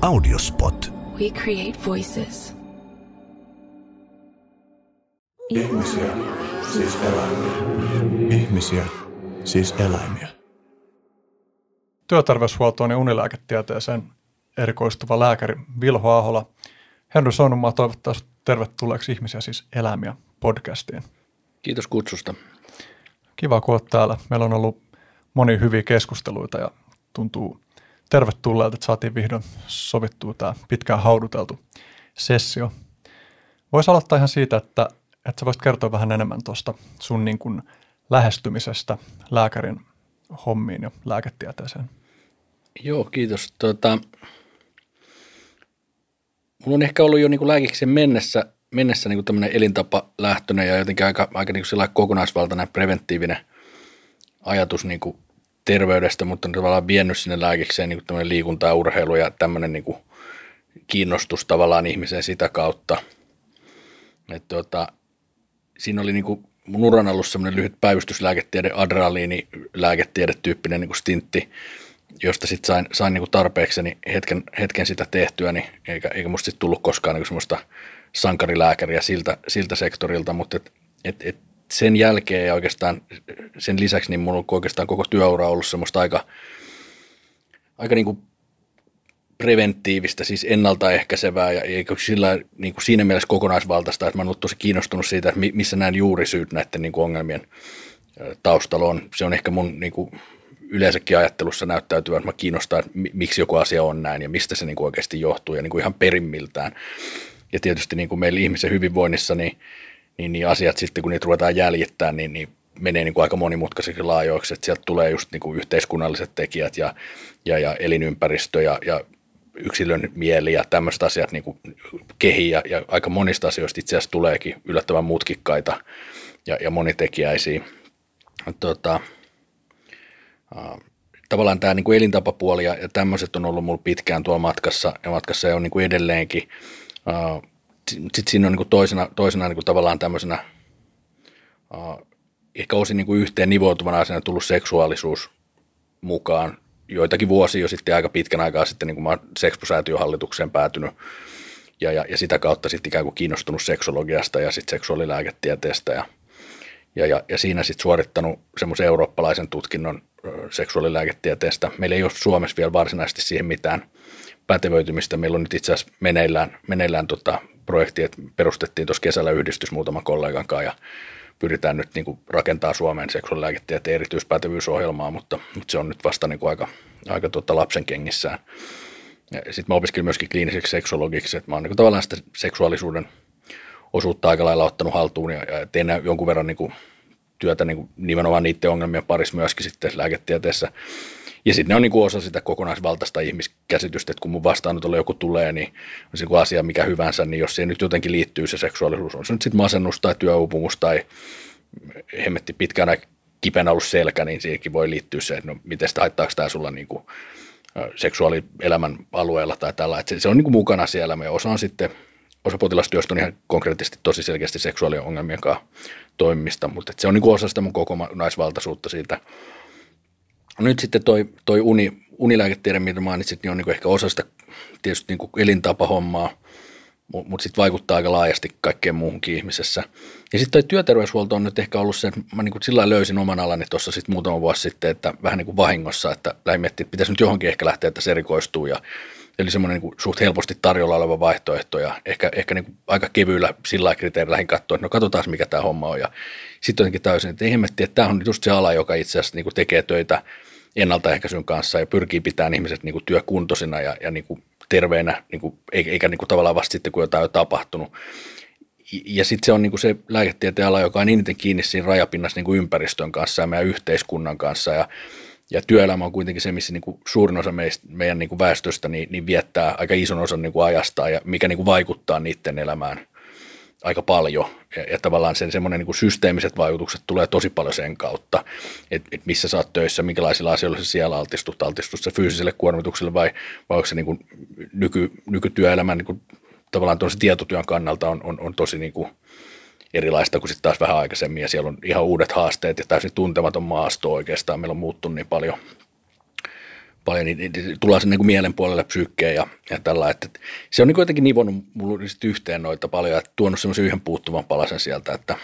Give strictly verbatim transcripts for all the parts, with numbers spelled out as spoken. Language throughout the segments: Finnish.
Audiospot. We create voices. Ihmisiä, siis eläimiä. Ihmisiä, siis eläimiä. Työterveyshuoltoon ja unilääketieteeseen erikoistuva lääkäri Vilho Ahola. Henry Soinumaa toivottaa tervetulleeksi Ihmisiä, siis eläimiä podcastiin. Kiitos kutsusta. Kiva, kun olet täällä. Meillä on ollut monia hyviä keskusteluita ja tuntuu tervetulleelta, että saatiin vihdoin sovittua tämä pitkään hauduteltu sessio. Voisi aloittaa ihan siitä, että, että sä voisit kertoa vähän enemmän tuosta sun niin kuin lähestymisestä lääkärin hommiin ja lääketieteeseen. Joo, kiitos. Tuota, mulla on ehkä ollut jo niin kuin lääkikseen mennessä, mennessä niin kuin tämmöinen elintapalähtöinen ja jotenkin aika, aika niin kuin kokonaisvaltainen preventiivinen ajatus niin kuin terveydestä, mutta on tavallaan vienyt sinne lääkikseen niin kuin tämmöinen liikunta ja urheilu ja tämmöinen niin kuin kiinnostus tavallaan ihmiseen sitä kautta. Et tuota, siinä oli niin kuin mun uran ollut semmoinen lyhyt päivystyslääketiede, adrenaliinilääketiede-tyyppinen niin kuin stintti, josta sitten sain, sain niin kuin tarpeekseni hetken, hetken sitä tehtyä, niin eikä, eikä musta sitten tullut koskaan niin kuin semmoista sankarilääkäriä siltä, siltä sektorilta, mutta et, et, et sen jälkeen ja oikeastaan sen lisäksi niin mulla on oikeastaan koko työura ollut semmoista aika, aika niin kuin preventiivistä, siis ennaltaehkäisevää ja eikä sillä niin kuin siinä mielessä kokonaisvaltaista, että mä oon ollut tosi kiinnostunut siitä, että missä nämä juurisyyt näiden niin kuin ongelmien taustalla on. Se on ehkä mun niin kuin yleensäkin ajattelussa näyttäytyvä, että mä kiinnostaa, että miksi joku asia on näin ja mistä se niin kuin oikeasti johtuu ja niin kuin ihan perimmiltään. Ja tietysti niin kuin meillä ihmisen hyvinvoinnissa, niin, niin, niin asiat sitten, kun niitä ruvetaan jäljittämään, niin, niin menee niin kuin aika monimutkaisiksi laajoiksi, että sieltä tulee just niin kuin yhteiskunnalliset tekijät ja, ja, ja elinympäristö ja, ja yksilön mieli ja tämmöiset asiat niin kuin kehi ja, ja aika monista asioista itse asiassa tuleekin yllättävän mutkikkaita ja, ja monitekijäisiä. Tota, äh, tavallaan tämä niin kuin elintapapuoli ja, ja tämmöiset on ollut mulla pitkään tuolla matkassa ja matkassa ja on niin kuin edelleenkin. Uh, Sitten siinä on niin kuin toisena, toisena niin kuin tavallaan tämmöisenä uh, ehkä osin niin kuin yhteen nivoutuvana asiana tullut seksuaalisuus mukaan. Joitakin vuosia jo sitten aika pitkän aikaa sitten niin kuin mä oon Sexpo-säätiön hallitukseen päätynyt ja, ja, ja sitä kautta sitten ikään kuin kiinnostunut seksologiasta ja sitten seksuaalilääketieteestä ja, ja, ja, ja siinä sitten suorittanut semmoisen eurooppalaisen tutkinnon uh, seksuaalilääketieteestä. Meillä ei ole Suomessa vielä varsinaisesti siihen mitään pätevöitymistä. Meillä on nyt itse asiassa meneillään, meneillään tota projekti, että perustettiin tuossa kesällä yhdistys muutaman kollegan kanssa ja pyritään nyt niin kuin rakentaa Suomeen seksuaalilääketieteen erityispätevyysohjelmaa, mutta, mutta se on nyt vasta niin kuin aika, aika tota lapsen kengissään. Sitten mä opiskelin myöskin kliiniseksi seksologiksi, että mä oon niin kuin tavallaan sitä seksuaalisuuden osuutta aika lailla ottanut haltuun ja, ja teen jonkun verran niin kuin työtä niin kuin nimenomaan niiden ongelmien parissa myöskin sitten lääketieteessä. Ja sitten ne on niin kuin osa sitä kokonaisvaltaista ihmiskäsitystä, että kun mun vastaanotolle joku tulee, niin on se asia mikä hyvänsä, niin jos siihen nyt jotenkin liittyy se seksuaalisuus, on se nyt sitten masennus tai työuupumus tai hemmetti pitkään kipeänä ollut selkä, niin siihenkin voi liittyä se, että no miten sitä haittaako tämä sulla niin kuin seksuaalielämän alueella tai tällä. Että se, se on niin kuin mukana siellä ja osa on sitten, osa potilastyöstä on ihan konkreettisesti tosi selkeästi seksuaaliongelmien kanssa toimimista, mutta se on niin kuin osa sitä mun kokonaisvaltaisuutta siitä. Nyt sitten toi, toi uni, unilääketiede, mitä mainitsit, niin on niin kuin ehkä osa sitä tietysti niin kuin elintapahommaa, mutta sitten vaikuttaa aika laajasti kaikkeen muuhunkin ihmisessä. Ja sitten toi työterveyshuolto on nyt ehkä ollut se, että mä niin kuin sillä lailla löysin oman alani tuossa sitten muutama vuosi sitten, että vähän niin kuin vahingossa, että lähdin miettimään, että pitäisi nyt johonkin ehkä lähteä, että se erikoistuu. Ja, eli semmoinen niin kuin suht helposti tarjolla oleva vaihtoehto ja ehkä, ehkä niin kuin aika kevyillä sillä lailla kriteerillä lähdin katsoa, että no katsotaan mikä tämä homma on. Ja sitten jotenkin täysin, että ei hemmetti, että tämä on just se ala, joka itse asiassa niin kuin tekee töitä ennaltaehkäisyn kanssa ja pyrkii pitämään ihmiset niin kuin työkuntoisina ja, ja niin kuin terveenä, niin kuin, eikä niin kuin tavallaan vasta sitten, kun jotain on tapahtunut. Ja sitten se on niin kuin se lääketieteen ala, joka on eniten kiinni siinä rajapinnassa niin kuin ympäristön kanssa ja meidän yhteiskunnan kanssa. Ja, ja työelämä on kuitenkin se, missä niin kuin suurin osa meistä, meidän niin kuin väestöstä niin, niin viettää aika ison osan niin kuin ajastaan ja mikä niin kuin vaikuttaa niiden elämään aika paljon. Ja, ja tavallaan sen semmoinen niin kuin systeemiset vaikutukset tulee tosi paljon sen kautta, että et missä sä oot töissä, minkälaisilla asioilla sä siellä altistut, altistut sä fyysiselle kuormitukselle vai, vai onko se niin kuin nyky, nykytyöelämän niin kuin, tavallaan tuollaisen tietotyön kannalta on, on, on tosi niin kuin erilaista kuin sitten taas vähän aikaisemmin ja siellä on ihan uudet haasteet ja täysin tuntematon maasto oikeastaan. Meillä on muuttunut niin paljon, paljon, niin, niin tullaan sen niin kuin mielen puolelle psyykkeen ja, ja tällä, että, että se on niin jotenkin nivonnut mulle yhteen noita paljon ja tuonut semmoisen yhden puuttuvan palasen sieltä, että,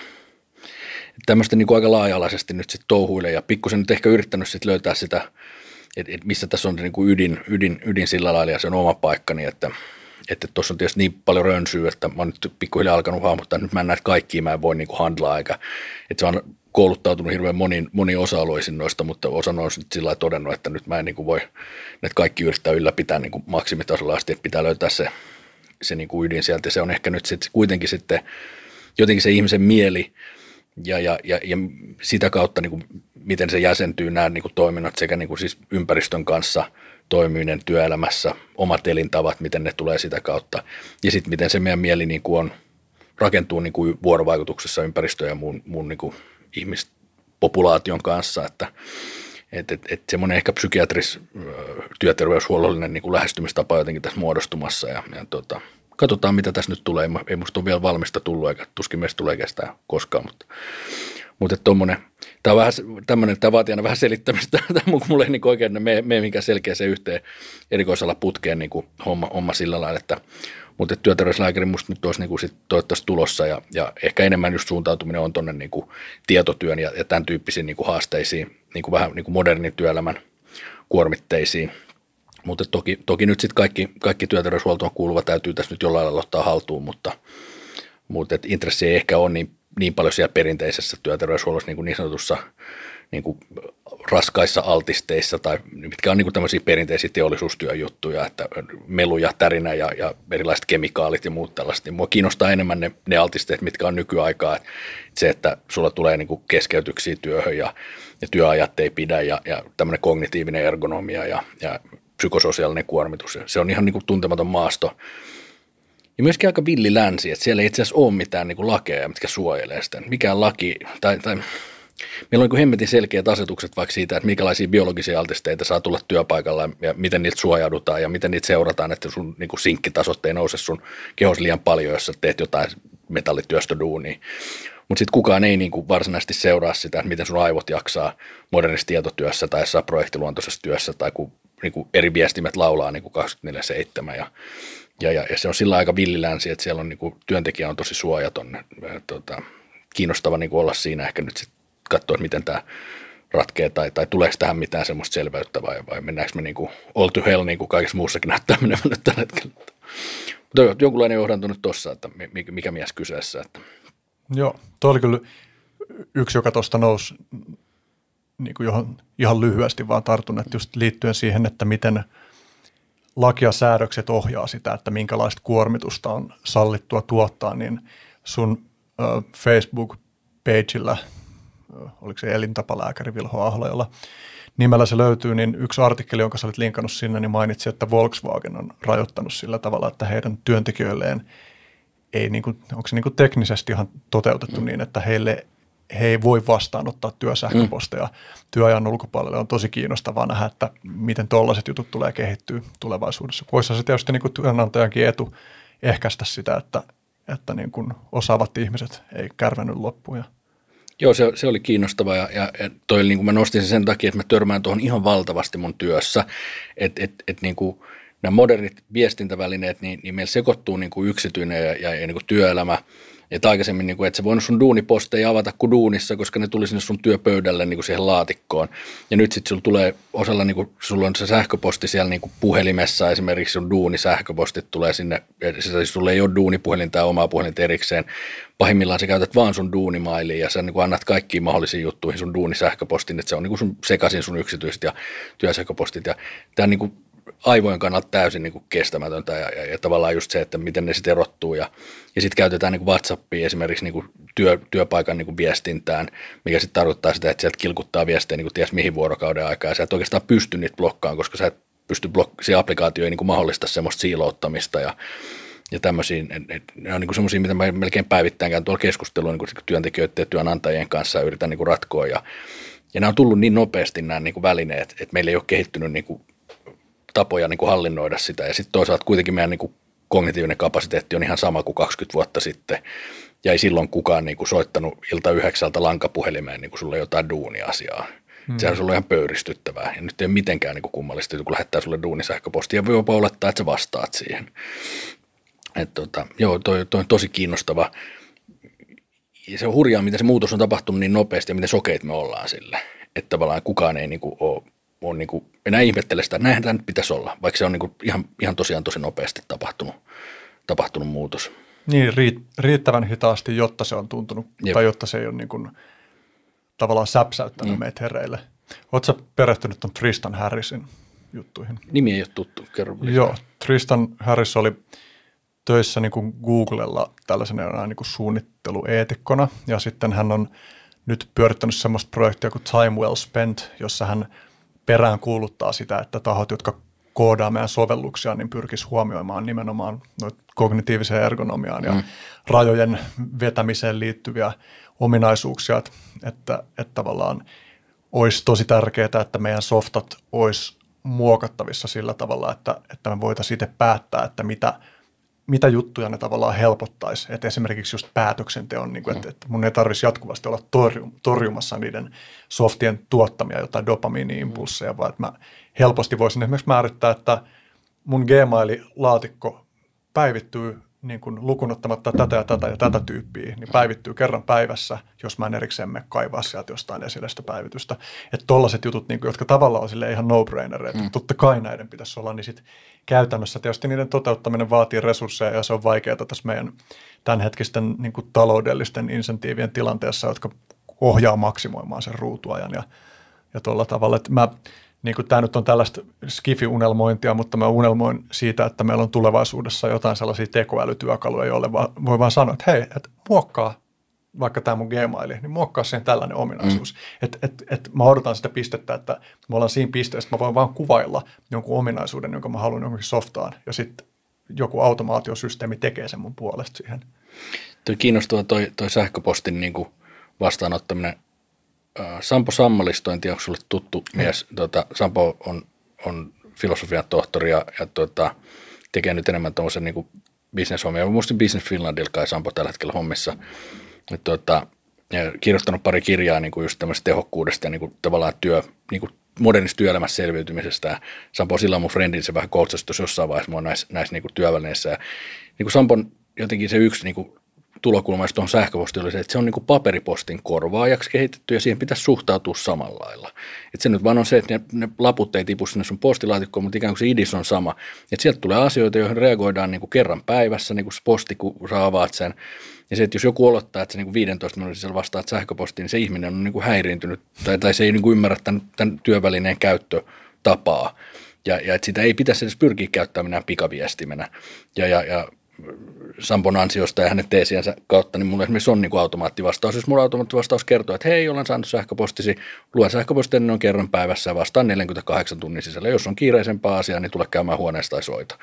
että tämmöistä niin kuin aika laaja-alaisesti nyt sitten touhuilee ja pikkusen nyt ehkä yrittänyt sitten löytää sitä, että, että missä tässä on niin kuin ydin, ydin, ydin sillä lailla ja se on oma paikkani, että että tuossa on tietysti niin paljon rönsyä, että mä oon nyt pikkuhiljaa alkanut hahmottaa, että nyt mä en näitä kaikkia, mä en voi niin kuin handlaa, eikä, että se on kouluttautunut hirveän moniin, moniin osa-alueisiin noista, mutta osa on sitten sillä lailla todennut, että nyt mä en niin kuin voi näitä kaikki yrittää ylläpitää niin kuin maksimitasolla asti, että pitää löytää se, se niin kuin ydin sieltä, ja se on ehkä nyt sitten kuitenkin sitten jotenkin se ihmisen mieli, ja, ja, ja, ja sitä kautta niin kuin, miten se jäsentyy nämä niin kuin toiminnot sekä niin kuin siis ympäristön kanssa toimiminen työelämässä, omat elintavat, miten ne tulee sitä kautta ja sitten miten se meidän mieli niin kuin on, rakentuu niin kuin vuorovaikutuksessa ympäristöön ja muun, muun niin kuin ihmispopulaation kanssa, että et, et, et semmoinen ehkä psykiatris työterveyshuollollinen niin kuin lähestymistapa on jotenkin tässä muodostumassa ja, ja tota, katsotaan mitä tässä nyt tulee, ei musta ole vielä valmista tullut eikä tuskin meistä tulee kestää koskaan, mutta Mutta tuommoinen, tämä on vähän tämmöinen, tämä vaatii aina vähän selittämistä, tämä mulla ei niin oikein mene, mene minkään selkeä se yhteen erikoisella putkeen niin homma, homma sillä lailla, että mutta työterveyslääkäri musta nyt olisi niin kuin sit toivottavasti tulossa ja, ja ehkä enemmän just suuntautuminen on tuonne niin tietotyön ja, ja tämän tyyppisiin niin kuin haasteisiin, niin kuin vähän niin kuin modernin työelämän kuormitteisiin. Mutta toki, toki nyt sitten kaikki, kaikki työterveyshuoltoon kuuluva täytyy tässä nyt jollain lailla ottaa haltuun, mutta, mutta et intressi ei ehkä ole niin niin paljon siellä perinteisessä työterveyshuollossa niin, kuin niin sanotussa niin kuin raskaissa altisteissa tai mitkä on niin kuin tämmöisiä perinteisiä teollisuustyön juttuja, että melu ja tärinä ja, ja erilaiset kemikaalit ja muut tällaiset. Niin mua kiinnostaa enemmän ne, ne altisteet, mitkä on nykyaikaa. Että se, että sulla tulee niin kuin keskeytyksiä työhön ja, ja työajat ei pidä ja, ja tämmöinen kognitiivinen ergonomia ja, ja psykososiaalinen kuormitus. Se on ihan niin kuin tuntematon maasto. Ja myöskin aika villi länsi, että siellä ei itse asiassa ole mitään niin kuin lakeja, mitkä suojelee sitä. Mikään laki, tai, tai meillä on niin kuin hemmetin selkeät asetukset vaikka siitä, että minkälaisia biologisia altisteita saa tulla työpaikalla ja miten niitä suojaudutaan ja miten niitä seurataan, että sun niin kuin sinkkitasot ei nouse sun kehossa liian paljon, jos sä teet jotain metallityöstöduunia. Mutta sitten kukaan ei niin kuin varsinaisesti seuraa sitä, että miten sun aivot jaksaa modernissa tietotyössä tai jossain projektiluontoisessa työssä tai kun niin kuin eri viestimet laulaa niin kuin kaksikymmentäneljä seitsemän ja Ja, ja, ja se on sillä aika villilänsi, että siellä on niin kuin, työntekijä on tosi suojaton. Ja, tota, kiinnostava niin kuin olla siinä ehkä nyt sitten katsoa, että miten tämä ratkeaa tai, tai tuleeko tähän mitään semmoista selveyttä vai, vai mennäänkö me niin kuin all to hell niin kuin kaikessa muussakin näyttää menevän nyt tällä hetkellä. Mutta jonkunlainen johdanto nyt tuossa, että mikä, mikä mies kyseessä. Että. Joo, tuo oli kyllä yksi, joka tuosta nousi niin kuin johon, ihan lyhyesti vaan tartun, että just liittyen siihen, että miten laki ja säädökset ohjaa sitä, että minkälaista kuormitusta on sallittua tuottaa, niin sun ö, Facebook-pageillä, ö, oliko se elintapalääkäri Vilho Ahola, jolla nimellä se löytyy, niin yksi artikkeli, jonka sä olit linkannut sinne, niin mainitsi, että Volkswagen on rajoittanut sillä tavalla, että heidän työntekijöilleen ei, niin kuin, onko se niin kuin teknisesti ihan toteutettu mm. niin, että heille he ei voi vastaanottaa työsähköposteja mm. työajan ulkopuolelle. On tosi kiinnostavaa nähdä, että miten tollaiset jutut tulee kehittyä tulevaisuudessa. Voisihan se tietysti niin kuin työnantajankin etu ehkäistä sitä, että, että niin kuin osaavat ihmiset ei kärvennyt loppuun. Joo, se, se oli kiinnostavaa ja, ja, ja toi, niin kuin mä nostin sen sen takia, että mä törmään tuohon ihan valtavasti mun työssä, että et, et, niin kuin nämä modernit viestintävälineet, niin, niin meillä sekoittuu niin kuin yksityinen ja, ja, ja niin kuin työelämä. Että aikaisemmin, niin kuin, että sä voinut sun duuniposteja avata kuin duunissa, koska ne tuli sinne sun työpöydälle niin kuin siihen laatikkoon. Ja nyt sitten sulla tulee osalla, niin kuin, sulla on se sähköposti siellä niin kuin puhelimessa, esimerkiksi sun duunisähköpostit tulee sinne, siis sulla ei ole duunipuhelinta ja omaa puhelinta erikseen. Pahimmillaan sä käytät vaan sun duunimailia ja sä niin kuin annat kaikkiin mahdollisiin juttuihin sun duunisähköpostin, että se on niin kuin sun, sekaisin sun yksityiset ja työsähköpostit. Ja tämä niin kuin aivojen kannalta täysin niin kuin kestämätöntä ja, ja, ja tavallaan just se, että miten ne sitten erottuu ja, ja sitten käytetään niin kuin WhatsAppia esimerkiksi niin kuin työ, työpaikan niin kuin viestintään, mikä sitten tarkoittaa sitä, että sieltä kilkuttaa viestejä niin kuin ties mihin vuorokauden aikaa ja sä et oikeastaan pysty niitä blokkaamaan, koska sä et pysty blok- se applikaatio ei niin kuin mahdollista semmoista siilouttamista ja, ja tämmöisiä, ne on niin kuin semmoisia, mitä mä melkein päivittäin käyn tuolla keskustelua niin kuin työntekijöiden ja työnantajien kanssa ja yritän niin kuin ratkoa ja, ja nämä on tullut niin nopeasti nämä niin kuin välineet, että meillä ei ole kehittynyt niin kuin tapoja niin kuin hallinnoida sitä ja sitten toisaalta kuitenkin meidän niin kuin kognitiivinen kapasiteetti on ihan sama kuin kaksikymmentä vuotta sitten ja ei silloin kukaan niin kuin soittanut ilta yhdeksältä lankapuhelimeen niin kuin sulle jotain duuniasiaa. Hmm. Sehän on ollut ihan pöyristyttävää ja nyt ei ole mitenkään niin kuin kummallista, kun lähettää sulle duunisähköpostia ja voi jopa olettaa, että sä vastaat siihen. Et tota, joo, toi, toi on tosi kiinnostava. Ja se on hurjaa, miten se muutos on tapahtunut niin nopeasti ja miten sokeit me ollaan sille. Että tavallaan kukaan ei niin kuin ole, ole niin kuin, enää ihmettele sitä, että näinhän tämä nyt pitäisi olla, vaikka se on niin kuin ihan, ihan tosiaan tosi nopeasti tapahtunut, tapahtunut muutos. Niin, riittävän hitaasti, jotta se on tuntunut, Jep. tai jotta se ei ole niin kuin, tavallaan säpsäyttänyt mm. meitä hereille. Oletko sä perehtynyt ton Tristan Harrisin juttuihin? Nimi ei ole tuttu, kerro. Joo, Tristan Harris oli töissä niin kuin Googlella tällaisena niin kuin suunnittelueetikkona, ja sitten hän on nyt pyörittänyt semmoista projektia kuin Time Well Spent, jossa hän perään kuuluttaa sitä, että tahot, jotka koodaa meidän sovelluksia, niin pyrkisi huomioimaan nimenomaan noita kognitiiviseen ergonomiaan ja mm. rajojen vetämiseen liittyviä ominaisuuksia, että, että, että tavallaan olisi tosi tärkeää, että meidän softat olisi muokattavissa sillä tavalla, että, että me voitaisiin itse päättää, että mitä, mitä juttuja ne tavallaan helpottaisi. Että esimerkiksi just päätöksenteon, niin kuin, että, että mun ei tarvitsisi jatkuvasti olla torju, torjumassa niiden softien tuottamia jotain dopamiini-impulsseja, vaan että mä helposti voisin esimerkiksi määrittää, että mun Gmail-laatikko päivittyy niin kuin lukunottamatta tätä ja tätä ja tätä tyyppiä, niin päivittyy kerran päivässä, jos mä en erikseen mene kaivaa sieltä jostain esille sitä päivitystä. Että tollaiset jutut, niin kuin, jotka tavallaan on silleen ihan no-brainereita, mm. totta kai näiden pitäisi olla, niin sitten käytännössä tietysti niiden toteuttaminen vaatii resursseja ja se on vaikeaa tässä meidän tämänhetkisten niin kuin taloudellisten insentiivien tilanteessa, jotka ohjaa maksimoimaan sen ruutuajan ja, ja tuolla tavalla, että mä niin kuin tämä nyt on tällaista skifi-unelmointia, mutta mä unelmoin siitä, että meillä on tulevaisuudessa jotain sellaisia tekoälytyökaluja, joille va- voi vaan sanoa, että hei, että muokkaa vaikka tämä mun Gmaili, niin muokkaa sen tällainen ominaisuus. Mm. Että et, et mä odotan sitä pistettä, että me ollaan siinä pisteessä, että mä voin vaan kuvailla jonkun ominaisuuden, jonka mä haluan jonkin softaan, ja sitten joku automaatiosysteemi tekee sen mun puolesta siihen. Tuo kiinnostaa toi, toi sähköpostin niin kuin vastaanottaminen. Sampo Sammalisto, en tiedä, onko sulle tuttu mies. Tuota, Sampo on, on filosofian tohtori ja, ja tuota, tekee nyt enemmän tuollaisen niin bisneshommia. Muistin Business Finlandilla kai Sampo tällä hetkellä hommissa. Ja, tuota, ja kirjoittanut pari kirjaa niin kuin just tämmöisestä tehokkuudesta ja niin kuin, tavallaan työ, niin kuin modernista työelämässä selviytymisestä. Ja Sampo sillä on mun friendin, se vähän coachasi tuossa jossain vaiheessa mua näissä, näissä niin kuin työvälineissä. Ja, niin kuin Sampon jotenkin se yksi niin kuin tulokulma tuohon sähköpostiin oli se, että se on niin kuin paperipostin korvaajaksi kehitetty ja siihen pitäisi suhtautua samalla lailla. Että se nyt vaan on se, että ne, ne laput ei tipu sinne sun postilaatikkoon, mutta ikään kuin se idis on sama. Että sieltä tulee asioita, joihin reagoidaan niin kuin kerran päivässä, niin kuin posti, kun sä avaat sen. Ja se, että jos joku olottaa, että se niin kuin viidentoista minuutin sisällä vastaat sähköpostiin, niin se ihminen on niin kuin häiriintynyt tai, tai se ei niin kuin ymmärrä tämän, tämän työvälineen käyttötapaa. Ja, ja että sitä ei pitäisi edes pyrkiä käyttämään minä pikaviestimenä. Ja, ja, ja Sampon ansiosta ja hänen teesiensä kautta, niin mulla esimerkiksi on niin kuin automaattivastaus. Jos mulla automaattivastaus kertoo, että hei, olen saanut sähköpostisi, luen sähköpostia noin kerran päivässä ja vastaan neljäkymmentäkahdeksan tunnin sisällä. Jos on kiireisempää asiaa, niin tule käymään huoneesta tai soita.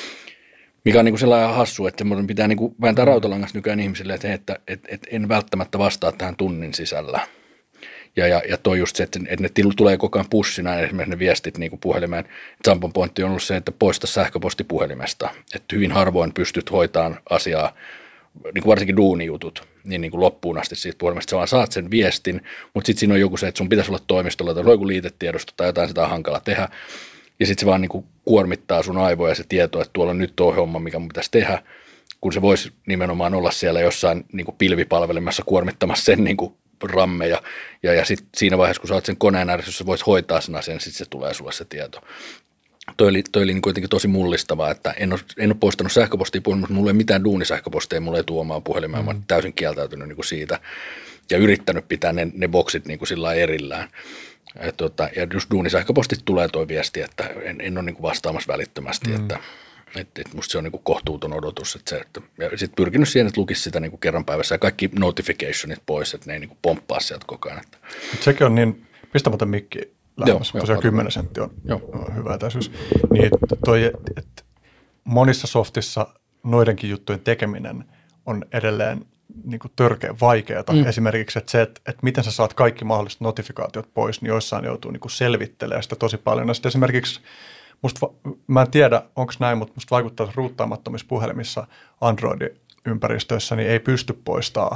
Mikä on niin kuin sellainen hassu, että minun pitää niin kuin vääntää rautalangasta nykyään ihmisille, että, että, että, että en välttämättä vastaa tähän tunnin sisällä. Ja, ja, ja toi just se, että, että ne tulee koko ajan pushina, esimerkiksi ne viestit niin kuin puhelimeen. Sampon pointti on ollut se, että poista sähköposti puhelimesta. Että hyvin harvoin pystyt hoitamaan asiaa, niin kuin varsinkin duunijutut, niin, niin kuin loppuun asti siitä puhelimesta. Sä vaan saat sen viestin, mutta sitten siinä on joku se, että sun pitäisi olla toimistolla tai joku liitetiedosto tai jotain, sitä on hankala tehdä. Ja sitten se vaan niin kuin kuormittaa sun aivoja se tieto, että tuolla on nyt tuo homma, mikä mun pitäisi tehdä, kun se voisi nimenomaan olla siellä jossain niin kuin pilvipalvelimessa kuormittamassa sen niin kuin rammeja, ja, ja sitten siinä vaiheessa, kun sä oot sen koneen ääressä, jos sä voit hoitaa sen asian, sitten se tulee sulle se tieto. Toi oli, toi oli niin kuitenkin tosi mullistavaa, että en ole, en ole poistanut sähköpostia puhelimesta, mulla ei ole mitään duunisähköpostia, mulla ei tule omaa puhelimea, mm. mä oon täysin kieltäytynyt niin kuin siitä, ja yrittänyt pitää ne, ne boksit niin kuin sillä erillään. Ja, tuota, ja just duunisähköpostit tulee toi viesti, että en, en ole niin kuin vastaamassa välittömästi, mm. että Että et musta se on niinku kohtuuton odotus. Että se, että, ja sitten pyrkinyt siihen, että lukisi sitä niinku kerran päivässä ja kaikki notificationit pois, että ne ei niinku pomppaa sieltä koko ajan. Että. Sekin on niin, pistä muuten mikki lähemmäs, tosiaan kymmenen senttiä on joo. hyvä etäisyys. Niin, toi, että monissa softissa noidenkin juttujen tekeminen on edelleen niinku törkeän vaikeaa. Mm. Esimerkiksi että se, että, että miten sä saat kaikki mahdolliset notifikaatiot pois, niin joissain joutuu niinku selvittelemään sitä tosi paljon. Ja sitten esimerkiksi Musta, mä en tiedä, onko näin, mutta musta vaikuttaa, että ruuttaamattomissa puhelimissa Android-ympäristöissä niin ei pysty poistamaan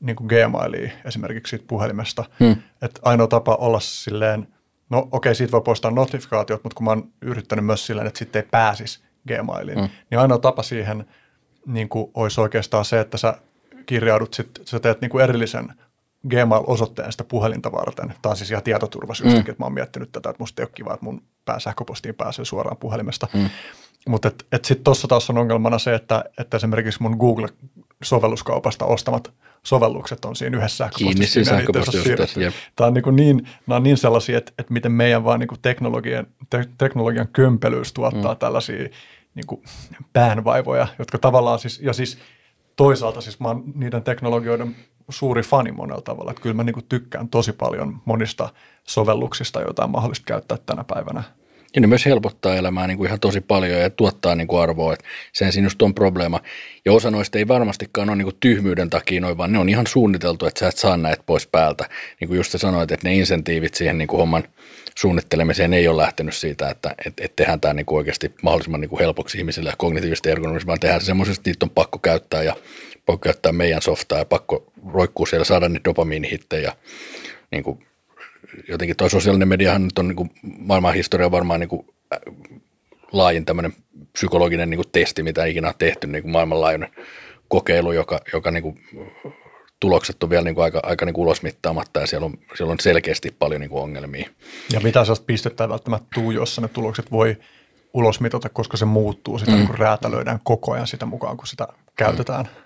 niin kuin Gmailia esimerkiksi siitä puhelimesta. Hmm. Että ainoa tapa olla silleen, no okei, siitä voi poistaa notifikaatiot, mutta kun mä oon yrittänyt myös silleen, että sitten ei pääsisi Gmailiin, hmm. niin ainoa tapa siihen niin kuin olisi oikeastaan se, että sä kirjaudut, sit, sä teet niin kuin erillisen Gmail-osoitteen sitä puhelinta varten. Tämä on siis ihan tietoturvasyystäkin, mm. että mä oon miettinyt tätä, että musta ei ole kiva, että mun sähköpostiin pääsee suoraan puhelimesta. Mm. Mutta et, et sitten tuossa taas on ongelmana se, että, että esimerkiksi mun Google-sovelluskaupasta ostamat sovellukset on siinä yhdessä sähköpostissa. Kiinni sähköpostissa. Tämä on niin, niin, nämä on niin sellaisia, että, että miten meidän vaan niin kuin teknologian, te, teknologian kömpelyys tuottaa mm. tällaisia niin kuin päänvaivoja, jotka tavallaan siis, ja siis toisaalta siis mä oon niiden teknologioiden suuri fani monella tavalla. Että kyllä mä niinku tykkään tosi paljon monista sovelluksista, joita on mahdollista käyttää tänä päivänä. Ja ne myös helpottaa elämää niin kuin ihan tosi paljon ja tuottaa niin kuin arvoa. Että sen siinä just on probleema. Ja osa noista ei varmastikaan ole niin kuin tyhmyyden takia noin, vaan ne on ihan suunniteltu, että sä et saa näitä pois päältä. Niin kuin just sä sanoit, että ne insentiivit siihen niin kuin homman suunnittelemiseen ei ole lähtenyt siitä, että et, et tehdään tämä niin kuin oikeasti mahdollisimman niin kuin helpoksi ihmisille ja kognitiivisesti ergonomisesti, vaan tehdään se semmoisesti, että niitä on pakko käyttää ja pakko käyttää meidän softaa ja pakko roikkuu siellä, saada niitä dopamiinihittejä. Niin kuin jotenkin tuo sosiaalinen mediahan nyt on niin kuin maailman historia varmaan niin kuin laajin tämmöinen psykologinen niin kuin testi, mitä ikinä on tehty, niin kuin maailmanlaajuinen kokeilu, joka, joka niin kuin tulokset on vielä niin kuin aika, aika niin kuin ulosmittaamatta ja siellä on, siellä on selkeästi paljon niin kuin ongelmia. Ja mitä sellaista pistettä ei välttämättä tuu, jossa ne tulokset voi ulosmitata, koska se muuttuu, sitä mm. niin kuin räätälöidään koko ajan sitä mukaan, kun sitä käytetään. Mm.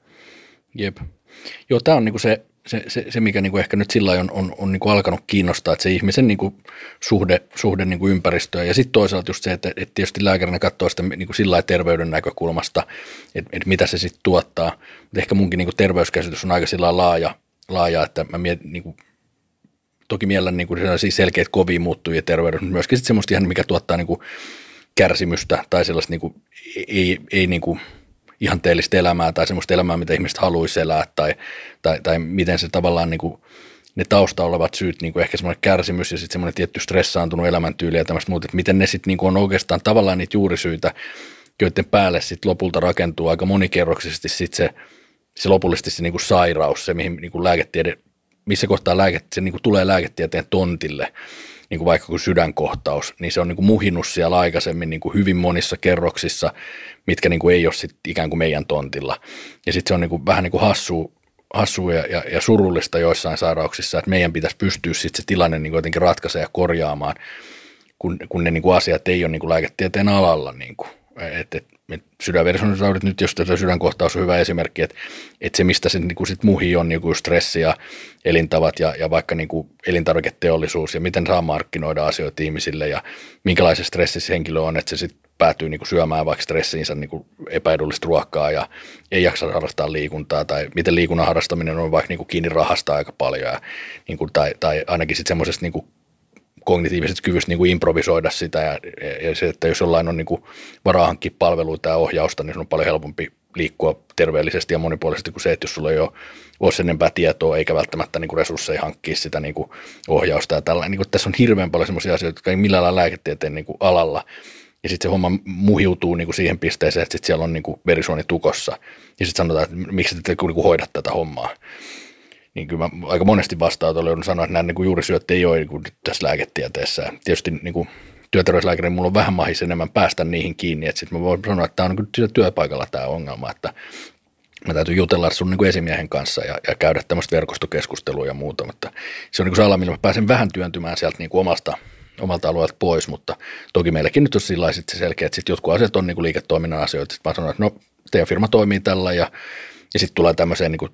Jep. Joo, tämä on niin kuin se, se, se, se, mikä niin kuin ehkä nyt sillä on, on, on niin kuin alkanut kiinnostaa, että se ihmisen niin kuin suhde, suhde niin kuin ympäristöön ja sitten toisaalta just se, että, että tietysti lääkärinä katsoo sitä niin kuin sillä terveyden näkökulmasta, että, että mitä se sitten tuottaa. Mutta ehkä munkin niin kuin terveyskäsitys on aika sillä laaja, laaja, että mä mietin, niin kuin, toki miellän niin kuin sellaisia selkeitä kovia muuttujia terveydessä, mutta myöskin sitten semmoista ihan, mikä tuottaa niin kuin kärsimystä tai sellaista niin kuin, ei, ei niin kuin ihanteellista elämää tai semmoista elämää, mitä ihmiset haluaisi elää tai, tai, tai miten se tavallaan niin kuin, ne tausta olevat syyt, niin kuin ehkä semmoinen kärsimys ja sitten semmoinen tietty stressaantunut elämäntyyli ja tämmöistä muuta, että miten ne sitten niin kuin on oikeastaan tavallaan niitä juurisyitä, joiden päälle sitten lopulta rakentuu aika monikerroksisesti sitten se, se lopullisesti se niin kuin sairaus, se mihin niin kuin lääketiede, missä kohtaa lääke, se niin kuin tulee lääketieteen tontille, niin kuin vaikka kuin sydänkohtaus, niin se on niin kuin muhinnut siellä aikaisemmin niin kuin hyvin monissa kerroksissa, mitkä niin kuin ei ole sit ikään kuin meidän tontilla. Ja sitten se on niin kuin vähän niin kuin hassua, hassua ja, ja, ja surullista joissain sairauksissa, että meidän pitäisi pystyä sitten se tilanne niin kuin jotenkin ratkaisemaan ja korjaamaan, kun, kun ne niin kuin asiat ei ole niin kuin lääketieteen alalla. Niin kuin. Et, et, et sydänverisuonisairaudet nyt, jos tämä sydänkohtaus on hyvä esimerkki, että et se mistä se niin kuin sit muhii on niin kuin stressi ja elintavat ja, ja vaikka niin kuin elintarviketeollisuus ja miten saa markkinoida asioita ihmisille ja minkälaisessa stressissä henkilö on, että se sitten päätyy niin kuin syömään vaikka stressiinsä niin kuin epäedullista ruokaa ja ei jaksa harrastaa liikuntaa tai miten liikunnan harrastaminen on vaikka niin kuin kiinni rahasta aika paljon ja, niin kuin, tai, tai ainakin sitten semmoisesta niin kuin kognitiiviset kyvystä niin kuin improvisoida sitä ja, ja se, että jos jollain on niin kuin varaa hankkia palveluita ja ohjausta, niin se on paljon helpompi liikkua terveellisesti ja monipuolisesti kuin se, että jos sulla ei ole, ole sen enempää tietoa eikä välttämättä niin kuin resursseja hankkia sitä niin kuin ohjausta ja tällainen. Niin kuin, tässä on hirveän paljon sellaisia asioita, jotka ei millään lailla lääketieteen niin kuin alalla ja sitten se homma muhiutuu niin kuin siihen pisteeseen, että sit siellä on niin kuin verisuoni tukossa ja sitten sanotaan, että miksi te niin kuin hoidat tätä hommaa. Niin kyllä mä aika monesti vastaan olen joudun sanoa, että nämä niin juurisyöt ei ole niin tässä lääketieteessä. Tietysti niin kuin työterveyslääkärin mulla on vähän mahis enemmän päästä niihin kiinni, että sitten mä voin sanoa, että tämä on niin työpaikalla tämä ongelma, että mä täytyy jutella sun niin kuin esimiehen kanssa ja, ja käydä tämmöistä verkostokeskustelua ja muuta, mutta se on niin kuin se ala, millä mä pääsen vähän työntymään sieltä niin kuin omasta, omalta alueelta pois, mutta toki meilläkin nyt on sillä lailla se selkeä, että sitten jotkut asiat on niin kuin liiketoiminnan asioita, sitten mä sanon, että no teidän firma toimii tällä ja, ja sitten tulee tämmöiseen niin kuin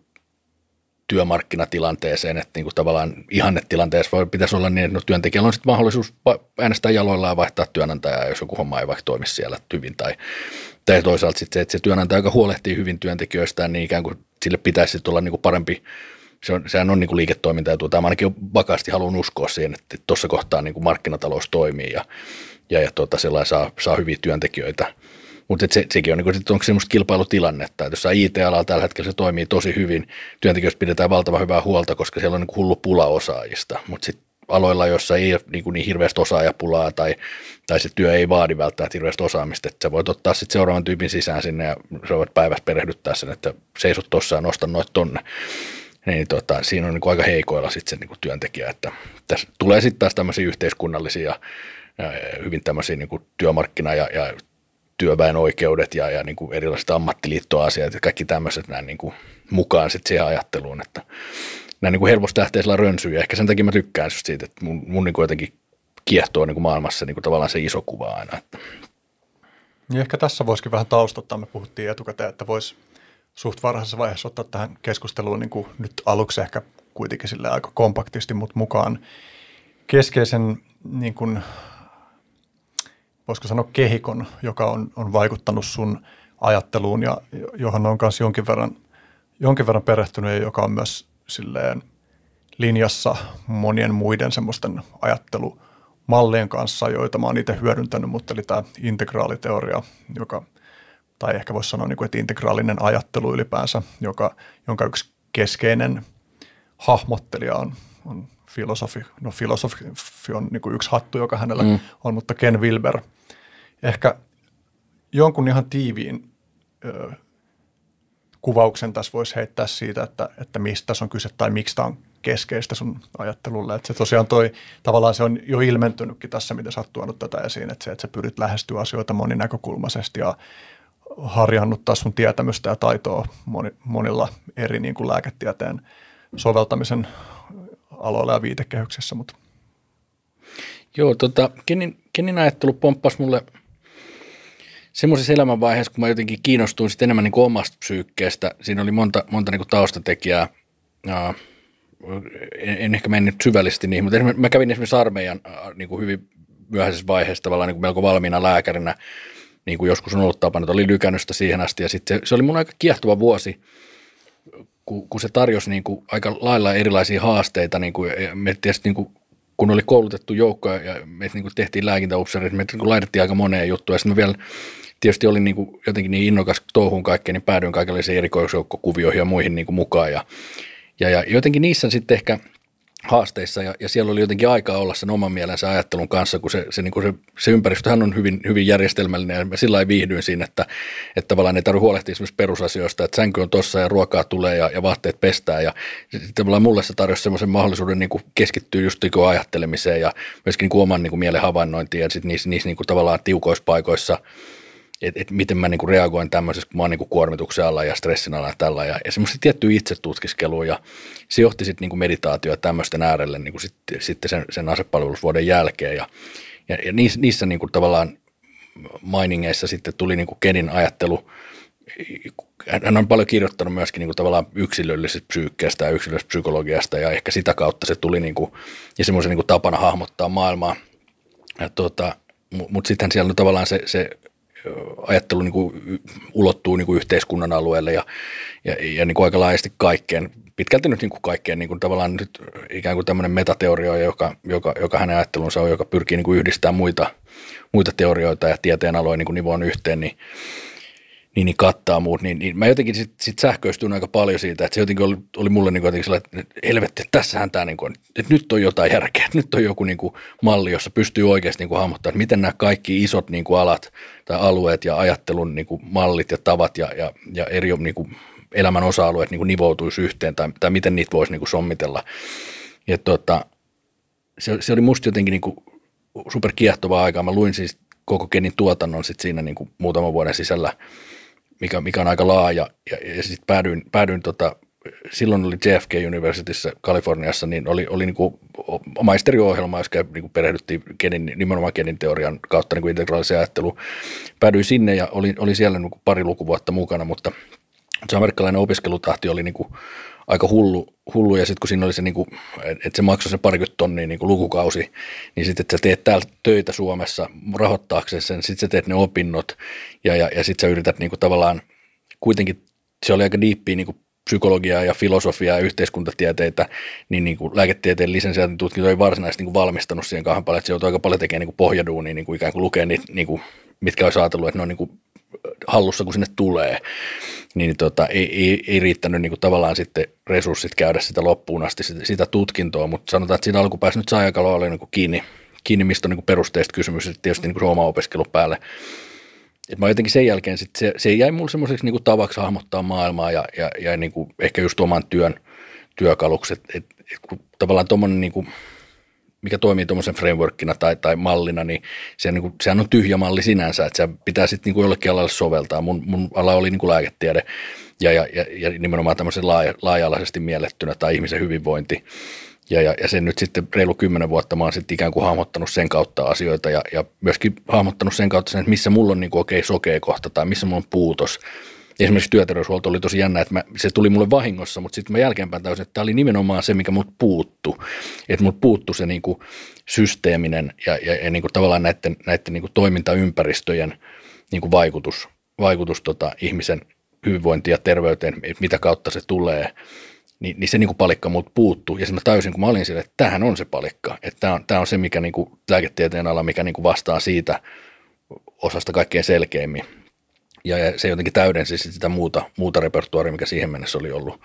työmarkkinatilanteeseen, että niinku tavallaan ihannetilanteessa voi, pitäisi olla niin, että no työntekijällä on sitten mahdollisuus äänestää jaloillaan ja vaihtaa työnantajaa, jos joku homma ei vaikka toimi siellä hyvin. Tai, tai toisaalta sitten se, että se työnantaja, joka huolehtii hyvin työntekijöistään, niin ikään kuin sille pitäisi sitten olla niinku parempi, se on, sehän on niinku liiketoiminta ja tuota, mä ainakin vakaasti haluan uskoa siihen, että tuossa kohtaa niinku markkinatalous toimii ja, ja, ja tuota, sellainen saa, saa hyviä työntekijöitä. Mutta se, sekin on, niin että onko semmoista kilpailutilannetta, että jossain I T-alalla tällä hetkellä se toimii tosi hyvin, työntekijöistä pidetään valtavan hyvää huolta, koska siellä on niin hullu pula osaajista, mutta sitten aloilla, joissa ei ole niin, niin hirveästi osaajapulaa tai, tai se työ ei vaadi välttämättä hirveästi osaamista, että sä voit ottaa sitten seuraavan tyypin sisään sinne ja sä voit päivässä perehdyttää sen, että seisot tuossa ja nosta noit tonne. niin tota, siinä on niin kuin aika heikoilla sitten se niin kuin työntekijä, että tässä tulee sitten taas tämmöisiä yhteiskunnallisia ja hyvin tämmöisiä niin kuin työmarkkina- ja, ja työväen oikeudet ja, ja niin kuin erilaiset ammattiliittoasiat ja kaikki tämmöiset näin niin kuin mukaan sitten siihen ajatteluun, että nämä niin kuin helposti lähtee sillä rönsyyn ja ehkä sen takia mä tykkään siitä, että mun, mun niin kuin jotenkin kiehtoo niin kuin maailmassa niin kuin tavallaan se iso kuva aina. Että. Ja ehkä tässä voisikin vähän taustottaa, me puhuttiin etukäteen, että voisi suht varhaisessa vaiheessa ottaa tähän keskusteluun niin kuin nyt aluksi ehkä kuitenkin sille aika kompaktisti, mutta mukaan keskeisen niin kuin, voisiko sanoa kehikon, joka on, on vaikuttanut sun ajatteluun ja johon on myös jonkin verran, jonkin verran perehtynyt ja joka on myös silleen linjassa monien muiden semmoisten ajattelumallien kanssa, joita mä oon itse hyödyntänyt, mutta eli tämä integraaliteoria, joka, tai ehkä voisi sanoa, että integraalinen ajattelu ylipäänsä, joka, jonka yksi keskeinen hahmottelija on, on filosofi. No filosofi on niin kuin yksi hattu, joka hänellä mm. on, mutta Ken Wilber. Ehkä jonkun ihan tiiviin ö, kuvauksen tässä voisi heittää siitä, että, että mistä tässä on kyse tai miksi tämä on keskeistä sun ajattelulle. Että se tosiaan toi, tavallaan se on jo ilmentynytkin tässä, miten sä oot tuonut tätä esiin, että se, että sä pyrit lähestyä asioita moninäkökulmaisesti ja harjannuttaa sun tietämystä ja taitoa moni, monilla eri niin kuin lääketieteen soveltamisen aloilla ja viitekehyksissä. Mutta. Joo, tota, Kenin, Kenin ajattelu pomppasi mulle semmoisessa elämänvaiheessa, kun mä jotenkin kiinnostuin sitten enemmän niin kuin omasta psyykkeestä. Siinä oli monta, monta niin kuin taustatekijää. Ja en, en ehkä mennyt syvällisesti niihin, mutta mä kävin esimerkiksi armeijan niin kuin hyvin myöhäisessä vaiheessa tavallaan niin kuin melko valmiina lääkärinä. Niin kuin joskus on ollut tapana, että oli lykännyt sitä siihen asti. Ja sitten se, se oli mun aika kiehtova vuosi, kun, kun se tarjosi niin kuin aika lailla erilaisia haasteita. Niin kuin, me tietysti, niin kuin, kun oli koulutettu joukko ja me niin kuin tehtiin lääkintäupseerit, me niin kuin laitettiin aika moneen juttuun. Ja sitten mä vielä tietysti olin niin kuin jotenkin niin innokas touhuun kaikkeen, niin päädyin kaikenlaisiin erikoisjoukkokuvioihin ja muihin niin kuin mukaan. Ja, ja, ja jotenkin niissä sitten ehkä haasteissa ja, ja siellä oli jotenkin aikaa olla sen oman mielensä ajattelun kanssa, kun se, se, niin kuin se, se ympäristöhän on hyvin, hyvin järjestelmällinen ja mä sillä lailla viihdyin siinä, että, että tavallaan ei tarvitse huolehtia esimerkiksi perusasioista, että sänky on tossa ja ruokaa tulee ja, ja vaatteet pestään ja sitten tavallaan mulle se tarjosi semmoisen mahdollisuuden niin kuin keskittyä just niin kuin ajattelemiseen ja myöskin niin kuin oman niin kuin mielen havainnointiin ja sitten niissä, niissä niin kuin tavallaan tiukoissa paikoissa, että et miten mä niinku reagoin tämmöisessä, kun mä oon niinku kuormituksen alla ja stressin alla ja tällä. Ja, ja semmoista tiettyä itsetutkiskelua ja se johti sitten niinku meditaatioon tämmöisten äärelle niinku sit, sitten sen, sen asepalvelusvuoden jälkeen. Ja, ja, ja niissä, niissä niinku tavallaan mainingeissa sitten tuli niinku Kenin ajattelu. Hän on paljon kirjoittanut myöskin niinku tavallaan yksilöllisestä psyykkeestä ja yksilöllisestä psykologiasta ja ehkä sitä kautta se tuli niinku, ja semmoisen niinku tapana hahmottaa maailmaa. Tota, mutta sittenhän siellä on tavallaan se, se ajattelu niin kuin ulottuu niin kuin yhteiskunnan alueelle ja, ja, ja niin kuin aika laajasti kaikkeen, pitkälti nyt niin kuin kaikkeen niin kuin tavallaan nyt ikään kuin tämmöinen metateoria, joka, joka, joka hänen ajattelunsa on, joka pyrkii niin kuin yhdistämään muita, muita teorioita ja tieteen aloja niin kuin nivoon yhteen, niin, niin, niin kattaa muut. Niin, niin mä jotenkin sitten sit sähköistyin aika paljon siitä, että se jotenkin oli, oli mulle niin kuin jotenkin sellainen, että helvetti, että tässähän tämä, niin kuin, että nyt on jotain järkeä, että nyt on joku niin kuin malli, jossa pystyy oikeasti niin kuin hahmottamaan, että miten nämä kaikki isot niin kuin alat tai alueet ja ajattelun niin kuin mallit ja tavat ja, ja, ja eri niin kuin elämän osa-alueet niin kuin nivoutuisi yhteen tai, tai miten niitä voisi niin kuin sommitella. Ja tota, se, se oli musta jotenkin niin kuin super kiehtovaa aikaa. Mä luin siis koko Kenin tuotannon sit siinä niin kuin muutaman vuoden sisällä, mikä, mikä on aika laaja, ja, ja sitten päädyin, päädyin tota, silloin oli J F K Universityssä Kaliforniassa, niin oli, oli niinku maisteriohjelma, jossa niinku perehdyttiin Kenin, nimenomaan Kenin teorian kautta niinku integraalisen ajatteluun. Päädyin sinne ja oli, oli siellä niinku pari lukuvuotta mukana, mutta se amerikkalainen opiskelutahti oli niinku aika hullu, hullu ja sitten kun siinä oli se, niinku, että se maksoi se parikymmentä tonnia niinku lukukausi, niin sitten että sä teet täällä töitä Suomessa rahoittaaksesi sen, sitten sä teet ne opinnot ja, ja, ja sitten sä yrität niinku tavallaan kuitenkin, se oli aika diippiä niinku psykologiaa ja filosofiaa ja yhteiskuntatieteitä, niin, niin kuin lääketieteen lisensiaatin tutkinto ei varsinaisesti niin kuin valmistanut siihen kauhean paljon, että se joutui aika paljon tekemään niin kuin pohjaduunia, niin kuin ikään kuin lukea niitä, niin kuin, mitkä olisi ajatellut, että ne on niin kuin hallussa, kun sinne tulee, niin tota, ei, ei, ei riittänyt niin kuin tavallaan sitten resurssit käydä sitä loppuun asti sitä, sitä tutkintoa, mutta sanotaan, että siinä alkupäässä nyt sai aika lailla niin kuin kiinni, kiinni, mistä on niin kuin perusteista kysymys, ja tietysti niin kuin se oma opiskelu päälle. Et mä jotenkin sen jälkeen sit se, se jäi mulle semmoiseksi niinku tavaksi hahmottaa maailmaa ja, ja, ja niinku ehkä just oman työn, työkaluksi, että et, et, kun tavallaan tuommoinen niin kuin, mikä toimii tuommoisen frameworkina tai, tai mallina, niin, se, niin kuin, sehän on tyhjä malli sinänsä, että se pitää sitten niin jollekin alalle soveltaa. Mun, mun ala oli niin kuin lääketiede ja, ja, ja, ja nimenomaan tämmöisen laaja, laaja-alaisesti miellettynä tai ihmisen hyvinvointi. Ja, ja, ja sen nyt sitten reilu kymmenen vuotta mä oon sitten ikään kuin hahmottanut sen kautta asioita ja, ja myöskin hahmottanut sen kautta sen, että missä mulla on niin kuin okei sokea kohta tai missä mulla on puutos. Esimerkiksi työterveyshuolto oli tosi jännä, että mä, se tuli mulle vahingossa, mutta sitten mä jälkeenpäin täysin, että tämä oli nimenomaan se, mikä mut puuttu. Että mut puuttu se niin kuin systeeminen ja, ja, ja niin kuin tavallaan näiden, näiden niin kuin toimintaympäristöjen niin kuin vaikutus, vaikutus tota ihmisen hyvinvointiin ja terveyteen, että mitä kautta se tulee. Niin, niin se niin kuin palikka mut puuttuu. Ja sitten mä tajusin, kun mä olin sille, että tämähän on se palikka. Että tämä on, tämä on se, mikä niin kuin lääketieteen ala, mikä niin kuin vastaa siitä osasta kaikkein selkeimmin. Ja, ja se jotenkin täydensi sitä muuta, muuta repertuaaria, mikä siihen mennessä oli ollut.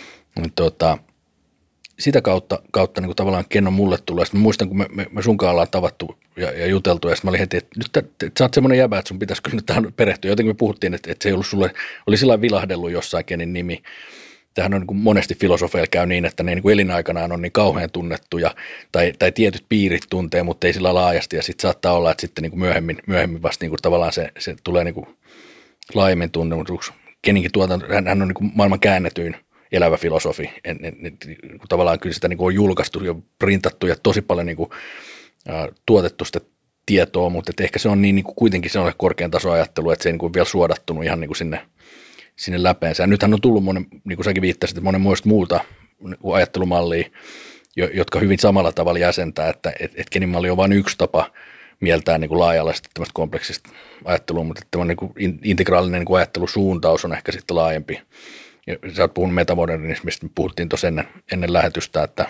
Tota, sitä kautta, kautta niin kuin tavallaan Kenno mulle tulee. Sitten mä muistan, kun me, me, me sunkaan ollaan tavattu ja, ja juteltu, ja sitten mä olin heti, että nyt että, että sä oot semmoinen jäbä, että sun pitäisi kyllä nyt tähän perehtyä. Jotenkin me puhuttiin, että, että se ei ollut sulle, oli sillä lailla vilahdellut jossain Kenin nimi. Tämähän on niin kuin monesti filosofeilla käy niin, että ne niin kuin elinaikanaan on niin kauhean tunnettuja tai, tai tietyt piirit tuntee, mutta ei sillä laajasti. Ja sitten saattaa olla, että sitten niin kuin myöhemmin, myöhemmin vasta niin kuin tavallaan se, se tulee niin kuin laajemmin tunnetuksi. Keninkin tuotanto, hän on niin kuin maailman käännetyin elävä filosofi. En, en, en, tavallaan kyllä sitä niin kuin on julkaistu ja printattu ja tosi paljon niin kuin, ä, tuotettu sitä tietoa, mutta ehkä se on niin, niin kuin kuitenkin se on korkean tason ajattelu, että se ei niin kuin vielä suodattunut ihan niin kuin sinne sinne läpeensä. Ja nythän on tullut monen, niin kuin säkin viittasit, monen muista muuta ajattelumallia, jotka hyvin samalla tavalla jäsentää, että et, et Kenin malli on vain yksi tapa mieltää niin kuin laaja-alaisesti tämmöistä kompleksista ajattelua, mutta tämmöinen niin kuin integraalinen niin kuin ajattelusuuntaus on ehkä sitten laajempi. Ja sä oot puhunut metamodernismista, me puhuttiin tuossa ennen, ennen lähetystä, että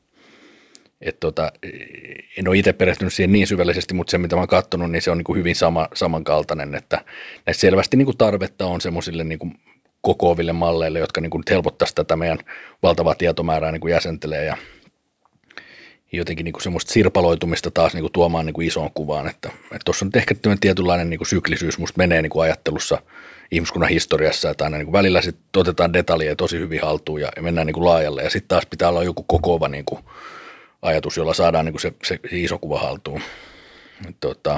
et tota, en ole itse perehtynyt siihen niin syvällisesti, mutta se mitä mä oon katsonut, niin se on niin kuin hyvin sama, samankaltainen, että näissä selvästi niin kuin tarvetta on semmoisille niin kuin kokoaville malleille, jotka niin kuin nyt helpottaisi tätä meidän valtavaa tietomäärää niin kuin jäsentelee ja jotenkin niin kuin semmoista sirpaloitumista taas niin kuin tuomaan niin kuin isoon kuvaan, että tuossa on ehkä tietynlainen niin kuin syklisyys musta menee niin kuin ajattelussa ihmiskunnan historiassa, että aina niin kuin välillä sitten otetaan detaljeja tosi hyvin haltuun ja mennään niin kuin laajalle ja sitten taas pitää olla joku kokoava niin kuin ajatus, jolla saadaan niin kuin se, se, se iso kuva haltuun. Tota,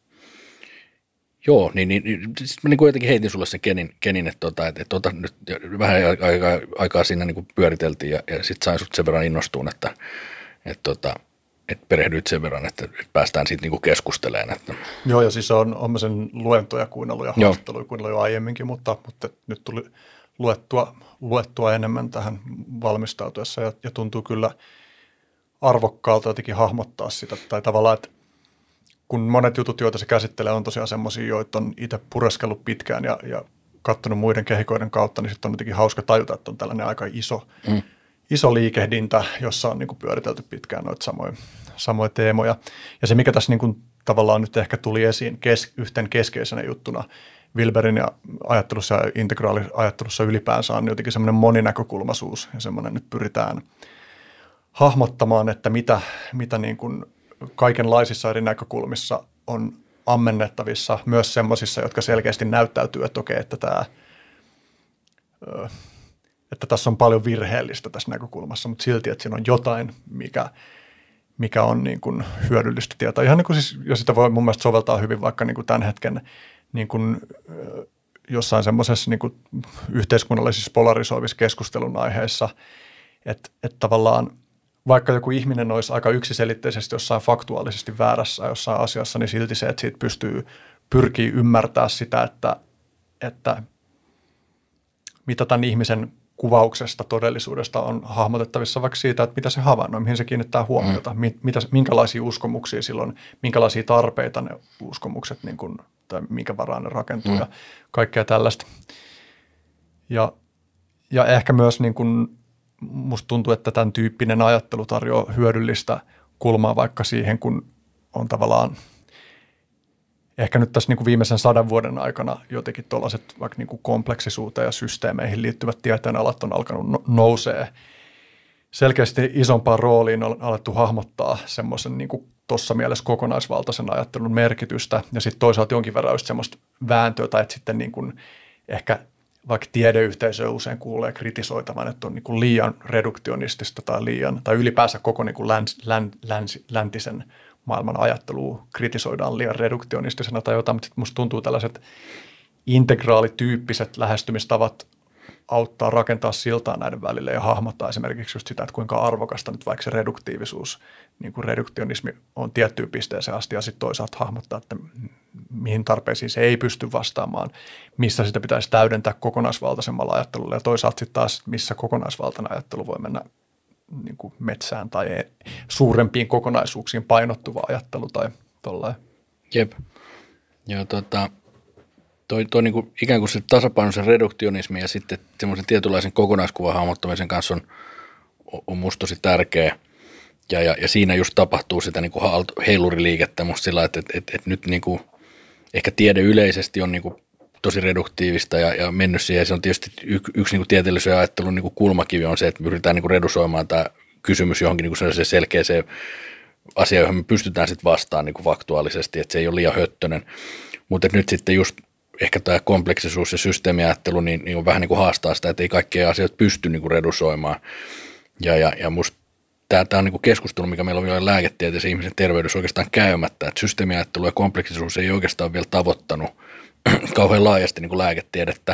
joo, niin, niin, niin sitten mä niin kuin jotenkin heitin sulle sen Kenin, kenin että, tota, että, että tota, nyt vähän aikaa, aikaa siinä niin kuin pyöriteltiin ja, ja sitten sain sut sen verran innostuun, että, että, tota, että perehdyit sen verran, että, että päästään siitä niin kuin keskustelemaan. Että. Joo, ja siis on, on mä sen luentoja kuunnellut ja haastatteluja kuunnellut jo aiemminkin, mutta, mutta nyt tuli luettua, luettua enemmän tähän valmistautuessa ja, ja tuntuu kyllä arvokkaalta jotenkin hahmottaa sitä, tai tavallaan, että kun monet jutut, joita se käsittelee, on tosiaan semmoisia, joita on itse pureskellut pitkään ja, ja katsonut muiden kehikoiden kautta, niin sitten on jotenkin hauska tajuta, että on tällainen aika iso, mm. iso liikehdintä, jossa on niin kuin pyöritelty pitkään noita samoja, samoja teemoja. Ja se, mikä tässä niin kuin tavallaan nyt ehkä tuli esiin kes, yhten keskeisenä juttuna Wilberin ja ajattelussa ja integraaliajattelussa ylipäänsä on jotenkin semmoinen moninäkökulmaisuus ja semmoinen nyt pyritään hahmottamaan, että mitä, mitä niin kuin kaikenlaisissa eri näkökulmissa on ammennettavissa, myös semmoisissa, jotka selkeästi näyttäytyy, että okei, että, tämä, että tässä on paljon virheellistä tässä näkökulmassa, mutta silti, että siinä on jotain, mikä, mikä on niin kuin hyödyllistä tietoa. Ihan niin kuin siis, ja sitä voi mun mielestä soveltaa hyvin vaikka niin kuin tämän hetken niin kuin jossain semmoisessa niin kuin yhteiskunnallisissa polarisoivissa keskustelun aiheissa, että, että tavallaan vaikka joku ihminen olisi aika yksiselitteisesti jossain faktuaalisesti väärässä jossain asiassa, niin silti se, että siitä pystyy pyrkii ymmärtää sitä, että, että mitä tämän ihmisen kuvauksesta todellisuudesta on hahmotettavissa vaikka siitä, että mitä se havainnoi, mihin se kiinnittää huomiota, mm. mitä, minkälaisia uskomuksia silloin, minkälaisia tarpeita ne uskomukset, niin kuin, tai minkä varaan ne rakentuu mm. ja kaikkea tällaista. Ja, ja ehkä myös niin kuin musta tuntuu, että tämän tyyppinen ajattelu tarjoaa hyödyllistä kulmaa vaikka siihen, kun on tavallaan ehkä nyt tässä niin kuin viimeisen sadan vuoden aikana jotenkin tuollaiset vaikka niin kuin kompleksisuuteen ja systeemeihin liittyvät tieteenalat on alkanut nousee. Selkeästi isompaan rooliin on alettu hahmottaa semmoisen niin kuin tuossa mielessä kokonaisvaltaisen ajattelun merkitystä ja sitten toisaalta jonkin verran just semmoista vääntöä tai että sitten niin kuin ehkä vaikka tiedeyhteisö usein kuulee kritisoitavan, että on niin kuin liian reduktionistista tai liian, tai ylipäänsä koko niin kuin läns, län, läns, läntisen maailman ajattelua kritisoidaan liian reduktionistisena tai jotain, mutta musta tuntuu tällaiset integraalityyppiset lähestymistavat auttaa rakentaa siltaa näiden välille ja hahmottaa esimerkiksi just sitä, että kuinka arvokasta nyt vaikka se reduktiivisuus, niin kuin reduktionismi on tiettyyn pisteeseen asti ja sitten toisaalta hahmottaa, että mihin tarpeisiin se ei pysty vastaamaan, missä sitä pitäisi täydentää kokonaisvaltaisemmalla ajattelulla ja toisaalta sitten taas, missä kokonaisvaltainen ajattelu voi mennä niin kuin metsään tai suurempiin kokonaisuuksiin painottuva ajattelu tai tollainen. Jep. Joo, tota, toi, toi niin kuin ikään kuin se tasapainoisen reduktionismi ja sitten semmoisen tietynlaisen kokonaiskuvan hahmottamisen kanssa on, on musta tosi tärkeä. Ja, ja, ja siinä just tapahtuu sitä niin kuin heiluriliikettä musta sillä, että, että, että, että nyt niin kuin, ehkä tiede yleisesti on niin kuin tosi reduktiivista ja, ja mennyt siihen. Se on tietysti y, yksi niin kuin tieteellisen ajattelun niin kuin kulmakivi on se, että me pyritään niin kuin redusoimaan tämä kysymys johonkin niin kuin selkeäseen asiaan, johon me pystytään sitten vastaamaan niin kuin faktuaalisesti, että se ei ole liian höttönen. Mutta nyt sitten just ehkä tämä kompleksisuus ja systeemiajattelu niin, niin on vähän niin kuin haastaa sitä, että ei kaikkia asioita pysty niin kuin redusoimaan. Ja, ja, ja musta Tämä, tämä on niin kuin keskustelu, mikä meillä on vielä lääketieteessä ihmisen terveydessä oikeastaan käymättä, että systeemiajattelu ja kompleksisuus ei oikeastaan vielä tavoittanut kauhean laajasti niin kuin lääketiedettä.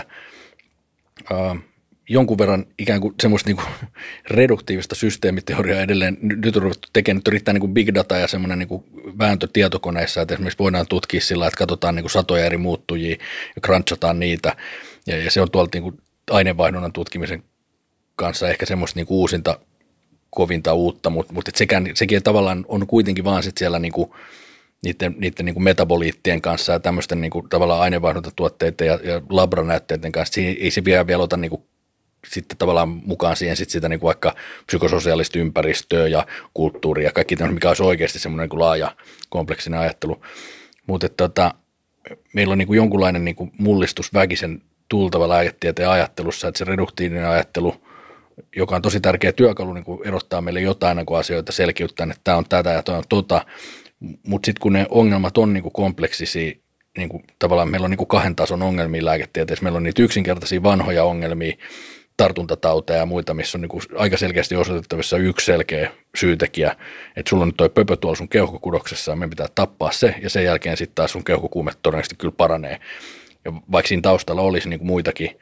Äh, jonkun verran ikään kuin semmoista niin kuin reduktiivista systeemiteoriaa edelleen nyt on ruvettu tekemään, nyt on riittää niin kuin big data ja semmoinen niin kuin vääntö tietokoneissa, että esimerkiksi voidaan tutkia sillä, että katsotaan niin kuin satoja eri muuttujia ja crunchataan niitä ja, ja se on tuolta niin kuin aineenvaihdunnan tutkimisen kanssa ehkä semmoista niin kuin uusinta kovinta uutta, mutta, mutta sekään, sekin tavallaan on kuitenkin vaan sit siellä niinku, niiden, niiden niinku metaboliittien kanssa ja tämmöisten niinku, tavallaan aineenvaihduntatuotteiden ja, ja labranäytteiden kanssa. Siinä ei se vielä, vielä ota niinku, sitten tavallaan mukaan siihen sit sitä niinku vaikka psykososiaalista ympäristöä ja kulttuuria ja kaikki tämmöinen, mikä olisi oikeasti semmoinen niinku laaja kompleksinen ajattelu. Mutta tota, meillä on niinku jonkunlainen niinku mullistus väkisen tultava lääketieteen ajattelussa, että se reduktiivinen ajattelu, joka on tosi tärkeä työkalu niin kuin erottaa meille jotain kuin asioita, selkiyttää, että tämä on tätä ja tämä on tota, mutta sitten kun ne ongelmat on niin kuin kompleksisia, niin kuin tavallaan meillä on niin kuin kahden tason ongelmia lääketieteessä, meillä on niitä yksinkertaisia vanhoja ongelmia, tartuntatauteja ja muita, missä on niin kuin aika selkeästi osoitettavissa yksi selkeä syytekijä, että sulla on nyt toi pöpö tuolla sun keuhkokudoksessa ja meidän pitää tappaa se ja sen jälkeen sitten taas sun keuhkokuume todennäköisesti kyllä paranee. Ja vaikka siinä taustalla olisi niin kuin muitakin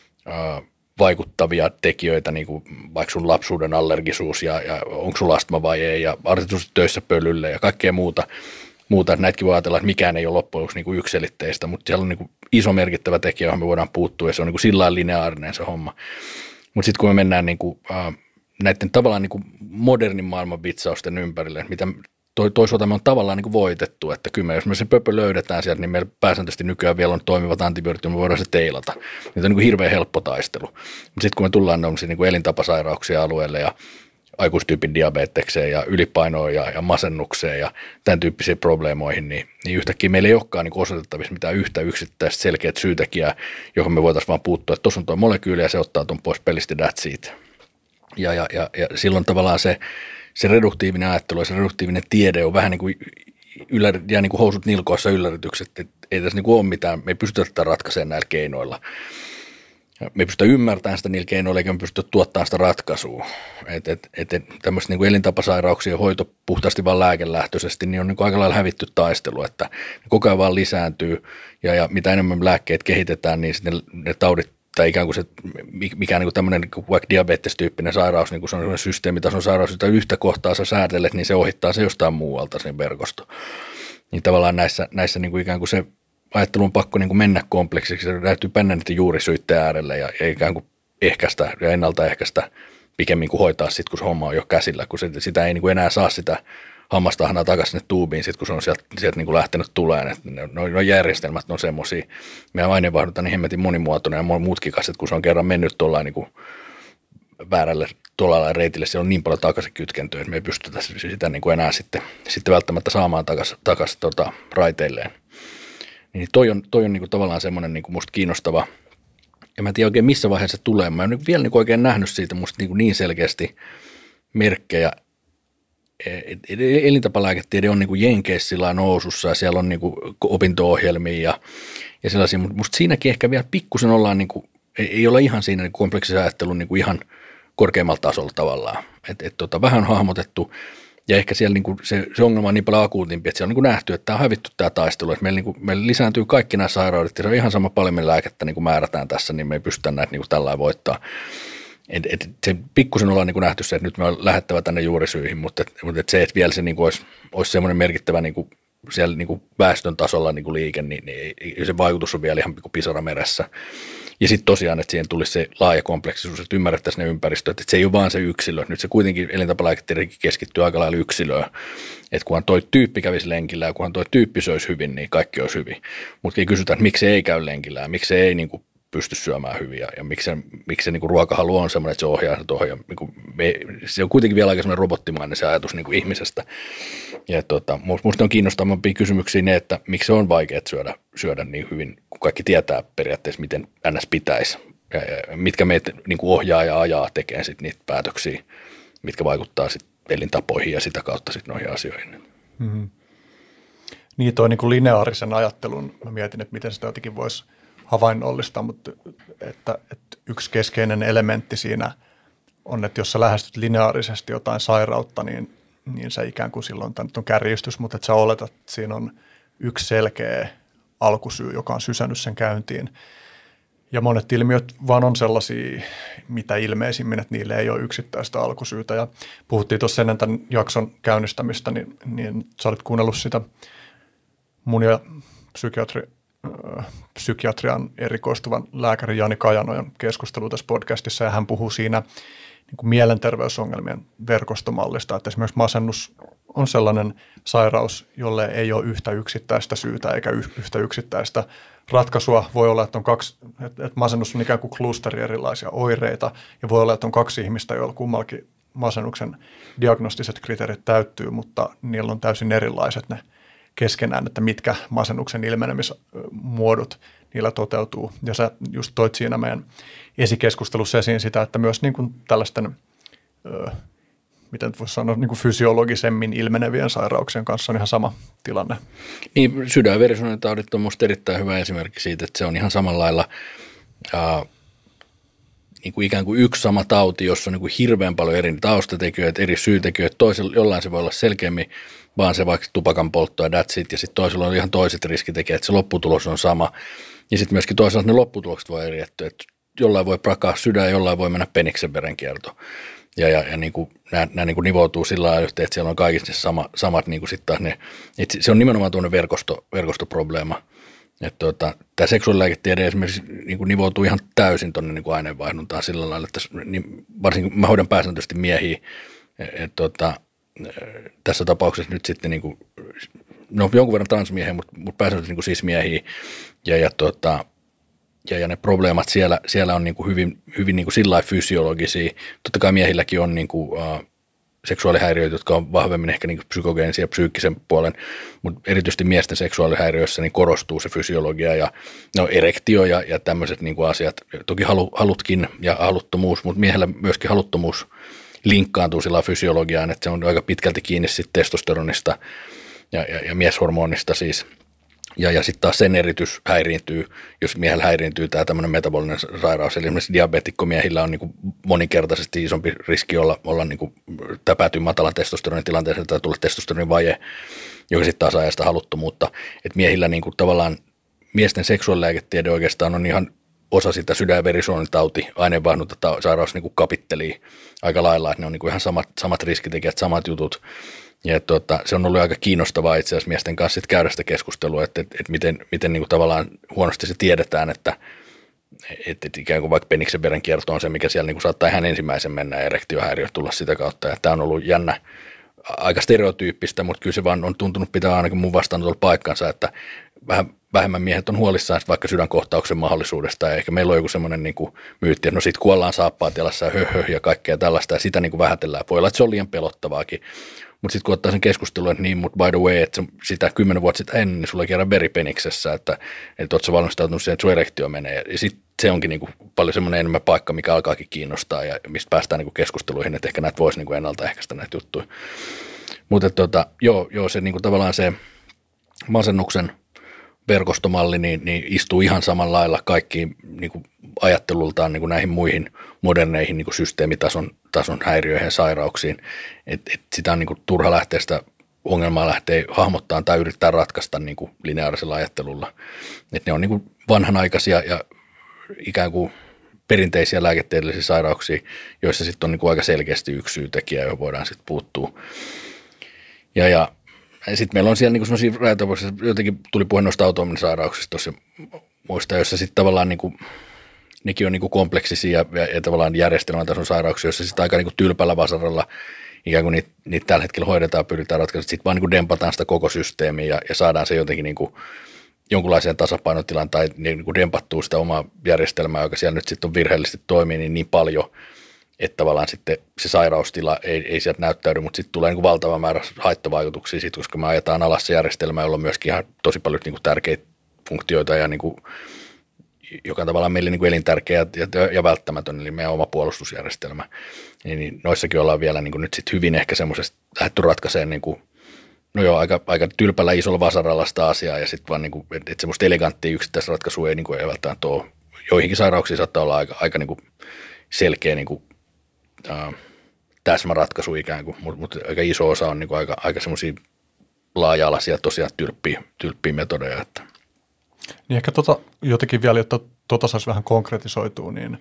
ää, vaikuttavia tekijöitä, niin kuin vaikka sun lapsuuden allergisuus ja, ja onko sulla astma vai ei ja artistusti töissä pölylle ja kaikkea muuta, muuta. Että näitäkin voi ajatella, että mikään ei ole loppujen lopuksi niin yksiselitteistä, mutta siellä on niin kuin iso merkittävä tekijä, johon me voidaan puuttua ja se on niin kuin sillä lailla lineaarinen se homma. Mutta sitten kun me mennään niin kuin, äh, näiden tavallaan niin kuin modernin maailman vitsausten ympärille, mitä toisaalta me on tavallaan niin kuin voitettu, että kyllä me, jos me se pöpö löydetään sieltä, niin meillä pääsääntöisesti nykyään vielä on toimivat antibiootit, me voidaan se teilata. Niitä on niin kuin hirveän helppo taistelu. Mutta sitten kun me tullaan niin kuin elintapasairauksia alueelle ja aikuistyypin diabetekseen ja ylipainoon ja, ja masennukseen ja tämän tyyppisiin probleemoihin, niin, niin yhtäkkiä meillä ei olekaan niin kuin osoitettavissa mitään yhtä yksittäistä selkeät syytekijää, johon me voitaisiin vaan puuttua, että tuossa on tuo molekyyli ja se ottaa tuon pois pelistä, that's it. Ja, ja, ja, ja silloin tavallaan se Se reduktiivinen ajattelu ja se reduktiivinen tiede on vähän niin kuin, yllär, jää niin kuin housut nilkoissa ylläritykset, että ei tässä niin kuin ole mitään, me ei pystytä tätä ratkaisemaan näillä keinoilla. Me ei pystytä ymmärtämään sitä niillä keinoilla, eikä me pystytä tuottamaan sitä ratkaisua. Että et, et, et, tämmöiset niin kuin elintapasairauksien hoito puhtaasti vaan lääkelähtöisesti, niin on niin kuin aika lailla hävitty taistelu, että ne koko ajan vaan lisääntyy ja, ja mitä enemmän lääkkeet kehitetään, niin sitten ne, ne taudit tai ikään kuin se, mikä niin kuin tämmöinen niin kuin vaikka diabetestyyppinen sairaus, niin kuin se on systeemitason sairaus, jota yhtä kohtaa sä säätelet, niin se ohittaa se jostain muualta sen verkosto. Niin tavallaan näissä, näissä niin kuin ikään kuin se ajattelu on pakko niin kuin mennä kompleksiksi, se täytyy mennä niiden juurisyitten äärelle ja, ja ikään kuin ehkäistä ja ennaltaehkäistä pikemmin kuin hoitaa sitten, kun se homma on jo käsillä, kun se, sitä ei niin kuin enää saa sitä hammastahnaa takaisin sinne tuubiin, sit kun se on sieltä, sieltä niin kuin lähtenyt tuleen. Ne, ne, ne järjestelmät on semmoisia. Meidän aineenvaihdunta niin hemmetin monimuotoinen ja mutkikas, että kun se on kerran mennyt tuollain niin kuin väärälle tuolla reitille, se on niin paljon takaisin kytkentyä, että me ei pystytä sitä niin kuin enää sitten, sitten välttämättä saamaan takaisin, takaisin tota, raiteilleen. Niin toi on, toi on niin kuin tavallaan semmoinen niin kuin musta kiinnostava, ja mä en tiedä oikein missä vaiheessa se tulee. Mä en ole vielä niin kuin oikein nähnyt siitä musta niin, kuin niin selkeästi merkkejä. Elintapalääketiede on niin kuin Jenkeissä sillä nousussa ja siellä on niin kuin opinto-ohjelmia ja, ja sellaisia, mutta musta siinäkin ehkä vielä pikkusen ollaan niin kuin ei, ei olla ihan siinä niin kompleksisen ajattelun niin kuin ihan korkeammalla tasolla tavallaan. Et, et, tota, vähän hahmotettu ja ehkä siellä niin kuin se, se ongelma on niin paljon akuutimpi, että siellä on niin kuin nähty, että tämä on hävitty tämä taistelu, että meillä, niin kuin, meillä lisääntyy kaikki nämä sairaudet ja se on ihan sama paljon me lääkettä niin kuin määrätään tässä, niin me ei pystytä näitä niin kuin tällä voittaa. Et, et, se pikkusen ollaan niin kuin nähty se, että nyt me on lähettävä tänne juurisyihin, mutta, et, mutta et se, että vielä se niin kuin olisi, olisi semmoinen merkittävä niin kuin siellä niin kuin väestön tasolla niin kuin liike, niin, niin se vaikutus on vielä ihan kuin pisara meressä. Ja sitten tosiaan, että siihen tulisi se laaja kompleksisuus, että ymmärrettäisiin ne ympäristöt, että se ei ole vaan se yksilö. Nyt se kuitenkin elintapalääketietekin keskittyy aika lailla yksilöön, että kunhan toi tyyppi kävisi lenkillä ja kunhan toi tyyppi söisi hyvin, niin kaikki olisi hyvin. Mutta ei kysytä, että miksi se ei käy lenkillä ja miksi se ei niin kuin pysty syömään hyvin ja, ja miksi se, miksi se niin kuin ruokahalu on semmoinen, että se ohjaa se tuohon. Niin kuin me, se on kuitenkin vielä aika semmoinen robottimainen se ajatus niin kuin ihmisestä. Ja tota, musta on kiinnostavampia kysymyksiä ne, että miksi se on vaikea syödä, syödä niin hyvin, kun kaikki tietää periaatteessa, miten ns. Pitäisi. Ja, ja mitkä meitä niin kuin ohjaa ja ajaa tekemään sit niitä päätöksiä, mitkä vaikuttaa sit elintapoihin ja sitä kautta sit noihin asioihin. Mm-hmm. Niin toi niin kuin lineaarisen ajattelun, mä mietin, että miten sitä jotenkin voisi havainnollistaa, mutta että, että yksi keskeinen elementti siinä on, että jos sä lähestyt lineaarisesti jotain sairautta, niin, niin se ikään kuin silloin, tämä nyt on kärjistys, mutta että sä oletat, että siinä on yksi selkeä alkusyy, joka on sysännyt sen käyntiin. Ja monet ilmiöt vaan on sellaisia, mitä ilmeisimmin, että niille ei ole yksittäistä alkusyytä. Ja puhuttiin tuossa ennen tämän jakson käynnistämistä, niin, niin sä olet kuunnellut sitä mun ja psykiatri, äh, psykiatrian erikoistuvan lääkärin Jani Kajanojan keskustelua tässä podcastissa, ja hän puhuu siinä niin kuin mielenterveysongelmien verkostomallista, että esimerkiksi masennus on sellainen sairaus, jolle ei ole yhtä yksittäistä syytä eikä yhtä yksittäistä ratkaisua. Voi olla, että on kaksi, että masennus on ikään kuin klusteri erilaisia oireita, ja voi olla, että on kaksi ihmistä, joilla kummallakin masennuksen diagnostiset kriteerit täyttyy, mutta niillä on täysin erilaiset ne keskenään, että mitkä masennuksen ilmenemismuodot niillä toteutuu. Ja sä just toit siinä meidän esikeskustelussa esiin sitä, että myös niin kuin tällaisten, ö, miten voisi sanoa, niin kuin fysiologisemmin ilmenevien sairauksien kanssa on ihan sama tilanne. Niin, sydän- ja verisuonitaudit on minusta erittäin hyvä esimerkki siitä, että se on ihan samalla lailla äh, niin kuin ikään kuin yksi sama tauti, jossa on niin kuin hirveän paljon eri taustatekijöitä, eri syytekijöitä. Toisella, jollain se voi olla selkeämmin vaan se vaikka tupakan poltto ja that's it, ja sitten toisella on ihan toiset riskitekijät, että se lopputulos on sama. Ja sitten myöskin toisaalta ne lopputulokset voi eriättyä, että jollain voi prakaa sydän ja jollain voi mennä peniksen verenkierto. Ja, ja, ja niin kuin, nämä, nämä niin kuin nivoutuu sillä lailla yhteen, että siellä on kaikissa sama, samat niin kuin sitten taas ne, että se on nimenomaan tuonne verkosto, verkostoprobleema. Että tuota, tämä seksuaalilääketiede esimerkiksi niin kuin nivoutuu ihan täysin tuonne niin kuin aineenvaihduntaan sillä lailla, että niin varsinkin mä hoidan pääsääntöisesti miehiä, että tuota, tässä tapauksessa nyt sitten niin kuin, no jonkun verran transmiehiä, mutta, mutta pääsääntöisesti niin kuin siis miehiä ja, ja, tuota, ja, ja ne probleemat siellä, siellä on niin kuin hyvin, hyvin niin kuin sillä lailla fysiologisia. Totta kai miehilläkin on niin kuin, uh, seksuaalihäiriöitä, jotka on vahvemmin ehkä niin kuin psykogeenisia psyykkisen puolen, mutta erityisesti miesten seksuaalihäiriöissä niin korostuu se fysiologia ja no, erektio ja, ja tämmöiset niin kuin asiat. Toki halu, halutkin ja haluttomuus, mutta miehellä myöskin haluttomuus linkkaantuu sillä fysiologiaan, että se on aika pitkälti kiinni sitten testosteronista ja, ja, ja mieshormonista siis. Ja, ja sitten taas sen eritys häiriintyy, jos miehellä häiriintyy tämä tämmöinen metabolinen sairaus. Eli esimerkiksi diabetikkomiehillä on niin kuin moninkertaisesti isompi riski olla, olla niin kuin, tai päätyy matalan testosteronin tilanteeseen tai tulla testosteronin vaje, joka sitten taas ajaa sitä haluttomuutta. Että miehillä niin kuin tavallaan miesten seksuaalilääketiede oikeastaan on ihan osa sitä sydän- ja verisuonitauti, aineenvaihdunta sairaus niin kuin kapittelee aika lailla, että ne on niin kuin ihan samat, samat riskitekijät, samat jutut. Ja tuota, se on ollut aika kiinnostavaa itse asiassa miesten kanssa sit käydä sitä keskustelua, että, että, että miten, miten niin kuin tavallaan huonosti se tiedetään, että, että, että ikään kuin vaikka peniksen verenkierto on se, mikä siellä niin kuin saattaa ihan ensimmäisen mennä ja erektiohäiriöt tulla sitä kautta. Ja tämä on ollut jännä, aika stereotyyppistä, mutta kyllä se vaan on tuntunut pitää ainakin mun vastaanotolla paikkansa, että vähän vähemmän miehet on huolissaan vaikka sydänkohtauksen mahdollisuudesta, ja ehkä meillä on joku semmoinen niin kuin myytti, että no sit kuollaan saappaat jalassa ja höhö ja kaikkea tällaista, ja sitä niin kuin vähätellään. Voi olla, että se on liian pelottavaakin. Mutta sitten kun ottaa sen keskustelun, että niin, mutta by the way, että sitä kymmenen vuotta sitten ennen, niin sulla kerran veripeniksessä, että, että ootko sä valmistautunut siihen, että sun erektio menee. Ja sitten se onkin niinku paljon semmoinen enemmän paikka, mikä alkaakin kiinnostaa ja mistä päästään niinku keskusteluihin, että ehkä näitä voisi niinku ennaltaehkäistä näitä juttuja. Mutta tota, joo, joo, se niinku tavallaan se masennuksen verkostomalli niin, niin istuu ihan samalla lailla kaikkiin niinku ajattelultaan niin kuin näihin muihin moderneihin niin kuin systeemitason tason häiriöihin ja sairauksiin. Et, et sitä on niin kuin turha lähteä sitä ongelmaa lähteä hahmottaa tai yrittää ratkaista niin kuin lineaarisella ajattelulla. Et ne on niin kuin vanhanaikaisia ja ikään kuin perinteisiä lääketieteellisiä sairauksia, joissa sitten on niin kuin aika selkeästi yksi syytekijä, johon voidaan sitten puuttua. Ja, ja sitten meillä on siellä niin sellaisia rajoituksia, jotenkin tuli puhe noista autoimmunisairauksista tuossa muista, joissa sitten tavallaan niin kuin, nekin on niin kuin kompleksisia ja, ja tavallaan järjestelmätason sairauksia, joissa sitten aika niin kuin tylpällä vasaralla ikään kuin niitä, niitä tällä hetkellä hoidetaan, pyritään ratkaisemaan, sitten vaan niin kuin dempataan sitä koko systeemiä ja, ja saadaan se jotenkin niin kuin jonkunlaiseen tasapainotilaan tai niin kuin dempattuu sitä omaa järjestelmää, joka siellä nyt sitten on virheellisesti toimii niin, niin paljon, että tavallaan sitten se sairaustila ei, ei sieltä näyttäydy, mutta sitten tulee niin kuin valtava määrä haittavaikutuksia siitä, koska me ajetaan alas se järjestelmä, jolla on myöskin ihan tosi paljon niin kuin tärkeitä funktioita ja niin kuin, joka on tavallaan meille niin kuin elintärkeä ja, ja välttämätön, eli meidän oma puolustusjärjestelmä. Niin, niin noissakin ollaan vielä niin kuin nyt sitten hyvin ehkä semmoisesta lähdetty ratkaiseen niin kuin, no joo, aika, aika tylpällä isolla vasaralla sitä asiaa ja sitten vaan niin kuin, että et semmoista eleganttia yksittäisratkaisua ei, niin kuin, ei välttämättä ole. Joihinkin sairauksiin saattaa olla aika, aika niin kuin selkeä niin kuin, ää, täsmäratkaisu ikään kuin, mutta mut aika iso osa on niin kuin aika, aika semmoisia laaja-alaisia tosiaan tylppiä, tylppiä metodeja. Että. Niin ehkä tota, jotenkin vielä, jotta tota saisi vähän konkretisoitua, niin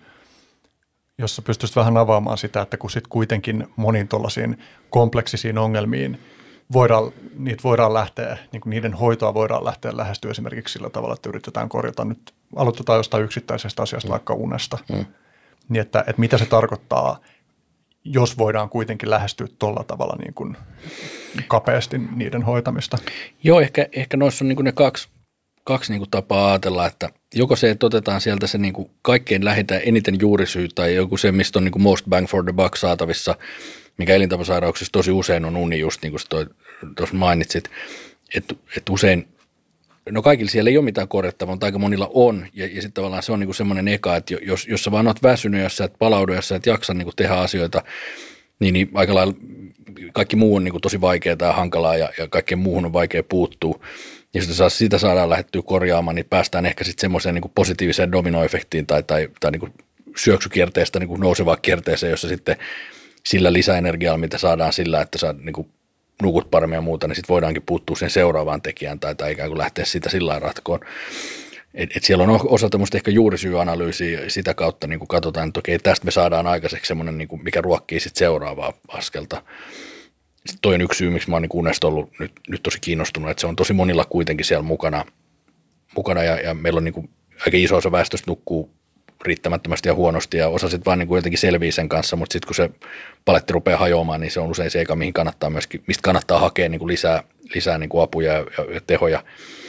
jos sä pystyisit vähän avaamaan sitä, että kun sitten kuitenkin moniin tuollaisiin kompleksisiin ongelmiin voidaan, niitä voidaan lähteä, niin kuin niiden hoitoa voidaan lähteä lähestyä esimerkiksi sillä tavalla, että yritetään korjata nyt, aloitetaan jostain yksittäisestä asiasta, mm. vaikka unesta, mm. niin että, että mitä se tarkoittaa, jos voidaan kuitenkin lähestyä tuolla tavalla niin kuin kapeasti niiden hoitamista. Joo, ehkä, ehkä noissa on niin kuin ne kaksi, kaksi niin kuin tapaa ajatella, että joko se, että otetaan sieltä se niin kuin kaikkein lähintä eniten juurisyy tai joku se, mistä on niin kuin most bang for the buck saatavissa, mikä elintapasairauksissa tosi usein on uni, just niin kuin tuossa mainitsit, että, että usein, no kaikilla siellä ei ole mitään korjattavaa, mutta aika monilla on, ja, ja sitten tavallaan se on niin kuin semmoinen eka, että jos, jos sä vaan oot väsynyt, jos sä et palaudu, jos sä et jaksa niin kuin tehdä asioita, niin, niin aika lailla kaikki muu on niin kuin tosi vaikeaa ja hankalaa, ja, ja kaikkeen muuhun on vaikea puuttua. Ja jos sitä saadaan lähdettyä korjaamaan, niin päästään ehkä sitten semmoiseen niin kuin positiiviseen dominoefektiin tai, tai, tai niin kuin syöksykierteestä niin kuin nousevaan kierteeseen, jossa sitten sillä lisäenergialla, mitä saadaan sillä, että sä niin kuin nukut paremmin ja muuta, niin sitten voidaankin puuttua sen seuraavaan tekijään tai, tai ikään kuin lähteä sitä sillä lailla ratkoon. Et, et siellä on osa tämmöistä ehkä juurisyyanalyysistä ja sitä kautta niin kuin katsotaan, että okei, tästä me saadaan aikaiseksi semmoinen, niin kuin, mikä ruokkii sitten seuraavaa askelta. Sitten toi on yksi syy, miksi mä oon niin unesta ollut nyt, nyt tosi kiinnostunut, että se on tosi monilla kuitenkin siellä mukana, mukana ja, ja meillä on niin kuin aika iso osa väestöstä nukkuu riittämättömästi ja huonosti ja osa sitten vaan niin kuin jotenkin selviää sen kanssa, mutta sitten kun se paletti rupeaa hajoamaan, niin se on usein se eka, mihin kannattaa myöskin, mistä kannattaa hakea niin kuin lisää, lisää niin kuin apuja ja, ja tehoja.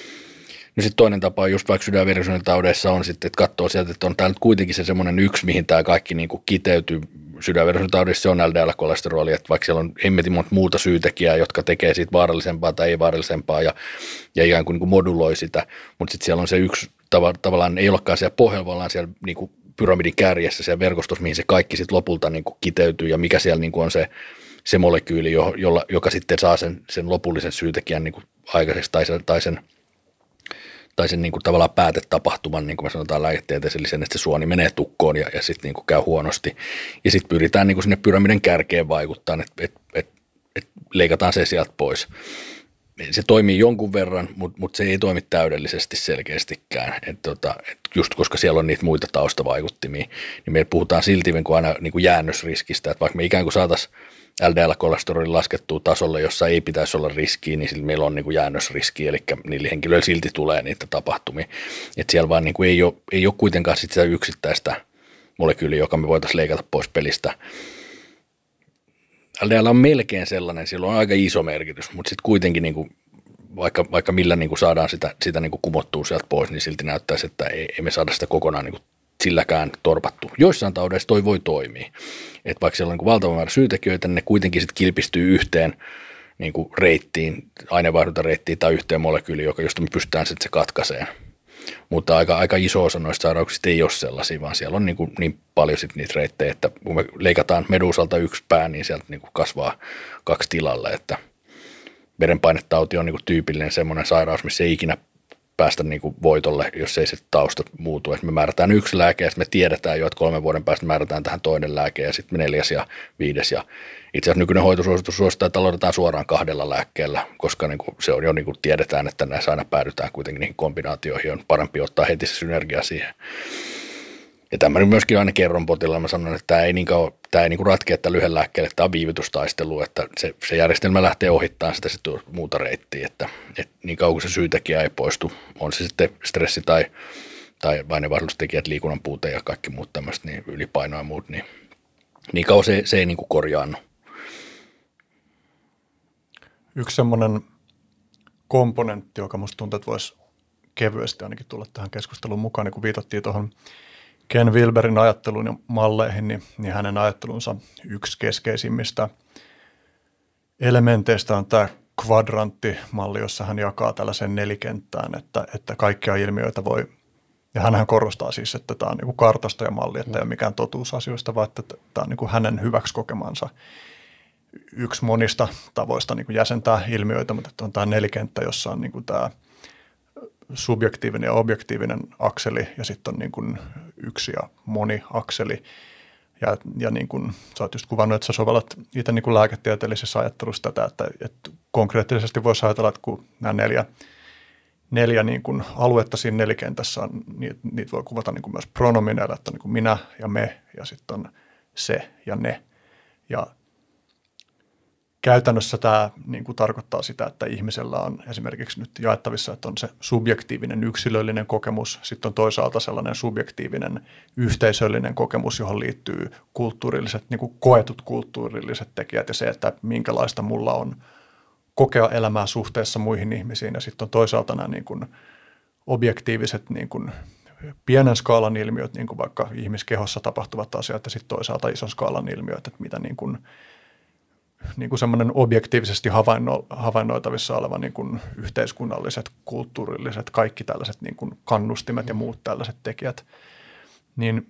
No sitten toinen tapa just vaikka sydän- ja verisuonitaudeissa on sitten, että katsoo sieltä, että on täällä kuitenkin se semmoinen yksi, mihin tämä kaikki niin kuin kiteytyy. Sydän- ja verisuonitaudissa se on L D L-kolesteroli, että vaikka siellä on hemmetin monta muuta syytekijää, jotka tekee siitä vaarallisempaa tai ei vaarallisempaa ja, ja ikään kuin, niin kuin moduloi sitä, mutta sitten siellä on se yksi, tav- tavallaan ei olekaan siellä pohjalla, vaan siellä niin kuin pyramidin kärjessä, siellä verkostossa, mihin se kaikki sitten lopulta niin kuin kiteytyy ja mikä siellä niin kuin on se, se molekyyli, jo, jolla, joka sitten saa sen, sen lopullisen syytekijän niin kuin aikaiseksi tai sen, tai sen tai sen niin kuin tavallaan päätetapahtuman, niin kuin me sanotaan lääketieteellisen, että se suoni menee tukkoon ja, ja sitten niin kuin käy huonosti. Ja sitten pyritään niin kuin sinne pyramidin kärkeen vaikuttaa, että et, et, et leikataan se sieltä pois. Se toimii jonkun verran, mutta mut se ei toimi täydellisesti selkeästikään. Et tota, et just koska siellä on niitä muita taustavaikuttimia, niin meillä puhutaan silti niin kuin aina niin kuin jäännösriskistä, että vaikka me ikään kuin saataisiin L D L-kolesterolin laskettua tasolle, jossa ei pitäisi olla riskiä, niin sillä meillä on niin kuin jäännösriski, eli niillä henkilöillä silti tulee niitä tapahtumia. Että siellä vaan niin kuin ei, ole, ei ole kuitenkaan sit sitä yksittäistä molekyyliä, joka me voitaisiin leikata pois pelistä. L D L on melkein sellainen, sillä on aika iso merkitys, mutta sitten kuitenkin niin kuin, vaikka, vaikka millä niin kuin saadaan sitä, sitä niin kuin kumottua sieltä pois, niin silti näyttäisi, että ei, ei me saada sitä kokonaan niin kuin silläkään torpattu. Joissain taudeissa toi voi toimia. Et vaikka siellä on niin valtava määrä syytekijöitä, niin ne kuitenkin sit kilpistyy yhteen niin kuin reittiin, aineenvaihduntareittiin tai yhteen molekyyliin, joka, josta me pystytään sitten se katkaiseen. Mutta aika, aika iso osa noista sairauksista ei ole sellaisia, vaan siellä on niin, kuin niin paljon sit niitä reittejä, että kun me leikataan medusalta yksi pää, niin sieltä niin kuin kasvaa kaksi tilalle. Että verenpainetauti on niin kuin tyypillinen semmoinen sairaus, missä ei ikinä päästä niin kuin voitolle, jos ei se tausta muutu. Et me määrätään yksi lääke ja me tiedetään jo, että kolmen vuoden päästä määrätään tähän toinen lääke ja sitten neljäs ja viides. Ja itse asiassa nykyinen hoitosuositus suosittaa, että aloitetaan suoraan kahdella lääkkeellä, koska niin kuin se on jo niin kuin tiedetään, että näissä aina päädytään kuitenkin niihin kombinaatioihin. On parempi ottaa heti se synergia siihen. Ja tämä nyt myöskin aina kerron potilaille, mä sanon, että tämä ei, niin kauan, tämä ei niin kuin ratkea että lyhyen lääkkeelle, tämä on viivytystaistelu, että se, se järjestelmä lähtee ohittamaan sitä sitten muuta reittiä, että, että niin kauan kuin se syytekijä ei poistu, on se sitten stressi tai, tai vain ne vaihdellustekijät, liikunnan puute ja kaikki muut tämmöiset, niin ylipaino ja muut, niin, niin kauan se, se ei niin kuin korjaannu. Yksi semmoinen komponentti, joka musta tuntuu, että voisi kevyesti ainakin tulla tähän keskusteluun mukaan, niin kun viitattiin tuohon Ken Wilberin ajatteluun ja malleihin, niin, niin hänen ajattelunsa yksi keskeisimmistä elementeistä on tämä kvadranttimalli, jossa hän jakaa tällaisen nelikenttään, että, että kaikkia ilmiöitä voi, ja hänhän korostaa siis, että tämä on niin kuin kartasta ja malli, että ei ole mikään totuus asioista, vaan että tämä on niin kuin hänen hyväksi kokemansa yksi monista tavoista niin kuin jäsentää ilmiöitä, mutta on tämä nelikenttä, jossa on niin kuin tämä subjektiivinen ja objektiivinen akseli ja sitten on niin kuin yksi ja moni akseli. Ja, ja niin kuin sä oot just kuvannut, että sä sovellat itse niin kuin lääketieteellisessä ajattelussa tätä, että, että konkreettisesti voisi ajatella, että kun nämä neljä, neljä niin kuin aluetta siinä nelikentässä on, niitä, niitä voi kuvata niin kuin myös pronomineilla, että on niin kuin minä ja me ja sitten on se ja ne. Ja käytännössä tämä niin kuin tarkoittaa sitä, että ihmisellä on esimerkiksi nyt jaettavissa, että on se subjektiivinen yksilöllinen kokemus, sitten on toisaalta sellainen subjektiivinen yhteisöllinen kokemus, johon liittyy kulttuurilliset, niin kuin koetut kulttuurilliset tekijät ja se, että minkälaista mulla on kokea elämää suhteessa muihin ihmisiin ja sitten on toisaalta nämä niin kuin objektiiviset niin kuin pienen skaalan ilmiöt, niin kuin vaikka ihmiskehossa tapahtuvat asiat ja sitten toisaalta ison skaalan ilmiöt, että mitä niin kuin niin kuin semmoinen objektiivisesti havainno, havainnoitavissa oleva niin kuin yhteiskunnalliset, kulttuurilliset, kaikki tällaiset niin kuin kannustimet ja muut tällaiset tekijät. Niin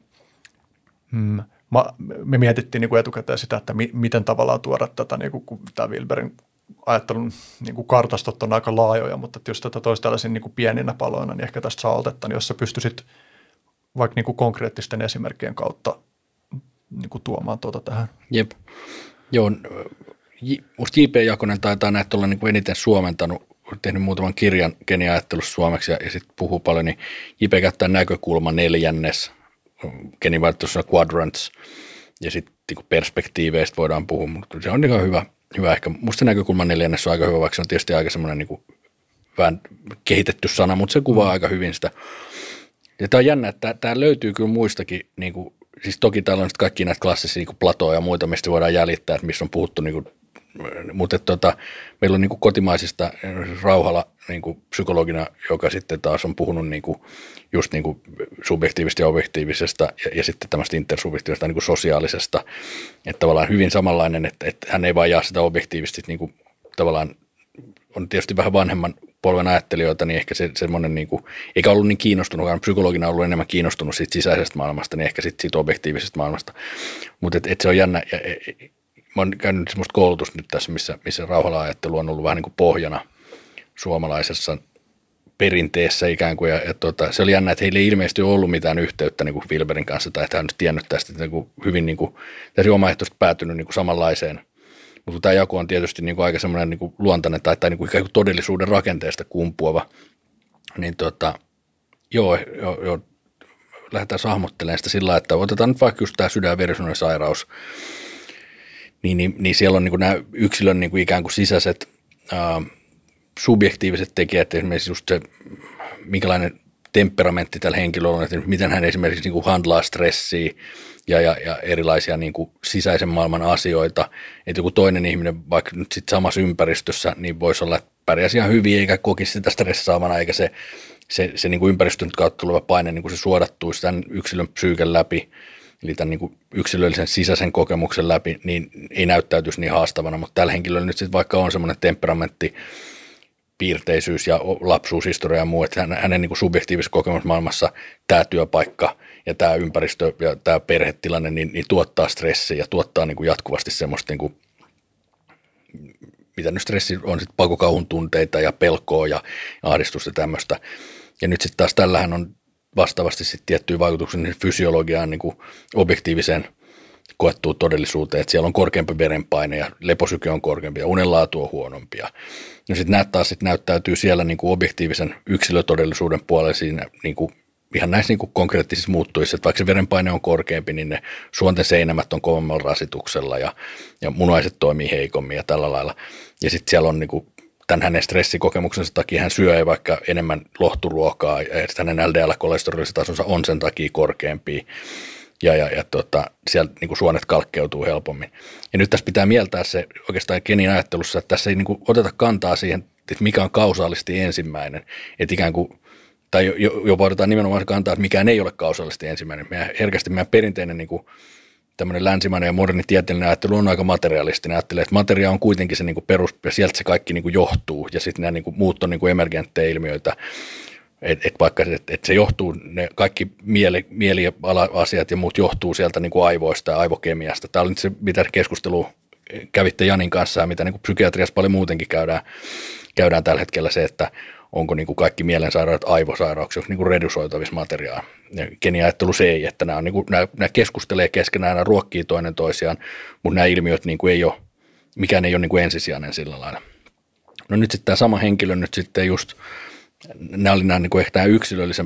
mm, mä, me mietittiin niin kuin etukäteen sitä, että mi, miten tavallaan tuoda tätä, niin kuin, kun tämä Wilberin ajattelun niin kuin kartastot on aika laajoja, mutta jos tätä toisi tällaisiin niin kuin pieninä paloina, niin ehkä tästä saa otetta, niin jos sä pystyisit vaikka niin kuin konkreettisten esimerkkien kautta niin kuin tuomaan tuota tähän. Jep. Joo, musta J P Jakonen taitaa näitä olla niin kuin eniten suomentanut, tehnyt muutaman kirjan geniajattelussa suomeksi ja, ja sitten puhuu paljon, niin J P käyttää näkökulma neljännes, geniajattelussa quadrants ja sitten niin perspektiiveistä voidaan puhua, mutta se on niin hyvä, hyvä ehkä. Musta se näkökulma neljännes on aika hyvä, vaikka se on tietysti aika semmoinen niin kuin vähän kehitetty sana, mutta se kuvaa mm. aika hyvin sitä. Ja tämä on jännä, että tämä löytyy kyllä muistakin niin kuin siis toki täällä on kaikki näitä klassisia niin kuin Platoa ja muita, mistä voidaan jäljittää, että missä on puhuttu, niin kuin, mutta tota, meillä on niin kuin kotimaisista Rauhala niin kuin psykologina, joka sitten taas on puhunut niin kuin, just niin kuin subjektiivisesta ja objektiivisesta ja, ja sitten tämmöistä intersubjektiivisesta niin kuin sosiaalisesta, että tavallaan hyvin samanlainen, että, että hän ei vaan jaa sitä objektiivisesti, niin kuin, tavallaan on tietysti vähän vanhemman polven ajattelijoita, niin ehkä se semmoinen, niin kuin, eikä ollut niin kiinnostunut, vaan psykologina ollut enemmän kiinnostunut siitä sisäisestä maailmasta, niin ehkä sitten siitä objektiivisesta maailmasta. Mutta et, et se on jännä, ja, ja, mä oon käynyt semmoista koulutusta nyt tässä, missä, missä rauhala-ajattelu on ollut vähän niin kuin pohjana suomalaisessa perinteessä ikään kuin, ja, ja tota, se oli jännä, että heillä ei ilmeisesti ole ollut mitään yhteyttä niin kuin Wilberin kanssa, tai että hän on nyt tiennyt tästä, että niin kuin hyvin niin kuin, täysin omaehtoisesti päätynyt niin kuin samanlaiseen. Mutta tämä jako on tietysti niin kuin aika semmoinen niin kuin luontainen tai, tai niin kuin ikään kuin todellisuuden rakenteesta kumpuava. Niin tota, joo, joo, joo, lähdetään hahmottelemaan sitä sillä lailla, että otetaan nyt vaikka just tämä sydän- ja verisuonisairaus. Niin, niin, niin siellä on niin kuin nämä yksilön niin kuin ikään kuin sisäiset ää, subjektiiviset tekijät, esimerkiksi just se, minkälainen temperamentti tällä henkilöllä on, että miten hän esimerkiksi niin kuin handlaa stressiä, Ja, ja, ja erilaisia niin kuin sisäisen maailman asioita, että joku toinen ihminen vaikka nyt sitten samassa ympäristössä, niin voisi olla, että pärjäisi ihan hyvin eikä kokisi sitä stressaavana, eikä se, se, se niin kuin ympäristön kautta tuleva paine, niin kuin se suodattuisi tämän yksilön psyyken läpi, eli tämän niin kuin yksilöllisen sisäisen kokemuksen läpi, niin ei näyttäytyisi niin haastavana, mutta tällä henkilöllä nyt sitten vaikka on semmoinen temperamentti, piirteisyys ja lapsuushistoria ja muu, että hänen niin kuin subjektiivisessa kokemusmaailmassa tämä työpaikka ja tämä ympäristö ja tämä perhetilanne niin, niin tuottaa stressiä ja tuottaa niin kuin jatkuvasti semmoista, niin kuin, mitä nyt stressi on, sitten pakokauhun tunteita ja pelkoa ja ahdistusta ja tämmöistä. Ja nyt sitten taas tällähän on vastaavasti sitten tiettyjä vaikutuksia fysiologiaan, niin kuin objektiiviseen koettuun todellisuuteen, että siellä on korkeampi verenpaine ja leposyke on korkeampi ja unenlaatu on huonompi. No sitten nämä taas sit näyttäytyy siellä niin kuin objektiivisen yksilötodellisuuden puolella siinä niin kuin ihan näissä niin kuin konkreettisissa muuttujissa, että vaikka se verenpaine on korkeampi, niin ne suonten seinämät on kovemmalla rasituksella ja, ja munaiset toimii heikommin ja tällä lailla. Ja sitten siellä on niin kuin tämän hänen stressikokemuksensa takia hän syö vaikka enemmän lohturuokaa ja hänen L D L-kolesterolitasonsa on sen takia korkeampi. Ja, ja, ja tota, sieltä niin kuin suonet kalkkeutuu helpommin. Ja nyt tässä pitää mieltää se oikeastaan Kenin ajattelussa, että tässä ei niin kuin oteta kantaa siihen, että mikä on kausaalisti ensimmäinen. Että ikään kuin, tai jopa otetaan nimenomaan kantaa, että mikään ei ole kausaalisti ensimmäinen. Meidän, herkästi meidän perinteinen niin kuin tämmöinen länsimainen ja moderni tieteellinen ajattelu on aika materialistinen. Ajattelee, että materia on kuitenkin se niin kuin perus, ja sieltä se kaikki niin kuin johtuu, ja sitten nämä niin kuin muut on niin kuin emergenttejä ilmiöitä. Että et vaikka et, et se johtuu, ne kaikki mieli, mieliasiat ja muut johtuu sieltä niin kuin aivoista ja aivokemiasta. Tämä oli nyt se, mitä keskustelu kävitte Janin kanssa ja mitä niin kuin psykiatriassa paljon muutenkin käydään, käydään tällä hetkellä se, että onko niin kuin kaikki mielensairaudet aivosairauksia, niin kuin redusoitavissa materiaa. Kenin ajattelu se ei, että nämä, on, niin kuin, nämä, nämä keskustelee keskenään, nämä ruokkii toinen toisiaan, mutta nämä ilmiöt niin kuin ei ole, mikään ei ole niin kuin ensisijainen sillä lailla. No nyt sitten tämä sama henkilö nyt sitten just nämä oli nämä, niin kuin ehkä nämä yksilöllisen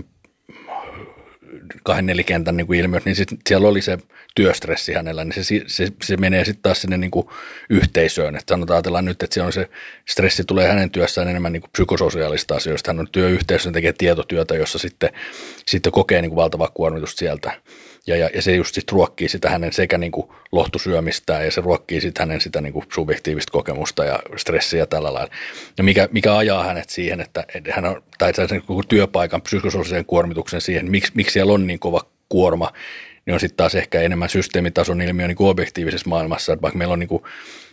kahden nelikentän niin kuin ilmiöt, niin sitten siellä oli se työstressi hänellä, niin se, se, se menee sitten taas sinne niin kuin yhteisöön. Että sanotaan, ajatellaan nyt, että siellä on se stressi tulee hänen työssään enemmän niin kuin psykososiaalista asioista. Hän on työyhteisössä, tekee tietotyötä, jossa sitten, sitten kokee niin kuin valtavaa kuormitusta sieltä. Ja, ja, ja se just sitten ruokkii sitä hänen sekä niin kuin lohtusyömistään ja se ruokkii sitten hänen sitä niin kuin subjektiivista kokemusta ja stressiä tällä lailla. Ja mikä, mikä ajaa hänet siihen, että hän on, tai sen koko työpaikan psykososiaalisen kuormituksen siihen, miksi, miksi siellä on niin kova kuorma, niin on sitten taas ehkä enemmän systeemitason ilmiö niin kuin objektiivisessa maailmassa, että vaikka meillä on niin kuin,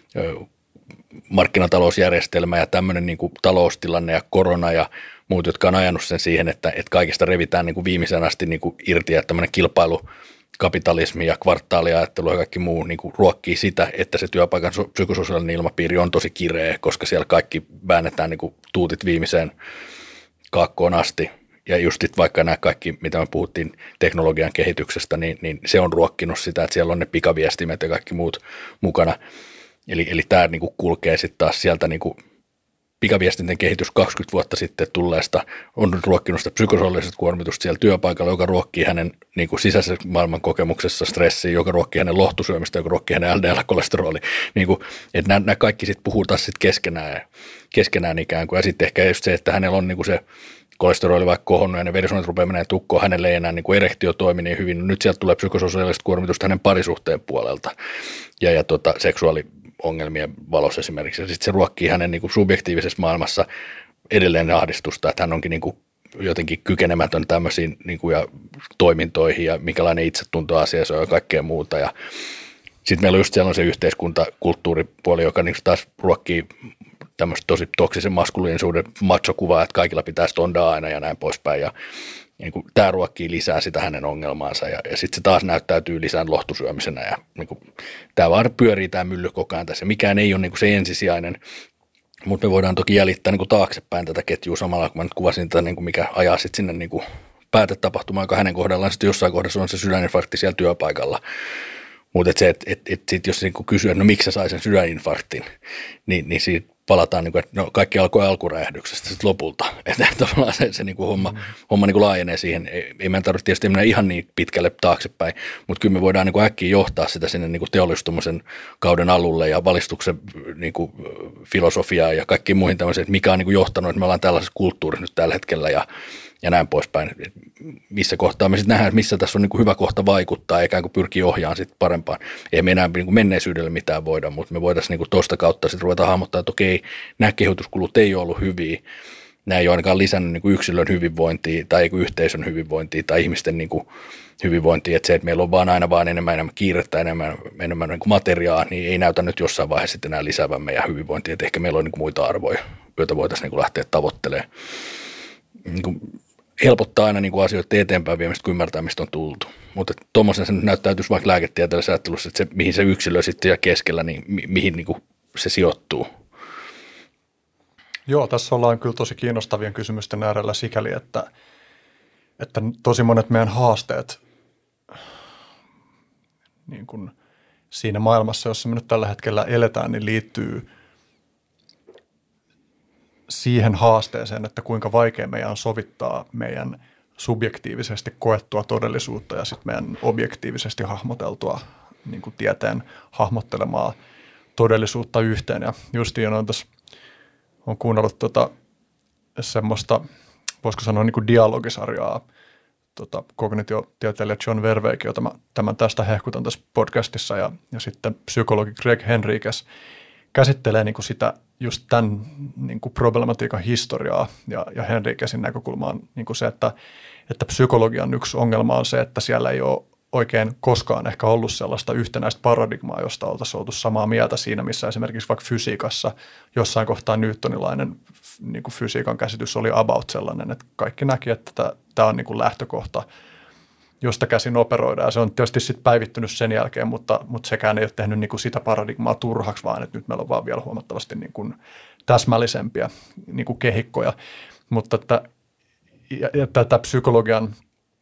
markkinatalousjärjestelmä ja tämmöinen niin kuin taloustilanne ja korona ja muut, jotka on ajanut sen siihen, että, että kaikista revitään niin kuin viimeisen asti niin kuin irti ja tämmöinen kilpailukapitalismi ja kvartaaliajattelu ja kaikki muu niin kuin ruokkii sitä, että se työpaikan psykososiaalinen ilmapiiri on tosi kireä, koska siellä kaikki väännetään niin kuin tuutit viimeiseen kaakkoon asti. Ja just vaikka nämä kaikki, mitä me puhuttiin teknologian kehityksestä, niin, niin se on ruokkinut sitä, että siellä on ne pikaviestimet ja kaikki muut mukana. Eli, eli tämä niin kuin kulkee sitten taas sieltä niin kuin pikaviestinten kehitys kaksikymmentä vuotta sitten tulleesta on ruokkinut sitä psykososiaalista kuormitusta siellä työpaikalla, joka ruokkii hänen niin kuin sisäisen maailman kokemuksessa stressiä, joka ruokkii hänen lohtusyömistä, joka ruokkii hänen L D L-kolesteroli. Niin kuin, että nämä, nämä kaikki sitten puhutaan sitten keskenään, keskenään ikään kuin. Ja sitten ehkä just se, että hänellä on niin kuin se kolesteroli vaikka kohonnut ja ne verisuonet rupeaa menemään tukkoon, hänelle ei enää niin kuin erektio toimi niin hyvin. Nyt sieltä tulee psykososiaalista kuormitusta hänen parisuhteen puolelta ja, ja tota, seksuaaliongelmien valossa esimerkiksi. Ja sitten se ruokkii hänen niin kuin subjektiivisessa maailmassa edelleen ahdistusta, että hän onkin niin kuin jotenkin kykenemätön tämmöisiin niin kuin ja toimintoihin ja minkälainen itsetunto asiassa on ja kaikkea muuta. Ja sitten meillä on just siellä on se yhteiskunta, kulttuuripuoli, joka niin taas ruokkii tämmöistä tosi toksisen maskuliinisuuden machokuvaa, että kaikilla pitää stondaa aina ja näin poispäin. Ja, ja niin kuin, tämä ruokkii lisää sitä hänen ongelmaansa ja, ja sitten se taas näyttäytyy lisään lohtusyömisenä. Ja niin kuin, tämä vaan pyörii tämä mylly koko ajan tässä. Mikään ei ole niin kuin se ensisijainen, mutta me voidaan toki jäljittää niin kuin taaksepäin tätä ketjua samalla, kun mä nyt kuvasin tätä, niin kuin mikä ajaa sitten sinne niin kuin päätetapahtumaan, joka hänen kohdallaan sitten jossain kohdassa on se sydäninfarkti siellä työpaikalla. Mutta et se, että et, et, et jos niinku kysyy, että no miksi sä sai sen sydäninfarktin, niin, niin siitä palataan, niinku, että no kaikki alkoi alkuräjähdyksestä sitten lopulta. Että tavallaan se, se niinku homma, mm. homma niinku laajenee siihen. Ei, ei meidän tarvitse tietysti mennä ihan niin pitkälle taaksepäin, mutta kyllä me voidaan niinku äkkiä johtaa sitä sinne niinku teollistumisen kauden alulle ja valistuksen niinku, filosofiaa ja kaikkiin muihin tämmöisiin, että mikä on niinku johtanut, että me ollaan tällaisessa kulttuurissa nyt tällä hetkellä ja ja näin poispäin. Missä kohtaa me sitten nähdään, että missä tässä on niin kuin hyvä kohta vaikuttaa, eikä kuin pyrkii ohjaamaan sitten parempaan. Ei me enää niin kuin menneisyydelle mitään voida, mutta me voitaisiin niin tuosta kautta sitten ruveta hahmottaa, että okei, nämä kehityskulut ei ole ollut hyviä. Nämä ei ole ainakaan lisännyt niin kuin yksilön hyvinvointia tai yhteisön hyvinvointia tai ihmisten niin kuin hyvinvointia. Että se, että meillä on vaan aina vaan enemmän, enemmän kiirettä, enemmän, enemmän niin kuin materiaa, niin ei näytä nyt jossain vaiheessa sitten enää lisäävän meidän hyvinvointia. Että ehkä meillä on niin kuin muita arvoja, joita voitaisiin niin kuin lähteä tavoittelemaan. Niin kuin helpottaa aina niin kuin asioita eteenpäin viemistä, kun ymmärtää, mistä on tultu. Mutta tuommoisen se nyt näyttäytyisi vaikka lääketieteellisessä ajattelussa, että se, mihin se yksilö sitten ja keskellä, niin mi- mihin niin kuin se sijoittuu. Joo, tässä ollaan kyllä tosi kiinnostavien kysymysten äärellä sikäli, että että tosi monet meidän haasteet niin kuin siinä maailmassa, jossa me nyt tällä hetkellä eletään, niin liittyy siihen haasteeseen, että kuinka vaikea meidän on sovittaa meidän subjektiivisesti koettua todellisuutta ja sitten meidän objektiivisesti hahmoteltua niin kuin tieteen hahmottelemaa todellisuutta yhteen. Ja justiin on tässä, on kuunnellut tota, semmoista, voisiko sanoa niin kuin dialogisarjaa, tota, kognitiotieteilijä John Verweykin, jota mä tämän tästä hehkutan tässä podcastissa, ja, ja sitten psykologi Greg Henriques käsittelee niin kuin sitä just tämän niin kuin problematiikan historiaa, ja, ja Henriquesin näkökulma on niin kuin se, että, että psykologian yksi ongelma on se, että siellä ei ole oikein koskaan ehkä ollut sellaista yhtenäistä paradigmaa, josta oltaisiin oltu samaa mieltä siinä, missä esimerkiksi vaikka fysiikassa jossain kohtaa newtonilainen niin kuin fysiikan käsitys oli about sellainen, että kaikki näki, että tämä on niin kuin lähtökohta, josta käsin operoidaan. Ja se on tietysti sitten päivittynyt sen jälkeen, mutta, mutta sekään ei ole tehnyt niin kuin sitä paradigmaa turhaksi, vaan että nyt meillä on vaan vielä huomattavasti niin kuin täsmällisempiä niin kuin kehikkoja. Mutta että, ja, ja tätä psykologian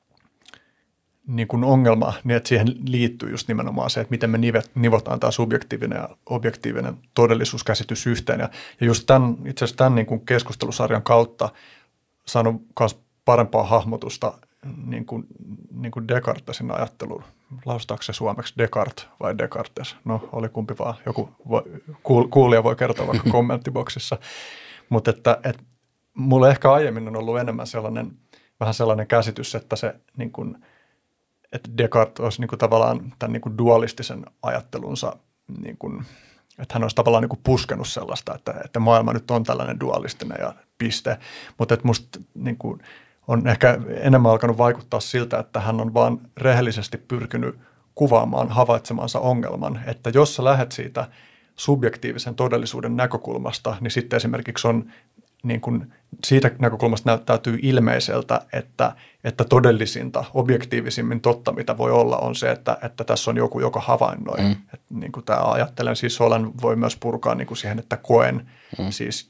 niin kuin ongelma, niin että siihen liittyy just nimenomaan se, että miten me nivet, nivotaan tämä subjektiivinen ja objektiivinen todellisuuskäsitys yhteen. Ja, ja just tämän, itse asiassa tämän niin kuin keskustelusarjan kautta saanut myös parempaa hahmotusta niin kuin, niin kuin Descartesin ajatteluun. Lausutaanko se suomeksi Descartes vai Descartes? No, oli kumpi vaan. Joku voi, kuulija voi kertoa vaikka kommenttiboksissa. Mutta että, että mulle ehkä aiemmin on ollut enemmän sellainen, vähän sellainen käsitys, että se niin kuin, että Descartes olisi niin kuin tavallaan tämän niin kuin dualistisen ajattelunsa, niin kuin, että hän olisi tavallaan niin kuin puskenut sellaista, että, että maailma nyt on tällainen dualistinen ja piste. Mutta että musta niin kuin on ehkä enemmän alkanut vaikuttaa siltä, että hän on vaan rehellisesti pyrkinyt kuvaamaan havaitsemansa ongelman, että jos sä lähdet siitä subjektiivisen todellisuuden näkökulmasta, niin sitten esimerkiksi on niin kuin siitä näkökulmasta näyttäytyy ilmeiseltä, että, että todellisinta, objektiivisimmin totta, mitä voi olla, on se, että, että tässä on joku, joka havainnoi. Mm. Että niin kuin tämä ajattelen, siis olen, voi myös purkaa niin kuin siihen, että koen mm. siis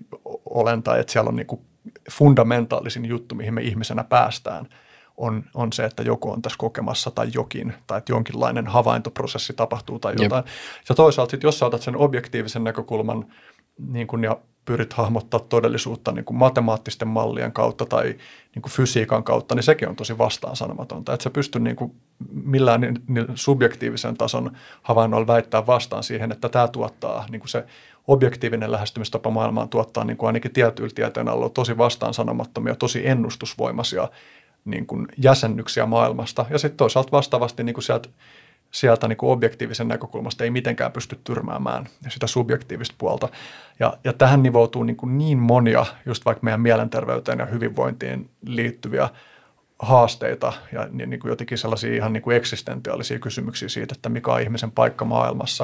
olen, tai että siellä on niin kuin fundamentaalisin juttu, mihin me ihmisenä päästään, on, on se, että joku on tässä kokemassa tai jokin, tai että jonkinlainen havaintoprosessi tapahtuu tai jotain. Jep. Ja toisaalta sitten, jos sä otat sen objektiivisen näkökulman niin kun, ja pyrit hahmottaa todellisuutta niin kuin matemaattisten mallien kautta tai niin kuin fysiikan kautta, niin sekin on tosi vastaansanomatonta. Että sä pystyt niin kuin millään niin, niin subjektiivisen tason havainnoilla väittää vastaan siihen, että tämä tuottaa niin kuin se objektiivinen lähestymistapa maailmaan tuottaa niin kuin ainakin tietyillä tieteen alla tosi vastaansanomattomia, tosi ennustusvoimaisia niin kuin jäsennyksiä maailmasta. Ja sitten toisaalta vastaavasti niin kuin sieltä, sieltä niin kuin objektiivisen näkökulmasta ei mitenkään pysty tyrmäämään sitä subjektiivista puolta. Ja, ja tähän nivoutuu niin, kuin niin monia just vaikka meidän mielenterveyteen ja hyvinvointiin liittyviä haasteita ja niin kuin jotenkin sellaisia ihan niin kuin eksistentiaalisia kysymyksiä siitä, että mikä on ihmisen paikka maailmassa.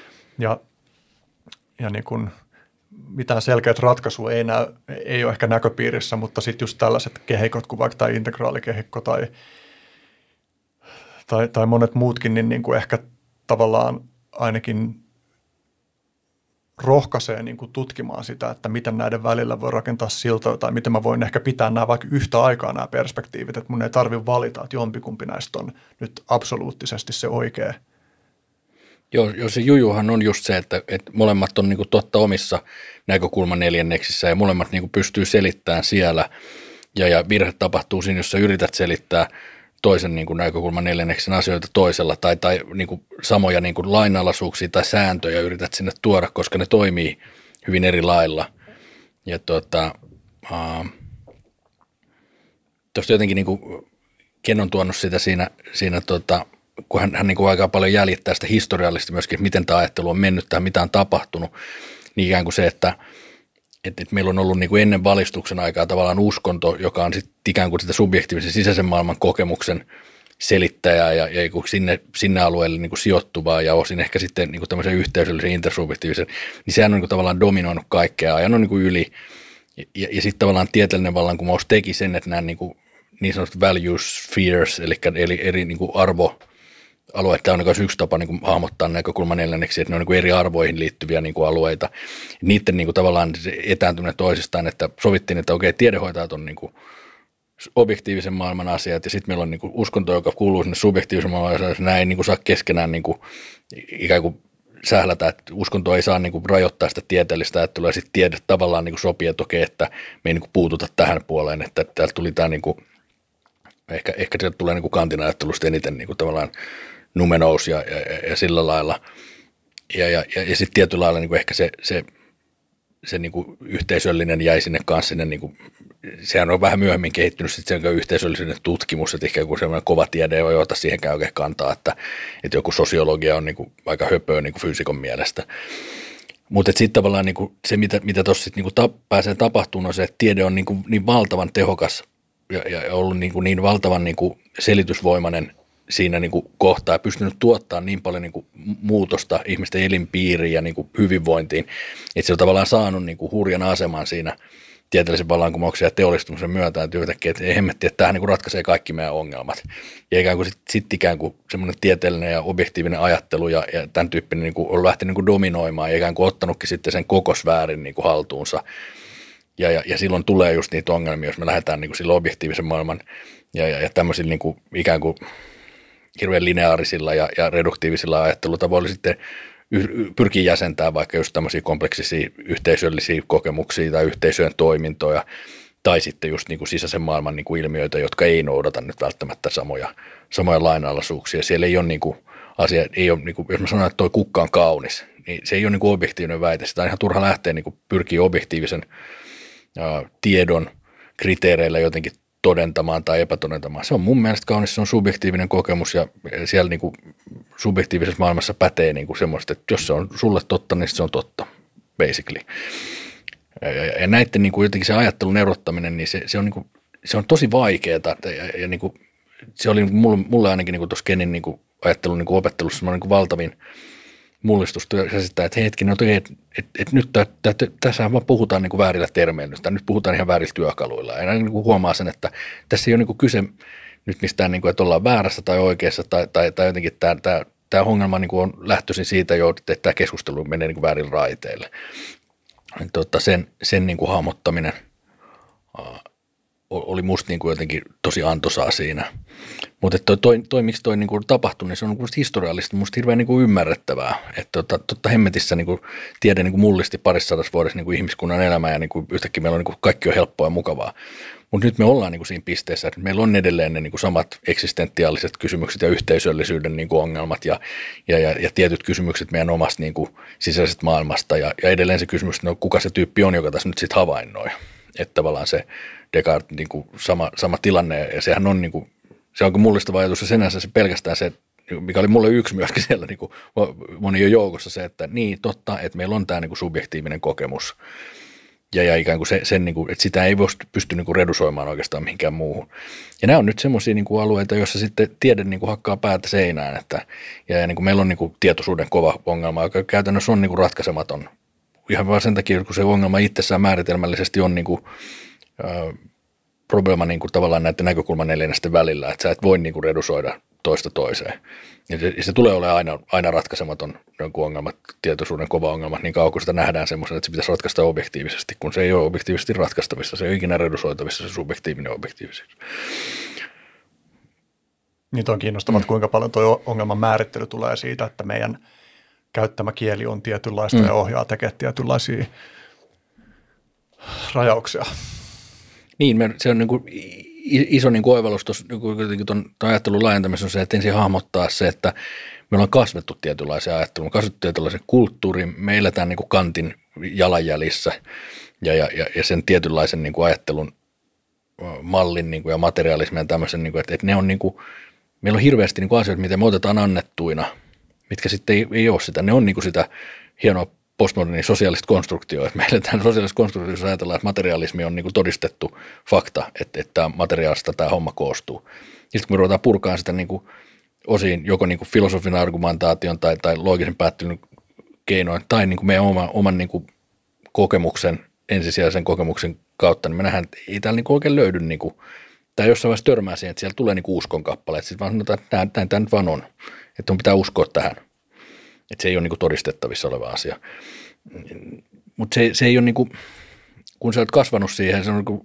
Ja Ja niin kuin mitään selkeät ratkaisua ei, näy, ei ole ehkä näköpiirissä, mutta sitten just tällaiset kehikot kuin vaikka tämä integraalikehikko tai, tai, tai monet muutkin, niin, niin kuin ehkä tavallaan ainakin rohkaisee niin kuin tutkimaan sitä, että miten näiden välillä voi rakentaa siltoja tai miten mä voin ehkä pitää nämä vaikka yhtä aikaa nämä perspektiivit, että mun ei tarvitse valita, että jompikumpi näistä on nyt absoluuttisesti se oikea. Joo, joo, se jujuhan on just se, että, että molemmat on niin kuin totta omissa näkökulman neljänneksissä ja molemmat niin kuin pystyy selittämään siellä ja, ja virhe tapahtuu siinä, jos sä yrität selittää toisen niin kuin näkökulman neljänneksen asioita toisella tai, tai niin kuin samoja niin kuin lainalaisuuksia tai sääntöjä yrität sinne tuoda, koska ne toimii hyvin eri lailla. Ja tuota, uh, tuosta jotenkin niin kuin Ken on tuonut sitä siinä, siinä tota, kun hän, hän niin kuin aika paljon jäljittää sitä historiallisesti myöskin, että miten tämä ajattelu on mennyt tai mitä on tapahtunut, niin ikään kuin se, että, että, että meillä on ollut niin kuin ennen valistuksen aikaa tavallaan uskonto, joka on sitten ikään kuin sitä subjektiivisen sisäisen maailman kokemuksen selittäjää ja, ja sinne, sinne alueelle niin kuin sijoittuvaa ja osin ehkä sitten niin kuin tämmöisen yhteisöllisen intersubjektiivisen, niin sehän on niin kuin tavallaan dominoinut kaikkea, ajanut niin kuin yli ja, ja sitten tavallaan tieteellinen vallankumous teki sen, että nämä niin, kuin, niin sanotut value spheres, eli, eli eri niin kuin arvo alueet, tämä on myös yksi tapa niin kuin hahmottaa näkökulman neljänneksi, että ne on niin kuin eri arvoihin liittyviä niin kuin alueita. Ja niiden niin kuin tavallaan se etääntyminen toisistaan, että sovittiin, että okei, tiedehoitajat on niin kuin, niin sanotut value spheres, eli eri niin kuin arvo-alueita, ja sitten niin kuin tavallaan se etääntyminen toisistaan, että sovittiin, että okei, tiedehoitajat on niin kuin, niin sanotut value spheres, eli eri niin kuin arvoihin liittyviä niin kuin alueita. Niiden niin kuin tavallaan se etääntyminen toisistaan, että objektiivisen maailman asiat ja sitten meillä on niin kuin uskonto, joka kuuluu sinne subjektiivisen maailman asiat. Nämä ei niin kuin saa keskenään niin kuin, ikään kuin sählätä, että uskonto ei saa niin kuin rajoittaa sitä tieteellistä ajattelua ja sitten tiede tavallaan niin kuin sopii, että okei, että me ei niin kuin puututa tähän puoleen, että täältä tuli tämä, niin kuin, ehkä, ehkä sieltä tulee niin kuin Kantin ajattelusta eniten niin kuin tavallaan numenous ja, ja, ja sillä lailla. Ja, ja, ja, ja sitten tietyllä lailla niin kuin ehkä se, se, se niin kuin yhteisöllinen jäi sinne kanssa sinne, niin kuin, sehän on vähän myöhemmin kehittynyt sitten se yhteisöllinen tutkimus, että ikään kuin semmoinen kova tiede ei ota siihenkään oikein kantaa, että, että joku sosiologia on niin kuin aika höpöä niin kuin fyysikon mielestä. Mutta sitten tavallaan niin kuin se, mitä, mitä tuossa niin kuin ta, pääsee tapahtumaan, on se, että tiede on niin, kuin niin valtavan tehokas ja, ja ollut niin, kuin niin valtavan niin kuin selitysvoimainen siinä niin kuin kohtaa ja pystynyt tuottamaan niin paljon niin kuin muutosta ihmisten elinpiiriin ja niin kuin hyvinvointiin, että se on tavallaan saanut niin kuin hurjan aseman siinä tieteellisen vallankumouksen ja teollistumisen myötä, että yhtäkkiä, että ei hemmetti, että tämähän niin kuin ratkaisee kaikki meidän ongelmat. Ja ikään kuin sitten sit ikään kuin semmoinen tieteellinen ja objektiivinen ajattelu ja, ja tämän tyyppinen niin kuin on lähtenyt niin kuin dominoimaan ja ikään kuin ottanutkin sitten sen koko sfäärin niin kuin haltuunsa. Ja, ja, ja silloin tulee just niitä ongelmia, jos me lähdetään niin kuin sillä objektiivisen maailman ja, ja, ja tämmöisillä niin kuin ikään kuin hirveän lineaarisilla ja, ja reduktiivisilla ajattelutavoilla sitten pyrkii jäsentämään vaikka just tämmöisiä kompleksisia yhteisöllisiä kokemuksia tai yhteisöjen toimintoja tai sitten just niin kuin sisäisen maailman niin kuin ilmiöitä, jotka ei noudata nyt välttämättä samoja, samoja lainalaisuuksia. Siellä ei ole niin kuin asia, ei ole niin kuin, jos mä sanon, että toi kukka on kaunis, niin se ei ole niin kuin objektiivinen väite. Sitä on ihan turha lähteä niin kuin pyrkiä objektiivisen ää, tiedon kriteereillä jotenkin todentamaan tai epätodentamaan. Se on mun mielestä kaunis, se on subjektiivinen kokemus ja siellä niin kuin subjektiivisessa maailmassa pätee niin kuin semmoista, että jos se on sulle totta, niin se on totta, basically. Ja, ja, ja näiden niin kuin jotenkin se ajattelun erottaminen, niin se, se, on, niin kuin, se on tosi vaikeaa ja, ja niin kuin, se oli mulle, mulle ainakin niin kuin tuossa Kenin niin kuin ajattelun niin kuin opettelussa semmoinen niin kuin valtavin mullistus käsittää, että hetkinen, että et, et, et nyt tässä vaan puhutaan niin kuin väärillä termeillä, nyt puhutaan ihan väärillä työkaluilla. Ja niin kuin huomaa sen, että tässä ei ole niin kuin kyse nyt mistään, niin kuin, että ollaan väärässä tai oikeassa tai, tai, tai jotenkin tämä, tämä, tämä ongelma niin kuin on lähtöisin siitä jo, että tämä keskustelu menee niin kuin väärillä raiteille. Tota, sen sen niin kuin hahmottaminen uh, oli musta niin kuin jotenkin tosi antoisaa siinä. Mutta toi, toi, toi, miksi toi niin kuin tapahtui, niin se on niin kuin historiallista, musta hirveän niin kuin ymmärrettävää. Että tota, totta hemmetissä niin kuin tiede niin kuin mullisti parissadassa vuodessa niin kuin ihmiskunnan elämää ja niin kuin yhtäkkiä meillä on niin kuin kaikki on helppoa ja mukavaa. Mutta nyt me ollaan niin kuin siinä pisteessä, että meillä on edelleen ne niin kuin samat eksistentiaaliset kysymykset ja yhteisöllisyyden niin kuin ongelmat ja, ja, ja, ja tietyt kysymykset meidän omasta niin kuin sisäisestä maailmasta ja, ja edelleen se kysymys, että no, kuka se tyyppi on, joka tässä nyt sitten havainnoi. Että tavallaan se Descartes niin kuin sama, sama tilanne ja sehän on niin kuin, se on mullistava ajatus ja senänsä se pelkästään se, mikä oli mulle yksi myöskin siellä niin kuin moni jo joukossa se, että niin totta, että meillä on tämä niin kuin subjektiivinen kokemus ja, ja ikään kuin se, sen, niin kuin, että sitä ei voi pysty niin kuin redusoimaan oikeastaan mihinkään muuhun. Ja nämä on nyt semmoisia niin kuin alueita, joissa sitten tiede niin kuin hakkaa päätä seinään, että ja, ja niin kuin meillä on niin kuin tietoisuuden kova ongelma, joka käytännössä on niin kuin ratkaisematon. Ihan vaan sen takia, kun se ongelma itsessään määritelmällisesti on niin kuin, äh, probleema niin kuin tavallaan näiden näkökulmaneljännesten välillä, että sä et voi niin kuin redusoida toista toiseen. Ja se, ja se tulee olemaan aina, aina ratkaisematon jonkun ongelma, tietoisuuden kova ongelma, niin kauan kun sitä nähdään semmoisena, että se pitäisi ratkaista objektiivisesti, kun se ei ole objektiivisesti ratkaistavissa, se ei ole ikinä redusoitavissa se subjektiivinen objektiivisesti. Niin on kiinnostavaa, mm. kuinka paljon tuo ongelman määrittely tulee siitä, että meidän käyttämä kieli on tietynlaista mm. ja ohjaa tekemään tietynlaisia rajauksia. Niin, se on niin kuin iso niin kuin oivallus tuossa tuon ajattelun laajentamisessa on se, että ensin hahmottaa se, että me ollaan kasvettu tietynlaisen ajattelun, kasvettu tietynlaisen kulttuurin, me eletään niin kuin Kantin jalanjäljissä ja, ja, ja sen tietynlaisen niin kuin ajattelun mallin niin kuin ja materialismin ja tämmöisen, niin kuin, että, että ne on niin kuin, meillä on hirveästi niin kuin asioita, mitä me otetaan annettuina, mitkä sitten ei, ei ole sitä, ne on niin kuin sitä hienoa postmodernin sosiaalista konstruktioa. Että meillä tämän sosiaalista konstruktiossa ajatellaan, että materialismi on niin kuin todistettu fakta, että, että materiaalista tämä homma koostuu. Ja sitten kun me ruvetaan purkaan sitä niin kuin osiin joko niin kuin filosofinen argumentaation tai, tai loogisen päättelyn keinoin tai niin kuin meidän oman, oman niin kuin kokemuksen, ensisijaisen kokemuksen kautta, niin me nähdään, että ei täällä niin kuin oikein löydy, niin kuin, tai jossain vaiheessa törmää siihen, että siellä tulee niin kuin uskon kappaleet. Sitten vaan sanotaan, että näin, näin tämä nyt vaan on, että on pitää uskoa tähän. Että se ei ole niin kuin todistettavissa oleva asia. Mutta se, se ei ole, niin kuin, kun sä oot kasvanut siihen, se on niin kuin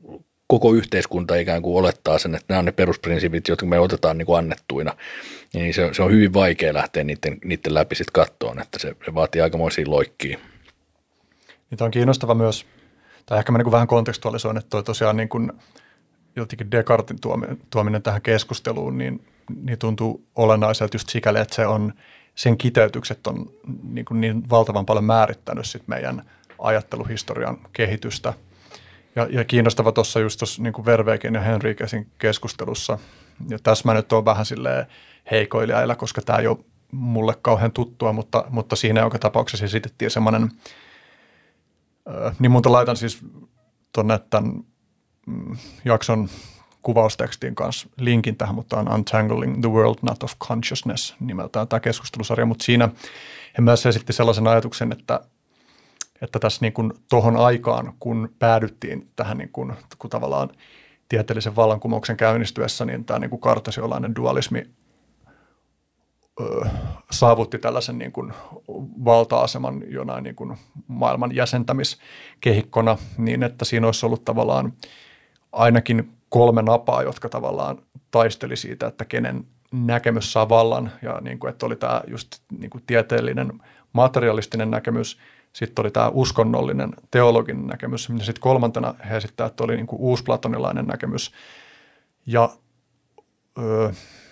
koko yhteiskunta ikään kuin olettaa sen, että nämä on ne perusprinsiipit, jotka me otetaan niin kuin annettuina, niin se, se on hyvin vaikea lähteä niiden, niiden läpi sitten kattoon, että se, se vaatii aikamoisia loikkia. Niitä on kiinnostava myös, tai ehkä mä niin vähän kontekstualisoin, että toi tosiaan niin kuin jotenkin Descartesin tuominen tähän keskusteluun, niin, niin tuntuu olennaiselta just sikäli, että se on, sen kiteytykset on niin, kuin niin valtavan paljon määrittänyt sit meidän ajatteluhistorian kehitystä. Ja, ja kiinnostava tuossa just tuossa niin Verwegen ja Henriquesin keskustelussa, ja tässä mä nyt oon vähän silleen heikoilijailla, koska tämä ei ole mulle kauhean tuttua, mutta, mutta siinä joka tapauksessa esitettiin semmoinen, äh, niin muuta laitan siis tuonne tämän mm, jakson kuvaustekstin kanssa linkin tähän, mutta on Untangling the World Not of Consciousness nimeltään tämä keskustelusarja, mutta siinä he myös esitti sellaisen ajatuksen, että että tässä niin kuin tohon aikaan, kun päädyttiin tähän niin kuin, kun tavallaan tieteellisen vallankumouksen käynnistyessä, niin tämä niin kuin kartesiolainen dualismi ö, saavutti tällaisen niin kuin valta-aseman jonain niin kuin maailman jäsentämiskehikkona, niin että siinä olisi ollut tavallaan ainakin kolme napaa, jotka tavallaan taisteli siitä, että kenen näkemys saa vallan, ja niin kuin, että oli tämä just niin kuin tieteellinen materialistinen näkemys. Sitten oli tämä uskonnollinen, teologinen näkemys. Ja sitten kolmantena he esittävät, että oli niin kuin uusplatonilainen näkemys. Ja öö,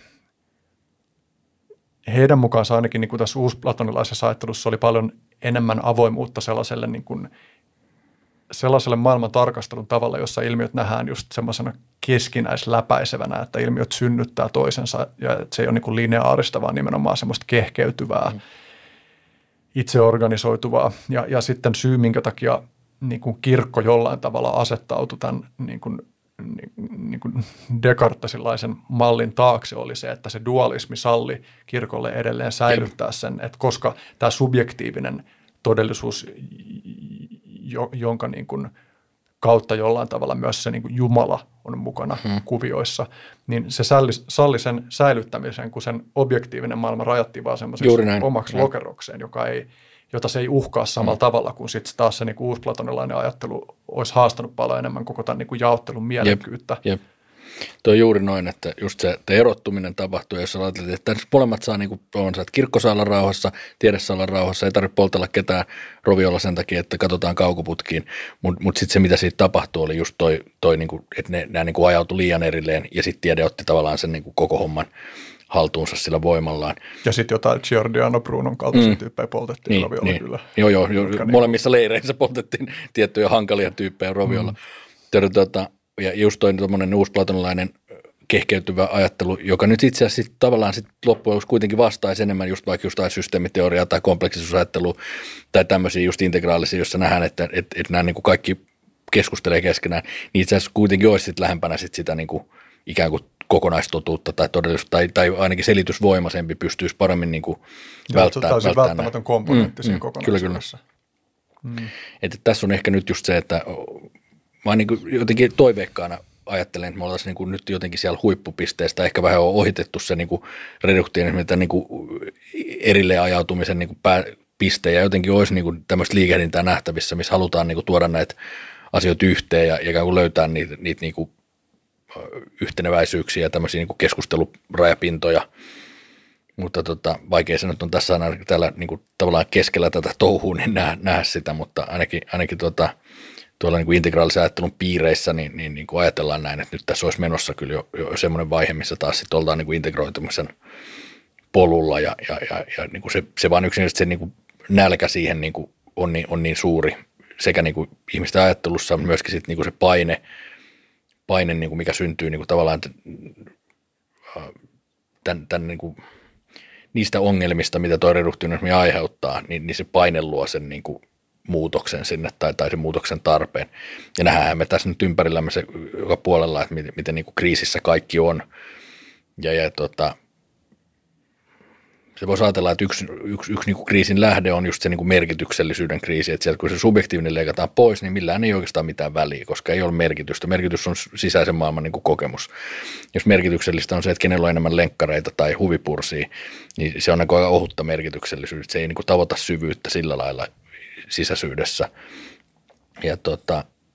heidän mukaansa ainakin niin kuin tässä uusplatonilaisessa ajattelussa oli paljon enemmän avoimuutta sellaiselle, niin kuin, sellaiselle maailman tarkastelun tavalla, jossa ilmiöt nähdään just semmoisena keskinäisläpäisevänä, että ilmiöt synnyttää toisensa ja että se ei ole niin kuin lineaarista, vaan nimenomaan semmoista kehkeytyvää. Mm. itseorganisoituvaa. Ja, ja sitten syy, minkä takia niin kuin kirkko jollain tavalla asettautui tämän niin kuin, niin, niin kuin descartesilaisen mallin taakse, oli se, että se dualismi salli kirkolle edelleen säilyttää sen, että koska tämä subjektiivinen todellisuus, jo, jonka niin kuin kautta jollain tavalla myös se niin kuin Jumala on mukana hmm. kuvioissa, niin se salli, salli sen säilyttämisen, kun sen objektiivinen maailma rajattiin vaan semmoiseksi omaksi lokerokseen, joka ei, jota se ei uhkaa samalla hmm. tavalla, kuin sitten taas se niin kuin uusplatonilainen ajattelu olisi haastanut paljon enemmän koko tämän niin kuin jaottelun mielekkyyttä. Jep, jep. Tuo on juuri noin, että just se erottuminen tapahtuu, jos ajattelet, että molemmat saa niin kuin, on se, että kirkko saa olla rauhassa, tiede saa olla rauhassa, ei tarvitse poltella ketään roviolla sen takia, että katsotaan kaukoputkiin, mutta mut sitten se, mitä siitä tapahtuu, oli just toi, toi niin kuin, että ne, nämä niin kuin ajautui liian erilleen, ja sitten tiede otti tavallaan sen niin kuin koko homman haltuunsa sillä voimallaan. Ja sitten jotain Giordano Brunon kaltaisia mm. tyyppejä poltettiin niin, roviolla niin. kyllä. Joo, joo, joo molemmissa niin leireissä poltettiin tiettyjä hankalia tyyppejä roviolla. Mm. Tuota, ja just toi tuommoinen uusplatonilainen kehkeytyvä ajattelu, joka nyt itse asiassa sit, tavallaan sit loppujen lopuksi kuitenkin vastaisi enemmän just vaikka just systeemiteoriaa tai kompleksisuusajattelua tai tämmöisiä just integraalisia, jossa nähdään, että et, et nämä niinku kaikki keskustelee keskenään, niin itse asiassa kuitenkin olisi sit lähempänä sit sitä niinku ikään kuin kokonaistotuutta tai todellisuutta, tai, tai ainakin selitysvoimaisempi pystyisi paremmin niinku välttämään. Tämä on välttämätön komponentti siinä mm, kokonaisuudessa. Kyllä, kyllä. Mm. Että tässä on ehkä nyt just se, että mä oon niin jotenkin toiveikkaana ajattelen, että me oltaisiin niin nyt jotenkin siellä huippupisteestä, ehkä vähän on ohitettu se niin reduktiinismi, niin erilleen ajautumisen niin piste, ja jotenkin olisi niin tämmöistä liikehdintää nähtävissä, missä halutaan niin tuoda näitä asioita yhteen ja ikään kuin löytää niitä, niitä niin yhteneväisyyksiä ja tämmöisiä niin keskustelurajapintoja. Mutta tota, vaikea se nyt on tässä aina täällä niin kuin tavallaan keskellä tätä touhua, niin nähdä, nähdä sitä, mutta ainakin, ainakin tuota, tuolla niin kuin integraalisen ajattelun piireissä niin, niin, niin kuin ajatellaan näin, että nyt tässä olisi menossa kyllä jo, jo semmoinen vaihe, missä taas sitten ollaan niin kuin integroitumisen polulla ja, ja, ja, ja niin kuin se, se vaan yksinkertaisesti se niin kuin nälkä siihen niin kuin on, niin, on niin suuri sekä niin kuin ihmisten ajattelussa, mutta myöskin sitten niin kuin se paine, paine niin kuin mikä syntyy niin kuin tavallaan tämän, tämän niin kuin niistä ongelmista, mitä tuo reduktionismi aiheuttaa, niin, niin se paine luo sen niin kuin muutoksen sinne tai, tai sen muutoksen tarpeen. Ja nähdään me tässä nyt ympärillämme se joka puolella, että miten, miten niin kuin kriisissä kaikki on. Ja, ja tota, se voisi ajatella, että yksi, yksi, yksi niin kuin kriisin lähde on just se niin kuin merkityksellisyyden kriisi, että sieltä kun se subjektiivinen leikataan pois, niin millään ei oikeastaan mitään väliä, koska ei ole merkitystä. Merkitys on sisäisen maailman niin kuin kokemus. Jos merkityksellistä on se, että kenellä on enemmän lenkkareita tai huvipursia, niin se on aika ohutta merkityksellisyyttä. Se ei niin kuin tavoita syvyyttä sillä lailla sisäisyydessä. Ja tota,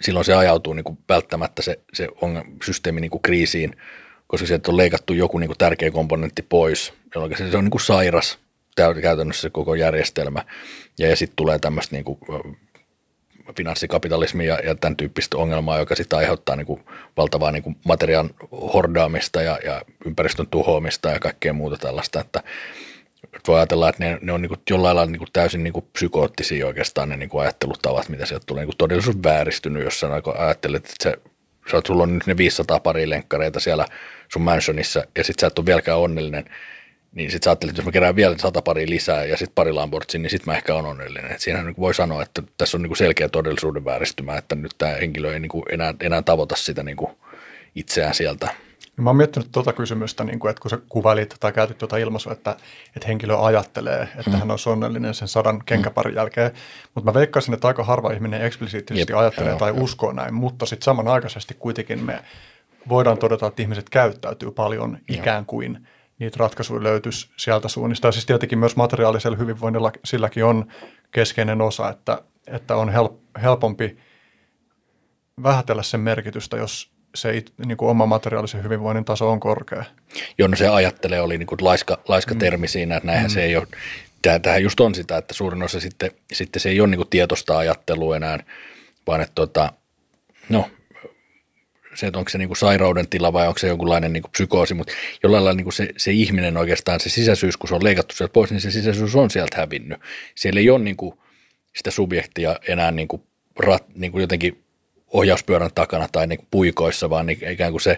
silloin se ajautuu niin kuin välttämättä se, se ongelma, systeemi niin kuin kriisiin, koska sieltä on leikattu joku niin kuin tärkeä komponentti pois, jolloin se, se on niin kuin sairas käytännössä se koko järjestelmä. Ja, ja sitten tulee tämmöistä niin kuin finanssikapitalismia ja, ja tämän tyyppistä ongelmaa, joka sitten aiheuttaa niin kuin valtavaa niin kuin materiaan hordaamista ja, ja ympäristön tuhoamista ja kaikkea muuta tällaista, että voi ajatella, että ne, ne on niin kuin jollain lailla niin kuin täysin niin kuin psykoottisia oikeastaan ne niin kuin ajattelutavat, mitä sieltä tulee, niin kuin todellisuus vääristynyt, jos sä ajattelet, että se, sä oot, sulla on nyt ne viisisataa pari lenkkareita siellä sun mansionissa ja sit sä et ole vieläkään onnellinen, niin sit sä ajattelet, että jos mä kerään vielä sata paria lisää ja sit pari Lamborghini, niin sit mä ehkä on onnellinen. Et siinähän niin voi sanoa, että tässä on niin kuin selkeä todellisuuden vääristymä, että nyt tämä henkilö ei niin kuin enää, enää tavoita sitä niin kuin itseään sieltä. Mä oon miettinyt tuota kysymystä, niin kuin, että kun sä kuvailit tai käytit tuota ilmaisua, että, että henkilö ajattelee, että mm. hän on onnellinen sen sadan kenkäparin jälkeen, mutta mä veikkaisin, että aika harva ihminen eksplisiittisesti Jep, ajattelee joo, tai joo. uskoo näin, mutta sitten samanaikaisesti kuitenkin me voidaan todeta, että ihmiset käyttäytyy paljon joo. ikään kuin niitä ratkaisuja löytyisi sieltä suunnista. Ja siis tietenkin myös materiaalisella hyvinvoinnilla silläkin on keskeinen osa, että, että on help, helpompi vähätellä sen merkitystä, jos se niin kuin oma materiaalisen hyvinvoinnin taso on korkea. Joo, no se ajattelee oli niin kuin laiska, laiska mm. termi siinä, että näinhän mm. se ei ole. Tämähän just on sitä, että suurin osa sitten, sitten se ei ole niin kuin tietoista ajattelua enää, vaan että tota, no se, että onko se niin kuin sairauden tila vai onko se jonkunlainen niin kuin psykoosi, mutta jollain lailla niin kuin se, se ihminen oikeastaan, se sisäisyys, kun se on leikattu sieltä pois, niin se sisäisyys on sieltä hävinnyt. Siellä ei ole niin kuin sitä subjektia enää niin kuin rat, niin kuin jotenkin ohjauspyörän takana tai niin kuin puikoissa, vaan niin ikään kuin se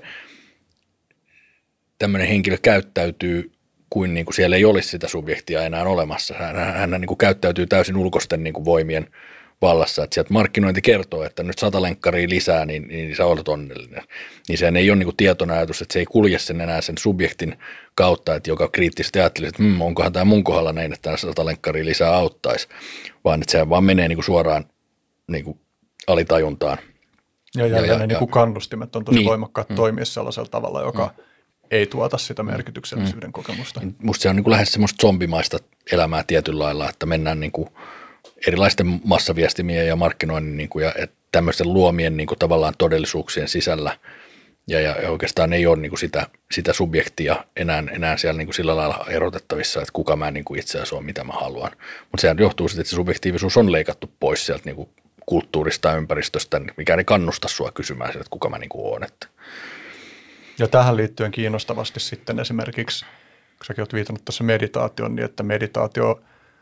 tämmöinen henkilö käyttäytyy kuin, niin kuin siellä ei olisi sitä subjektia enää olemassa. Hän, hän niin kuin käyttäytyy täysin ulkoisten niin kuin voimien vallassa, että sieltä markkinointi kertoo, että nyt sata lenkkaria lisää, niin, niin sä olet onnellinen. Niin sehän ei ole niin kuin tietoinen ajatus, että se ei kulje sen enää sen subjektin kautta, että joka kriittisesti ajattelee, että mmm, onkohan tämä mun kohdalla näin, että tämä sata lenkkaria lisää auttaisi, vaan että se vaan menee niin kuin suoraan niin kuin alitajuntaan. Ja jälleen ja, ja, ne niin kuin kannustimet on tosi niin, voimakkaat mm. toimia sellaisella tavalla, joka mm. ei tuota sitä merkityksellisyyden mm. kokemusta. Musta se on niin kuin lähes semmoista zombimaista elämää tietyllä lailla, että mennään niin kuin erilaisten massaviestimien ja markkinoinnin niin kuin, ja tämmöisten luomien niin kuin, tavallaan todellisuuksien sisällä ja, ja oikeastaan ei ole niin kuin sitä, sitä subjektia enää, enää siellä niin kuin sillä lailla erotettavissa, että kuka mä niin kuin itse asiassa olen, mitä mä haluan. Mutta sehän johtuu siitä, että se subjektiivisuus on leikattu pois sieltä niin kuin kulttuurista ja ympäristöstä, mikä ei kannusta sua kysymään sitä, että kuka mä niin kuin olen. Että. Ja tähän liittyen kiinnostavasti sitten esimerkiksi, kun säkin olet viitannut tässä meditaation, niin että meditaatio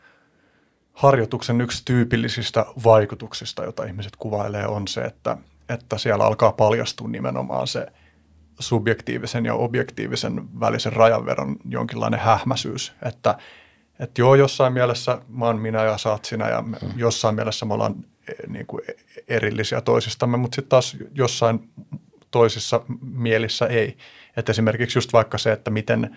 harjoituksen yksi tyypillisistä vaikutuksista, jota ihmiset kuvailee, on se, että, että siellä alkaa paljastua nimenomaan se subjektiivisen ja objektiivisen välisen rajanvedon jonkinlainen hähmäisyys, että, että joo, jossain mielessä mä oon minä ja sä oot sinä ja me, jossain mielessä me ollaan niin kuin erillisiä toisistamme, mutta sitten taas jossain toisissa mielissä ei. Että esimerkiksi just vaikka se, että miten,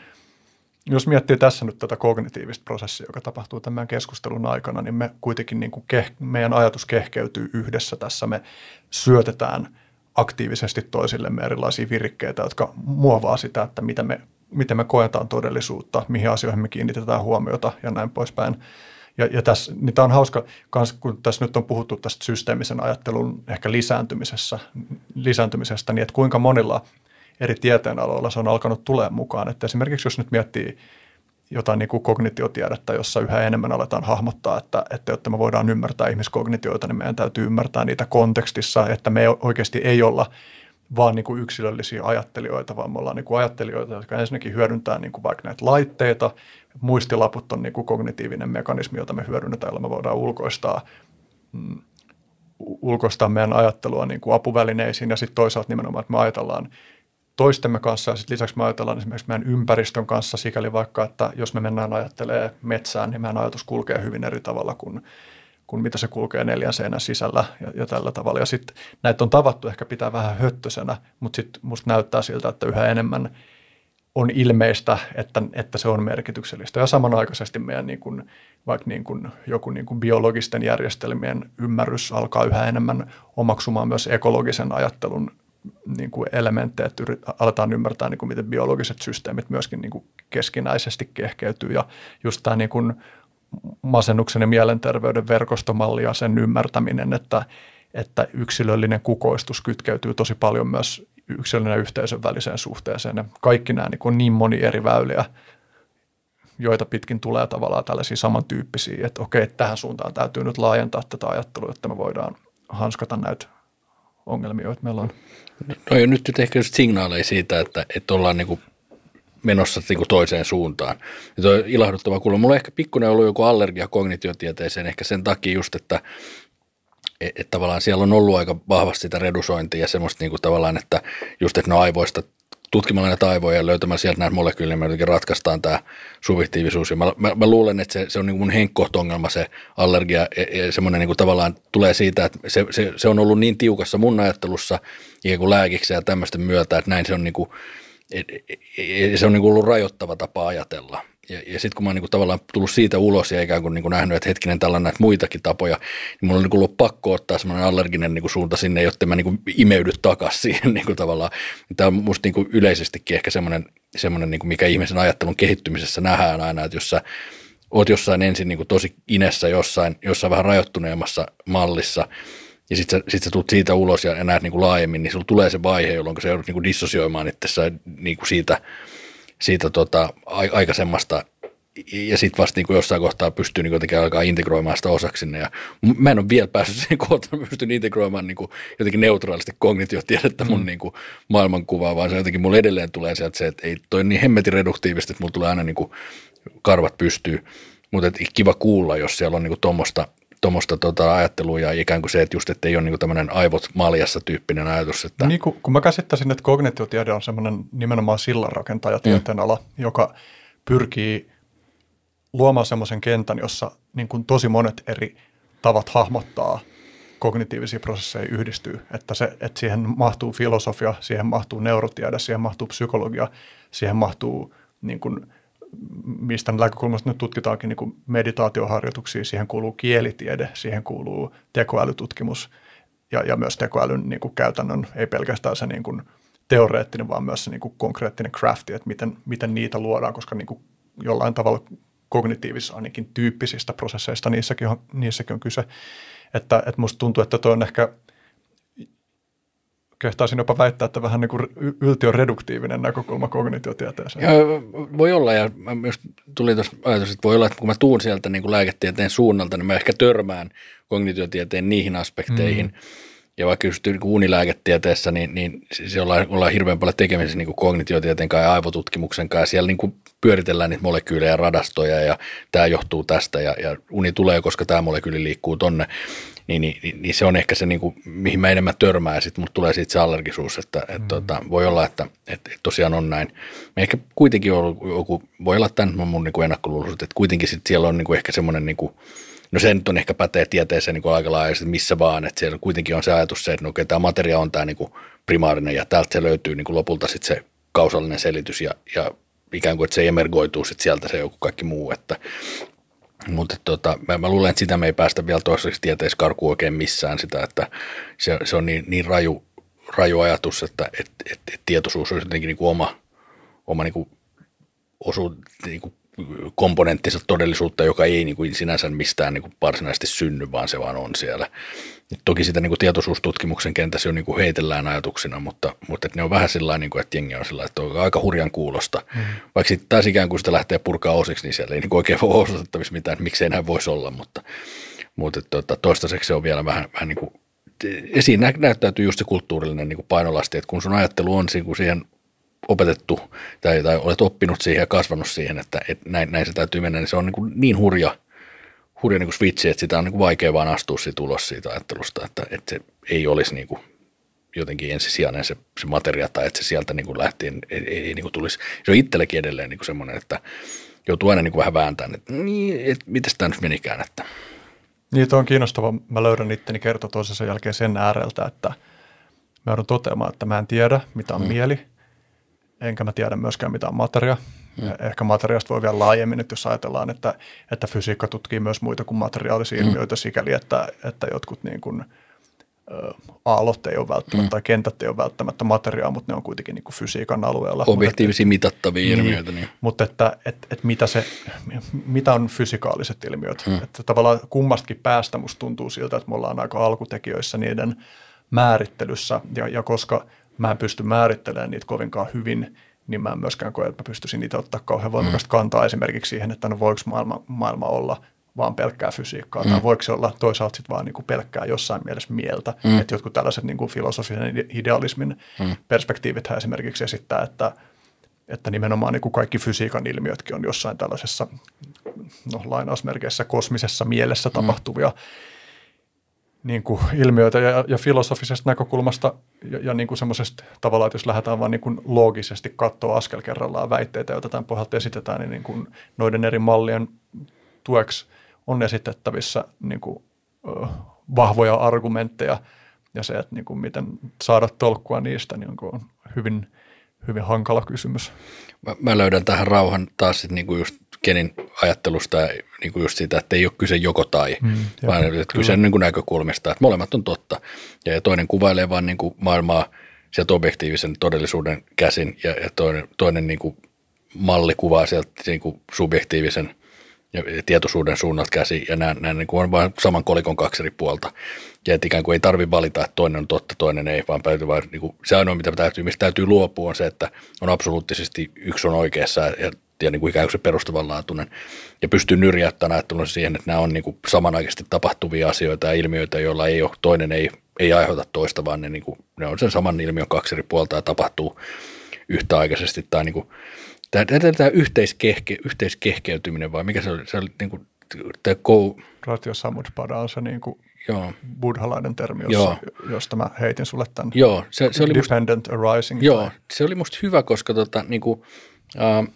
jos miettii tässä nyt tätä kognitiivista prosessia, joka tapahtuu tämän keskustelun aikana, niin me kuitenkin niin kuin keh, meidän ajatus kehkeytyy yhdessä tässä. Me syötetään aktiivisesti toisillemme erilaisia virikkeitä, jotka muovaa sitä, että mitä me, miten me koetaan todellisuutta, mihin asioihin me kiinnitetään huomiota ja näin poispäin. Ja, ja tässä, niin tämä on hauska, kans, kun tässä nyt on puhuttu tästä systeemisen ajattelun ehkä lisääntymisessä, lisääntymisestä, niin että kuinka monilla eri tieteenaloilla se on alkanut tulemaan mukaan. Että esimerkiksi jos nyt miettii jotain niin kuin kognitiotiedettä, jossa yhä enemmän aletaan hahmottaa, että, että jotta me voidaan ymmärtää ihmiskognitioita, niin meidän täytyy ymmärtää niitä kontekstissa, että me oikeasti ei olla vaan niin kuin yksilöllisiä ajattelijoita, vaan me ollaan niin kuin ajattelijoita, jotka ensinnäkin hyödyntää niin kuin vaikka näitä laitteita. Muistilaput on niin kuin kognitiivinen mekanismi, jota me hyödynnetään, jolla me voidaan ulkoistaa, mm, ulkoistaa meidän ajattelua niin kuin apuvälineisiin ja sitten toisaalta nimenomaan, että me ajatellaan toistemme kanssa ja sitten lisäksi me ajatellaan esimerkiksi meidän ympäristön kanssa sikäli vaikka, että jos me mennään ajattelemaan metsään, niin meidän ajatus kulkee hyvin eri tavalla kuin, kuin mitä se kulkee neljän seinän sisällä ja, ja tällä tavalla. Ja sitten näitä on tavattu ehkä pitää vähän höttösenä, mutta sitten musta näyttää siltä, että yhä enemmän on ilmeistä, että, että se on merkityksellistä. Ja samanaikaisesti meidän niin kuin, vaikka niin kuin joku niin kuin biologisten järjestelmien ymmärrys alkaa yhä enemmän omaksumaan myös ekologisen ajattelun niin kuin elementtejä, että aletaan ymmärtää, niin kuin miten biologiset systeemit myöskin niin kuin keskinäisesti kehkeytyy. Ja just tämä niin kuin masennuksen ja mielenterveyden verkostomalli ja sen ymmärtäminen, että, että yksilöllinen kukoistus kytkeytyy tosi paljon myös yksilön ja yhteisön väliseen suhteeseen. Ja kaikki nämä niin on niin moni eri väyliä, joita pitkin tulee tavallaan tällaisia samantyyppisiä, että okei, tähän suuntaan täytyy nyt laajentaa tätä ajattelua, että me voidaan hanskata näitä ongelmia, joita meillä on. No jo nyt ehkä just signaaleja siitä, että, että ollaan niin kuin menossa niin kuin toiseen suuntaan. Ja toi ilahduttava kuulla. Mulla on ehkä pikkuinen ollut joku allergia kognitiotieteeseen, ehkä sen takia just, että että et tavallaan siellä on ollut aika vahvasti sitä redusointia ja semmoista niin kuin tavallaan, että just, että ne aivoista tutkimalla näitä aivoja ja löytämällä sieltä näitä molekyylejä, me jotenkin ratkaistaan tämä subjektiivisuus. Ja mä, mä, mä luulen, että se, se on niin kuin mun henkkohto-ongelma, se allergia, ja semmoinen niin kuin tavallaan tulee siitä, että se, se, se on ollut niin tiukassa mun ajattelussa, ikään kuin lääkiksi ja tämmöisten myötä, että näin se on, niin kuin, se on niin kuin ollut rajoittava tapa ajatella. Ja, ja sitten kun mä oon niin tavallaan tullut siitä ulos ja ikään kuin, niin kuin nähnyt, että hetkinen, tällä on näitä muitakin tapoja, niin mulla on niin ollut pakko ottaa semmoinen allerginen niin kuin suunta sinne, jotta mä niin kuin imeydy takaisin siihen niin kuin tavallaan. Tämä on musta niin kuin yleisestikin ehkä semmoinen, semmoinen niin kuin mikä ihmisen ajattelun kehittymisessä nähdään aina, että jos sä oot jossain ensin niin kuin tosi inessä jossain, jossain vähän rajoittuneemmassa mallissa, ja sitten sä, sit sä tulet siitä ulos ja, ja näet niin kuin laajemmin, niin sulla tulee se vaihe, jolloin sä joudut niin kuin dissosioimaan itsessään niin kuin siitä, siitä tota, aikaisemmasta, ja sitten vasta niin kuin jossain kohtaa pystyy niin jotenkin alkaa integroimaan sitä osaksi sinne. Ja mä en ole vielä päässyt siihen kohtaan, mä pystyn integroimaan niin kuin jotenkin neutraalisti kognitiotiedettä mun mm. niin kuin maailmankuvaa, vaan se jotenkin mulle edelleen tulee sieltä se, että ei toi niin hemmetin reduktiivisesti, että mulla tulee aina niin kuin karvat pystyy. Mutta kiva kuulla, jos siellä on niin kuin tommoista, tommoista tota ajattelua ja ikään kuin se, että just ettei ole niin kuin tämmöinen aivot maljassa tyyppinen ajatus. Että niin, kun, kun mä käsittäisin, että kognitiotiede on semmoinen nimenomaan sillanrakentaja tieteen ala, mm. joka pyrkii luomaan semmoisen kentän, jossa niin kuin tosi monet eri tavat hahmottaa kognitiivisia prosesseja yhdistyy. Että, se, että siihen mahtuu filosofia, siihen mahtuu neurotiede, siihen mahtuu psykologia, siihen mahtuu niin kuin, mistä näkökulmasta nyt tutkitaankin niin kuin meditaatioharjoituksia, siihen kuuluu kielitiede, siihen kuuluu tekoälytutkimus ja, ja myös tekoälyn niin kuin käytännön, ei pelkästään se niin kuin teoreettinen, vaan myös se niin kuin konkreettinen crafti, että miten, miten niitä luodaan, koska niin kuin jollain tavalla kognitiivisissa ainakin tyyppisistä prosesseista niissäkin on, niissäkin on kyse. Että, että musta tuntuu, että toi on ehkä, kehtaisin jopa väittää, että vähän niin kuin yltiöreduktiivinen näkökulma kognitiotieteeseen. Ja, voi olla, ja myös tuli tuossa ajatus, että voi olla, että kun mä tuun sieltä niin kuin lääketieteen suunnalta, niin mä ehkä törmään kognitiotieteen niihin aspekteihin. Mm. Ja vaikka just niin kuin unilääketieteessä, niin, niin siellä ollaan, ollaan hirveän paljon tekemisissä niin kuin kognitiotieteen kanssa ja aivotutkimuksen kanssa. Siellä niin kuin pyöritellään niitä molekyylejä ja radastoja, ja tämä johtuu tästä, ja, ja uni tulee, koska tämä molekyyli liikkuu tonne. Niin, niin, niin se on ehkä se, niin kuin, mihin mä enemmän törmään, ja sitten mulle tulee siitä se allergisuus, että et, mm. tota, voi olla, että et, et tosiaan on näin. Me ehkä kuitenkin on joku, voi olla tämän mun niin kuin ennakkoluuloisuus, että kuitenkin sit siellä on niin kuin ehkä semmoinen, niin kuin, no se nyt on ehkä pätee tieteeseen niin kuin aika laajasti missä vaan, että siellä kuitenkin on se ajatus se, että no okei, tämä materia on tämä niin kuin primaarinen, ja täältä se löytyy niin kuin lopulta sitten se kausaalinen selitys, ja, ja ikään kuin, että se emergoituu sitten sieltä se joku kaikki muu, että mutta tota, mä, mä luulen, että sitä me ei päästä vielä toiseksi tieteessä karkuun oikein missään sitä, että se, se on niin, niin raju, raju ajatus, että et, et, et tietoisuus on jotenkin niin kuin oma, oma niin kuin osu, niin kuin komponenttinsa todellisuutta, joka ei niin kuin sinänsä mistään niin kuin varsinaisesti synny, vaan se vaan on siellä. Et toki sitä niin kuin tietoisuustutkimuksen kentässä jo niin kuin heitellään ajatuksina, mutta, mutta ne on vähän sellainen, niin kuin, että jengi on sellainen, että on aika hurjan kuulosta. Mm. Vaikka sitten taas ikään kuin sitä lähtee purkaa osiksi, niin siellä ei niin kuin oikein voi osoitettavissa mitään, että miksei näin voisi olla, mutta, mutta tuota, toistaiseksi se on vielä vähän, vähän niin kuin, esiin näyttäytyy just se kulttuurillinen niin kuin painolasti, että kun sun ajattelu on niin kuin siihen opetettu tai, tai olet oppinut siihen ja kasvanut siihen, että, että näin, näin se täytyy mennä, niin se on niin, kuin niin hurja, hurja niin kuin switchi, että sitä on niin kuin vaikea vaan astua siitä ulos siitä ajattelusta, että, että se ei olisi niin kuin jotenkin ensisijainen se, se materia tai että se sieltä niin kuin lähtien ei, ei niin kuin tulisi. Se on itsellekin edelleen niin kuin semmoinen, että joutuu aina niin kuin vähän vääntämään, että niin, et, mitäs tämä nyt menikään. Että. Niin, tuo on kiinnostava. Mä löydän itteni kerta toisensa jälkeen sen ääreltä, että mä joudun toteamaan, että mä en tiedä, mitä on hmm. mieli. Enkä mä tiedä myöskään mitään materia. Hmm. Ehkä materiaasta voi vielä laajemmin, että jos ajatellaan, että, että fysiikka tutkii myös muita kuin materiaalisia ilmiöitä hmm. sikäli, että, että jotkut niin kuin aallot ei ole välttämättä, mm. tai kentät ei ole välttämättä materiaa, mutta ne on kuitenkin niin kuin fysiikan alueella. Objektiivisia mitattavia niin, ilmiöitä. Niin. Mutta että et, et mitä, se, mitä on fysikaaliset ilmiöt? Mm. Että tavallaan kummastakin päästä musta tuntuu siltä, että me ollaan aika alkutekijöissä niiden määrittelyssä, ja, ja koska mä en pysty määrittelemään niitä kovinkaan hyvin, niin mä en myöskään koe, että mä pystyisin niitä ottaa kauhean voimakasta kantaa esimerkiksi siihen, että no voiko maailma, maailma olla vaan pelkkää fysiikkaa, mm. tai voiko se olla toisaalta sitten vaan niin kuin pelkkää jossain mielessä mieltä. Mm. Että jotkut tällaiset niin kuin filosofisen idealismin mm. perspektiivithän esimerkiksi esittää, että, että nimenomaan niin kuin kaikki fysiikan ilmiötkin on jossain tällaisessa no, lainausmerkeissä kosmisessa mielessä tapahtuvia mm. niin kuin ilmiöitä ja, ja filosofisesta näkökulmasta ja, ja niin kuin semmoisesta tavallaan, että jos lähdetään vaan niin kuin loogisesti katsoa askel kerrallaan väitteitä, joita tämän pohjalta esitetään, niin, niin kuin noiden eri mallien tueksi on esitettävissä niin kuin, ö, vahvoja argumentteja ja se, että niin kuin, miten saada tolkkua niistä, niin on hyvin, hyvin hankala kysymys. Mä, mä löydän tähän rauhan taas sit niin kuin just Kenin ajattelusta ja niin kuin just siitä, että ei ole kyse joko tai, mm, vaan jep, että kyse on niin kuin näkökulmista, että molemmat on totta. Ja toinen kuvailee vaan niin kuin maailmaa sieltä objektiivisen todellisuuden käsin ja, ja toinen, toinen niin kuin malli kuvaa sieltä niin kuin subjektiivisen ja tietoisuuden suunnalta käsi, ja nämä, nämä niin kuin on vain saman kolikon kaksi eri puolta. Ja että ikään kuin ei tarvitse valita, että toinen on totta, toinen ei, vaan täytyy vaan, niin kuin, se ainoa, mitä täytyy, mistä täytyy luopua, on se, että on absoluuttisesti yksi on oikeassa ja, ja niin kuin ikään kuin se perustavanlaatuinen. Ja pystyy nyrjäyttämään ajattelun siihen, että nämä on niin kuin samanaikaisesti tapahtuvia asioita ja ilmiöitä, joilla ei ole, toinen ei, ei aiheuta toista, vaan ne, niin kuin, ne on sen saman ilmiön kaksi eri puolta ja tapahtuu yhtäaikaisesti tai niin kuin, Tämä, tämä yhteiskehke, yhteiskehkeytyminen vai mikä se oli? Se oli niin kuin, tämä kou... Ratio samudpada on se niin kuin buddhalainen termi, jossa, joo. josta mä heitin sulle tämän. Joo, se, se oli dependent musta, arising. Joo, tai... se oli musta hyvä, koska tota, niin kuin, uh,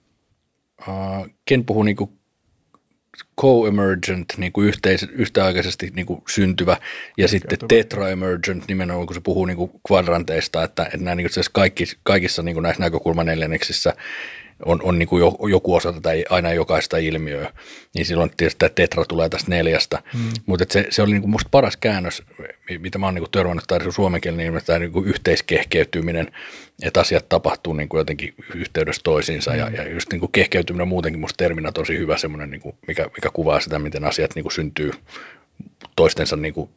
uh, Ken puhui niin kuin co-emergent, niin kuin yhteis, yhtäaikaisesti niin kuin syntyvä, ja sitten tetra-emergent nimenomaan, kun se puhuu niin kuin kvadranteista, että, että nämä, niin kuin kaikki, kaikissa niin kuin näissä näkökulmaneljänneksissä on, on niin kuin joku osa tätä aina jokaista ilmiöä, niin silloin tietysti tämä tetra tulee tästä neljästä, hmm. mutta se, se oli niin kuin musta paras käännös, mitä mä oon niin kuin törmännyt tai suomenkielinen, niin tämä niin kuin yhteiskehkeytyminen, että asiat tapahtuu niin kuin jotenkin yhteydessä toisiinsa, hmm. ja, ja just niin kuin kehkeytyminen muutenkin musta terminä tosi hyvä semmoinen, niin kuin, mikä, mikä kuvaa sitä, miten asiat niin kuin syntyy toistensa niin kuin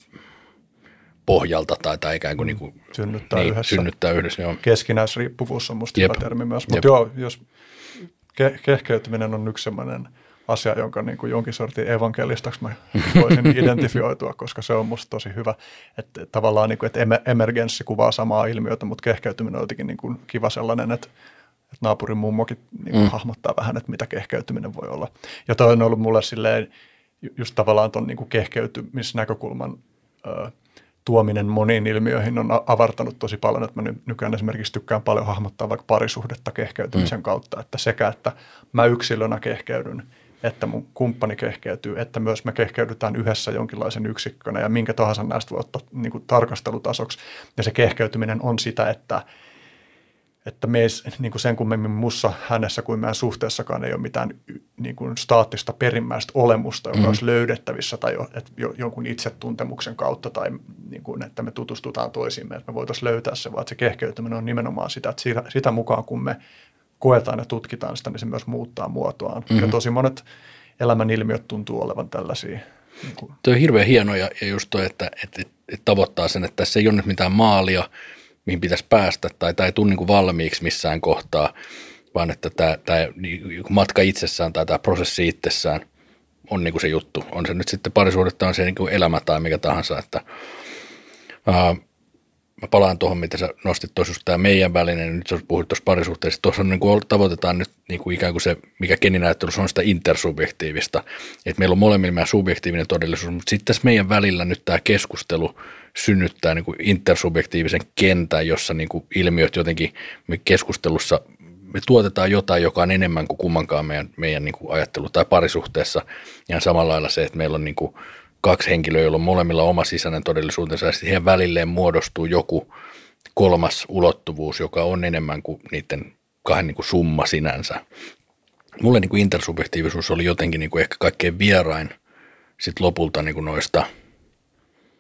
pohjalta tai, tai ikään kuin, niin kuin synnyttää, niin, yhdessä. synnyttää yhdessä. Joo. Keskinäisriippuvuus on musta Jep. hyvä termi myös, mutta joo, jos ke- kehkeytyminen on yksi sellainen asia, jonka niin kuin jonkin sortin evankelistaksi mä voisin identifioitua, koska se on musta tosi hyvä, että tavallaan niin kuin, että emergenssi kuvaa samaa ilmiötä, mutta kehkeytyminen on jotenkin niin kuin kiva sellainen, että että naapurin mummokin niin kuin mm. hahmottaa vähän, että mitä kehkeytyminen voi olla. Ja toi on ollut mulle silleen just tavallaan tuon niin kuin kehkeytymisnäkökulman ö, tuominen moniin ilmiöihin on avartanut tosi paljon, että mä nykyään esimerkiksi tykkään paljon hahmottaa vaikka parisuhdetta kehkeytymisen mm. kautta, että sekä, että mä yksilönä kehkeydyn, että mun kumppani kehkeytyy, että myös me kehkeydytään yhdessä jonkinlaisen yksikkönä ja minkä tahansa näistä voi ottaa niin kuin tarkastelutasoksi. Ja se kehkeytyminen on sitä, että että meis, niin kuin sen kummemmin mussa, hänessä kuin meidän suhteessakaan ei ole mitään niin kuin staattista perimmäistä olemusta, joka mm. olisi löydettävissä tai jo, että jo, jonkun itsetuntemuksen kautta tai niin kuin, että me tutustutaan toisiimme, että me voitaisiin löytää se, vaan että se kehkeytyminen on nimenomaan sitä, että sitä, sitä mukaan kun me koetaan ja tutkitaan sitä, niin se myös muuttaa muotoaan. Mm. Ja tosi monet elämän ilmiöt tuntuu olevan tällaisia. Niin kuin. Tuo on hirveän hienoa ja, ja just toi, että, että, että tavoittaa sen, että tässä ei ole nyt mitään maalia, mihin pitäisi päästä, tai tämä ei tule niin kuin valmiiksi missään kohtaa, vaan että tämä, tämä matka itsessään tai tämä prosessi itsessään on niin kuin se juttu. On se nyt sitten parisuhdetta, on se niin kuin elämä tai mikä tahansa, että ää, mä palaan tuohon, mitä sä nostit tuossa just tämä meidän välinen, nyt sä puhuit tuossa parisuhteessa, tuossa on niin kuin, tavoitetaan nyt niin kuin ikään kuin se, mikä Kenin ajattelussa on sitä intersubjektiivista, että meillä on molemmilla meidän subjektiivinen todellisuus, mutta sitten tässä meidän välillä nyt tämä keskustelu synnyttää niin kuin intersubjektiivisen kentän, jossa niin kuin ilmiöt jotenkin me keskustelussa, me tuotetaan jotain, joka on enemmän kuin kummankaan meidän, meidän niin kuin ajattelu tai parisuhteessa. Ja samalla lailla se, että meillä on niin kuin kaksi henkilöä, joilla on molemmilla oma sisäinen todellisuutensa, ja sitten heidän välilleen muodostuu joku kolmas ulottuvuus, joka on enemmän kuin niiden kahden niin kuin summa sinänsä. Mulle niin kuin intersubjektiivisuus oli jotenkin niin kuin ehkä kaikkein vierain sit lopulta niin kuin noista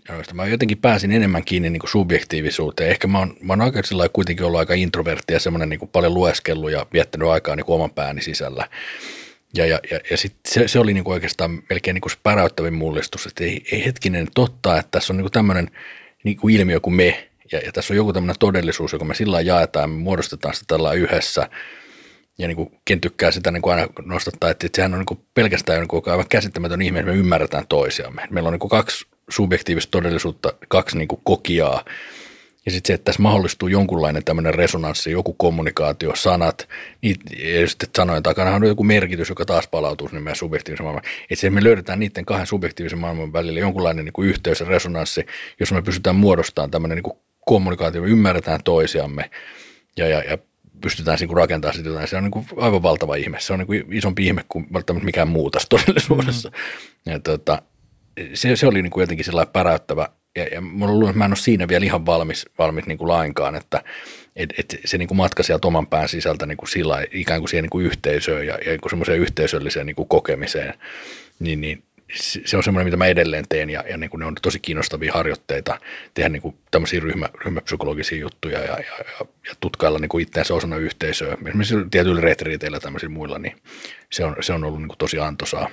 joista mä jotenkin pääsin enemmän kiinni niin kuin subjektiivisuuteen. Ehkä mä oon, mä oon aika sillä kuitenkin ollut aika introvertti ja semmoinen niin kuin paljon lueskellut ja viettänyt aikaa niin kuin oman pääni sisällä. Ja, ja, ja, ja sitten se, se oli niin kuin oikeastaan melkein niin kuin se päräyttävin mullistus, että ei, ei hetkinen totta, että tässä on niin kuin tämmöinen niin kuin ilmiö kuin me. Ja, ja tässä on joku tämmöinen todellisuus, joka me sillä lailla jaetaan, me muodostetaan sitä tällä yhdessä. Ja niin kuin ken tykkää sitä niin kuin aina nostattaa, että sehän on niin kuin pelkästään niin kuin aivan käsittämätön ihme, että me ymmärretään toisiamme. Meillä on niin kuin kaksi subjektiivista todellisuutta, kaksi niin kuin kokijaa. Ja sitten se, että tässä mahdollistuu jonkunlainen tämmöinen resonanssi, joku kommunikaatio, sanat, ja sitten sanojen takana on joku merkitys, joka taas palautuu sinne meidän subjektiivisen maailman. Että se, me löydetään niiden kahden subjektiivisen maailman välillä jonkunlainen niin kuin yhteys ja resonanssi, jos me pystytään muodostamaan tämmöinen niin kuin kommunikaatio, me ymmärretään toisiamme ja, ja, ja pystytään niin kuin rakentamaan sitä jotain. Se on niin kuin aivan valtava ihme. Se on niin kuin isompi ihme kuin välttämättä mikään muu tässä todellisuudessa. Mm-hmm. Ja tota, se, se oli niin kuin jotenkin sellainen päräyttävä. Ja, ja mulla luulen, että mä en ole siinä vielä ihan valmis, valmis niin kuin lainkaan, että et, et se niin kuin matka sieltä oman pään sisältä niin kuin sillä, ikään kuin siihen niin kuin yhteisöön ja, ja niin kuin semmoiseen yhteisölliseen niin kuin kokemiseen, niin, niin se on semmoinen, mitä mä edelleen teen ja, ja niin kuin ne on tosi kiinnostavia harjoitteita tehdä niin kuin tämmöisiä ryhmä, ryhmäpsykologisia juttuja ja, ja, ja, ja tutkailla niin kuin itseänsä osana yhteisöä. Esimerkiksi tietyillä retriiteillä ja tämmöisillä muilla, niin se on, se on ollut niin kuin tosi antoisaa.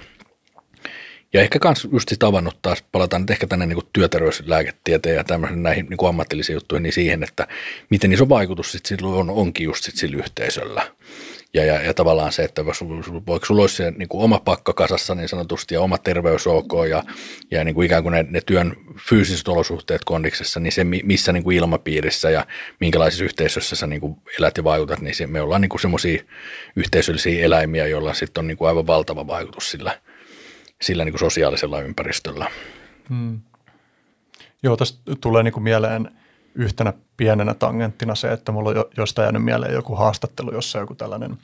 Ja ehkä kans just sitten avannut taas, palataan nyt ehkä tänne niin kuin työterveyslääketieteen ja tämmöisen näihin niin kuin ammatillisiin juttuihin, niin siihen, että miten iso vaikutus sitten silloin on, onkin just sit sillä yhteisöllä. Ja, ja, ja tavallaan se, että voiko sulla olisi se niin kuin oma pakka kasassa niin sanotusti ja oma terveys ok ja, ja niin kuin ikään kuin ne, ne työn fyysiset olosuhteet kondiksessa, niin se missä niin kuin ilmapiirissä ja minkälaisissa yhteisöissä sä niin kuin elät ja vaikutat, niin se, me ollaan niin kuin semmoisia yhteisöllisiä eläimiä, joilla sitten on niin kuin aivan valtava vaikutus sillä sillä niin kuin sosiaalisella ympäristöllä. Hmm. Joo, tästä tulee niin kuin mieleen yhtenä pienenä tangenttina se, että mulla on jostain jäänyt mieleen joku haastattelu, jossa joku tällainen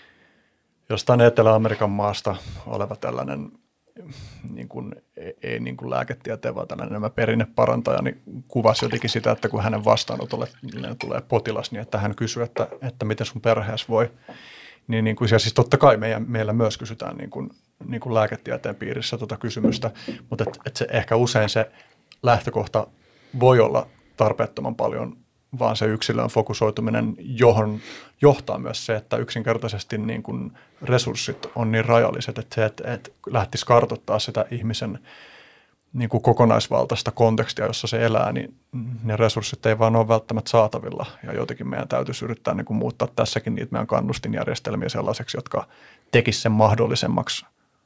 jostain Etelä-Amerikan maasta oleva tällainen niin kuin, ei niin kuin lääketieteen, vaan tällainen enemmän perinneparantaja, niin kuvasi jotenkin sitä, että kun hänen vastaanotolle tulee potilas, niin että hän kysyy, että, että miten sun perheessä voi. Niin, niin kuin, ja siis totta kai meidän, meillä myös kysytään niin kuin, niin kuin lääketieteen piirissä tuota kysymystä, mutta et, et se, ehkä usein se lähtökohta voi olla tarpeettoman paljon, vaan se yksilön fokusoituminen, johon johtaa myös se, että yksinkertaisesti niin kuin resurssit on niin rajalliset, että se, että, että lähtisi kartoittaa sitä ihmisen niin kuin kokonaisvaltaista kontekstia, jossa se elää, niin ne resurssit ei vaan ole välttämättä saatavilla. Ja jotenkin meidän täytyisi yrittää niin kuin muuttaa tässäkin niitä meidän kannustinjärjestelmiä sellaiseksi, jotka tekisivät sen mahdollisemmaksi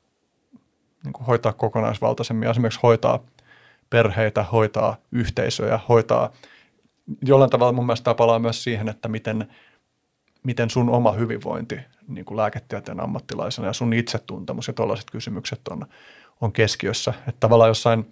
niin kuin hoitaa kokonaisvaltaisemmin. Esimerkiksi hoitaa perheitä, hoitaa yhteisöjä, hoitaa jollain tavalla mun mielestä tämä palaa myös siihen, että miten, miten sun oma hyvinvointi niin kuin lääketieteen ammattilaisena ja sun itsetuntemus ja tällaiset kysymykset on on keskiössä. Että tavallaan jossain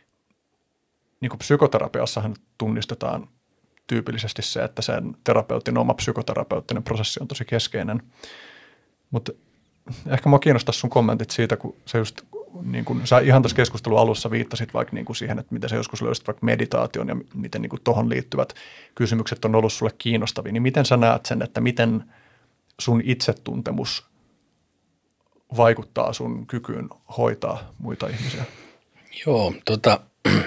niin kuin psykoterapiassahan tunnistetaan tyypillisesti se, että sen terapeutin oma psykoterapeuttinen prosessi on tosi keskeinen. Mutta ehkä mua kiinnostaisi sun kommentit siitä, kun se just, niin kuin sä ihan tässä keskustelun alussa viittasit vaikka niin kuin siihen, että miten sä joskus löysit vaikka meditaation ja miten niin kuin tohon liittyvät kysymykset on ollut sulle kiinnostavia, niin miten sä näet sen, että miten sun itsetuntemus vaikuttaa sun kykyyn hoitaa muita ihmisiä? Joo, tota,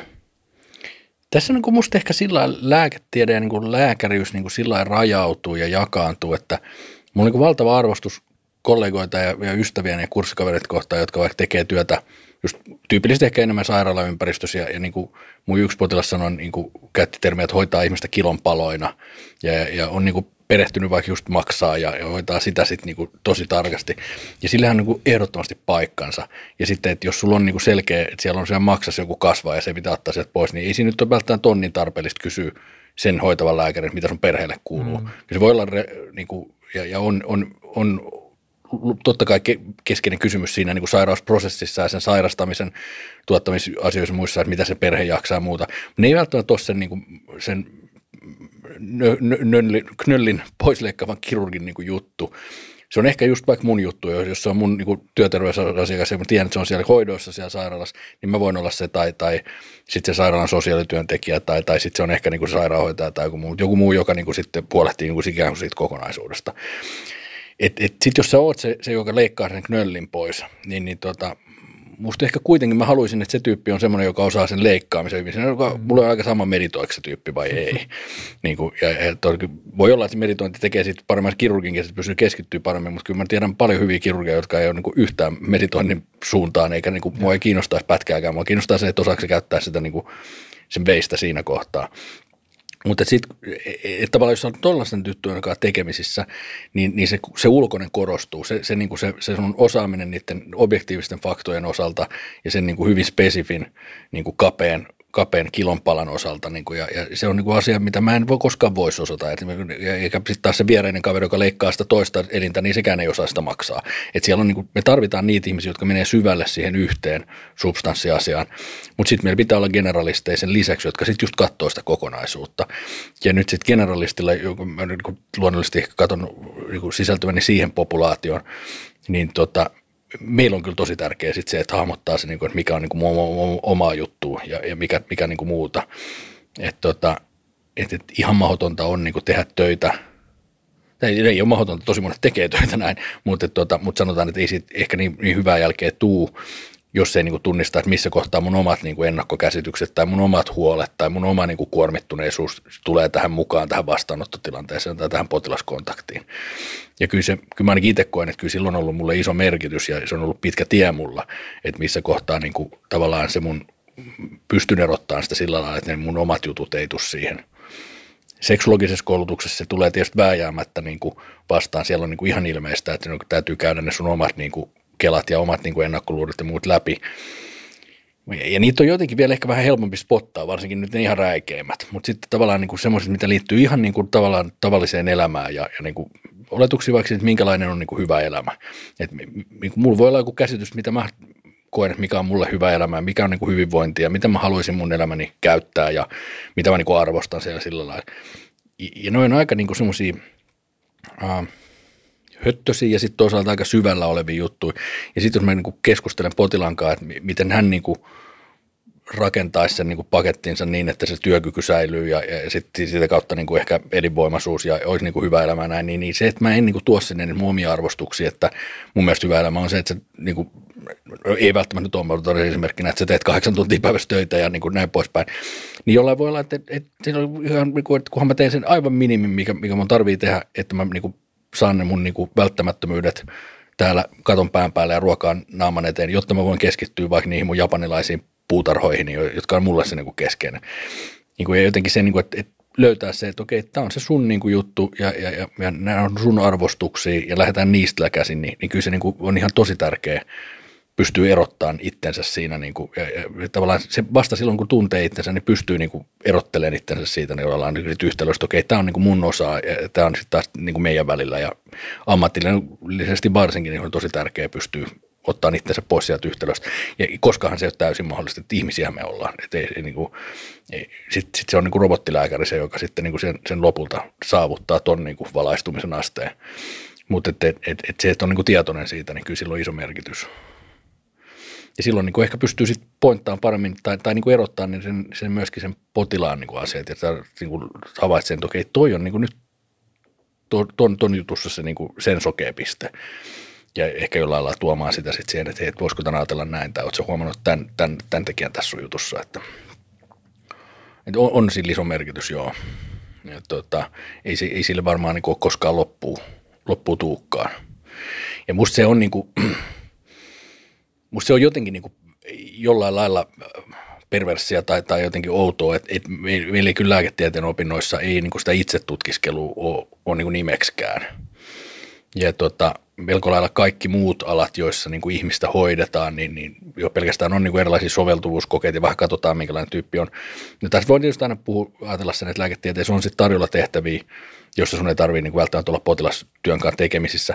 tässä on niin musta ehkä sillä lääketiede ja niin lääkäriys niin sillä rajautuu ja jakaantuu, että mulla on niin valtava arvostus kollegoita ja, ja ystäviä ja kurssikaverit kohtaan, jotka vaikka tekee työtä just tyypillisesti ehkä enemmän sairaalaympäristössä ja, ja niin kuin mun yksi potilas sanoi, niin kuin käytti termiä, että hoitaa ihmistä kilonpaloina ja, ja on niin kuin perehtynyt vaikka just maksaa ja, ja hoitaa sitä sitten niinku tosi tarkasti. Ja sillähän on niinku ehdottomasti paikkansa. Ja sitten, että jos sulla on niinku selkeä, että siellä on siellä maksassa joku kasvaa ja se pitää ottaa sieltä pois, niin ei siinä nyt ole välttämättä tonnin tarpeellista kysyä sen hoitavan lääkärin, mitä sun perheelle kuuluu. Mm. Ja se voi olla, niinku, ja, ja on, on, on totta kai keskeinen kysymys siinä niin kuin sairausprosessissa ja sen sairastamisen tuottamisasioissa muissa, että mitä se perhe jaksaa ja muuta. Ne ei välttämättä ole sen, niin kuin, sen nö, nö, nöllin, knöllin poisleikkaavan kirurgin niin kuin juttu. Se on ehkä just vaikka mun juttu, jos se on mun niin kuin työterveysasiakas ja mä tiedän, että se on siellä hoidoissa siellä sairaalassa, niin mä voin olla se tai, tai sitten se sairaalan sosiaalityöntekijä tai, tai sitten se on ehkä niin kuin se sairaanhoitaja tai joku muu, joku muu joka niin kuin sitten huolehtii niin kuin ikään kuin siitä kokonaisuudesta. Että et sitten jos sä oot se, se, joka leikkaa sen knöllin pois, niin, niin tota, musta ehkä kuitenkin mä haluaisin, että se tyyppi on semmoinen, joka osaa sen leikkaamisen hyvin. Se, joka, mm. Mulla on aika sama meditoiko se tyyppi vai ei. niin kuin, ja, ja toki, voi olla, että se meditointi tekee siitä paremmin kirurgin, että pystyy keskittyä paremmin, mutta kyllä mä tiedän paljon hyviä kirurgeja, jotka ei ole niin kuin yhtään meditoinnin suuntaan, eikä niin kuin, mua ei kiinnostaisi pätkääkään. Mua kiinnostaa se, että osaako se käyttää sitä niin kuin, sen veistä siinä kohtaa. Mutta sitten tavallaan, jos on tuollaisen tyttöjen kanssa tekemisissä, niin, niin se, se ulkoinen korostuu, se, se, niin se, se sun osaaminen niiden objektiivisten faktojen osalta ja sen niin kuin hyvin spesifin niin kuin kapean, kapean kilonpalan osalta. Niin kuin, ja, ja se on niin kuin asia, mitä mä en voi koskaan voisi osata. Et, eikä sitten taas se viereinen kaveri, joka leikkaa sitä toista elintä, niin sekään ei osaa sitä maksaa. Et siellä on, niin kuin, me tarvitaan niitä ihmisiä, jotka menee syvälle siihen yhteen substanssiasiaan, mutta sitten meillä pitää olla generalisteja sen lisäksi, jotka sitten just katsoo sitä kokonaisuutta. Ja nyt sitten generalistilla, joka mä niin kuin luonnollisesti ehkä katson niin kuin sisältyväni siihen populaatioon, niin tota, meillä on kyllä tosi tärkeää sit se, että hahmottaa se, että mikä on niin omaa juttua ja, ja mikä, mikä niin muuta. Että tota, et, et ihan mahdotonta on niin tehdä töitä. Ei, ei ole mahdotonta, tosi monet tekee töitä näin, mutta, et, tota, mutta sanotaan, että ei siitä ehkä niin, niin hyvää jälkeä tuu, jos ei niin kuin tunnista, että missä kohtaa mun omat niin kuin ennakkokäsitykset tai mun omat huolet tai mun oma niin kuin kuormittuneisuus tulee tähän mukaan, tähän vastaanottotilanteeseen tai tähän potilaskontaktiin. Ja kyllä, se, kyllä mä ainakin itse koen, että kyllä silloin on ollut mulle iso merkitys ja se on ollut pitkä tie mulla, että missä kohtaa niin kuin tavallaan se mun pystyn erottamaan sitä sillä lailla, että ne mun omat jutut ei tule siihen. Seksuologisessa koulutuksessa se tulee tietysti vääjäämättä niin kuin vastaan. Siellä on niin kuin ihan ilmeistä, että täytyy käydä ne sun omat niin kuin kelat ja omat niin kuin ennakkoluulot ja muut läpi. Ja niitä on jotenkin vielä ehkä vähän helpompi spottaa, varsinkin nyt ne ihan räikeimmät. Mutta sitten tavallaan niin semmoiset, mitä liittyy ihan niin kuin tavallaan tavalliseen elämään ja, ja niin kuin oletuksia vaikka, että minkälainen on niin kuin hyvä elämä. Että niin mulla voi olla joku käsitys, mitä mä koen, että mikä on mulle hyvä elämä, mikä on niin kuin hyvinvointia, mitä mä haluaisin mun elämäni käyttää ja mitä mä niin kuin arvostan siellä sillä lailla. Ja ne on aika niin kuin semmoisia Uh, höttösiä ja sitten toisaalta aika syvällä olevia juttuja. Ja sitten jos mä niinku keskustelen potilaan kanssa, että miten hän niinku rakentaisi sen niinku pakettinsa niin, että se työkyky säilyy ja, ja sitten sitä kautta niinku ehkä elinvoimaisuus ja olisi niinku hyvä elämä näin, niin, niin se, että mä en niinku tuo sinne mun omia arvostuksia, että mun mielestä hyvä elämä on se, että se niinku, ei välttämättä nyt ole, mä otan esimerkkinä, että sä teet kahdeksan tuntia päivässä töitä ja niinku näin poispäin. Niin jollain voi olla, että, että, että, ihan, että kunhan mä teen sen aivan minimin, mikä, mikä mun tarvii tehdä, että mä niinku saan ne mun niinku välttämättömyydet täällä katon pään päällä ja ruokaan naaman eteen, jotta mä voin keskittyä vaikka niihin mun japanilaisiin puutarhoihin, jotka on mulle se niinku keskeinen. Niinku, ja jotenkin se, niinku, että, että löytää se, että okei, tämä on se sun niinku juttu ja, ja, ja, ja nämä on sun arvostuksia ja lähdetään niistä käsin, niin, niin kyllä se niinku on ihan tosi tärkeä pystyy erottamaan itsensä siinä, niin kuin, ja, ja tavallaan se vasta silloin, kun tuntee itsensä, niin pystyy niin kuin erottelemaan itsensä siitä, niin ollaan yhtälöstä, okei, tämä on niin kuin mun osa, ja tämä on sitten taas niin kuin meidän välillä, ja ammatillisesti varsinkin niin on tosi tärkeää pystyä ottaa itsensä pois sieltä yhtälöstä, ja koskahan se ei ole täysin mahdollista, että ihmisiä me ollaan, että ei, ei, niin kuin, ei, sitten sit se on niin kuin robottilääkäri se, joka sitten niin kuin sen, sen lopulta saavuttaa ton niin kuin valaistumisen asteen, mutta et, et, et, et se, että on niin kuin tietoinen siitä, niin kyllä sillä on iso merkitys. Ja silloin niin kuin ehkä pystyy sitten pointtaamaan paremmin tai, tai niin kuin erottaa niin sen, sen myöskin sen potilaan niin kuin asiat. Ja niin kuin havaitsee, että okei, toi on niin kuin nyt ton, ton jutussa se, niin kuin sen sokea piste. Ja ehkä jollain lailla tuomaan sitä sitten siihen, että hei, voisiko tämän ajatella näin, tai oletko huomannut tämän, tämän, tämän tekijän tässä sun jutussa. Että, että on, on sillä iso merkitys, joo. Ja, tota, ei, ei sille varmaan niin kuin ole koskaan loppuu, loppuu tuukkaan. Ja musta se on niin kuin musta se on jotenkin niin kuin jollain lailla perverssiä tai, tai jotenkin outoa, että, että meillä ei kyllä lääketieteen opinnoissa ei niin kuin sitä itsetutkiskelua ole, ole niin kuin nimeksikään. Ja tota, melko lailla kaikki muut alat, joissa niin kuin ihmistä hoidetaan, niin, niin jo pelkästään on niin kuin erilaisia soveltuvuuskokeita ja vähän katsotaan, minkälainen tyyppi on. No tässä voi tietysti aina puhua, ajatella sen, että lääketieteessä on sitten tarjolla tehtäviä, jossa sun ei tarvitse niin kuin välttämättä olla potilastyön kanssa tekemisissä.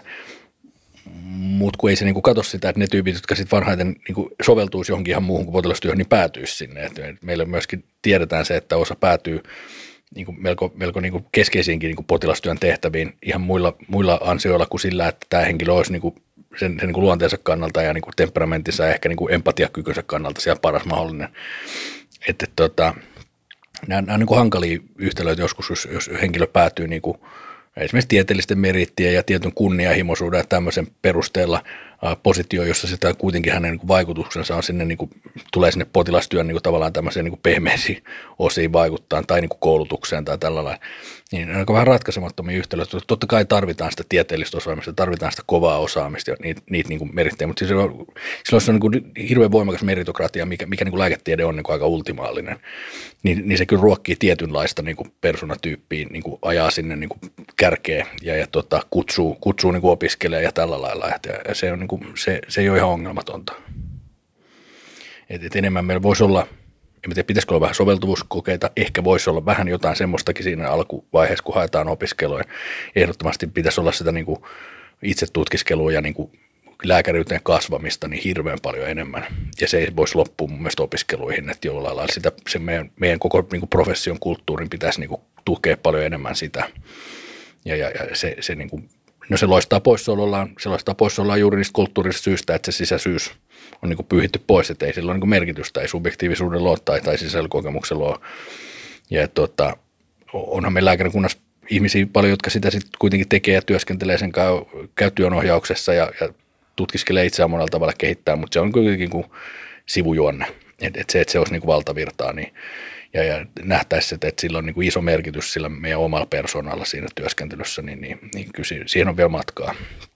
Mutta kun ei se niinku katso sitä, että ne tyypit, jotka sitten varhaiten niinku soveltuisi johonkin ihan muuhun kuin potilastyöhön, niin päätyisi sinne. Et meillä myöskin tiedetään se, että osa päätyy niinku melko, melko niinku keskeisiinkin niinku potilastyön tehtäviin ihan muilla, muilla ansioilla kuin sillä, että tämä henkilö olisi niinku sen, sen niinku luonteensa kannalta ja niinku temperamenttinsa ja ehkä niinku empatiakykynsä kannalta siellä paras mahdollinen. Että tota, nämä, nämä on niinku hankalia yhtälöitä joskus, jos, jos henkilö päätyy niinku esimerkiksi tieteellisten merittien ja tietyn kunnianhimoisuuden ja tämmöisen perusteella positio, jossa sitä kuitenkin hänen niin kuin vaikutuksensa on sinne, niin kuin, tulee sinne potilastyön niin kuin tavallaan tämmöiseen niin kuin pehmeisiin osiin vaikuttaa tai niin kuin koulutukseen tai tällä lailla. Niin on aika vähän ratkaisemattomia yhtälöitä. Totta kai tarvitaan sitä tieteellistä osaamista, tarvitaan sitä kovaa osaamista ja niitä, niitä niin kuin merittejä, mutta silloin, silloin se on niin kuin hirveän voimakas meritokratia, mikä, mikä niin kuin lääketiede on niin kuin aika ultimaalinen. Niin, niin se kyllä ruokkii tietynlaista niin kuin persoonatyyppiä, niin kuin ajaa sinne niin kuin kärkeen ja, ja tota, kutsuu, kutsuu niin kuin opiskelemaan ja tällä lailla. Ja, ja se, on, niin kuin, se, se ei ole ihan ongelmatonta. Et, et enemmän meillä voisi olla, en tiedä, pitäisikö olla vähän soveltuvuuskokeita, ehkä voisi olla vähän jotain semmoistakin siinä alkuvaiheessa, kun haetaan opiskelua. Ehdottomasti pitäisi olla sitä niin kuin itse tutkiskelua ja niin kuin lääkäriyteen kasvamista niin hirveän paljon enemmän. Ja se ei voisi loppua mun mielestä opiskeluihin, että jollain lailla sitä, se meidän, meidän koko niin kuin profession kulttuurin pitäisi niin kuin tukea paljon enemmän sitä. Ja, ja, ja se, se, niin kuin, no se loistaa poissaolollaan, se loistaa poissaolollaan juuri niistä kulttuurisista syistä, että se sisäisyys on niin kuin pyyhitty pois, että ei sillä ole niin kuin merkitystä, ei subjektiivisuudella ole tai, tai sisällökokemuksella ole. Ja tota, onhan meillä lääkärikunnassa ihmisiä paljon, jotka sitä sitten kuitenkin tekee ja työskentelee sen käy, käy työnohjauksessa ja, ja tutkiskelee itseään monella tavalla kehittää, mutta se on kuitenkin kuin sivujuonne. Että et se, että se olisi niin kuin valtavirtaa, niin, ja, ja nähtäisiin, että, että sillä on niin kuin iso merkitys sillä meidän omalla persoonalla siinä työskentelyssä, niin, niin, niin kyllä siihen on vielä matkaa.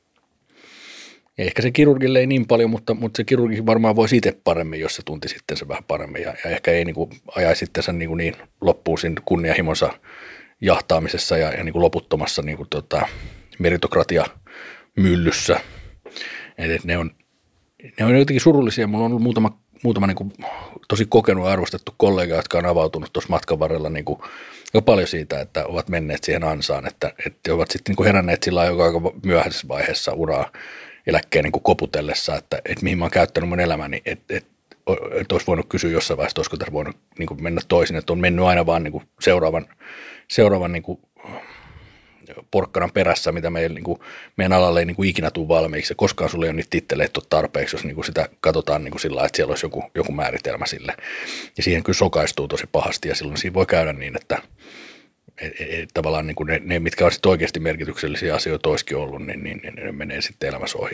Ja ehkä se kirurgille ei niin paljon, mutta, mutta se kirurgi varmaan voisi itse paremmin, jos se tunti sitten se vähän paremmin, ja, ja ehkä ei niin kuin ajaisi sitten sen niin, kuin niin loppuun siinä kunnianhimonsa jahtaamisessa ja, ja niin kuin loputtomassa niin kuin tota, meritokratia myllyssä. Et ne, on, ne on jotenkin surullisia. Mulla on ollut muutama, muutama niin kuin tosi kokenut ja arvostettu kollega, jotka on avautunut tuossa matkan varrella niin kuin jo paljon siitä, että ovat menneet siihen ansaan, että, että ovat sitten niin kuin heränneet sillä lailla aika myöhäisessä vaiheessa uraa eläkkeen niin kuin koputellessa, että, että mihin mä oon käyttänyt mun elämäni, että, että, että olisi voinut kysyä jossain vaiheessa, että olisiko tässä voinut niin kuin mennä toisin, että on mennyt aina vaan niin kuin seuraavan, seuraavan niin kuin porkkanan perässä, mitä meidän, niin kuin, meidän alalle ei niin kuin ikinä tule valmiiksi. Ja koskaan sulla ei ole niitä titteleitä tarpeeksi, jos niin kuin sitä katsotaan niin kuin sillä lailla, että siellä olisi joku, joku määritelmä sille. Ja siihen kyllä sokaistuu tosi pahasti ja silloin siinä voi käydä niin, että et, et, tavallaan niin kuin ne, ne, mitkä on sitten oikeasti merkityksellisiä asioita olisikin ollut, niin, niin, niin ne menee sitten elämässä ohi.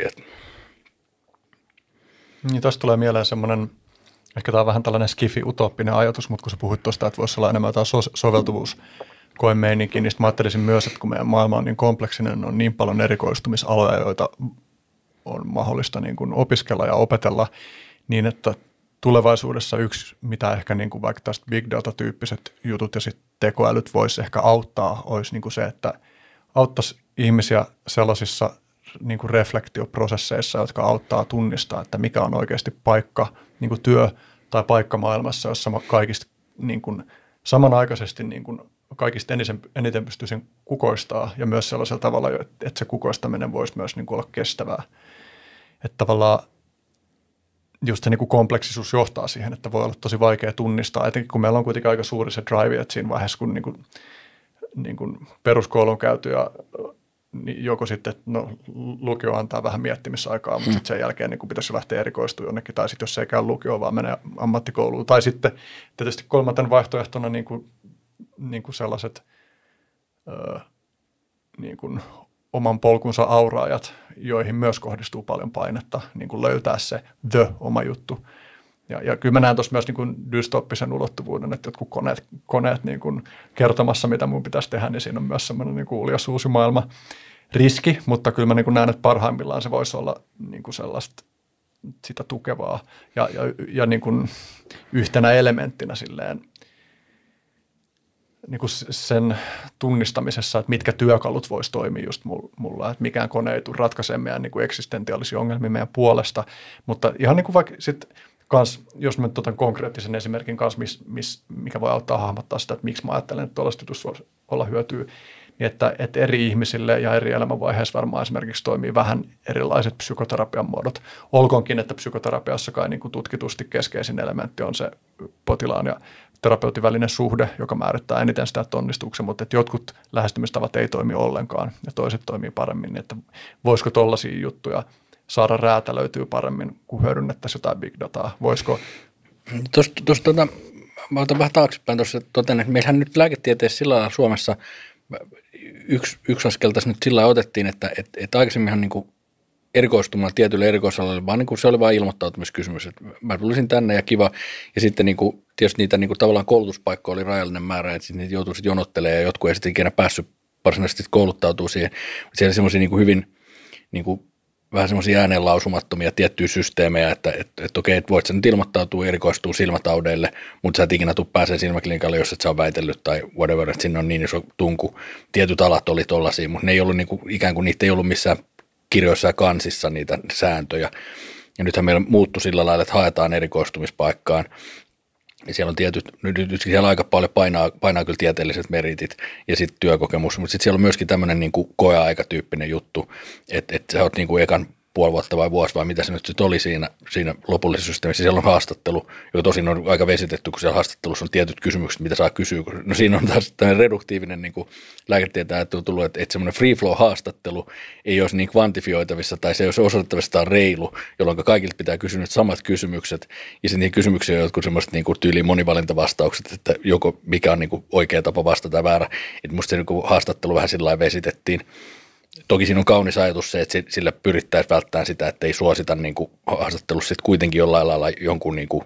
Niin tästä tulee mieleen semmoinen, ehkä tämä on vähän tällainen skifi-utooppinen ajatus, mutta kun sä puhuit tuosta, että voisi olla enemmän jotain so- soveltuvuus koemeininkin, niin mä ajattelisin myös, että kun meidän maailma on niin kompleksinen, on niin paljon erikoistumisaloja, joita on mahdollista niin kuin opiskella ja opetella, niin että tulevaisuudessa yksi, mitä ehkä niin kuin vaikka tästä big data-tyyppiset jutut ja sitten tekoälyt voisi ehkä auttaa, olisi niin kuin se, että auttaisi ihmisiä sellaisissa niin kuin reflektioprosesseissa, jotka auttaa tunnistaa, että mikä on oikeasti paikka niin kuin työ- tai paikka maailmassa, jossa kaikista niin kuin samanaikaisesti niin kuin kaikista eniten, eniten pystyisin kukoistaa ja myös sellaisella tavalla, että se kukoistaminen voisi myös niin kuin olla kestävää. Että tavallaan just se niin kuin kompleksisuus johtaa siihen, että voi olla tosi vaikea tunnistaa, etenkin kun meillä on kuitenkin aika suuri se drive, että siinä vaiheessa, kun niin kuin, niin kuin peruskoulu on käyty ja niin joko sitten, no lukio antaa vähän miettimisaikaa, mutta sitten sen jälkeen niin pitäisi lähteä erikoistumaan jonnekin, tai sitten jos se ei käy lukioon, vaan menee ammattikouluun. Tai sitten tietysti kolmanten vaihtoehtona niin kuin, niin kuin sellaiset ö, niin kuin oman polkunsa auraajat, joihin myös kohdistuu paljon painetta, niin kuin löytää se the oma juttu. Ja, ja kyllä mä näen tuossa myös niin kuin dystooppisen ulottuvuuden, että jotkut koneet, koneet niin kuin kertomassa, mitä mun pitäisi tehdä, niin siinä on myös semmoinen niin kuin uljas uusi maailma riski, mutta kyllä mä niin kuin näen, että parhaimmillaan se voisi olla niin kuin sellaista sitä tukevaa ja, ja, ja niin kuin yhtenä elementtinä silleen, niin kuin sen tunnistamisessa, että mitkä työkalut voisi toimia just mulla, että mikään kone ei tule ratkaisemaan meidän niin kuin eksistentiaalisia ongelmia meidän puolesta, mutta ihan niin kuin vaikka sitten kans, jos mä otan konkreettisen esimerkin kanssa, mis, mis, mikä voi auttaa hahmottaa sitä, että miksi mä ajattelen, että tuollaista jutusta voisi olla hyötyä, niin että, että eri ihmisille ja eri elämänvaiheissa varmaan esimerkiksi toimii vähän erilaiset psykoterapian muodot. Olkoonkin, että psykoterapiassa kai niin kuin tutkitusti keskeisin elementti on se potilaan ja terapeutin välinen suhde, joka määrittää eniten sitä onnistuksen, mutta että jotkut lähestymistavat ei toimi ollenkaan ja toiset toimii paremmin, niin että voisiko tollaisia juttuja saada räätälöityy paremmin, kun hyödynnettäisiin jotain big dataa. Voisiko? Tuosta, tuosta, tuota, mä otan vähän taaksepäin tuossa, toten, että meillähän nyt lääketieteessä sillä lailla Suomessa yksi, yksi askel tässä nyt sillä otettiin, että et, et aikaisemminhan niin kuin erikoistumalla tietylle erikoisalalle, vaan niin kuin se oli vain ilmoittautumiskysymys, että mä tulisin tänne ja kiva, ja sitten niin kuin, tietysti niitä niin kuin tavallaan koulutuspaikkoja oli rajallinen määrä, että sitten niitä joutui sitten jonottelemaan, ja jotkut ei sitten ikinä päässyt varsinaisesti kouluttautumaan siihen. Siellä oli semmoisia niin kuin hyvin niin kuin vähän semmoisia ääneen lausumattomia tiettyjä systeemejä, että et, et okei, että voit sä nyt ilmoittautua erikoistua silmätaudeille, mutta sä et ikinä tule pääsee silmäklinikalle, jos et sä ole väitellyt tai whatever, että sinne on niin iso tunku. Tietyt alat oli tollaisia, mutta ne ei ollut niin kuin, ikään kuin niitä ei ollut missään kirjoissa ja kansissa niitä sääntöjä. Ja nythän meillä muuttui sillä lailla, että haetaan erikoistumispaikkaan. Ja siellä on tietyt, nyt, nyt siellä aika paljon painaa, painaa kyllä tieteelliset meritit ja sitten työkokemus, mutta sitten siellä on myöskin tämmöinen niin kuin koeaikatyyppinen juttu, että, että sä oot niin kuin ekan puoli vuotta vai vuosi vai mitä se nyt sitten oli siinä, siinä lopullisessa systeemissä. Siellä on haastattelu, joka tosin on aika vesitetty, kun siellä haastattelussa on tietyt kysymykset, mitä saa kysyä. No siinä on taas tämmöinen reduktiivinen niin kuin lääketieteen ajattelu tullut, että, että semmoinen free flow haastattelu ei olisi niin kvantifioitavissa tai se ei olisi osoitettavissa reilu, jolloin kaikilta pitää kysyä nyt samat kysymykset ja sitten niihin kysymyksiin on jotkut semmoiset niin kuin tyyliin monivalintavastaukset, että joko mikä on niin kuin oikea tapa vastata tai väärä. Että musta se niin kuin haastattelu vähän sillä lailla vesitettiin. Toki siinä on kaunis ajatus se, että sillä pyrittäisiin välttämään sitä, että ei suosita niin kuin haastattelussa sitten kuitenkin jollain lailla jonkun niin kuin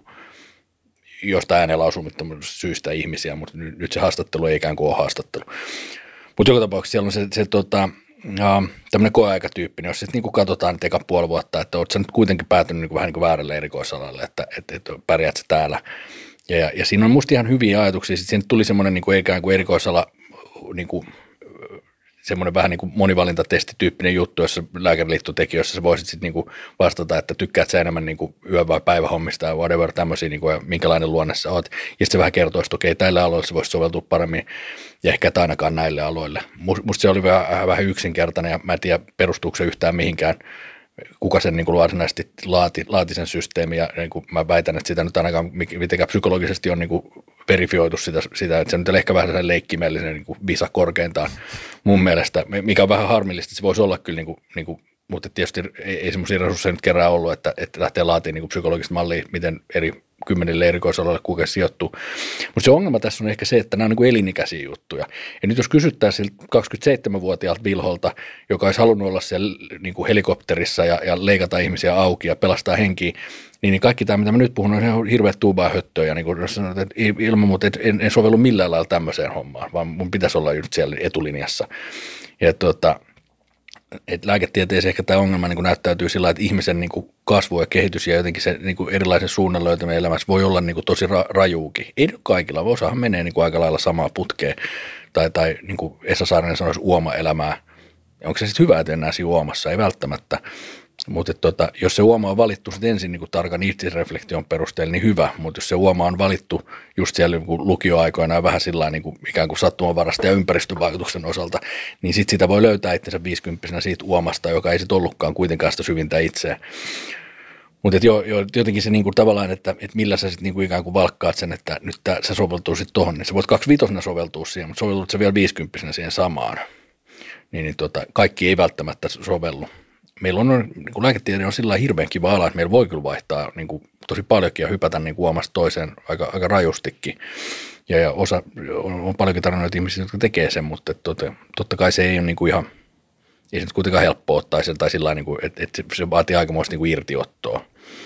jostain äänenlausumattomasta syystä ihmisiä, mutta nyt se haastattelu ei ikään kuin ole haastattelu. Mutta joka tapauksessa siellä on se, se tota, tämmöinen koeaikatyyppinen, jos sitten niin katsotaan nyt eka puoli vuotta, että oletko sä nyt kuitenkin päätynyt niin kuin vähän niin kuin väärälle erikoisalalle, että, että, että pärjät sä täällä. Ja, ja, ja siinä on musta ihan hyviä ajatuksia. Sitten siinä tuli semmoinen niin kuin ikään kuin erikoisala niin kuin semmoinen vähän niin kuin monivalintatestityyppinen juttu, jossa Lääkäriliitto teki, jossa sä voisit sitten niin kuin vastata, että tykkäät sä enemmän niin kuin yö- vai päivähommista ja whatever tämmöisiä, niin kuin, ja minkälainen luonne sä oot. Ja sitten se vähän kertoo, että okei, tällä aloilla se voisi soveltua paremmin ja ehkä et ainakaan näille aloille. Musta se oli vähän, vähän yksinkertainen ja mä en tiedä, perustuuko se yhtään mihinkään, kuka sen niin kuin varsinaisesti laati, laati sen systeemi ja niin kuin mä väitän, että sitä nyt ainakaan mitenkään psykologisesti on niin kuin verifioitu sitä, sitä, että se nyt on ehkä vähän sellainen leikkimellinen niin kuin visa korkeintaan mun mielestä, mikä on vähän harmillista, se voisi olla kyllä, niin kuin, niin kuin, mutta tietysti ei, ei semmoisia resursseja nyt kerran ollut, että, että lähtee laatimaan niin kuin psykologista mallia, miten eri kymmenille erikoisaloille kuka sijoittuu. Mutta se ongelma tässä on ehkä se, että nämä on niin kuin elinikäisiä juttuja. Ja nyt jos kysyttäisiin siltä kaksikymmentäseitsemänvuotiaalta Vilholta, joka olisi halunnut olla siellä niin kuin helikopterissa ja, ja leikata ihmisiä auki ja pelastaa henkiä, niin, niin kaikki tämä, mitä mä nyt puhun, on ihan hirveät tuubaa höttöä. Ja niin kuin sanot, että ilman muuta että en, en sovellu millään lailla tämmöiseen hommaan, vaan mun pitäisi olla just siellä etulinjassa. Ja tuota, että lääketieteessä ehkä tämä ongelma niin kuin näyttäytyy sillä lailla, että ihmisen niin kuin kasvu ja kehitys ja jotenkin se niin kuin erilaisen suunnan löytäminen elämässä voi olla niin kuin tosi ra- rajuukin. Ei nyt kaikilla, osahan menee niin kuin aika lailla samaa putkea tai, tai niin kuin Esa Saarinen sanoisi uoma-elämää. Onko se sitten hyvä, että enää siinä uomassa? Ei välttämättä. Mutta tota, jos se uoma on valittu sitten ensin niin kuin tarkan itsereflektion perusteella, niin hyvä. Mutta jos se uoma on valittu just siellä niin kuin lukioaikoina ja vähän sillä niin kuin ikään kuin sattumanvarasta ja ympäristövaikutuksen osalta, niin sitten sitä voi löytää itsensä viisikymppisenä siitä uomasta, joka ei sitten ollutkaan kuitenkaan sitä syvintä itseä. Mutta jo, jo, jotenkin se niinku tavallaan, että et millä sä sitten niinku ikään kuin valkkaat sen, että nyt tää, sä soveltuu sitten tuohon, niin sä voit kaksivitosena soveltua siihen, mutta soveltuut sä vielä viisikymppisenä siihen samaan. Niin, niin tota, kaikki ei välttämättä sovellu. Meillä on, niin kuin lääketiede on sillä hirveän kiva ala, että meillä voi kyllä vaihtaa niin kuin, tosi paljonkin ja hypätä niin kuin uomasta toiseen aika, aika rajustikin. Ja, ja osa, on, on paljonkin tarinoita ihmisiä, jotka tekee sen, mutta et, totta, totta kai se ei ole niin kuin ihan, ei se nyt kuitenkaan helppo ottaa sen, tai sillä niin että et se vaatii aikamoista niin kuin irtiottoa.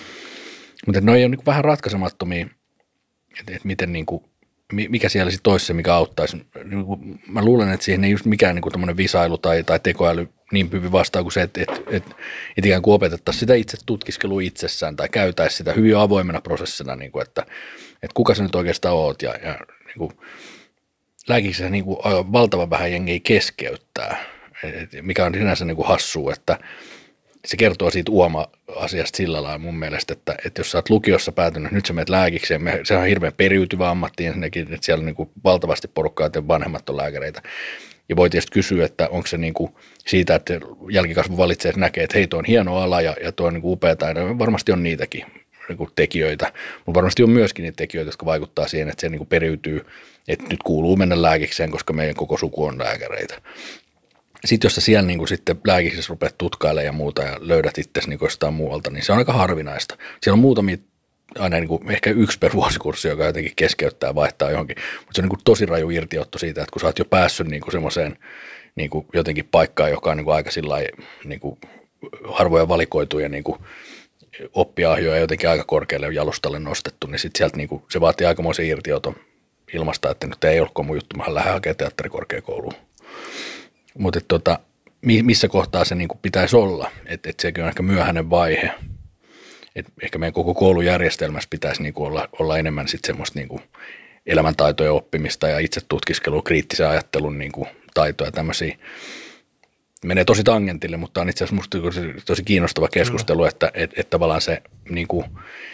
Mutta ne on niin kuin vähän ratkaisemattomia, että et miten niin kuin, mikä siellä sitten olisi se, mikä auttaisi. Mä luulen, että siihen ei just mikään niin tämmöinen visailu tai, tai tekoäly niin hyvin vastaa kuin se, että et, et, et ikään kuin opetettaisiin sitä itse tutkiskelua itsessään tai käytäisiin sitä hyvin avoimena prosessina, niin kuin, että, että kuka sä nyt oikeastaan oot. Ja, ja niin kuin, lääkiksessä niin kuin valtavan vähän jengiä keskeyttää, et, mikä on sinänsä niin kuin hassua, että se kertoo siitä uoma-asiasta sillä lailla mun mielestä, että, että jos sä oot lukiossa päätynyt, nyt sä menet lääkikseen, se on hirveän periytyvä ammatti ensinnäkin, että siellä on niin kuin valtavasti porukkaa, että vanhemmat on lääkäreitä. Ja voi tietysti kysyä, että onko se niin kuin siitä, että jälkikasvu valitsee, että näkee, että hei, tuo on hieno ala ja, ja tuo on niin kuin upeata, ja varmasti on niitäkin niin kuin tekijöitä, mutta varmasti on myöskin niitä tekijöitä, jotka vaikuttaa siihen, että se niin kuin periytyy, että nyt kuuluu mennä lääkikseen, koska meidän koko suku on lääkäreitä. Sitten jos sä siellä niin kuin sitten lääkiksessä rupeat tutkailemaan ja muuta ja löydät itsesi niin jostain muualta, niin se on aika harvinaista. Siellä on muutamia aina niin kuin ehkä yksi per vuosikurssi, joka jotenkin keskeyttää, vaihtaa johonkin. Mutta se on niin kuin tosi raju irtiotto siitä, että kun sä oot jo päässyt niin kuin semmoiseen niin kuin jotenkin paikkaan, joka on niin kuin aika sillai, niin kuin harvoja valikoituja niin kuin oppiahjoja jotenkin aika korkealle jalustalle nostettu, niin sitten sieltä niin kuin, se vaatii aikamoisen irtioton ilmasta, että nyt ei ollutko mun juttu, mä lähden hakemaan teatterikorkeakouluun. Mutta tota, missä kohtaa se niin kuin pitäisi olla, että et sekin on ehkä myöhäinen vaihe. Et ehkä meidän koko koulujärjestelmässä pitäisi niin kuin olla, olla enemmän sitten semmoista niin kuin elämäntaitojen oppimista ja itsetutkiskelua, kriittisen ajattelun niin kuin taitoja, tämmöisiä. Menee tosi tangentille, mutta on itse asiassa musta tosi kiinnostava keskustelu, että et, et tavallaan se, niin kuin,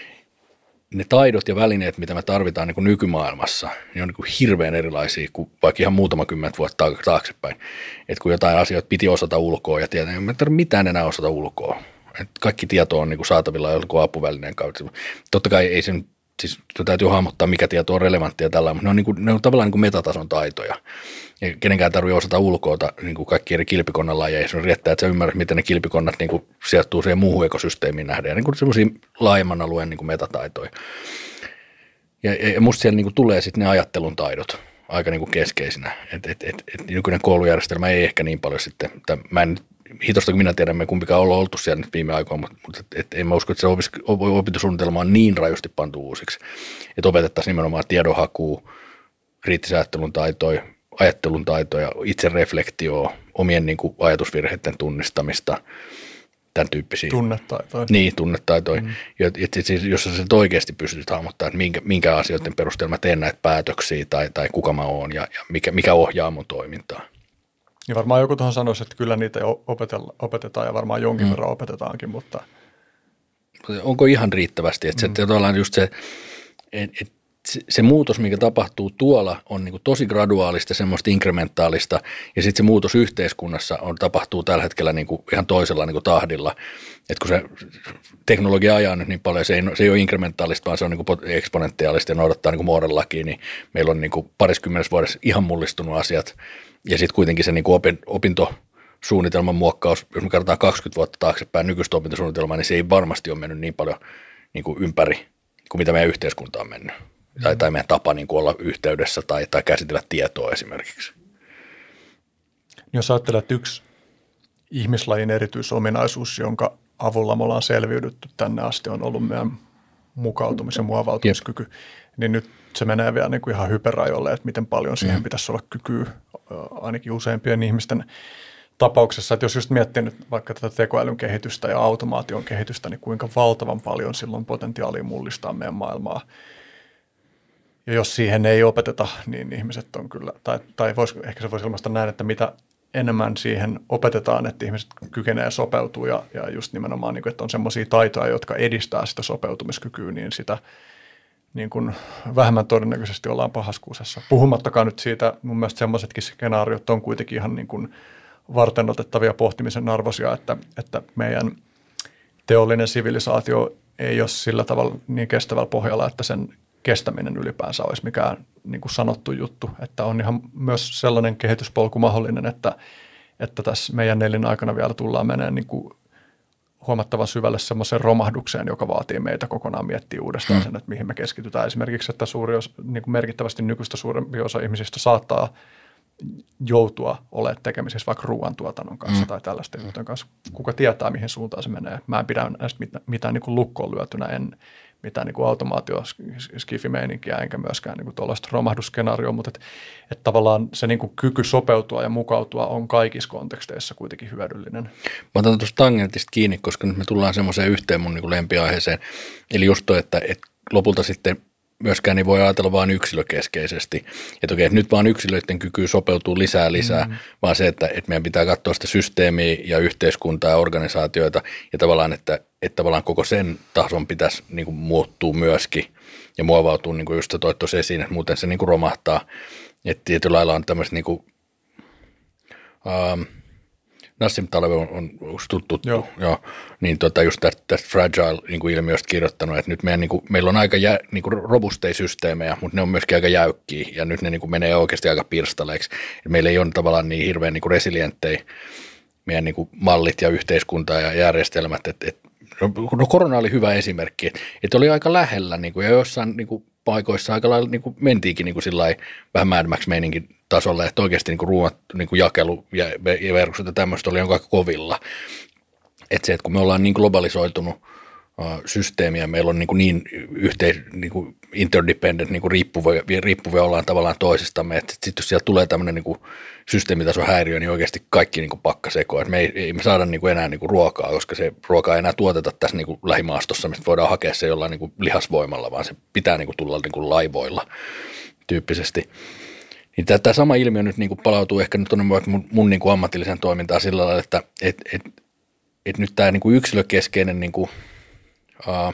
ne taidot ja välineet, mitä me tarvitaan niin kuin nykymaailmassa, niin on niin kuin hirveän erilaisia kuin vaikka ihan muutama kymmentä vuotta taaksepäin. Että kun jotain asioita piti osata ulkoa ja tietää, niin me ei tarvitse mitään enää osata ulkoa. Et kaikki tieto on niin kuin saatavilla jollakin apuvälineen kautta. Totta kai ei sen, siis täytyy hahmottaa, mikä tieto on relevanttia tällä, mutta ne on, niin kuin, ne on tavallaan niin kuin metatason taitoja. Ja kenenkään tarvitse osata ulkoota niin kuin kaikki eri kilpikonnan lajeja. Se on riittää, että sä ymmärrät, miten ne kilpikonnat niin kuin sijoittuu siihen muuhun ekosysteemiin nähden. Ja niin kuin semmoisia laajemman alueen niin kuin metataitoja. Ja, ja musta siellä niin kuin tulee sitten ne ajattelun taidot aika niin kuin keskeisinä. Et, et, et, et nykyinen koulujärjestelmä ei ehkä niin paljon sitten, tai mä en hitosta, kun minä tiedän, me kumpikaan ollaan oltu siellä nyt viime aikoina, mutta, mutta et, et en mä usko, että se opis, opintosuunnitelma on niin rajusti pantu uusiksi. Että opetettaisiin nimenomaan tiedonhakua, kriittisen ajattelun taitoja, ajattelun taitoja, itsereflektioa, omien niin kuin ajatusvirheiden tunnistamista, tämän tyyppisiä. Tunnetaitoja. Niin, tunnetaitoja. Mm. Et, siis, jos sä sen oikeasti pystyt hahmottamaan, että minkä, minkä asioiden perusteella mä teen näitä päätöksiä tai, tai kuka mä oon ja, ja mikä, mikä ohjaa mun toimintaa. Ja varmaan joku tuohon sanoisi, että kyllä niitä opetetaan ja varmaan jonkin mm. verran opetetaankin, mutta... Onko ihan riittävästi? Että mm. se, just se, et, et, se, se muutos, mikä tapahtuu tuolla, on niin kuin tosi graduaalista, semmoista inkrementaalista, ja sitten se muutos yhteiskunnassa on, tapahtuu tällä hetkellä niin kuin ihan toisella niin kuin tahdilla. Että kun se teknologia ajaa nyt niin paljon, se ei, se ei ole inkrementaalista, vaan se on niin kuin eksponentiaalista ja noudattaa niin kuin Mooren lakia, niin meillä on niin kuin pariskymmenessä vuodessa ihan mullistunut asiat. Ja sitten kuitenkin se niin kuin opin, opintosuunnitelman muokkaus, jos me katsotaan kaksikymmentä vuotta taaksepäin nykyistä opintosuunnitelmaa, niin se ei varmasti ole mennyt niin paljon niin kuin ympäri kuin mitä meidän yhteiskunta on mennyt. Mm. Tai, tai meidän tapa niin kuin olla yhteydessä tai, tai käsitellä tietoa esimerkiksi. Jos ajattelet, että yksi ihmislajin erityisominaisuus, jonka avulla me ollaan selviydytty tänne asti, on ollut meidän mukautumis- ja muovautumiskyky, Jep. niin nyt se menee vielä niin kuin ihan hyperrajoille, että miten paljon siihen mm. pitäisi olla kykyä, ainakin useimpien ihmisten tapauksessa. Että jos just miettii nyt vaikka tätä tekoälyn kehitystä ja automaation kehitystä, niin kuinka valtavan paljon silloin potentiaalia mullistaa meidän maailmaa. Ja jos siihen ei opeteta, niin ihmiset on kyllä, tai, tai vois, ehkä se voisi ilmaista näin, että mitä enemmän siihen opetetaan, että ihmiset kykenee sopeutua ja, ja just nimenomaan, niin kuin, että on semmoisia taitoja, jotka edistää sitä sopeutumiskykyä, niin sitä niin kuin vähemmän todennäköisesti ollaan pahaskuusessa. Puhumattakaan nyt siitä, mun mielestä semmoisetkin skenaariot on kuitenkin ihan niin kuin varteenotettavia pohtimisen arvoisia, että, että meidän teollinen sivilisaatio ei ole sillä tavalla niin kestävällä pohjalla, että sen kestäminen ylipäänsä olisi mikään niin kuin sanottu juttu, että on ihan myös sellainen kehityspolku mahdollinen, että, että tässä meidän elinaikana vielä tullaan menemään niin kuin huomattavan syvälle semmoiseen romahdukseen, joka vaatii meitä kokonaan miettiä uudestaan sen, että mihin me keskitytään. Esimerkiksi, että suuri osa, niin kuin merkittävästi nykyistä suurempi osa ihmisistä saattaa joutua olemaan tekemisissä vaikka ruoantuotannon kanssa mm. tai tällaisten juttujen kanssa. Kuka tietää, mihin suuntaan se menee. Mä en pidä näistä mitään, mitään niin kuin lukkoon lyötynä, en mitään niin kuin automaatio-skifimeininkiä, enkä myöskään niin kuin tuollaista romahdusskenaarioa, mutta että et tavallaan se niin kuin kyky sopeutua ja mukautua on kaikissa konteksteissa kuitenkin hyödyllinen. Mä otan tuosta tangentista kiinni, koska nyt me tullaan semmoiseen yhteen mun niin kuin lempiaiheeseen, eli just toi, että, että lopulta sitten myöskään ei voi ajatella vain yksilökeskeisesti, että okei, että nyt vaan yksilöiden kyky sopeutuu lisää lisää, mm-hmm. vaan se, että, että meidän pitää katsoa sitä systeemiä ja yhteiskuntaa ja organisaatioita ja tavallaan, että, että tavallaan koko sen tason pitäisi niin kuin muuttua myöskin ja muovautua, niin kuin just sä toit tuossa esiin, että muuten se niin kuin romahtaa, että tietyllä lailla on tämmöistä niin kuin, ähm, Nassim Taleb on, on tuttu, Joo. Joo, niin tota just tästä, tästä fragile-ilmiöstä niin kirjoittanut, että nyt meidän, niin kuin, meillä on aika jä, niin kuin robusteja systeemejä, mutta ne on myöskin aika jäykkiä ja nyt ne niin kuin menee oikeasti aika pirstaleiksi. Meillä ei ole tavallaan niin hirveän niin kuin resilienttejä meidän niin kuin mallit ja yhteiskunta ja järjestelmät, että, että no korona oli hyvä esimerkki, että oli aika lähellä niin kuin, ja jossain niin kuin, paikoissa aika lailla niin kuin, mentiinkin niin kuin, sillai, vähän Mad Max-meininkin tasolle, että oikeasti niin kuin, ruuat, niin kuin, jakelu ja, ja verkostot ja tämmöistä oli aika kovilla. Että se, että kun me ollaan niin globalisoitunut uh, systeemiä, meillä on niin, niin yhteis, niin kuin interdependent, niin kuin riippuvia, riippuvia ollaan tavallaan toisistamme, että sitten jos siellä tulee tämmöinen niin kuin systeemitason häiriö, niin oikeasti kaikki niin kuin pakka sekoa. Me ei, ei me saada niin kuin enää niin kuin ruokaa, koska se ruokaa ei enää tuoteta tässä niin kuin lähimaastossa, mistä voidaan hakea se jollain niin kuin lihasvoimalla, vaan se pitää niin kuin tulla niin kuin laivoilla tyyppisesti. Niin tämä sama ilmiö nyt niin kuin palautuu ehkä nyt tuonne mun, mun niin kuin ammatillisen toimintaan sillä lailla, että et, et, et nyt tämä niin kuin yksilökeskeinen niin kuin, uh,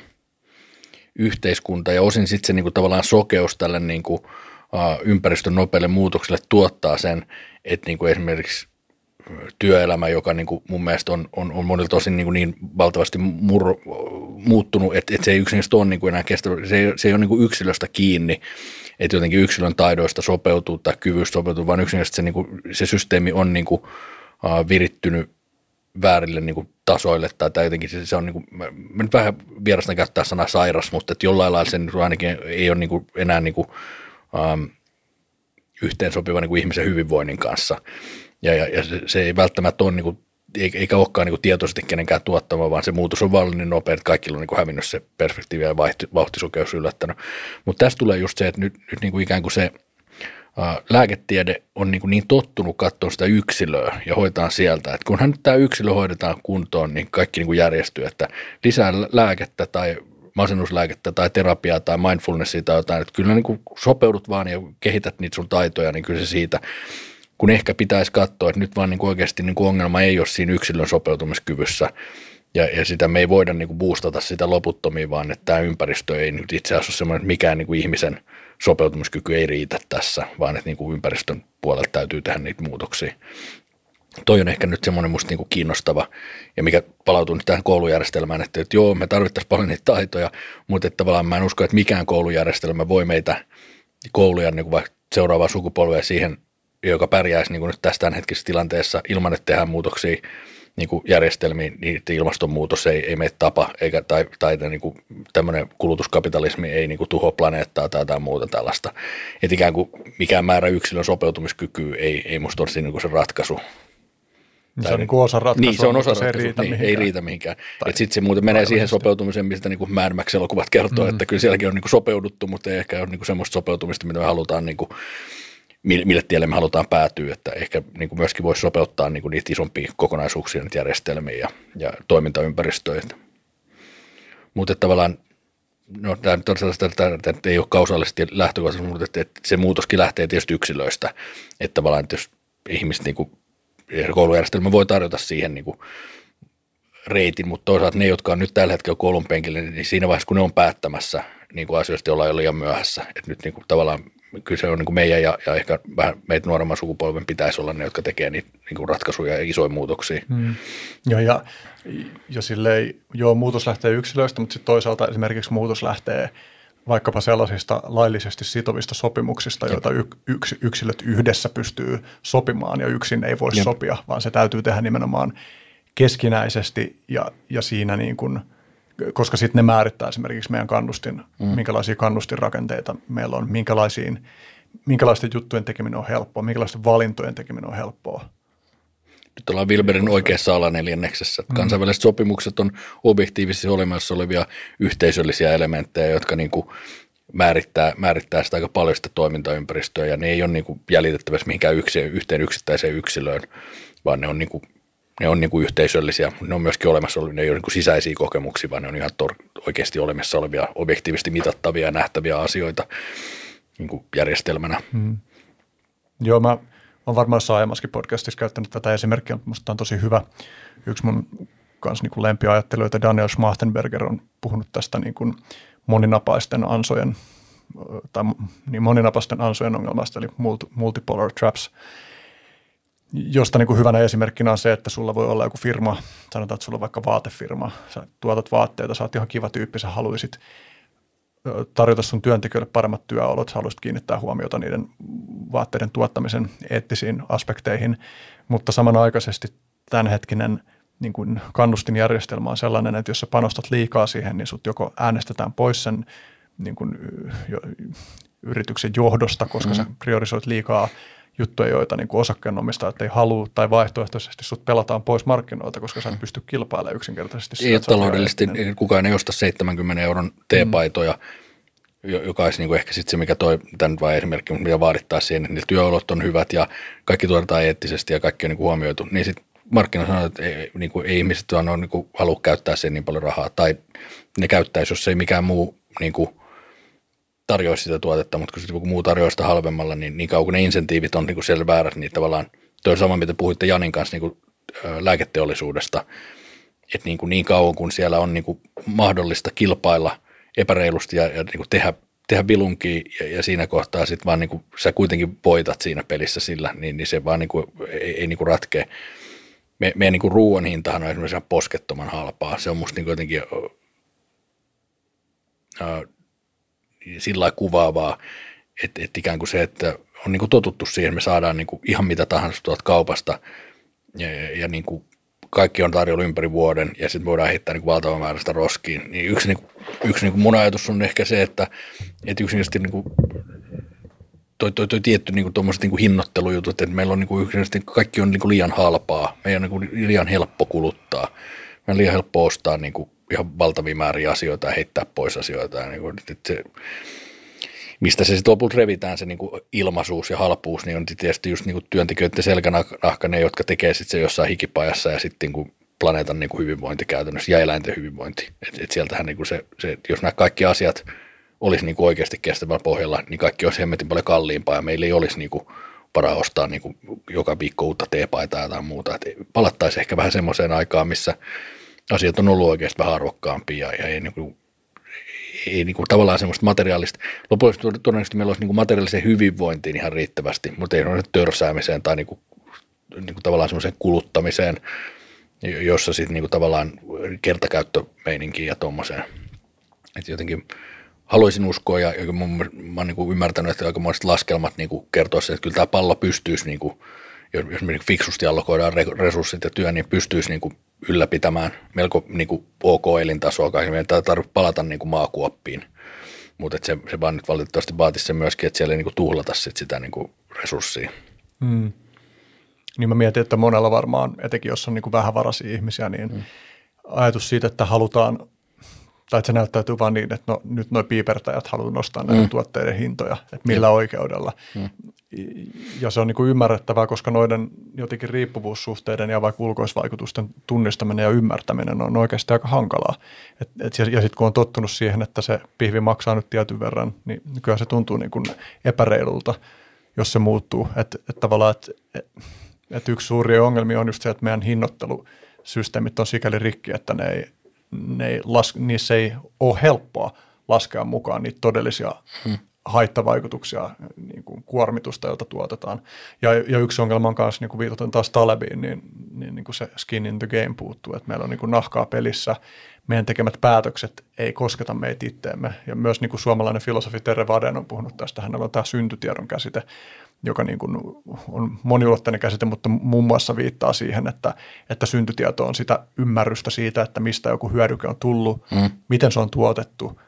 yhteiskunta ja osin sitten se niin kuin tavallaan sokeus tälle niin kuin, uh, ympäristön nopealle muutokselle tuottaa sen, että niin kuin esimerkiksi työelämä, joka niin kuin mun mielestä on, on, on monilta osin niin, kuin niin valtavasti mur, muuttunut, että, että se ei yksinkertaisesti ole niin kuin enää kestävä, se ei, se ei ole niin kuin yksilöstä kiinni, että jotenkin yksilön taidoista sopeutuu tai kyvystä sopeutuu, vaan yksinkertaisesti se, niin kuin, se systeemi on niin kuin, uh, virittynyt väärille niin kuin tasoille tai, tai jotenkin se, se on, niin kuin, mä, mä nyt vähän vierastan käyttää sanaa sairas, mutta että jollain lailla se ainakin ei ole niin kuin enää niin kuin, um, yhteensopiva niin kuin ihmisen hyvinvoinnin kanssa. Ja, ja, ja se, se ei välttämättä ole, niin kuin, eikä olekaan niin kuin tietoisesti kenenkään tuottama, vaan se muutos on vaan niin nopea, että kaikilla on niin kuin hävinnyt se perspektiivi ja vauhtisokeus yllättänyt. Mutta tässä tulee just se, että nyt, nyt niin kuin ikään kuin se ää, lääketiede on niin, kuin niin tottunut katsoa sitä yksilöä ja hoitaa sieltä, että kunhan nyt tämä yksilö hoidetaan kuntoon, niin kaikki niin kuin järjestyy, että lisää lääkettä tai masennuslääkettä tai terapiaa tai mindfulnessia tai jotain, että kyllä niin kuin sopeudut vaan ja kehität niitä sun taitoja, niin kyllä se siitä, kun ehkä pitäisi katsoa, että nyt vaan niin kuin oikeasti niin kuin ongelma ei ole siinä yksilön sopeutumiskyvyssä ja, ja sitä me ei voida niin kuin boostata sitä loputtomiin, vaan että tämä ympäristö ei nyt itse asiassa ole semmoinen, että mikään niin kuin ihmisen sopeutumiskyky ei riitä tässä, vaan että niin kuin ympäristön puolelta täytyy tehdä niitä muutoksia. Toi on ehkä nyt semmoinen musta niin kuin kiinnostava ja mikä palautuu nyt tähän koulujärjestelmään, että, että joo, me tarvittaisiin paljon niitä taitoja, mutta että tavallaan mä en usko, että mikään koulujärjestelmä voi meitä kouluja niin kuin vaikka seuraavaa sukupolvea siihen, joka pärjäisi niin kuin nyt tässä tämänhetkisessä tilanteessa ilman, että tehdään muutoksia niin kuin järjestelmiin, niin että ilmastonmuutos ei, ei meitä tapa, eikä, tai, tai niin kuin tämmöinen kulutuskapitalismi ei niin kuin tuhoa planeettaa tai jotain muuta tällaista. Että ikään kuin mikään määrä yksilön sopeutumiskykyä ei, ei musta ole niin kuin se ratkaisu. Se on niin kuin osa ratkaisua, niin, se on osa se ei riitä niin, mihinkään. Ei riitä mihinkään. Että sitten se muuten menee siihen sopeutumiseen, mistä niin kuin Mad Max-elokuvat kertoo, mm-hmm. että kyllä sielläkin on niin kuin sopeuduttu, mutta ei ehkä ole niin kuin semmoista sopeutumista, mitä me halutaan niin kuin mille tielle me halutaan päätyä, että ehkä niin kuin myöskin voisi sopeuttaa niin kuin niitä isompia kokonaisuuksia niitä järjestelmiä ja, ja toimintaympäristöjä. Mutta tavallaan, no tämä nyt on sellaista, että tämä ei ole kausaalisesti lähtökohtaisesti, mutta että, että se muutoskin lähtee tietysti yksilöistä, että tavallaan, että jos ihmiset, niin kuin, koulujärjestelmä voi tarjota siihen niin kuin reitin, mutta toisaalta ne, jotka on nyt tällä hetkellä koulun penkillä, niin siinä vaiheessa, kun ne on päättämässä niin kuin asioista, ollaan jo liian myöhässä, että nyt niin kuin tavallaan kyllä se on niin kuin meidän ja, ja ehkä vähän meitä nuoremman sukupolven pitäisi olla ne, jotka tekee niitä niin kuin ratkaisuja ja isoja muutoksia. Hmm. Joo, ja, ja silleen, joo, muutos lähtee yksilöistä, mutta sitten toisaalta esimerkiksi muutos lähtee vaikkapa sellaisista laillisesti sitovista sopimuksista, joita yks, yksilöt yhdessä pystyy sopimaan ja yksin ei voi Jep. sopia, vaan se täytyy tehdä nimenomaan keskinäisesti ja, ja siinä niin kuin, koska sitten ne määrittää esimerkiksi meidän kannustin, mm. minkälaisia kannustinrakenteita meillä on, minkälaisiin, minkälaisten juttujen tekeminen on helppoa, minkälaisten valintojen tekeminen on helppoa. Nyt ollaan Wilberin oikeassa alaneljänneksessä. Mm. Kansainväliset sopimukset on objektiivisesti olemassa olevia yhteisöllisiä elementtejä, jotka niin kuin määrittää, määrittää sitä aika paljon sitä toimintaympäristöä, ja ne ei ole niin kuin jäljitettävissä mihinkään yksi, yhteen yksittäiseen yksilöön, vaan ne on niin kuin Ne on niin kuin yhteisöllisiä, ne on myöskin olemassa olevia, ne ei ole niin kuin sisäisiä kokemuksia, vaan ne on ihan tor- oikeasti olemassa olevia, objektiivisesti mitattavia ja nähtäviä asioita niin kuin järjestelmänä. Hmm. Joo, mä olen varmaan jossain aiemmassakin podcastissa käyttänyt tätä esimerkkiä, mutta musta on tosi hyvä. Yksi mun kanssa niin kuin lempiajattelijoita, Daniel Schmachtenberger, on puhunut tästä niin kuin moninapaisten ansojen, tai niin moninapaisten ansojen ongelmasta, eli multipolar traps, josta niin kuin hyvänä esimerkkinä on se, että sulla voi olla joku firma, sanotaan, että sulla on vaikka vaatefirma, sä tuotat vaatteita, sä oot ihan kiva tyyppi, sä haluaisit tarjota sun työntekijöille paremmat työolot, sä haluaisit kiinnittää huomiota niiden vaatteiden tuottamisen eettisiin aspekteihin, mutta samanaikaisesti tämänhetkinen niin kuin kannustinjärjestelmä on sellainen, että jos sä panostat liikaa siihen, niin sut joko äänestetään pois sen niin kuin, jo, yrityksen johdosta, koska mm. sä priorisoit liikaa juttuja, joita niin kuin osakkeenomistajat ei halua, tai vaihtoehtoisesti sut pelataan pois markkinoilta, koska sä et pysty kilpailemaan yksinkertaisesti. Ei taloudellisesti, kukaan ei osta seitsemänkymmenen euron teepaitoja, mm. joka olisi niin kuin ehkä sitten se, mikä toi, tämä nyt vain esimerkki, mitä vaadittaa siihen, että niillä työolot on hyvät ja kaikki tuotetaan eettisesti ja kaikki on niin kuin huomioitu, niin sitten markkina sanoo, että ei, niin kuin, ei ihmiset vaan ole, niin kuin, halua käyttää siihen niin paljon rahaa, tai ne käyttäisi, jos ei mikään muu niin kuin, tarjoaisi sitä tuotetta, mutta kun sitten joku muu tarjoaa sitä halvemmalla, niin niin kauan kuin ne insentiivit on niin kuin siellä väärät, niin tavallaan toi on sama, mitä puhuitte Janin kanssa niin kuin, ä, lääketeollisuudesta, että niin, kuin, niin kauan kun siellä on niin kuin, mahdollista kilpailla epäreilusti ja, ja niin kuin tehdä, tehdä vilunkia ja, ja siinä kohtaa sitten vaan niin kuin, sä kuitenkin voitat siinä pelissä sillä, niin, niin se vaan niin kuin, ei, ei niin kuin ratkea. Me, meidän niin kuin ruoan hintahan on esimerkiksi poskettoman halpaa. Se on musta niin jotenkin ää, sillä lailla kuvaavaa, että, että ikään kuin se, että on niin kuin totuttu siihen, me saadaan niin kuin ihan mitä tahansa tuolta kaupasta ja, ja, ja niin kuin kaikki on tarjolla ympäri vuoden ja sitten voidaan heittää niin kuin valtavan määrä sitä roskiin. Niin yksi niin kuin, yksi niin kuin mun ajatus on ehkä se, että, että yksinkertaisesti niin kuin toi, toi, toi tietty niin kuin tuommoiset niin kuin hinnoittelujutut, että meillä on niin kuin yksinkertaisesti kaikki on niin kuin liian halpaa, meidän on niin kuin liian helppo kuluttaa, meidän on liian helppo ostaa niin kuin ihan valtavia määriä asioita ja heittää pois asioita. Ja niin kuin, että se, mistä se sitten lopulta revitään se niin kuin ilmaisuus ja halpuus, niin on tietysti just niin kuin työntekijöiden selkänahka ne, jotka tekee sitten se jossain hikipajassa ja sitten niin kuin planeetan niin kuin hyvinvointi käytännössä ja eläinten hyvinvointi. Et, et sieltähän niin kuin se, se, jos nämä kaikki asiat olisi niin kuin oikeasti kestävällä pohjalla, niin kaikki olisi hemmetin paljon kalliimpaa ja meillä ei olisi niin kuin varaa ostaa niin kuin joka viikko uutta teepaitaa tai jotain muuta. Et palattaisiin ehkä vähän semmoiseen aikaan, missä asiat on ollut oikeasti vähän arvokkaampia ja ei, niin kuin, ei niin kuin tavallaan semmoista materiaalista. Lopuksi todennäköisesti meillä olisi niin kuin materiaaliseen hyvinvointiin ihan riittävästi, mutta ei ole törsäämiseen tai niin kuin, niin kuin tavallaan semmoiseen kuluttamiseen, jossa sitten niin kuin tavallaan kertakäyttömeininkiin ja tuommoiseen. Että jotenkin haluaisin uskoa ja, ja mun, mä oon niin kuin ymmärtänyt, että aika monet laskelmat niin kuin kertoo sen, että kyllä tämä pallo pystyisi, niin kuin, jos, jos me fiksusti allokoidaan resurssit ja työ, niin pystyisi niin kuin ylläpitämään melko niin kuin ok elintasoa. Meidän ei tarvitse palata niin kuin maakuoppiin, mutta se, se vaan nyt valitettavasti vaatisi sen myöskin, että siellä ei niin kuin tuhlata sit sitä niin kuin resurssia. Hmm. Niin mä mietin, että monella varmaan, etenkin jos on niin kuin vähävaraisia ihmisiä, niin hmm. ajatus siitä, että halutaan, tai että se näyttäytyy vaan niin, että no, nyt nuo piipertäjät haluaa nostaa näiden hmm. tuotteiden hintoja, että millä hmm. oikeudella. Hmm. Ja se on niin kuin ymmärrettävää, koska noiden jotenkin riippuvuussuhteiden ja vaikka ulkoisvaikutusten tunnistaminen ja ymmärtäminen on oikeasti aika hankalaa. Et, et, ja ja sitten kun on tottunut siihen, että se pihvi maksaa nyt tietyn verran, niin kyllä se tuntuu niin kuin epäreilulta, jos se muuttuu. Että et tavallaan, että et, et yksi suuria ongelmia on just se, että meidän hinnoittelusysteemit on sikäli rikki, että ne ei, ne ei las, niissä ei ole helppoa laskea mukaan niitä todellisia hmm. haittavaikutuksia, niin kuin kuormitusta, jota tuotetaan. Ja, ja yksi ongelma on myös, niin kuin viitaten taas Talebiin, niin, niin, niin kuin se skin in the game puuttuu, että meillä on niin kuin nahkaa pelissä, meidän tekemät päätökset ei kosketa meitä itteemme. Ja myös niin kuin suomalainen filosofi Terve Vaden on puhunut tästä, hänellä on tämä syntytiedon käsite, joka niin kuin on moniulotteinen käsite, mutta muun muassa viittaa siihen, että, että syntytieto on sitä ymmärrystä siitä, että mistä joku hyödyke on tullut, mm. miten se on tuotettu,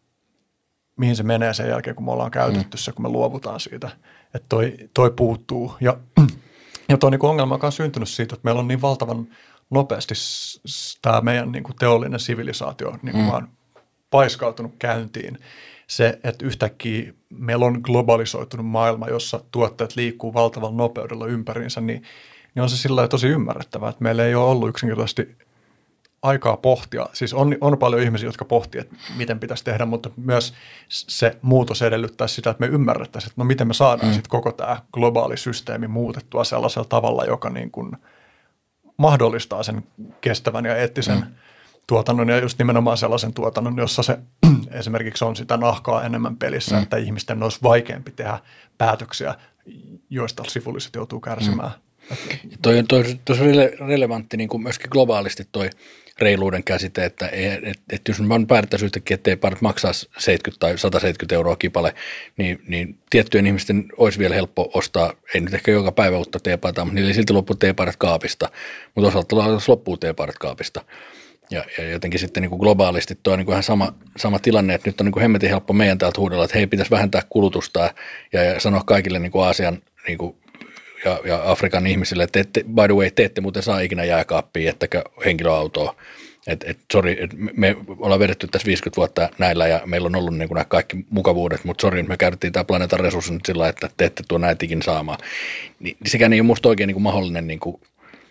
mihin se menee sen jälkeen, kun me ollaan käytetty se, kun me luovutaan siitä. Että toi, toi puuttuu. Ja, ja toi niin ongelma on myös syntynyt siitä, että meillä on niin valtavan nopeasti tämä meidän niin kuin teollinen sivilisaatio niin kuin mm. vaan paiskautunut käyntiin. Se, että yhtäkkiä meillä on globalisoitunut maailma, jossa tuotteet liikkuu valtavalla nopeudella ympäriinsä, niin, niin on se sillä tosi ymmärrettävää, että meillä ei ole ollut yksinkertaisesti aikaa pohtia. Siis on, on paljon ihmisiä, jotka pohtii, että miten pitäisi tehdä, mutta myös se muutos edellyttää sitä, että me ymmärrettäisiin, että no miten me saadaan mm. sitten koko tämä globaali systeemi muutettua sellaisella tavalla, joka niin kuin mahdollistaa sen kestävän ja eettisen mm. tuotannon ja just nimenomaan sellaisen tuotannon, jossa se esimerkiksi on sitä nahkaa enemmän pelissä, mm. että ihmisten olisi vaikeampi tehdä päätöksiä, joista sivulliset joutuu kärsimään. Mm. Toi on tosi rele- relevantti niin kuin myöskin globaalisti toi reiluuden käsite, että et, et jos me päätettäisiin yhtäkkiä, ettei parat maksaa seitsemänkymmentä tai sata seitsemänkymmentä euroa kipale, niin, niin tiettyjen ihmisten olisi vielä helppo ostaa, ei nyt ehkä joka päivä uutta teepaitaa, mutta niillä silti loppuu teepaidat kaapista, mutta osalta loppuu teepaidat kaapista. Ja, ja jotenkin sitten niin kuin globaalisti tuo on niin kuin ihan sama, sama tilanne, että nyt on niin kuin hemmetin helppo meidän täältä huudella, että hei, pitäisi vähentää kulutusta ja, ja sanoa kaikille niin kuin Aasian niin kuin, ja, ja Afrikan ihmisille, että ette, by the way, te ette muuten saa ikinä jääkaappia, ettekä henkilöautoa. Että et, sori, et me ollaan vedetty tässä viisikymmentä vuotta näillä ja meillä on ollut niin kuin nämä kaikki mukavuudet, mutta sori, me käytettiin tämä planeetan resurssi nyt sillä, että te ette tuo näitä ikinä saamaan. Ni, niin sekään ei ole musta oikein niin kuin mahdollinen niin kuin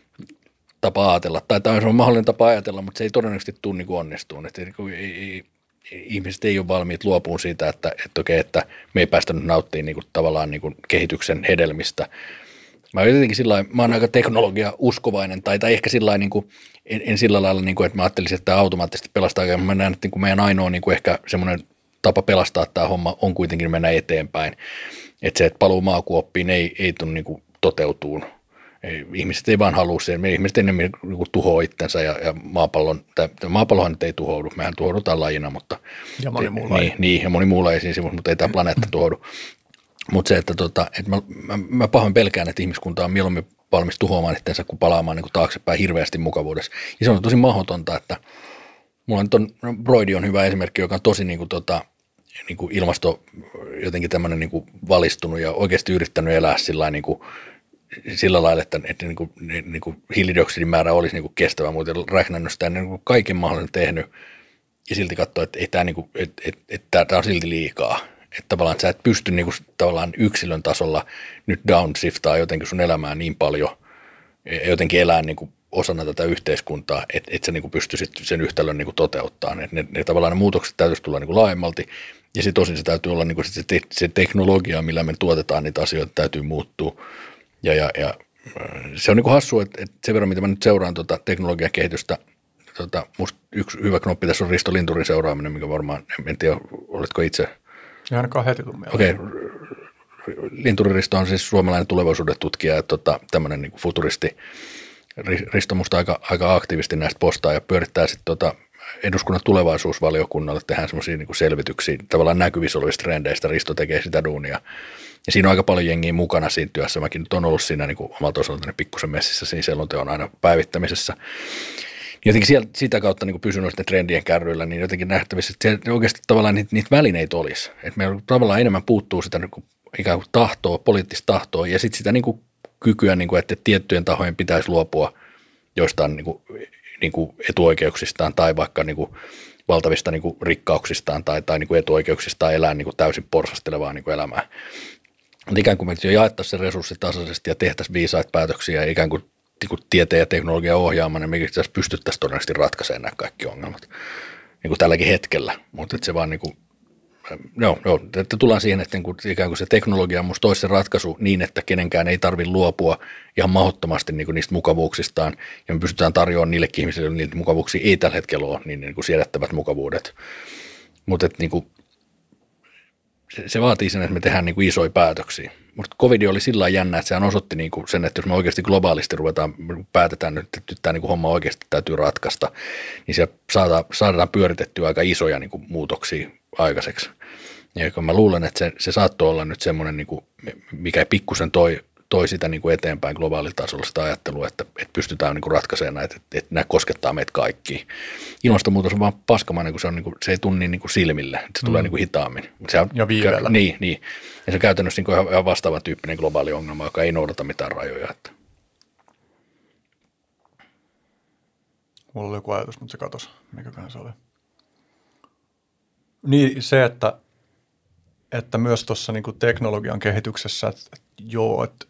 tapa ajatella, tai tämä on mahdollinen tapa ajatella, mutta se ei todennäköisesti tule niin onnistuun. Että ei, ei, ihmiset ei ole valmiit luopumaan siitä, että, että, okei, että me ei päästä nyt nauttimaan niin kuin, tavallaan niin kuin kehityksen hedelmistä. Mä olen jotenkin sillä lailla, mä olen aika teknologia uskovainen, tai, tai ehkä sillä niin kuin, en, en sillä lailla, niin kuin, että mä ajattelisin, että tämä automaattisesti pelastaa. Mä näen, että niin kuin meidän ainoa niin kuin ehkä semmoinen tapa pelastaa tämä homma on kuitenkin mennä eteenpäin. Että se, että paluu maakuoppiin ei, ei tule niin kuin toteutuun. Ei, ihmiset ei vaan halua sen. Me ihmiset enemmän niin tuhoaa itsensä ja, ja maapallon, tämä, maapallohan nyt ei tuhoudu. Mehän tuhoudutaan lajina, mutta ja moni muu laji. Niin, niin, ja moni muu laji siinä, mutta ei tämä planeetta tuhoudu. Mutta se, että, tota, että mä, mä, mä pahoin pelkään, että ihmiskunta on mieluummin valmis tuhoamaan itsensä kuin palaamaan niin kuin taaksepäin hirveästi mukavuudessa. Ja se on tosi mahdotonta, että mulla nyt on, no Broidi on hyvä esimerkki, joka on tosi niin kuin, tota, niin kuin ilmasto jotenkin tämmöinen niin kuin valistunut ja oikeasti yrittänyt elää sillä niin kuin sillä lailla, että, että niin kuin, niin kuin hiilidioksidin määrä olisi niin kuin kestävä, mutta räknännyt sitä niin kuin kaiken mahdollisen tehnyt ja silti katsoa, että, ei tämä, niin kuin, että, että, että tämä on silti liikaa. Että tavallaan että sä et pysty niin kuin, tavallaan yksilön tasolla nyt downshiftaa jotenkin sun elämää niin paljon ja jotenkin elää niin kuin osana tätä yhteiskuntaa, että, että sä niin kuin pystyisit sen yhtälön niin kuin toteuttamaan. Että ne, ne, tavallaan ne muutokset täytyisi tulla niin kuin laajemmalti ja sitten tosin se täytyy olla niin kuin se, te, se teknologia, millä me tuotetaan niitä asioita, täytyy muuttua. Ja, ja, ja se on niin kuin hassua, että, että sen verran, mitä mä nyt seuraan tuota teknologian kehitystä, tuota, musta yksi hyvä knoppi tässä on Risto Linturin seuraaminen, mikä varmaan, en tiedä, oletko itse? Ja ainakaan heti tuu mieleen. Okei, okay. Linturin Risto on siis suomalainen tulevaisuuden tutkija ja tota, tämmöinen niin kuin futuristi. Risto musta aika, aika aktiivisesti näistä postaa ja pyörittää sitten tota eduskunnan tulevaisuusvaliokunnalle, tehdään semmoisia niin kuin selvityksiä tavallaan näkyvissä olevista trendeistä, Risto tekee sitä duunia. Ja siinä on aika paljon jengiä mukana siinä työssä. Mäkin nyt on ollut siinä niin kuin omalta osaltani pikkusen messissä siinä selonteon aina päivittämisessä. Jotenkin sieltä, sitä kautta niin kuin pysynyt ne trendien kärryillä, niin jotenkin nähtävissä, että se oikeasti tavallaan niitä, niitä välineitä olisi. Että meillä tavallaan enemmän puuttuu sitä niin kuin ikään kuin tahtoa, poliittista tahtoa ja sitten sitä niin kuin kykyä, niin kuin, että tiettyjen tahojen pitäisi luopua joistain niin kuin, niin kuin etuoikeuksistaan tai vaikka niin kuin valtavista niin kuin rikkauksistaan tai, tai niin kuin etuoikeuksistaan elää niin kuin täysin porsastelevaa niin kuin elämää. Mutta ikään kuin me jo jaettaisiin se resurssi tasaisesti ja tehtäisiin viisaita päätöksiä ja ikään kuin, niin kuin tieteen ja teknologian ohjaamana, niin me pystyttäisiin todennäköisesti ratkaisemaan nämä kaikki ongelmat niin kuin tälläkin hetkellä. Mutta se vaan niin kuin, joo, joo, että tullaan siihen, että niin kuin, ikään kuin se teknologia on musta toisi se ratkaisu niin, että kenenkään ei tarvitse luopua ihan mahdottomasti niin kuin niistä mukavuuksistaan ja me pystytään tarjoamaan niillekin ihmisille, joille niitä mukavuuksia ei tällä hetkellä ole, niin, niin kuin siedettävät mukavuudet. Mutta niin kuin Se, se vaatii sen, että me tehdään niin kuin isoja päätöksiä. Mutta covid oli sillä lailla jännä, että sehän osoitti niin kuin sen, että jos me oikeasti globaalisti ruvetaan, päätetään nyt, että nyt tämä niin kuin homma oikeasti täytyy ratkaista, niin se saadaan, saadaan pyöritettyä aika isoja niin kuin muutoksia aikaiseksi. Ja mä luulen, että se, se saattoi olla nyt semmoinen, niin kuin, mikä pikkusen toi, toi sitä niin kuin eteenpäin globaalilla tasolla sitä ajattelua, että, että pystytään niin kuin ratkaisemaan näitä, että, että nämä koskettaa meitä kaikkia. Ilmastonmuutos on vaan paskamainen, kun se, on, niin kuin, se ei tunni niin kuin silmille, että se mm. tulee niin kuin hitaammin. Se on, ja viiveellä. Niin, niin. Ja se on käytännössä niin kuin ihan, ihan vastaavan tyyppinen globaali ongelma, joka ei noudata mitään rajoja. Että. Mulla oli joku ajatus, mutta se katosi. Mikäköhän se oli? Niin se, että, että myös tuossa niin kuin teknologian kehityksessä, että, että joo, että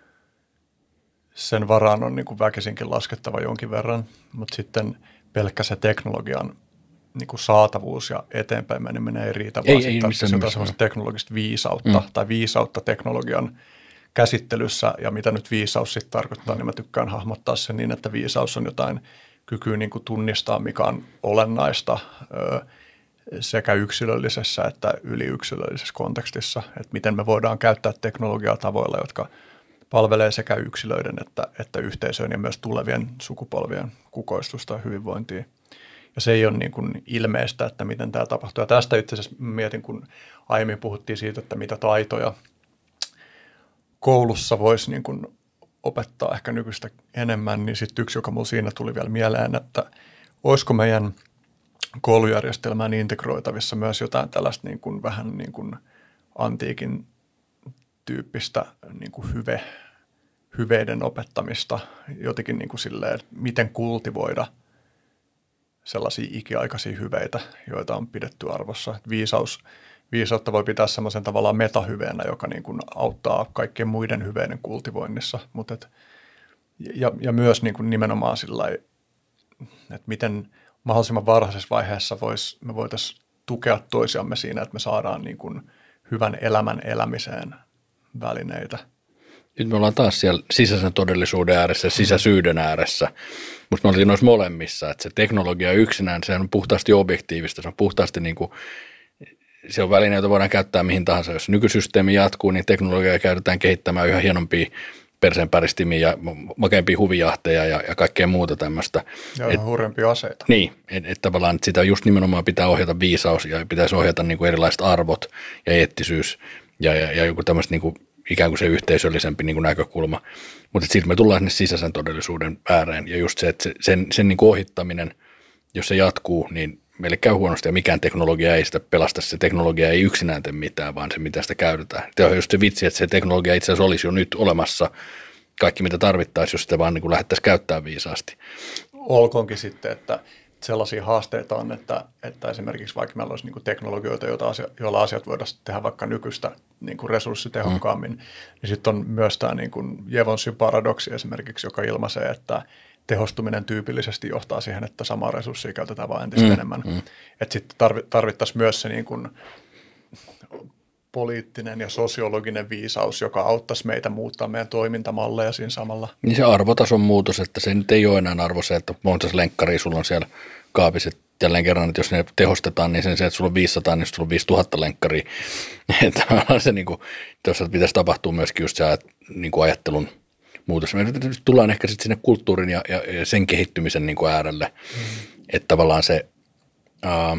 sen varaan on niin kuin väkisinkin laskettava jonkin verran, mutta sitten pelkkä se teknologian niin kuin saatavuus ja eteenpäin meneminen ei riitä, vaan sitten tarvitsisi jotain sellaista teknologista viisautta mm. tai viisautta teknologian käsittelyssä, ja mitä nyt viisaus sitten tarkoittaa, niin mä tykkään hahmottaa sen niin, että viisaus on jotain kykyä niin kuin tunnistaa, mikä on olennaista ö, sekä yksilöllisessä että yliyksilöllisessä kontekstissa, että miten me voidaan käyttää teknologiaa tavoilla, jotka palvelee sekä yksilöiden että, että yhteisöjen ja myös tulevien sukupolvien kukoistusta ja hyvinvointia. Ja se ei ole niin kuin ilmeistä, että miten tämä tapahtuu. Ja tästä itse asiassa mietin, kun aiemmin puhuttiin siitä, että mitä taitoja koulussa voisi niin kuin opettaa ehkä nykyistä enemmän, niin sitten yksi, joka minulla siinä tuli vielä mieleen, että olisiko meidän koulujärjestelmään integroitavissa myös jotain tällaista niin kuin vähän niin kuin antiikin tyyppistä niin kuin hyve, hyveiden opettamista, jotenkin niin kuin silleen, että miten kultivoida sellaisia ikiaikaisia hyveitä, joita on pidetty arvossa. Viisaus, viisautta voi pitää semmoisen tavallaan metahyveenä, joka niin kuin auttaa kaikkien muiden hyveiden kultivoinnissa, mutta et, ja, ja myös niin kuin nimenomaan sillä lailla, että miten mahdollisimman varhaisessa vaiheessa vois, me voitaisiin tukea toisiamme siinä, että me saadaan niin kuin hyvän elämän elämiseen välineitä. Nyt me ollaan taas siellä sisäisen todellisuuden ääressä ja sisäisyyden ääressä, mutta me oltiin noissa molemmissa, että se teknologia yksinään, se on puhtaasti objektiivista, se on puhtaasti niin kuin, se on väline, jota voidaan käyttää mihin tahansa. Jos nykysysteemi jatkuu, niin teknologiaa käytetään kehittämään yhä hienompia perseenpäristimiä ja makeampia huvijahteja ja, ja kaikkea muuta tämmöistä. Ja et, hurjempia aseita. Niin, että et tavallaan että sitä just nimenomaan pitää ohjata viisaus ja pitäisi ohjata niin kuin erilaiset arvot ja eettisyys ja, ja, ja joku tämmöistä niin kuin ikään kuin se yhteisöllisempi niin kuin näkökulma. Mutta sitten me tullaan sinne sisäisen todellisuuden ääreen ja just se, että se, sen, sen niin kuin ohittaminen, jos se jatkuu, niin meille käy huonosti ja mikään teknologia ei sitä pelasta. Se teknologia ei yksinään tee mitään, vaan se, mitä sitä käytetään. Tämä on just se vitsi, että se teknologia itse asiassa olisi jo nyt olemassa kaikki, mitä tarvittaisiin, jos sitä vaan niin kuin lähdettäisiin käyttämään viisaasti. Olkoonkin sitten, että sellaisia haasteita on, että, että esimerkiksi vaikka meillä olisi niin kuin teknologioita, joita asia, joilla asiat voidaan tehdä vaikka nykyistä niin kuin resurssitehokkaammin, mm. niin sitten on myös tämä niin kuin Jevonsin paradoksi esimerkiksi, joka ilmaisee, että tehostuminen tyypillisesti johtaa siihen, että samaa resurssia käytetään vain entistä mm, enemmän. Mm. Että sitten tarvittaisiin myös se niin kuin poliittinen ja sosiologinen viisaus, joka auttaisi meitä muuttaa meidän toimintamalleja siinä samalla. Niin se arvotason muutos, että se nyt ei ole enää arvo se, että monta lenkkaria sulla on siellä kaapissa. Jälleen kerran, että jos ne tehostetaan, niin sen se, että sulla on viisisataa, niin sulla on viisituhatta lenkkaria. Että se niin kuin, tuossa pitäisi tapahtua myöskin just se niin kuin ajattelun muutos. Me tullaan ehkä sitten sinne kulttuurin ja, ja, ja sen kehittymisen niin kuin äärelle, mm. että tavallaan se ää,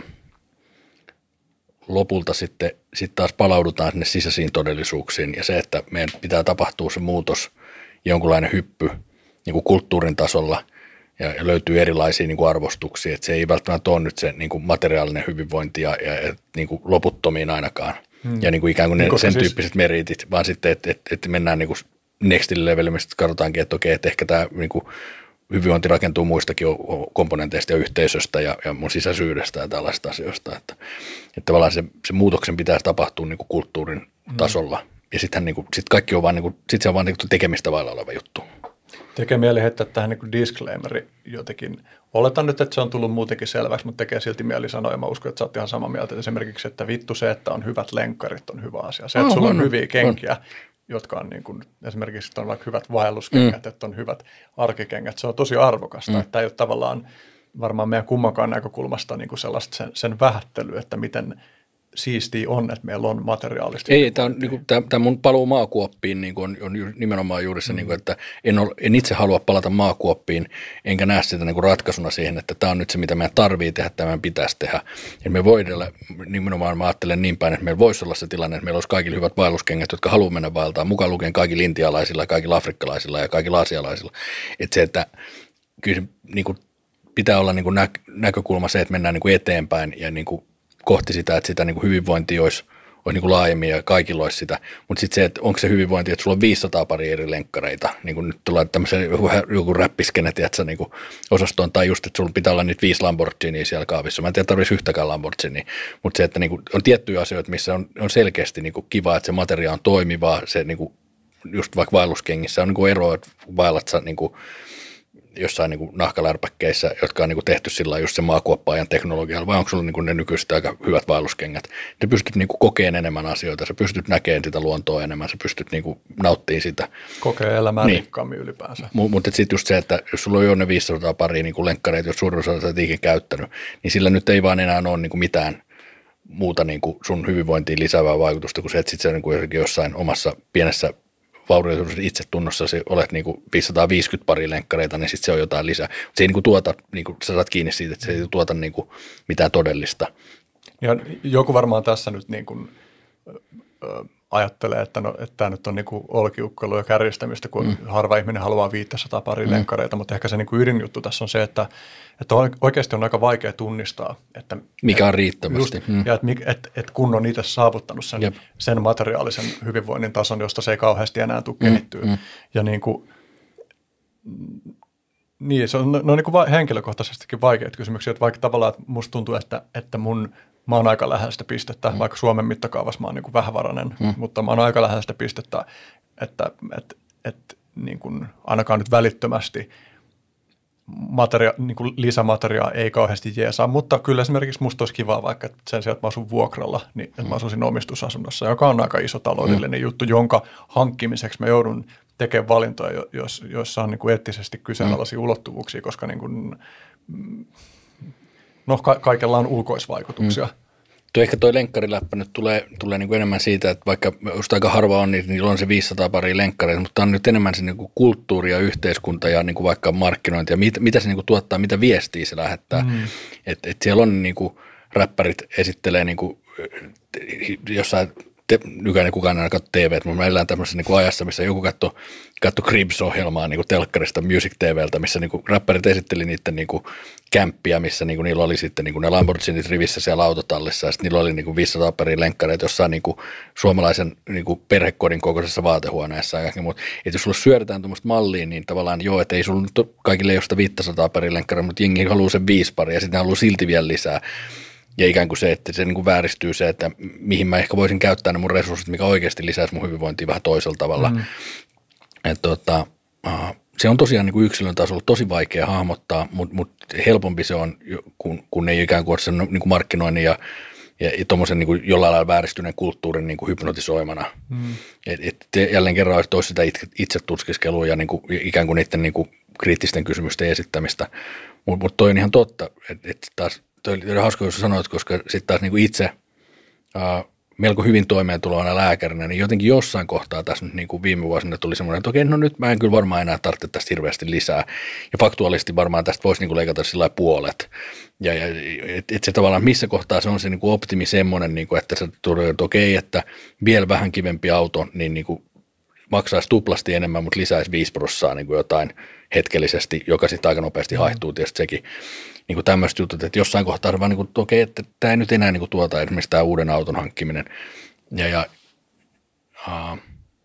lopulta sitten sit taas palaudutaan sinne sisäisiin todellisuuksiin ja se, että meidän pitää tapahtua se muutos, jonkunlainen hyppy niin kuin kulttuurin tasolla ja, ja löytyy erilaisia niin kuin arvostuksia, että se ei välttämättä ole nyt se niin kuin materiaalinen hyvinvointi ja, ja, ja niin kuin loputtomiin ainakaan mm. ja niin kuin ikään kuin ne, sen siis tyyppiset meritit, vaan sitten, että, että, että mennään niin kuin nextille levelille, mistä katsotaankin, että okei, että ehkä tämä niin kuin hyvinvointi rakentuu muistakin komponenteista ja yhteisöstä ja, ja mun sisäisyydestä ja tällaista asioista, että, että tavallaan se, se muutoksen pitäisi tapahtua niin kuin kulttuurin mm. tasolla ja sitten niin sit kaikki on vaan, niin kuin, sit se on vaan niin kuin tekemistä vailla oleva juttu. Tekee mieli heittää tähän niin kuin disclaimeri jotenkin. Oletan nyt, että se on tullut muutenkin selväksi, mutta tekee silti mieli sanoa, ja mä uskon, että sä oot ihan samaa mieltä, että esimerkiksi, että vittu se, että on hyvät lenkkarit on hyvä asia. Se, että oh, sulla on, on hyviä kenkiä, on. jotka on niin kuin, esimerkiksi on vaikka hyvät vaelluskengät, mm. että on hyvät arkikengät, se on tosi arvokasta, mm. että ei ole tavallaan varmaan meidän kummankaan näkökulmasta niin kuin sellaista sen, sen vähättelyä, että miten siistiä on, että meillä on materiaalista. Ei, tämä, on, niin kuin, tämä, tämä mun paluu maakuoppiin niin kuin on, on nimenomaan juuri se, mm. niin kuin, että en, ole, en itse halua palata maakuoppiin, enkä näe sitä niin kuin ratkaisuna siihen, että tämä on nyt se, mitä meidän tarvii tehdä, tämä meidän pitäisi tehdä. Ja me voidaan, nimenomaan mä ajattelen niin päin, että meillä voisi olla se tilanne, että meillä olisi kaikilla hyvät vaelluskengät, jotka haluaa mennä vaeltaa, mukaan lukien kaikilla intialaisilla, kaikilla afrikkalaisilla ja kaikilla aasialaisilla. Että se, että kyllä se, niin kuin, pitää olla niin kuin nä, näkökulma se, että mennään niin kuin eteenpäin ja niin kuin kohti sitä, että sitä niin kuin hyvinvointia olisi, olisi niin kuin laajemmin ja kaikilla olisi sitä. Mutta sitten se, että onko se hyvinvointi, että sulla on viisisataa pari eri lenkkareita, niin kuin nyt tulee tämmöisen joku, joku räppiskene, tiedätkö, niin kuin osastoon, tai just, että sulla pitää olla nyt viisi Lamborghinia siellä kaavissa. Mä en tiedä, tarvitsisi yhtäkään Lamborghinia, mutta se, että niin kuin on tiettyjä asioita, missä on, on selkeästi niin kuin kiva, että se materia on toimivaa, se niin kuin just vaikka vaelluskengissä on niin kuin ero, että vaellat sä niin kuin jossain niin kuin nahkalärpäkkeissä, jotka on niin kuin tehty sillä just se maakuoppa-ajan teknologialla, vai onko sulla niin kuin ne nykyiset aika hyvät vaelluskengät? Sä pystyt niin kuin kokemaan enemmän asioita, sä pystyt näkemään sitä luontoa enemmän, sä pystyt niin kuin nauttimaan sitä. Kokee elämää niin rikkaammin ylipäänsä. M- mutta sitten just se, että jos sulla on jo ne viisisataa paria niin kuin lenkkareita, jos suurin osa olet ikinä käyttänyt, niin sillä nyt ei vaan enää ole niin kuin mitään muuta niin kuin sun hyvinvointiin lisäävää vaikutusta kuin se, että sitten se niin kuin jossain omassa pienessä vaurioitunut itsetunnossa olet niin kuin viisisataaviisikymmentä paria lenkkareita, niin sitten se on jotain lisää. Mutta se ei niin kuin tuota, niin kuin sä saat kiinni siitä, että se ei tuota niin kuin mitään todellista. Ja joku varmaan tässä nyt niin kuin, ö, ajattelee, että, no, että tämä nyt on niin kuin olkiukkailua ja kärjistämistä, kun mm. harva ihminen haluaa viisisataa paria mm. lenkkareita, mutta ehkä se niin kuin ydinjuttu tässä on se, että, että oikeasti on aika vaikea tunnistaa, että mikä on riittävästi. Just, mm. Ja että, että, että kun on itse saavuttanut sen, sen materiaalisen hyvinvoinnin tason, josta se ei kauheasti enää tule kehittyä. Mm. Ja niin kuin, niin, se on, ne on niin kuin henkilökohtaisestikin vaikeita kysymyksiä, että vaikka tavallaan että musta tuntuu, että, että mun mä oon aika lähellä sitä pistettä, mm. vaikka Suomen mittakaavassa mä oon niin kuin vähävarainen, mm. mutta mä oon aika lähellä sitä pistettä, että, että, että niin kuin ainakaan nyt välittömästi materia- niin kuin lisämateriaa ei kauheasti jeesaa, mutta kyllä esimerkiksi musta olisi kivaa vaikka että sen sijaan, että mä asun vuokralla, niin että mä asuisin omistusasunnossa, joka on aika iso taloudellinen mm. juttu, jonka hankkimiseksi mä joudun tekemään valintoja, jos, joissa on niin kuin eettisesti kyseenalaisia mm. ulottuvuuksia, koska niin kuin, no ka- kaikella on ulkoisvaikutuksia. Mm. Tuo ehkä toi lenkkariläppä nyt tulee, tulee niin kuin enemmän siitä, että vaikka just aika harva on, niin niillä on se viisisataa paria lenkkareita, mutta on nyt enemmän se niin kuin kulttuuri ja yhteiskunta ja niin kuin vaikka markkinointi ja mit, mitä se niin kuin tuottaa, mitä viestiä se lähettää. Mm. Että et siellä on niin kuin räppärit esittelee niin kuin jossain, te, nykyään kukaan ei katso T V:tä, mutta mä elän tämmöisessä niin kuin ajassa, missä joku katsoi katso Cribs-ohjelmaa niin kuin telkkarista Music T V:ltä, missä niin kuin räppärit esitteli niiden niin kuin kämppiä, missä niin kuin niillä oli sitten niin kuin ne Lamborghinit rivissä siellä autotallissa, ja sitten niillä oli niin kuin viisisataa paria lenkkareita jossain niin kuin suomalaisen niin kuin perhekodin kokoisessa vaatehuoneessa. Ja muuta. Että jos sulla syödetään tuommoista malliin, niin tavallaan joo, että ei sulla nyt kaikille ei ole sitä viisisataa paria lenkkareita, mutta jengi haluaa sen viisi paria, ja sitten ne haluaa silti vielä lisää. Ja ikään kuin se, että se niin kuin vääristyy se, että mihin mä ehkä voisin käyttää ne mun resurssit, mikä oikeasti lisäisi mun hyvinvointia vähän toisella tavalla. Mm. Että tota, uh, se on tosiaan niin kuin yksilön tasolla tosi vaikea hahmottaa, mutta mut helpompi se on, kun, kun ei ikään kuin ole sen niin kuin markkinoinnin ja, ja, ja tuommoisen niin kuin jollain lailla vääristyneen kulttuurin niin kuin hypnotisoimana. Mm. Et, et jälleen kerran olisi toisi sitä itse, itse tutkiskelua ja niin kuin, ikään kuin niiden niin kuin kriittisten kysymysten esittämistä. Mutta mut toi on ihan totta, että et taas toi oli hauska, jos sanoit, koska sitten taas niin kuin itse uh, melko hyvin toimeentulevana lääkärinä, niin jotenkin jossain kohtaa tässä nyt niin kuin viime vuosina tuli semmoinen, että okei, no nyt mä en kyllä varmaan enää tarvitse tästä hirveästi lisää. Ja faktuaalisesti varmaan tästä voisi niin kuin leikata sillä puolet. Ja, ja että et se tavallaan missä kohtaa se on se niin kuin optimi semmoinen, niin kuin, että se tulee, että okei, että vielä vähän kivempi auto, niin, niin kuin maksaisi tuplasti enemmän, mutta lisäisi viisi prosenttia niin kuin jotain hetkellisesti, joka sitten aika nopeasti haihtuu tietysti sekin. Niin kuin tämmöiset jutut, että jossain kohtaa vaan niin kuin, okei, että tämä ei nyt enää niin kuin tuota esimerkiksi tämä uuden auton hankkiminen. Ja, ja uh,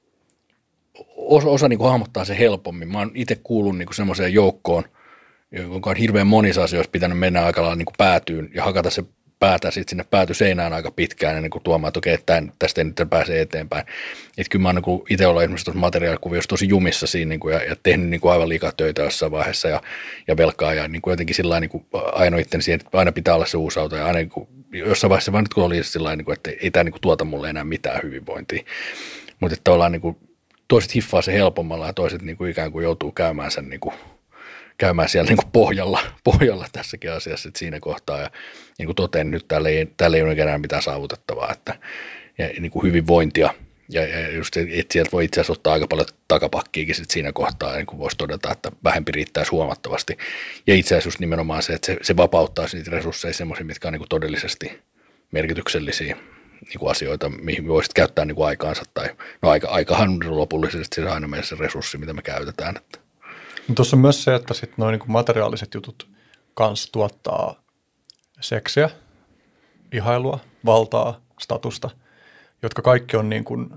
osa, osa niin kuin hahmottaa se helpommin. Mä oon itse kuullut niin kuin semmoiseen joukkoon, jonka on hirveän monissa asioissa pitänyt mennä aika lailla niin kuin päätyyn ja hakata se päätä sitten sinne päätyseinään aika pitkään ja niin kuin tuomaan, että okei, että tästä ei nyt pääse eteenpäin. Että kyllä mä oon niin itse olla esimerkiksi tuossa materiaalikuviossa tosi jumissa siinä niin kuin, ja, ja tehnyt niin kuin aivan liikaa töitä jossain vaiheessa ja, ja velkaa ja niin kuin jotenkin sillä niin ainoa itteni siihen, että aina pitää olla se uusi auto ja aina niin kuin, jossain vaiheessa vaan nyt kun oli sillä niin kuin, että ei tämä niin kuin tuota mulle enää mitään hyvinvointia. Mutta että ollaan niin kuin, toiset hiffaa se helpommalla ja toiset niin kuin ikään kuin joutuu käymään sen niin kuin käymään siellä niin kuin pohjalla, pohjalla tässäkin asiassa että siinä kohtaa. Ja niin kuin totean, nyt täällä ei, täällä ei ole enää mitään saavutettavaa. Että, ja niin kuin hyvinvointia. Ja, ja just, että sieltä voi itse asiassa ottaa aika paljon takapakkiakin sit siinä kohtaa. Ja niin kuin voisi todeta, että vähempi riittäisi huomattavasti. Ja itse asiassa just nimenomaan se, että se, se vapauttaisi niitä resursseja semmoisia, mitkä on niin kuin todellisesti merkityksellisiä niin kuin asioita, mihin voisit käyttää niin kuin aikaansa. Tai, no aika, aikahan lopullisesti se on aina meidän se resurssi, mitä me käytetään. Että. Tuossa on myös se, että sit nuo niinku materiaaliset jutut kans tuottaa seksiä, ihailua, valtaa, statusta, jotka kaikki on niin kuin,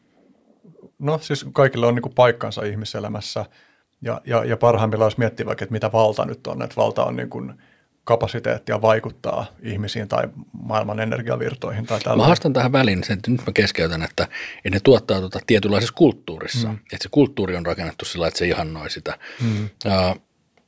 no siis kaikilla on niin kuin paikkansa ihmiselämässä ja, ja, ja parhaimmillaan jos miettii vaikka, että mitä valta nyt on, että valta on niin kuin kapasiteettia vaikuttaa ihmisiin tai maailman energiavirtoihin tai tällainen. Mä haastan tähän väliin sen, että nyt mä keskeytän, että, että ne tuottaa tuota tietynlaisessa kulttuurissa. Mm. Että se kulttuuri on rakennettu sillä, että se ihannoi sitä. Mm. Ja,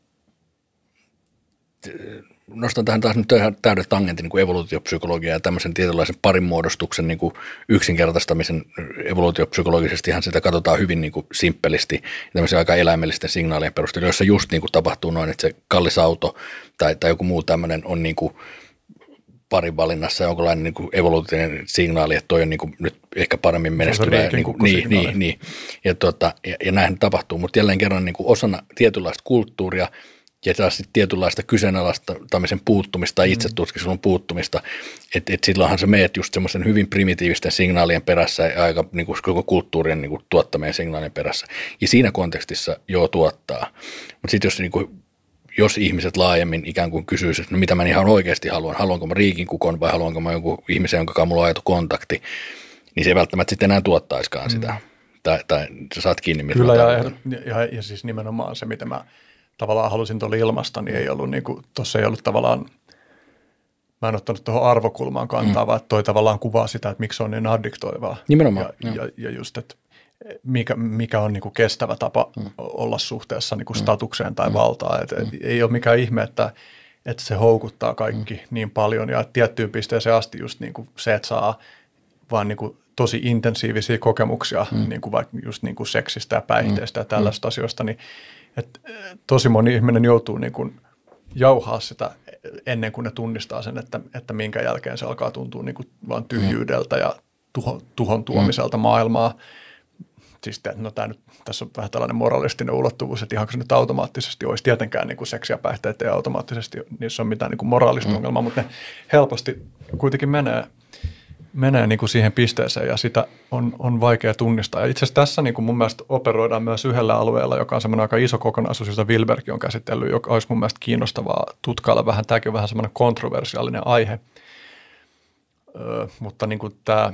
nostan tähän taas nyt täyden tangentin niin kuin evoluutiopsykologia ja tämmöisen tietynlaisen parinmuodostuksen niin kuin yksinkertaistamisen evoluutiopsykologisesti ihan sitä katsotaan hyvin niin kuin simppelisti tämmöisen aika eläimellisten signaalien perusteella, joissa just niin kuin tapahtuu noin, että se kallis auto tai, tai joku muu tämmöinen on niin kuin parin valinnassa jonkinlainen niin kuin evoluutinen signaali, että toi on niin kuin nyt ehkä paremmin menestyvä. Niin, niin, niin, niin. Ja, tota, ja, ja näin tapahtuu, mutta jälleen kerran niin kuin osana tietynlaista kulttuuria ja taas tietynlaista kyseenalaistamisen puuttumista tai itsetutkiskelun puuttumista, että et silloinhan sä meet just semmoisen hyvin primitiivisten signaalien perässä ja aika niin kuin koko kulttuurien niin kuin tuottamien signaalien perässä. Ja siinä kontekstissa joo tuottaa. Mutta sitten jos, niin kuin, jos ihmiset laajemmin ikään kuin kysyisivät, että no mitä mä ihan oikeasti haluan, haluanko mä riikin kukon vai haluanko mä jonkun ihmisen, jonka kanssa mulla on aito kontakti, niin se ei välttämättä sitten enää tuottaisikaan sitä. Mm. Tai, tai sä saat kiinni. Kyllä ja, ja, ja siis nimenomaan se, mitä mä tavallaan halusin tuolla ilmasta, niin ei ollut, niin kuin, tuossa ei ollut tavallaan, mä en ottanut tuohon arvokulmaan kantaa, mm. vaan toi tavallaan kuvaa sitä, että miksi se on niin addiktoivaa. Nimenomaan. Ja, ja, ja just, että mikä, mikä on niin kuin kestävä tapa mm. olla suhteessa niin kuin statukseen tai mm. valtaan. Et, et, ei ole mikään ihme, että, että se houkuttaa kaikki mm. niin paljon ja tiettyyn pisteeseen asti just niin kuin se, että saa vaan niin kuin tosi intensiivisiä kokemuksia mm. niin kuin vaikka just niin kuin seksistä ja päihteistä mm. ja tällaista mm. asioista, niin että tosi moni ihminen joutuu niin kuin jauhaa sitä ennen kuin ne tunnistaa sen, että, että minkä jälkeen se alkaa tuntua niin kuin vaan tyhjyydeltä ja tuho, tuhon tuomiselta maailmaa. Siis no tämä nyt, tässä on vähän tällainen moralistinen ulottuvuus, että ihan kun se nyt automaattisesti olisi tietenkään niin kuin seksi ja päihteet ja automaattisesti niissä on mitään niin kuin moraalista mm. ongelmaa, mutta ne helposti kuitenkin menee, menee niin kuin siihen pisteeseen ja sitä on, on vaikea tunnistaa. Ja itse asiassa tässä niin kuin mun mielestä operoidaan myös yhdellä alueella, joka on semmoinen aika iso kokonaisuus, jota Wilbergkin on käsitellyt, joka olisi mun mielestä kiinnostavaa tutkailla vähän. Tämäkin on vähän semmoinen kontroversiaalinen aihe, öö, mutta niin kuin tämä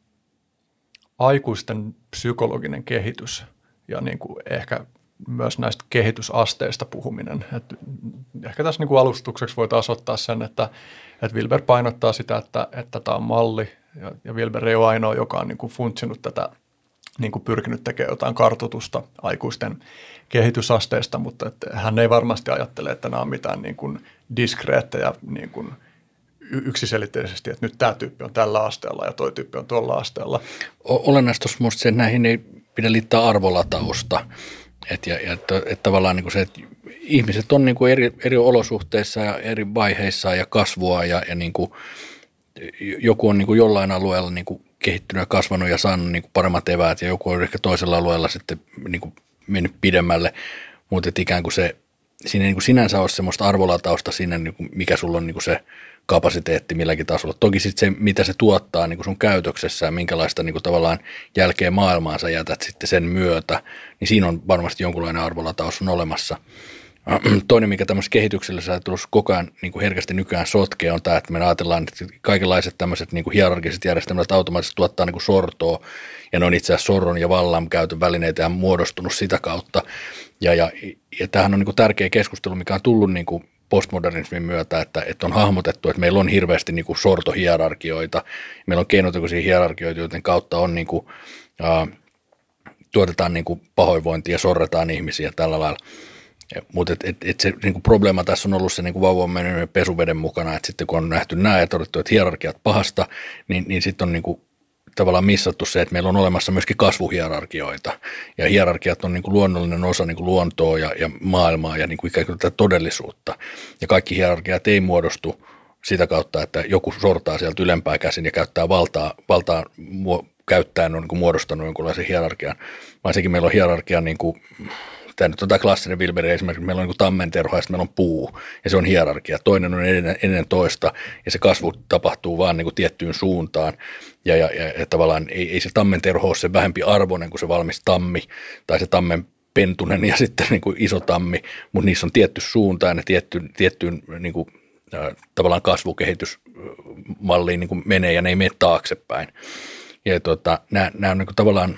aikuisten psykologinen kehitys ja niin kuin ehkä myös näistä kehitysasteista puhuminen. Et ehkä tässä niin kuin alustukseksi voitaisiin ottaa sen, että, että Wilber painottaa sitä, että, että tämä on malli ja, ja Wilber ei ole ainoa, joka on niin kuin funtsinut tätä, niin kuin pyrkinyt tekemään jotain kartoitusta aikuisten kehitysasteista, mutta että hän ei varmasti ajattele, että nämä on mitään niin kuin diskreettejä niin kuin yksiselitteisesti, että nyt tämä tyyppi on tällä asteella ja toi tyyppi on tuolla asteella. Olennaista on minusta se, että näihin ei pidä liittää arvolatausta. Et ja, ja, että, että tavallaan niin kuin se, että ihmiset on niin kuin eri, eri olosuhteissa ja eri vaiheissa ja kasvua ja, ja niin kuin joku on niin kuin jollain alueella niin kuin kehittynyt ja kasvanut ja saanut niin kuin paremmat eväät ja joku on ehkä toisella alueella sitten niin kuin mennyt pidemmälle, mutta ikään kuin se, siinä ei niin kuin sinänsä ole semmoista arvolatausta siinä, niin kuin mikä sulla on niin kuin se kapasiteetti milläkin tasolla. Toki sitten se, mitä se tuottaa niin kuin sun käytöksessä ja minkälaista niin kuin tavallaan jälkeen maailmaan sä jätät sitten sen myötä, niin siinä on varmasti jonkunlainen arvolataus on olemassa. Toinen, mikä tämmöisessä kehityksellisessä ajattelussa koko ajan niin kuin herkästi nykyään sotkee, on tämä, että me ajatellaan, että kaikenlaiset tämmöiset niin kuin hierarkiset järjestelmät automaattisesti tuottaa niin kuin sortoa, ja ne on itse asiassa sorron ja vallankäytön välineitä ja muodostunut sitä kautta. Ja, ja, ja tämähän on niin kuin tärkeä keskustelu, mikä on tullut niin kuin postmodernismin myötä, että, että on hahmotettu, että meillä on hirveästi niin kuin sortohierarkioita, meillä on keinotekoisia hierarkioita, joiden kautta on niin kuin, äh, tuotetaan niin kuin pahoinvointia ja sorretaan ihmisiä tällä lailla. Mutta et, et, et se niinku probleema tässä on ollut se niinku vauvan mennyt pesuveden mukana, että sitten kun on nähty nämä ja todettu, että hierarkiat pahasta, niin, niin sitten on niinku tavallaan missattu se, että meillä on olemassa myöskin kasvuhierarkioita. Ja hierarkiat on niinku luonnollinen osa niinku luontoa ja, ja maailmaa ja niinku ikään kuin tätä todellisuutta. Ja kaikki hierarkiat ei muodostu sitä kautta, että joku sortaa sieltä ylempää käsin ja käyttää valtaa, valtaa muo, käyttäen on niinku muodostanut jonkunlaisen hierarkian, vaan sekin meillä on hierarkia niinku tämä nyt on tämä klassinen Wilberin esimerkiksi, meillä on niin tammenterho ja sitten meillä on puu ja se on hierarkia. Toinen on ennen, ennen toista ja se kasvu tapahtuu vaan niin kuin tiettyyn suuntaan ja, ja, ja, ja tavallaan ei, ei se tammenterho ole se vähempi arvoinen kuin se valmis tammi tai se tammen pentunen ja sitten niin kuin iso tammi, mutta niissä on tietty suunta ja ne tietty, tiettyyn niin kuin, äh, tavallaan kasvukehitysmalliin niin kuin menee ja ne ei mene taaksepäin. Ja tota, nämä, nämä on niin kuin tavallaan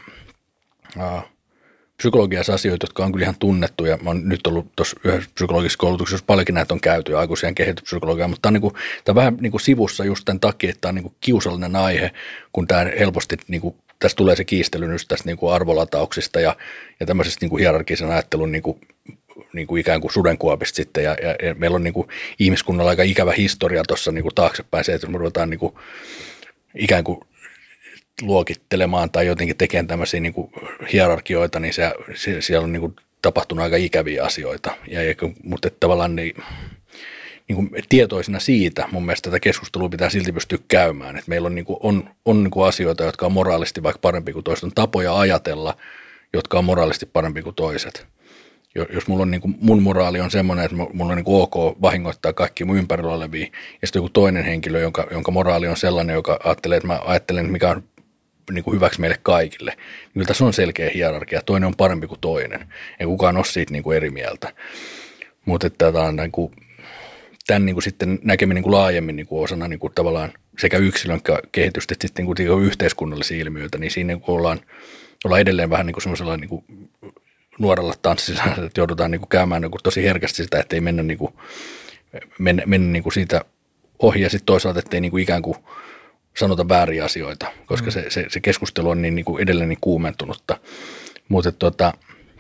äh, psykologiassa asioita, jotka on kyllä ihan tunnettu, ja mä oon nyt ollut tuossa yhdessä psykologisessa koulutuksessa, jos paljonkin näitä on käyty, aikuisien kehityspsykologia, mutta tämä on, niin kuin, tämä on vähän niin kuin sivussa just tämän takia, että tämä on niin kuin kiusallinen aihe, kun tämä helposti, niin kuin, tässä tulee se kiistely nyt tästä niin kuin arvolatauksista ja, ja tämmöisestä niin kuin hierarkisen ajattelun niin kuin, niin kuin ikään kuin sudenkuopista sitten, ja, ja, ja meillä on niin kuin ihmiskunnalla aika ikävä historia tuossa niin kuin taaksepäin se, että me ruvetaan niin kuin, ikään kuin luokittelemaan tai jotenkin tekemään tämmöisiä niin kuin hierarkioita, niin se, se, siellä on niin kuin tapahtunut aika ikäviä asioita. Ja, ja, mutta että tavallaan niin, niin niin kuin tietoisina siitä mun mielestä tätä keskustelua pitää silti pystyä käymään. Että meillä on, niin kuin, on, on niin kuin asioita, jotka on moraalisesti vaikka parempi kuin toiset, on tapoja ajatella, jotka on moraalisesti parempi kuin toiset. Jos mulla on niin kuin, mun moraali on semmoinen, että mulla on niin kuin ok vahingoittaa kaikki mun ympärillä olevia, ja sitten joku toinen henkilö, jonka, jonka moraali on sellainen, joka ajattelee, että mä ajattelen, mikä on niin kuin hyväksi meille kaikille. Niin kyllä tässä on selkeä hierarkia, toinen on parempi kuin toinen, ei kukaan ole siitä niin kuin eri mieltä. Mutta tämä on niin kuin, tämän niin kuin sitten näkeminen niin kuin laajemmin niin kuin osana niin kuin tavallaan sekä yksilön kehitystä että sitten niin kuin yhteiskunnallisia ilmiöitä, niin siinä niin kuin ollaan, ollaan edelleen vähän niin kuin semmoisella niin kuin nuorella tanssissa, että joudutaan niin kuin käymään niin kuin tosi herkästi sitä, ettei mennä, niin kuin, mennä, mennä niin kuin siitä ohi ja sitten toisaalta, ettei niin kuin ikään kuin sanota vääriä asioita, koska mm. se, se, se keskustelu on niin, niin kuin edelleen niin kuumentunutta. Mutta tuota,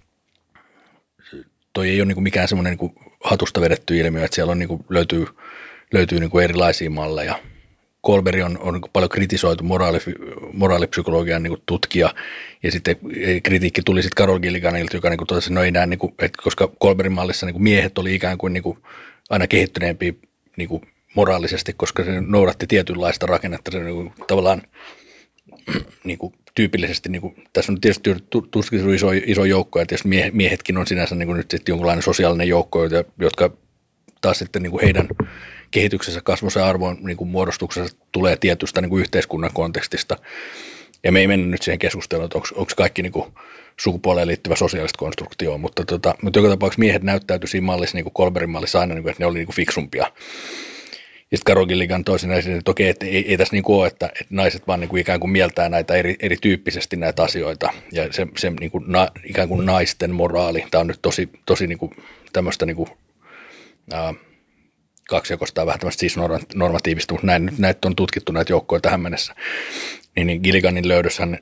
toi ei ole niin kuin mikään semmoinen niin kuin hatusta vedetty ilmiö, että siellä on, niin kuin, löytyy, löytyy niin kuin erilaisia malleja. Kolberi on, on niin kuin paljon kritisoitu moraali, moraalipsykologian niin kuin tutkija, ja sitten kritiikki tuli sitten Carol Gilliganilta, joka niin kuin totesi, että no ei näin, niin kuin, että koska Kolberin mallissa niin kuin miehet oli ikään kuin, niin kuin aina kehittyneempiä niin kuin moraalisesti, koska se noudatti tietynlaista rakennetta, se niin kuin, tavallaan niin kuin, tyypillisesti, niin kuin, tässä on tietysti tuskin iso, iso joukko, ja tietysti mie, miehetkin on sinänsä niin kuin nyt sitten jonkunlainen sosiaalinen joukko, jotka taas sitten niin kuin heidän kehityksessä, kasvussa ja arvon niin kuin muodostuksessa tulee tietystä niin kuin yhteiskunnan kontekstista. Ja me ei mennä nyt siihen keskusteluun, että onko, onko kaikki niin kuin sukupuoleen liittyvä sosiaalista konstruktioon, mutta, tota, mutta joka tapauksessa miehet näyttäytyi siinä mallissa, niin kuin Kolberin mallissa aina, niin kuin, että ne oli niin kuin fiksumpia. Ja sitten Carol Gilligan toisin esille, että okei, että ei, ei tässä niin kuin ole, että, että naiset vaan niin kuin ikään kuin mieltää näitä eri, erityyppisesti näitä asioita. Ja se, se niin kuin na, ikään kuin naisten moraali, tämä on nyt tosi, tosi niin kuin tämmöistä niin kuin, ää, kaksijakosta ja vähän tämmöistä siis normatiivista, mutta näin, näitä on tutkittu näitä joukkoja tähän mennessä. Niin, niin Gilliganin löydöshän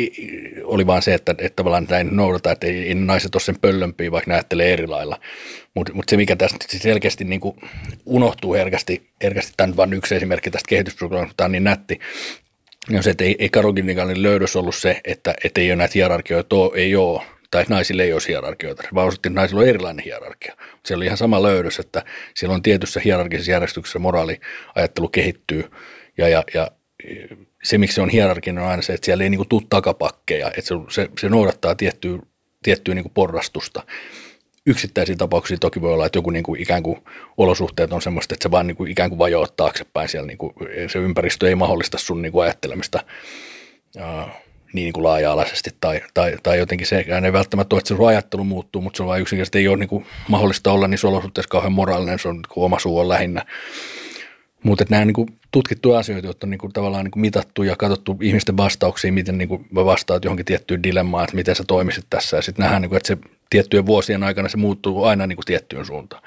oli vaan se, että, että tavallaan näin noudata, että ei, ei naiset ole sen pöllömpiä, vaikka ne ajattelee eri lailla. Mutta mut se, mikä tästä selkeästi niin kuin unohtuu herkästi, herkästi, tämä on vain yksi esimerkki tästä kehityspsykologiasta, tämä on niin nätti, on se, että ei, ei Carol Gilliganin löydös ollut se, että, että ei ole näitä hierarkioita, ei ole, tai naisille ei ole hierarkioita, vaan osoitti, että naisilla on erilainen hierarkia. Se oli ihan sama löydös, että siellä on tietyssä hierarkisessa järjestyksessä moraaliajattelu kehittyy, ja, ja, ja se, miksi se on hierarkinen, on aina se, että siellä ei niin kuin tule takapakkeja, että se, se, se noudattaa tiettyä, tiettyä niin kuin porrastusta. Yksittäisiä tapauksia toki voi olla, että joku niin kuin ikään kuin olosuhteet on semmoista, että se vaan niin kuin ikään kuin vajoaa taaksepäin siellä, niin kuin se ympäristö ei mahdollista sun niin kuin ajattelemista uh, niin, niin kuin laaja-alaisesti tai, tai, tai jotenkin se ei välttämättä ole, että se sun ajattelu muuttuu, mutta se on vain yksinkertaisesti ei ole niin kuin mahdollista olla niissä olosuhteissa kauhean moraalinen, se on niin kuin oma suu on lähinnä. Mutta nämä on niin kuin tutkittuja asioita, joita on niin kuin tavallaan niin kuin mitattu ja katsottu ihmisten vastauksia, miten niin kuin vastaat johonkin tiettyyn dilemmaan, että miten sä toimisit tässä. Ja sitten nähdään, niin kuin, että se tiettyjen vuosien aikana se muuttuu aina niin kuin tiettyyn suuntaan.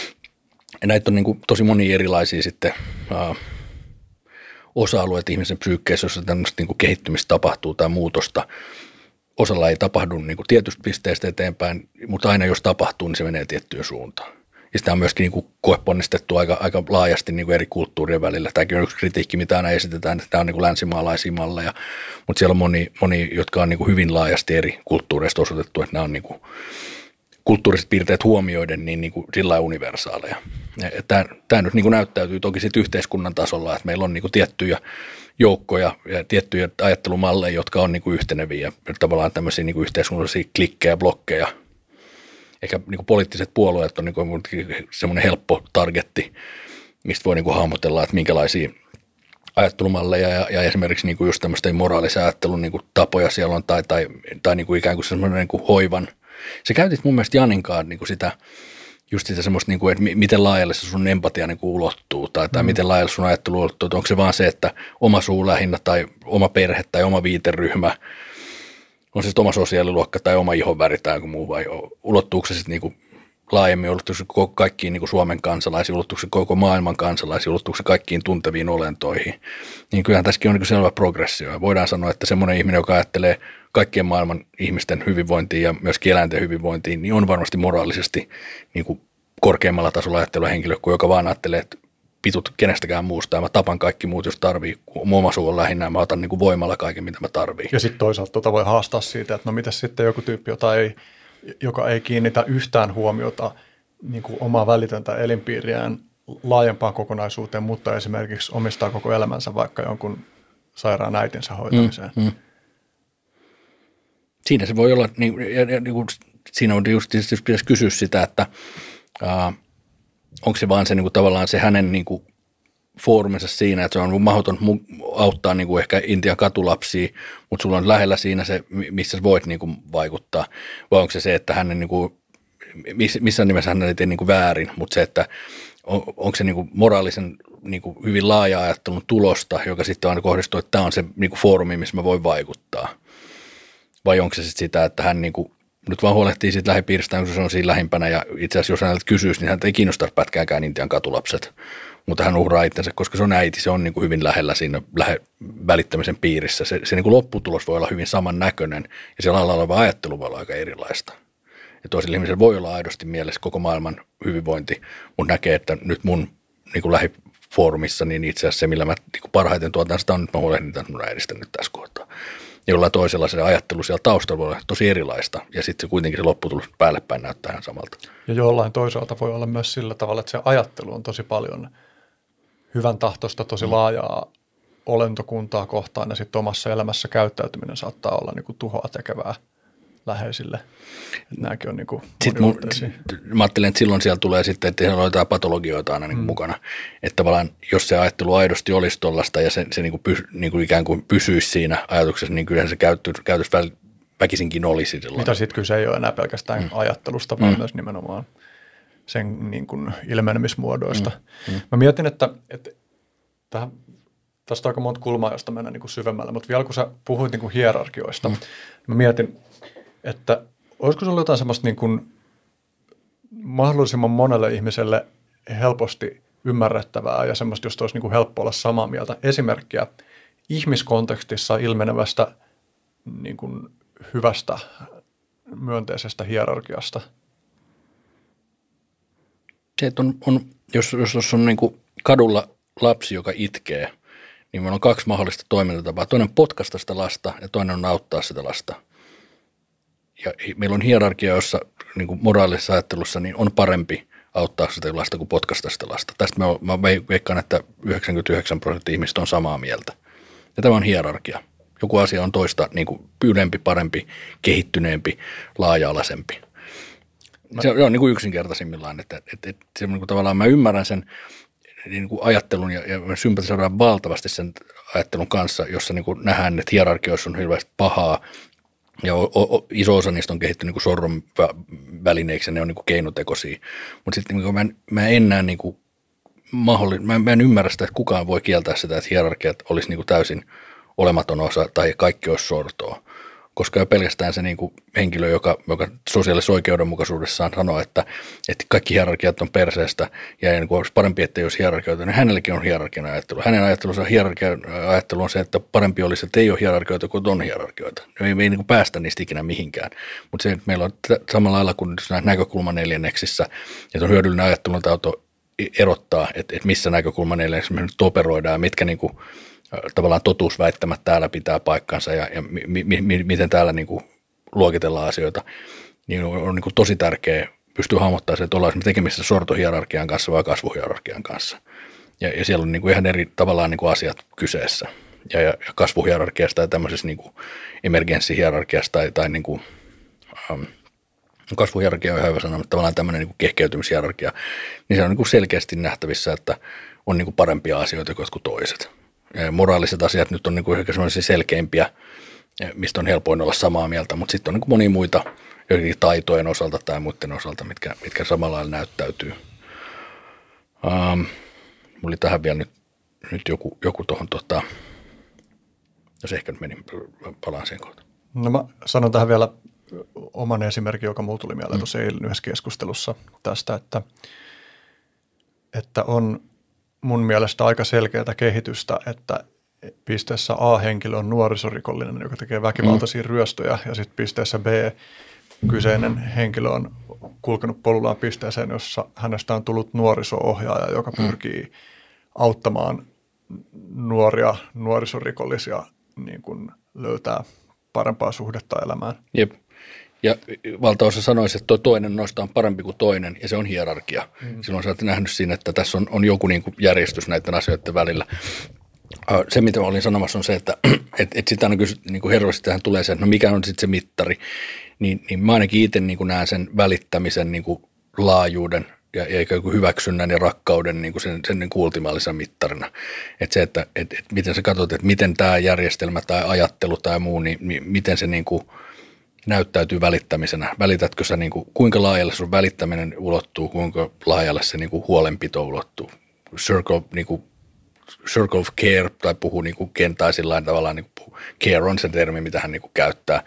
Ja näitä on niin kuin tosi monia erilaisia sitten uh, osa-alueita ihmisen psyykkeessä, jossa tämmöistä niin kuin kehittymistä tapahtuu tai muutosta. Osalla ei tapahdu niin kuin tietystä pisteestä eteenpäin, mutta aina jos tapahtuu, niin se menee tiettyyn suuntaan. Ja sitä on myöskin niin kuin koeponnistettu aika, aika laajasti niin kuin eri kulttuurien välillä. Tämäkin on yksi kritiikki, mitä aina esitetään, että tämä on niin kuin länsimaalaisia malleja, mutta siellä on moni, moni jotka on niin kuin hyvin laajasti eri kulttuureista osoitettu, että nämä on niin kuin kulttuuriset piirteet huomioiden niin, niin kuin sillä lailla universaaleja. Ja tämä, tämä nyt niin kuin näyttäytyy toki sitten yhteiskunnan tasolla, että meillä on niin kuin tiettyjä joukkoja ja tiettyjä ajattelumalleja, jotka on niin kuin yhteneviä ja tavallaan tämmöisiä niin kuin yhteiskunnallisia klikkejä, blokkeja. Ehkä niin kuin poliittiset puolueet on niin kuin semmoinen helppo targetti, mistä voi niin kuin hahmotella, että minkälaisia ajattelumalleja ja, ja esimerkiksi niin kuin just tämmöistä moraalisen ajattelun niin kuin tapoja siellä on tai, tai, tai niin kuin ikään kuin semmoinen niin kuin hoivan. Se käytit mun mielestä Janinkaan niin kuin sitä, just sitä semmoista, niin kuin, että miten laajalle se sun empatia niin kuin ulottuu tai, tai mm. miten laajalle sun ajattelu ulottuu. Onko se vaan se, että oma suu lähinnä tai oma perhe tai oma viiteryhmä, on se sitten oma sosiaaliluokka tai oma ihonväri tai joku muu, vai ulottuuko se sitten niinku laajemmin, ulottuuko se kaikkiin niinku Suomen kansalaisiin, ulottuuko se koko maailman kansalaisiin, ulottuuko se kaikkiin tunteviin olentoihin. Niin kyllähän tässäkin on niinku selvä progressio. Voidaan sanoa, että semmoinen ihminen, joka ajattelee kaikkien maailman ihmisten hyvinvointiin ja myöskin eläinten hyvinvointiin, niin on varmasti moraalisesti niinku korkeammalla tasolla ajatteleva henkilö, kuin joka vaan ajattelee, että pitut kenestäkään muusta ja mä tapan kaikki muut, jos tarvii, kun oma suu on lähinnä ja mä otan niin kuin voimalla kaiken, mitä mä tarviin. Ja sitten toisaalta tota voi haastaa siitä, että no mitäs sitten joku tyyppi, jota ei, joka ei kiinnitä yhtään huomiota niin kuin omaa välitöntä elinpiiriään laajempaan kokonaisuuteen, mutta esimerkiksi omistaa koko elämänsä vaikka jonkun sairaan äitinsä hoitamiseen. Mm, mm. Siinä se voi olla, niin, ja, ja, niin siinä on just, just pitäisi kysyä sitä, että ää, onko se vaan se niin kuin, tavallaan se hänen niin kuin, fooruminsa siinä, että se on mahdoton auttaa niin kuin ehkä Intian katulapsia, mutta sulla on lähellä siinä se, missä voit niin kuin, vaikuttaa, vai onko se se, että hänen, niin kuin, missään nimessä hän ei tee niin kuin, väärin, mutta se, että on, onko se niin kuin, moraalisen niin kuin, hyvin laaja-ajattelun tulosta, joka sitten aina kohdistuu, että tämä on se niin kuin, foorumi, missä mä voin vaikuttaa, vai onko se sitten sitä, että hän niin kuin, nyt vaan huolehtii siitä lähipiiristä, kun se on siinä lähimpänä, ja itse asiassa jos häneltä kysyisi, niin hän ei kiinnosta pätkääkään Intian katulapset, mutta hän uhraa itsensä, koska se on äiti, se on niin kuin hyvin lähellä siinä lähe, välittämisen piirissä. Se, se niin kuin lopputulos voi olla hyvin samannäköinen, ja siellä alla oleva ajattelu voi olla aika erilaista. Ja toisilla ihmisillä voi olla aidosti mielessä koko maailman hyvinvointi, mutta näkee, että nyt mun niin kuin lähifoorumissa, niin itse asiassa se, millä mä niin kuin parhaiten tuotan sitä on, nyt mä huolehdin tämän mun äidistä nyt tässä kohtaa. Jollain toisella se ajattelu siellä taustalla voi olla tosi erilaista, ja sitten se kuitenkin se lopputulos päälle päin näyttää ihan samalta. Ja jollain toisaalta voi olla myös sillä tavalla, että se ajattelu on tosi paljon hyvän tahtoista, tosi laajaa olentokuntaa kohtaan, ja sitten omassa elämässä käyttäytyminen saattaa olla niin kuin tuhoa tekevää läheisille. Että nämäkin on niin kuin mun, mä ajattelen, että silloin siellä tulee sitten, että siellä on jotain patologioita aina niin kuin mm. mukana. Että tavallaan, jos se ajattelu aidosti olisi tuollaista ja se, se niin kuin pys, niin kuin ikään kuin pysyisi siinä ajatuksessa, niin kyllähän se käyttös, käytös väkisinkin olisi silloin. Mitä sitten kyse ei ole enää pelkästään mm. ajattelusta, vaan mm. myös nimenomaan sen niin kuin ilmenemismuodoista. Mm. Mm. Mä mietin, että, että tähän, tästä on aika monta kulmaa, josta mennään niin kuin syvemmälle, mutta vielä kun sä puhuit niin kuin hierarkioista, mm. mä mietin, että olisiko sulla jotain semmoista niin kuin mahdollisimman monelle ihmiselle helposti ymmärrettävää ja semmoista, josta olisi niin kuin helppo olla samaa mieltä. Esimerkkiä ihmiskontekstissa ilmenevästä niin kuin hyvästä myönteisestä hierarkiasta. Se, että on, on, jos, jos on niin kuin kadulla lapsi, joka itkee, niin meillä on kaksi mahdollista toimintatapaa. Toinen potkasta sitä lasta ja toinen on auttaa sitä lasta. Ja meillä on hierarkia, jossa niin kuin moraalisessa ajattelussa niin on parempi auttaa sitä lasta kuin potkasta sitä lasta. Tästä mä, mä veikkaan, että yhdeksänkymmentäyhdeksän prosenttia ihmistä on samaa mieltä. Ja tämä on hierarkia. Joku asia on toista niin kuin ylempi, parempi, kehittyneempi, laaja-alaisempi. Mä... Se on niin kuin yksinkertaisimmillaan, että, että, että se, niin kuin tavallaan mä ymmärrän sen niin kuin ajattelun ja, ja sympatisoidaan valtavasti sen ajattelun kanssa, jossa niin kuin nähdään, että hierarkioissa on hirveästi pahaa ja o, o, iso osa niistä on kehittynyt niin sorron välineiksi ja ne on niin kuin keinotekoisia. Mutta sitten niin mä, en, mä en näe niin kuin mahdolli, mä, mä en ymmärrä sitä, että kukaan voi kieltää sitä, että hierarkiat olisi niin kuin täysin olematon osa tai kaikki olisi sortoa. Koska jo pelkästään se niin kuin henkilö, joka, joka sosiaalisessa oikeudenmukaisuudessaan sanoo, että, että kaikki hierarkiat on perseestä ja niin kuin olisi parempi, että ei olisi hierarkioita, niin hänelläkin on hierarkian ajattelu. Hänen ajattelunsa hierarkian ajattelu on se, että parempi olisi, että ei ole hierarkioita kuin on hierarkioita. Me ei, me ei niin kuin päästä niistä ikinä mihinkään. Mutta se, että meillä on samalla lailla kuin näkökulmaneljänneksissä, että on hyödyllinen ajattelutaito erottaa, että, että missä näkökulmaneljänneksissä me nyt operoidaan ja mitkä niin kuin tavallaan totuusväittämät täällä pitää paikkansa ja, ja mi, mi, mi, miten täällä niin kuin luokitellaan asioita, niin on, on niin kuin tosi tärkeää pystyä hahmottamaan se, että ollaan tekemisissä sortohierarkian kanssa vai kasvuhierarkian kanssa. Ja, ja siellä on niin kuin ihan eri tavallaan niin kuin asiat kyseessä. Ja, ja, ja kasvuhierarkiasta ja tämmöisessä niin kuin emergenssihierarkiasta tai, tai niin kuin, ähm, kasvuhierarkia on ihan hyvä sanoa, mutta tavallaan tämmöinen niin kuin kehkeytymishierarkia, niin se on niin kuin selkeästi nähtävissä, että on niin kuin parempia asioita kuin jotkut toiset. Moraaliset asiat nyt on niin kuin ehkä sellaisia selkeimpiä, mistä on helpoin olla samaa mieltä, mutta sitten on niin kuin monia muita joidenkin taitojen osalta tai muiden osalta, mitkä, mitkä samalla lailla näyttäytyy. Um, mulla oli tähän vielä nyt, nyt joku, joku tuohon, tota, jos ehkä nyt meni, palaan siihen kohtaan. No mä sanon tähän vielä oman esimerkin, joka mulla tuli mieleen mm. tuossa eilen yhdessä keskustelussa tästä, että, että on mun mielestä aika selkeää kehitystä, että pisteessä A henkilö on nuorisorikollinen, joka tekee väkivaltaisia mm. ryöstöjä, ja sitten pisteessä B kyseinen henkilö on kulkenut polullaan pisteeseen, jossa hänestä on tullut nuoriso-ohjaaja, joka pyrkii mm. auttamaan nuoria nuorisorikollisia niin kuin löytää parempaa suhdetta elämään. Jep. Ja valtaosa sanoisi, että tuo toinen noista on parempi kuin toinen, ja se on hierarkia. Mm. Silloin sä oot nähnyt siinä, että tässä on, on joku niin kuin järjestys näiden asioiden välillä. Se, mitä olin sanomassa, on se, että et, et sitä aina kysyt, niin kuin herroisesti tähän tulee se, että no mikä on sitten se mittari. Niin, niin mä ainakin itse niin kuin näen sen välittämisen niin kuin laajuuden ja, ja ikään kuin hyväksynnän ja rakkauden niin kuin sen, sen niin kuin ultimaalisen mittarina. Että se, että et, et miten sä katsot, että miten tämä järjestelmä tai ajattelu tai muu, niin, niin miten se niin kuin näyttäytyy välittämisenä. Välitätkö sä, niin kuin, kuinka laajalle sun välittäminen ulottuu, kuinka laajalle se niin kuin huolenpito ulottuu. Circle, niin kuin, circle of care, tai puhuu niin kuin kentää sillä tavalla, niin kuin care on se termi, mitä hän niin kuin käyttää.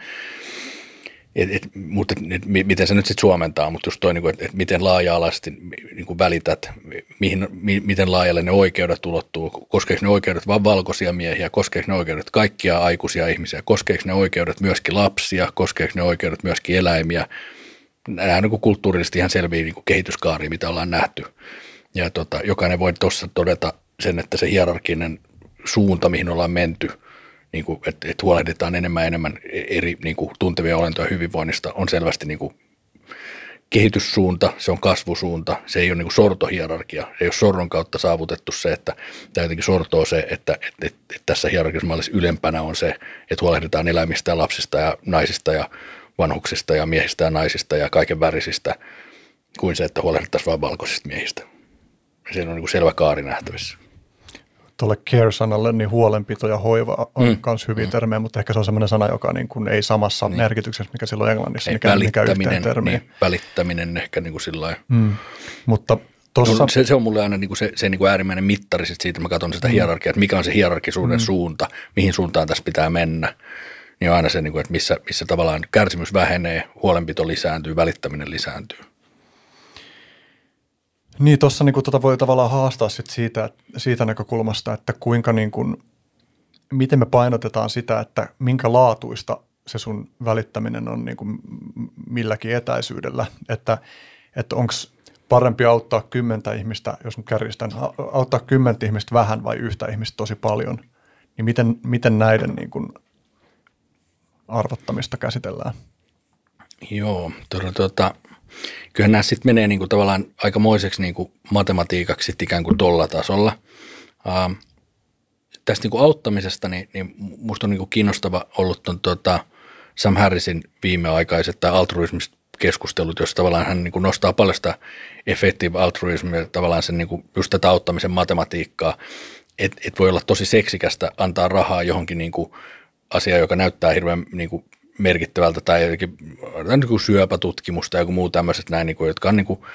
Et, et, mutta et, et, miten se nyt sitten suomentaa, mutta just toi, niin kuin, että et miten laaja-alaisesti niin kuin välität, mihin, mi, miten laajalle ne oikeudet ulottuu, koskeeko ne oikeudet vain valkoisia miehiä, koskeeko ne oikeudet kaikkia aikuisia ihmisiä, koskeeko ne oikeudet myöskin lapsia, koskeeko ne oikeudet myöskin eläimiä. Nämä on niin kulttuurisesti ihan selviä niin kuin kehityskaaria, mitä ollaan nähty. Ja tota, jokainen voi tuossa todeta sen, että se hierarkinen suunta, mihin ollaan menty, niin kuin, että, että huolehditaan enemmän ja enemmän eri niin kuin, tuntevia olentoja hyvinvoinnista, on selvästi niin kuin, kehityssuunta, se on kasvusuunta, se ei ole niin kuin sortohierarkia, se ei ole sorron kautta saavutettu se, että tämä jotenkin sortoo se, että, että, että, että tässä hierarkiassa mallissa ylempänä on se, että huolehditaan eläimistä ja lapsista ja naisista ja vanhuksista ja miehistä ja naisista ja kaiken värisistä, kuin se, että huolehdittaisiin vain valkoisista miehistä. Ja siinä on niin kuin selvä kaari nähtävissä. Tuolle care-sanalle niin huolenpito ja hoiva on myös mm. hyviä mm. termejä, mutta ehkä se on sellainen sana, joka niin kuin ei samassa niin. merkityksessä, mikä silloin englannissa, ei, mikä, mikä yhteen termiä. Niin, välittäminen ehkä niin kuin sillä lailla. Mm. Mutta tossa... no, se, se on mulle aina niin kuin se, se niin kuin äärimmäinen mittari sit siitä, mä katson sitä mm. hierarkiaa, että mikä on se hierarkisuuden mm. suunta, mihin suuntaan tässä pitää mennä. Niin on aina se, niin kuin, että missä, missä tavallaan kärsimys vähenee, huolenpito lisääntyy, välittäminen lisääntyy. Niin, tuossa niin tota voi tavallaan haastaa sit siitä, siitä näkökulmasta, että kuinka niin kuin, miten me painotetaan sitä, että minkä laatuista se sun välittäminen on niin kuin milläkin etäisyydellä. Että, että onko parempi auttaa kymmentä ihmistä, jos mä kärjistän, auttaa kymmentä ihmistä vähän vai yhtä ihmistä tosi paljon. Niin miten, miten näiden niin kuin arvottamista käsitellään? Joo, tuota, tuota, kyllähän nämä sitten menee niinku tavallaan aikamoiseksi niinku matematiikaksi sit ikään kuin tuolla tasolla. Uh, tästä niinku auttamisesta niin, niin musta on niinku kiinnostava ollut ton, tuota, Sam Harrisin viimeaikaiset tai altruismista keskustelut, jossa tavallaan hän niinku nostaa paljon sitä effective altruismia, tavallaan sen niinku just tätä auttamisen matematiikkaa, että et voi olla tosi seksikästä antaa rahaa johonkin niinku asiaan, joka näyttää hirveän niinku merkittävältä tai jotenkin niin syöpätutkimusta ja joku muu tämmöiset näin, niin kuin, jotka on niin kuin,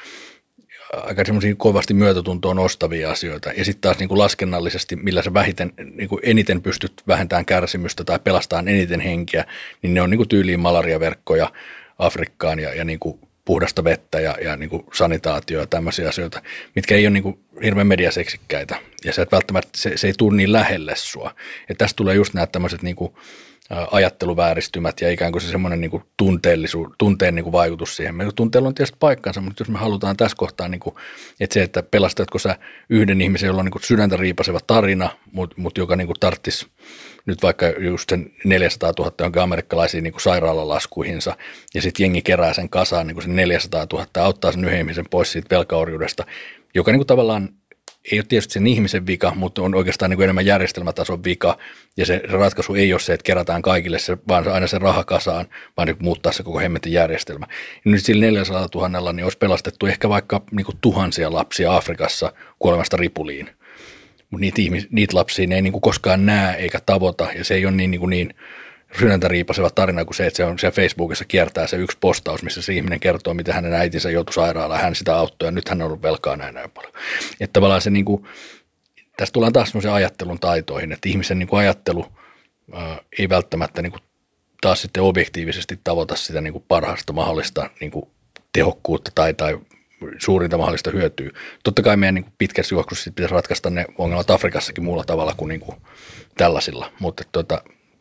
aika semmoisia kovasti myötätuntoon nostavia asioita. Ja sitten taas niin kuin laskennallisesti, millä sä vähiten, niin kuin eniten pystyt vähentämään kärsimystä tai pelastamaan eniten henkiä, niin ne on niin kuin tyyliin malariaverkkoja Afrikkaan ja, ja niin kuin puhdasta vettä ja, ja niin kuin sanitaatio ja tämmöisiä asioita, mitkä ei ole niin kuin hirveän mediaseksikkäitä. Ja se, että välttämättä se, se ei tule niin lähelle sua. Ja tästä tulee just nämä tämmöiset niin kuin ajatteluvääristymät ja ikään kuin se semmoinen niin kuin tunteellisuus, tunteen niin kuin vaikutus siihen. Meillä tunteella on tietysti paikkansa, mutta jos me halutaan tässä kohtaa, niin kuin, että se, että pelastatko sä yhden ihmisen, jolla on niin kuin sydäntä riipaseva tarina, mutta mut joka niin kuin tarttisi nyt vaikka just sen neljäsataatuhatta jonkin amerikkalaisiin niin kuin sairaalalaskuihinsa ja sitten jengi kerää sen kasaan niin kuin sen neljäsataatuhatta ja auttaa sen yhden ihmisen pois siitä velkaorjuudesta, joka niin kuin tavallaan ei ole tietysti sen ihmisen vika, mutta on oikeastaan niin kuin enemmän järjestelmätason vika, ja se ratkaisu ei ole se, että kerätään kaikille se, vaan aina se raha kasaan, vaan niin muuttaa se koko hemmetin järjestelmä. Ja nyt sillä neljäsataatuhatta niin olisi pelastettu ehkä vaikka niin kuin tuhansia lapsia Afrikassa kuolemasta ripuliin. Mutta niitä, ihmis, niitä lapsia ne ei niin kuin koskaan näe eikä tavoita, ja se ei ole niin, niin, kuin niin sydäntä riipaseva tarina kuin se, että se on siellä Facebookissa kiertää se yksi postaus, missä se ihminen kertoo, miten hänen äitinsä joutui sairaalaan, hän sitä auttoi ja nyt hän on ollut velkaa näin näin paljon. Että tavallaan se niin kuin, tässä tullaan taas semmoisen ajattelun taitoihin, että ihmisen niin kuin ajattelu ää, ei välttämättä niin kuin taas sitten objektiivisesti tavoita sitä niin kuin parhaasta mahdollista niin kuin tehokkuutta tai, tai suurinta mahdollista hyötyä. Totta kai meidän niin kuin pitkässä juoksussa pitäisi ratkaista ne ongelmat Afrikassakin muulla tavalla kuin, niin kuin tällaisilla, mutta tuota,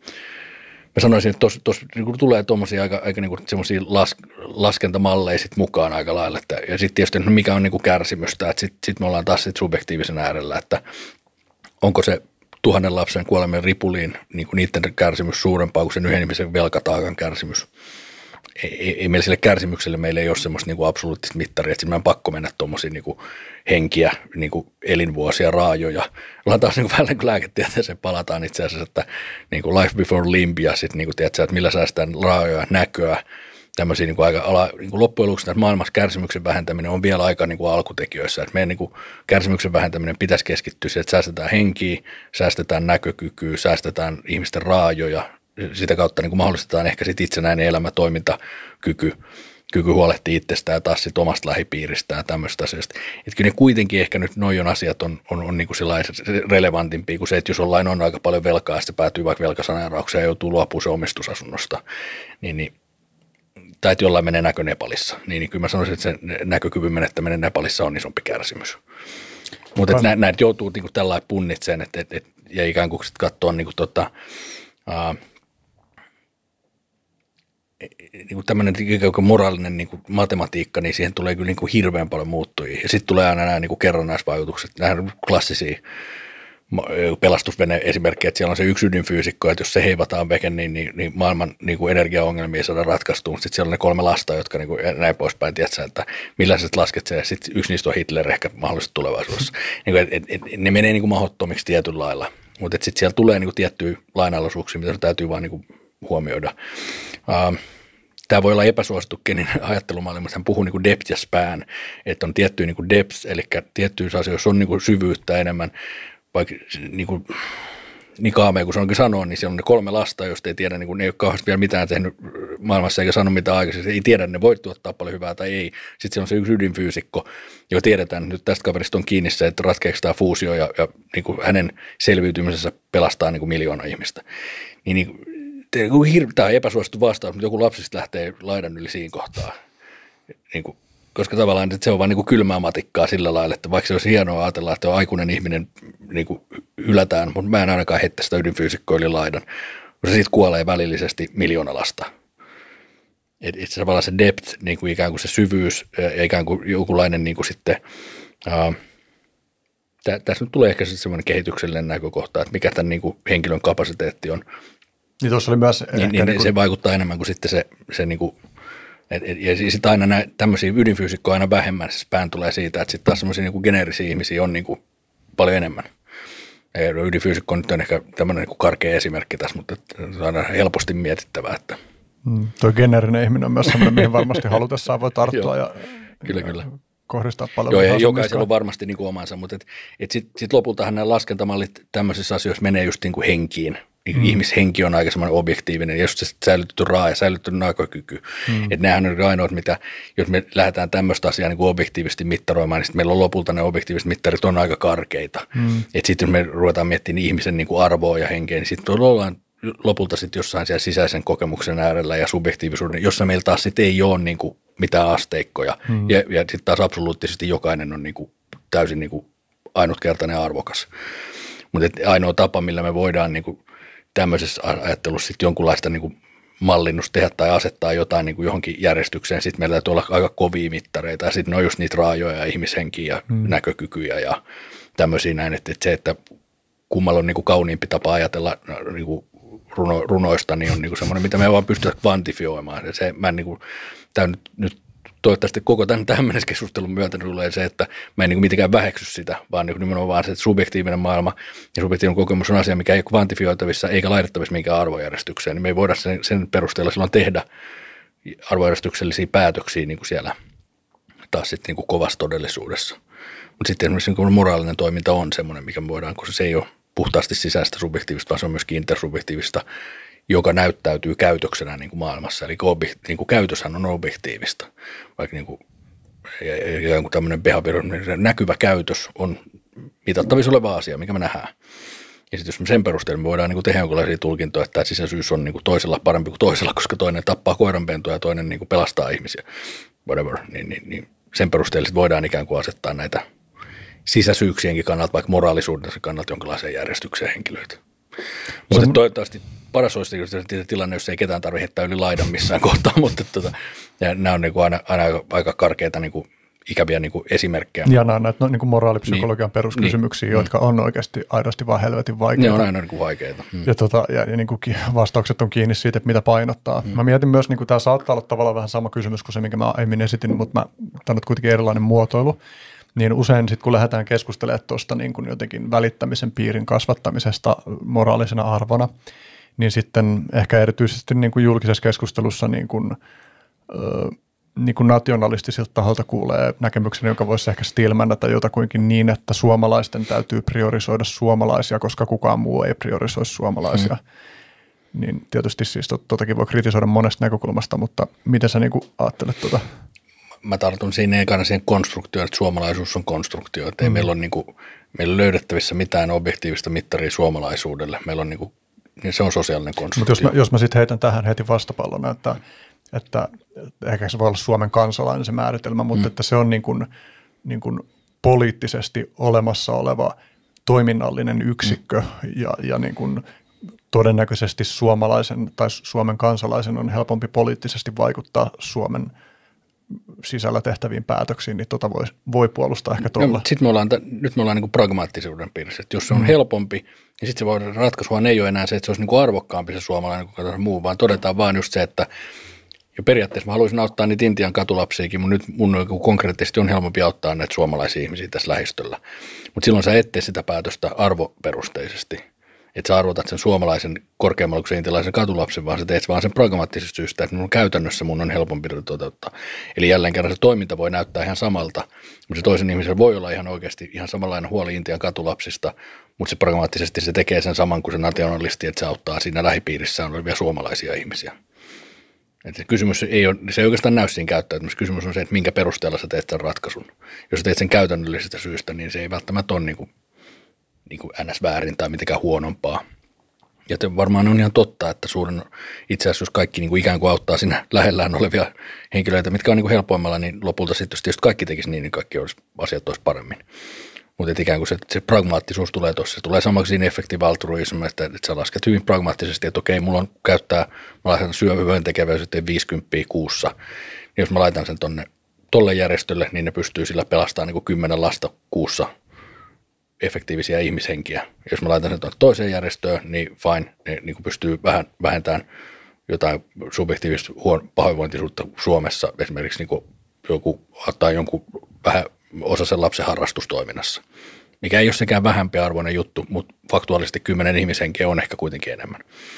mä sanoisin, että tuossa tos, niin tulee tuommoisia aika, aika niin semmoisia las, laskentamalleja sit mukaan aika lailla. Että, ja sitten tietysti no mikä on niin kuin kärsimystä, että sitten sit me ollaan taas sit subjektiivisen äärellä, että onko se tuhannen lapsen kuolemien ripuliin niin kuin niiden kärsimys suurempaa kuin sen yhden ihmisen velkataakan kärsimys. ei, ei meillä sille kärsimykselle meillä ei ole semmoista niin kuin absoluuttista mittaria, että meidän on pakko mennä tuommoisia niin kuin henkiä, niin kuin elinvuosia, raajoja. Ollaan taas niin kuin vähän niin kuin lääketieteeseen palataan itse asiassa, että niin kuin life before limb ja sitten niin kuin, tiedätkö, että millä säästetään raajoja, näköä, tämmöisiä niin kuin aika ala, niin kuin loppujen lopuksi että maailmassa kärsimyksen vähentäminen on vielä aika niin kuin alkutekijöissä, että meidän niin kuin kärsimyksen vähentäminen pitäisi keskittyä siihen, että säästetään henkiä, säästetään näkökykyä, säästetään ihmisten raajoja, sitä kautta niin kuin mahdollistetaan ehkä sit itsenäinen elämä, toimintakyky, kyky huolehtia itsestään ja taas sit omasta lähipiiristään ja tämmöistä asioista. Että kyllä ne kuitenkin ehkä nyt noin asiat on, on, on niin kuin relevantimpia kuin se, että jos jollain on aika paljon velkaa ja se päätyy vaikka velkasaneeraukseen ja joutuu luopumaan se omistusasunnosta, niin, niin tai että jollain menee näkö Nepalissa, niin, niin kyllä mä sanoisin, että se näkökyvyn menettäminen Nepalissa on isompi kärsimys. Mutta nä, näitä joutuu niin kuin tällainen punnitseen, että et, et, ja ikään kuin sitten katsoa niin kuin tota, uh, niin kuin tämmöinen ikään kuin moraalinen niin kuin matematiikka, niin siihen tulee kyllä niin kuin hirveän paljon muuttujia. Ja sitten tulee aina nämä niin kuin kerrannaisvaikutukset, nämä klassisia pelastusvene esimerkki, että siellä on se yksi ydinfyysikko, että jos se heivataan veke, niin, niin, niin maailman niin kuin energiaongelmia saadaan ratkaistua, mutta sitten siellä on ne kolme lasta, jotka niin kuin näin poispäin, tiedätkö, että millaiset lasket se, ja sitten yksi niistä on Hitler ehkä mahdollisesti tulevaisuudessa. Niin kuin, et, et, et, ne menee niin kuin mahdottomiksi tietyllä lailla, mutta sitten siellä tulee niin kuin tiettyjä lainalaisuuksia, mitä täytyy vaan niin kuin huomioida. Uh, Tämä voi olla epäsuosittu kenin ajattelumaailmassa, hän puhuu niin kuin depth ja span, että on tiettyjä niin kuin depth, eli tiettyissä asioissa on niin kuin syvyyttä enemmän, vaikka niin, kuin, niin kaamea kuin se onkin sanoa, niin siellä on ne kolme lasta, joista ei tiedä, niin kuin, ne ei ole kauheasti vielä mitään tehnyt maailmassa eikä sano mitään aikaisemmin, ei tiedä, ne voi tuottaa paljon hyvää tai ei. Sitten siellä on se yksi ydinfyysikko, joka tiedetään, että nyt tästä kaverista on kiinni se, että ratkeeko tämä fuusio ja, ja niin kuin hänen selviytymisessä pelastaa niin kuin miljoona ihmistä. Niin, niin tämä on epäsuosittu vastaus, mutta joku lapsista lähtee laidan yli siinä kohtaa, niin kuin, koska tavallaan että se on vaan niin kuin kylmää matikkaa sillä lailla, että vaikka se olisi hienoa ajatella, että on aikuinen ihminen niin kuin hylätään, mutta mä en ainakaan heittää sitä ydinfyysikkoa yli laidan, koska se siitä kuolee välillisesti miljoona lasta. Että et tavallaan se depth, niin kuin ikään kuin se syvyys ja ikään kuin jokinlainen niin kuin sitten, uh, tä, tässä nyt tulee ehkä sitten semmoinen kehityksellinen näkökohta, että mikä tämän niin kuin henkilön kapasiteetti on. Niin tuossa oli myös niin, niin, niin kuin, se vaikuttaa enemmän kuin sitten se, se niin kuin, et, et, ja sitten aina näin, tämmöisiä ydinfyysikkoja aina vähemmän, se spään tulee siitä, että sitten taas semmoisia niin kuin geneerisiä ihmisiä on niin kuin paljon enemmän. Ja ydinfyysikko nyt on ehkä tämmöinen niin kuin karkea esimerkki tässä, mutta se on aina helposti mietittävää. Että. Mm, tuo geneerinen ihminen on myös semmoinen, mihin varmasti halutessaan voi tarttua ja, kyllä, ja kyllä. kohdistaa paljon. Joo, ja jokaisella on varmasti niin kuin omansa, mutta et, et sitten sit lopultahan nämä laskentamallit tämmöisissä asioissa menee just niin kuin henkiin. Mm. Ihmishenki on aika semmoinen objektiivinen, ja just se säilytetty raa ja säilytetty näkökyky. Mm. Että nehän on ainoat, mitä, jos me lähdetään tämmöistä asiaa niin kuin objektiivisesti mittaroimaan, niin sitten meillä on lopulta ne objektiiviset mittarit on aika karkeita. Mm. Että sitten jos me ruvetaan miettimään ihmisen niin kuin arvoa ja henkeä, niin sitten ollaan lopulta sitten jossain siellä sisäisen kokemuksen äärellä ja subjektiivisuuden, jossa meillä taas sitten ei ole niin kuin mitään asteikkoja. Mm. Ja, ja sitten taas absoluuttisesti jokainen on niin kuin täysin niin kuin ainutkertainen ja arvokas. Mutta ainoa tapa, millä me voidaan niin kuin tämmöisessä ajattelussa sitten jonkunlaista niin kuin mallinnusta tehdä tai asettaa jotain niin kuin johonkin järjestykseen. Sitten meillä täytyy olla aika kovia mittareita ja sitten ne on just niitä raajoja ja ihmishenkiä ja mm. näkökykyjä ja tämmöisiä näin. Että, että se, että kummalla on niin kuin kauniimpi tapa ajatella niin kuin runo, runoista, niin on niin kuin semmoinen, mitä me ei vaan pystytä kvantifioimaan. Se, mä en niin kuin, tämä nyt, nyt toivottavasti koko tämän tämmöinen keskustelun myötä tulee se, että mä en niin kuin mitenkään väheksy sitä, vaan niin nimenomaan se, että subjektiivinen maailma ja subjektiivinen kokemus on asia, mikä ei ole kvantifioitavissa eikä laitettavissa minkään arvojärjestykseen. Niin me ei voida sen, sen perusteella silloin tehdä arvojärjestyksellisiä päätöksiä niin kuin siellä taas sitten niin kuin kovassa todellisuudessa. Mutta sitten esimerkiksi niin kuin moraalinen toiminta on semmoinen, mikä me voidaan, koska se ei ole puhtaasti sisäistä subjektiivista, vaan se on myöskin intersubjektiivista, joka näyttäytyy käytöksenä niin kuin maailmassa. Eli objekti, niin kuin käytöshän on objektiivista, vaikka niin kuin, ja, ja joku tämmöinen behavior, näkyvä käytös on mitattavissa oleva asia, mikä me nähdään. Ja sitten jos me sen perusteella me voidaan niin kuin tehdä jonkinlaisia tulkintoja, että tämä sisäisyys on niin kuin toisella parempi kuin toisella, koska toinen tappaa koiranpentua ja toinen niin kuin pelastaa ihmisiä, whatever, niin, niin, niin sen perusteella voidaan ikään kuin asettaa näitä sisäisyyksienkin kannalta, vaikka moraalisuuden kannalta jonkinlaiseen järjestykseen henkilöitä. Mutta toivottavasti paras olisi tilanne, jos ei ketään tarvitse heittää yli laidan missään kohtaa, mutta tota, ja nämä on niin kuin aina, aina aika karkeita niin kuin ikäviä niin kuin esimerkkejä. Ja nämä on näitä no, niin kuin moraalipsykologian niin, peruskysymyksiä, niin, jotka on oikeasti aidosti vaan helvetin vaikeita. Ne on aina niin kuin vaikeita. Hmm. Ja, tota, ja, ja niin kuin vastaukset on kiinni siitä, että mitä painottaa. Hmm. Mä mietin myös, niin kuin tämä saattaa olla tavallaan vähän sama kysymys kuin se, minkä mä aiemmin esitin, mutta mä, tämä on kuitenkin erilainen muotoilu. Niin usein sitten kun lähdetään keskustelemaan tuosta niin kuin jotenkin välittämisen piirin kasvattamisesta moraalisena arvona, niin sitten ehkä erityisesti niin kuin julkisessa keskustelussa niin kuin, ö, niin kuin nationalistisilta taholta kuulee näkemyksen, joka voisi ehkä stilmännätä jotakuinkin niin, että suomalaisten täytyy priorisoida suomalaisia, koska kukaan muu ei priorisoi suomalaisia. Hmm. Niin tietysti siis tot, totakin voi kritisoida monesta näkökulmasta, mutta miten sä niin kuin ajattelet tuota? Mä tartun siinä ekana siihen konstruktioon, että suomalaisuus on konstruktio. Että ei mm. meillä ole niin kuin, meillä on löydettävissä mitään objektiivista mittaria suomalaisuudelle. Meillä on niin kuin, niin se on sosiaalinen konstruktio. Mutta jos mä, jos mä sitten heitän tähän heti vastapallona, että, että, että ehkä se voi olla Suomen kansalainen se määritelmä, mutta mm. että se on niin kuin, niin kuin poliittisesti olemassa oleva toiminnallinen yksikkö mm. ja, ja niin kuin todennäköisesti suomalaisen tai Suomen kansalaisen on helpompi poliittisesti vaikuttaa Suomen sisällä tehtäviin päätöksiin, niin tota voi, voi puolustaa ehkä tuolla. No, sitten me ollaan, nyt me ollaan niin kuin pragmaattisuuden piirissä, että jos se on mm. helpompi, niin sitten se voi ratkaisuhan ei ole enää se, että se olisi niin kuin arvokkaampi se suomalainen kuin katsotaan muu, vaan todetaan vaan just se, että jo periaatteessa mä haluaisin auttaa niitä Intian katulapsiakin, mutta nyt mun niin konkreettisesti on helpompi auttaa näitä suomalaisia ihmisiä tässä lähistöllä. Mutta silloin sä et tee sitä päätöstä arvoperusteisesti. Että sä arvotat sen suomalaisen korkeammalla kuin se intialaisen katulapsen, vaan sä teet vaan sen pragmaattisesta syystä, että mun käytännössä mun on helpompi toteuttaa. Eli jälleen kerran se toiminta voi näyttää ihan samalta, mutta se toisen ihmisen voi olla ihan oikeasti ihan samanlainen huoli Intian katulapsista, mutta se pragmaattisesti se tekee sen saman kuin se nationalisti, että se auttaa siinä lähipiirissään olevia suomalaisia ihmisiä. Että kysymys ei ole, se ei oikeastaan näy siinä käyttäytymisessä. Kysymys on se, että minkä perusteella sä teet sen ratkaisun. Jos sä teet sen käytännöllisestä syystä, niin se ei välttämättä ole niin kuin niin kuin ns. Väärin tai mitenkään huonompaa. Ja varmaan on ihan totta, että suurin itse asiassa, jos kaikki niin kuin ikään kuin auttaa siinä lähellään olevia henkilöitä, mitkä on niin kuin helpoimmalla, niin lopulta sitten, jos kaikki tekisi niin, niin kaikki olisi, asiat olisi paremmin. Mutta ikään kuin se, se pragmaattisuus tulee tuossa. Se tulee samaksi siinä effective altruism, että, että sä lasket hyvin pragmaattisesti, että okei, mulla on käyttää, mä laitan syö hyvän tekeväisyyteen viisikymmentä kuussa. Niin jos mä laitan sen tonne tolle järjestölle, niin ne pystyy sillä pelastamaan niin kuin kymmenen lasta kuussa effektiivisiä ihmishenkiä. Jos mä laitan sen tuonne toiseen järjestöön, niin fine, ne niin kuin pystyy vähän vähentämään jotain subjektiivista huon, pahoinvointisuutta Suomessa, esimerkiksi niin kuin joku ottaa jonkun vähän osaisen lapsen harrastustoiminnassa, mikä ei ole sekään vähempiarvoinen juttu, mutta faktuaalisesti kymmenen ihmishenkiä on ehkä kuitenkin enemmän.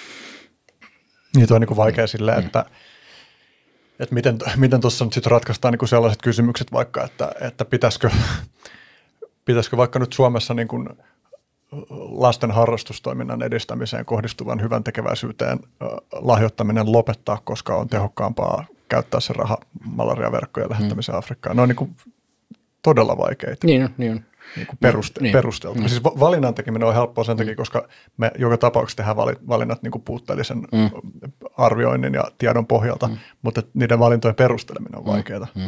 Niin tuo on niin kuin vaikea silleen, mm. että, että miten, miten tuossa nyt sitten ratkaistaan niin kuin sellaiset kysymykset vaikka, että, että pitäisikö Pitäisikö vaikka nyt Suomessa niin kuin lasten harrastustoiminnan edistämiseen kohdistuvan hyvän tekeväisyyteen lahjoittaminen lopettaa, koska on tehokkaampaa käyttää se raha malariaverkkojen lähettämiseen mm. Afrikkaan? Ne on niin kuin todella vaikeita. Niin on, niin on. Niin kuin peruste- niin. perusteltu. Mm. Siis valinnan tekeminen on helppoa sen takia, koska me joka tapauksessa tehdään valinnat niin kuin puutteellisen mm. arvioinnin ja tiedon pohjalta, mm. mutta niiden valintojen perusteleminen on vaikeaa. Mm.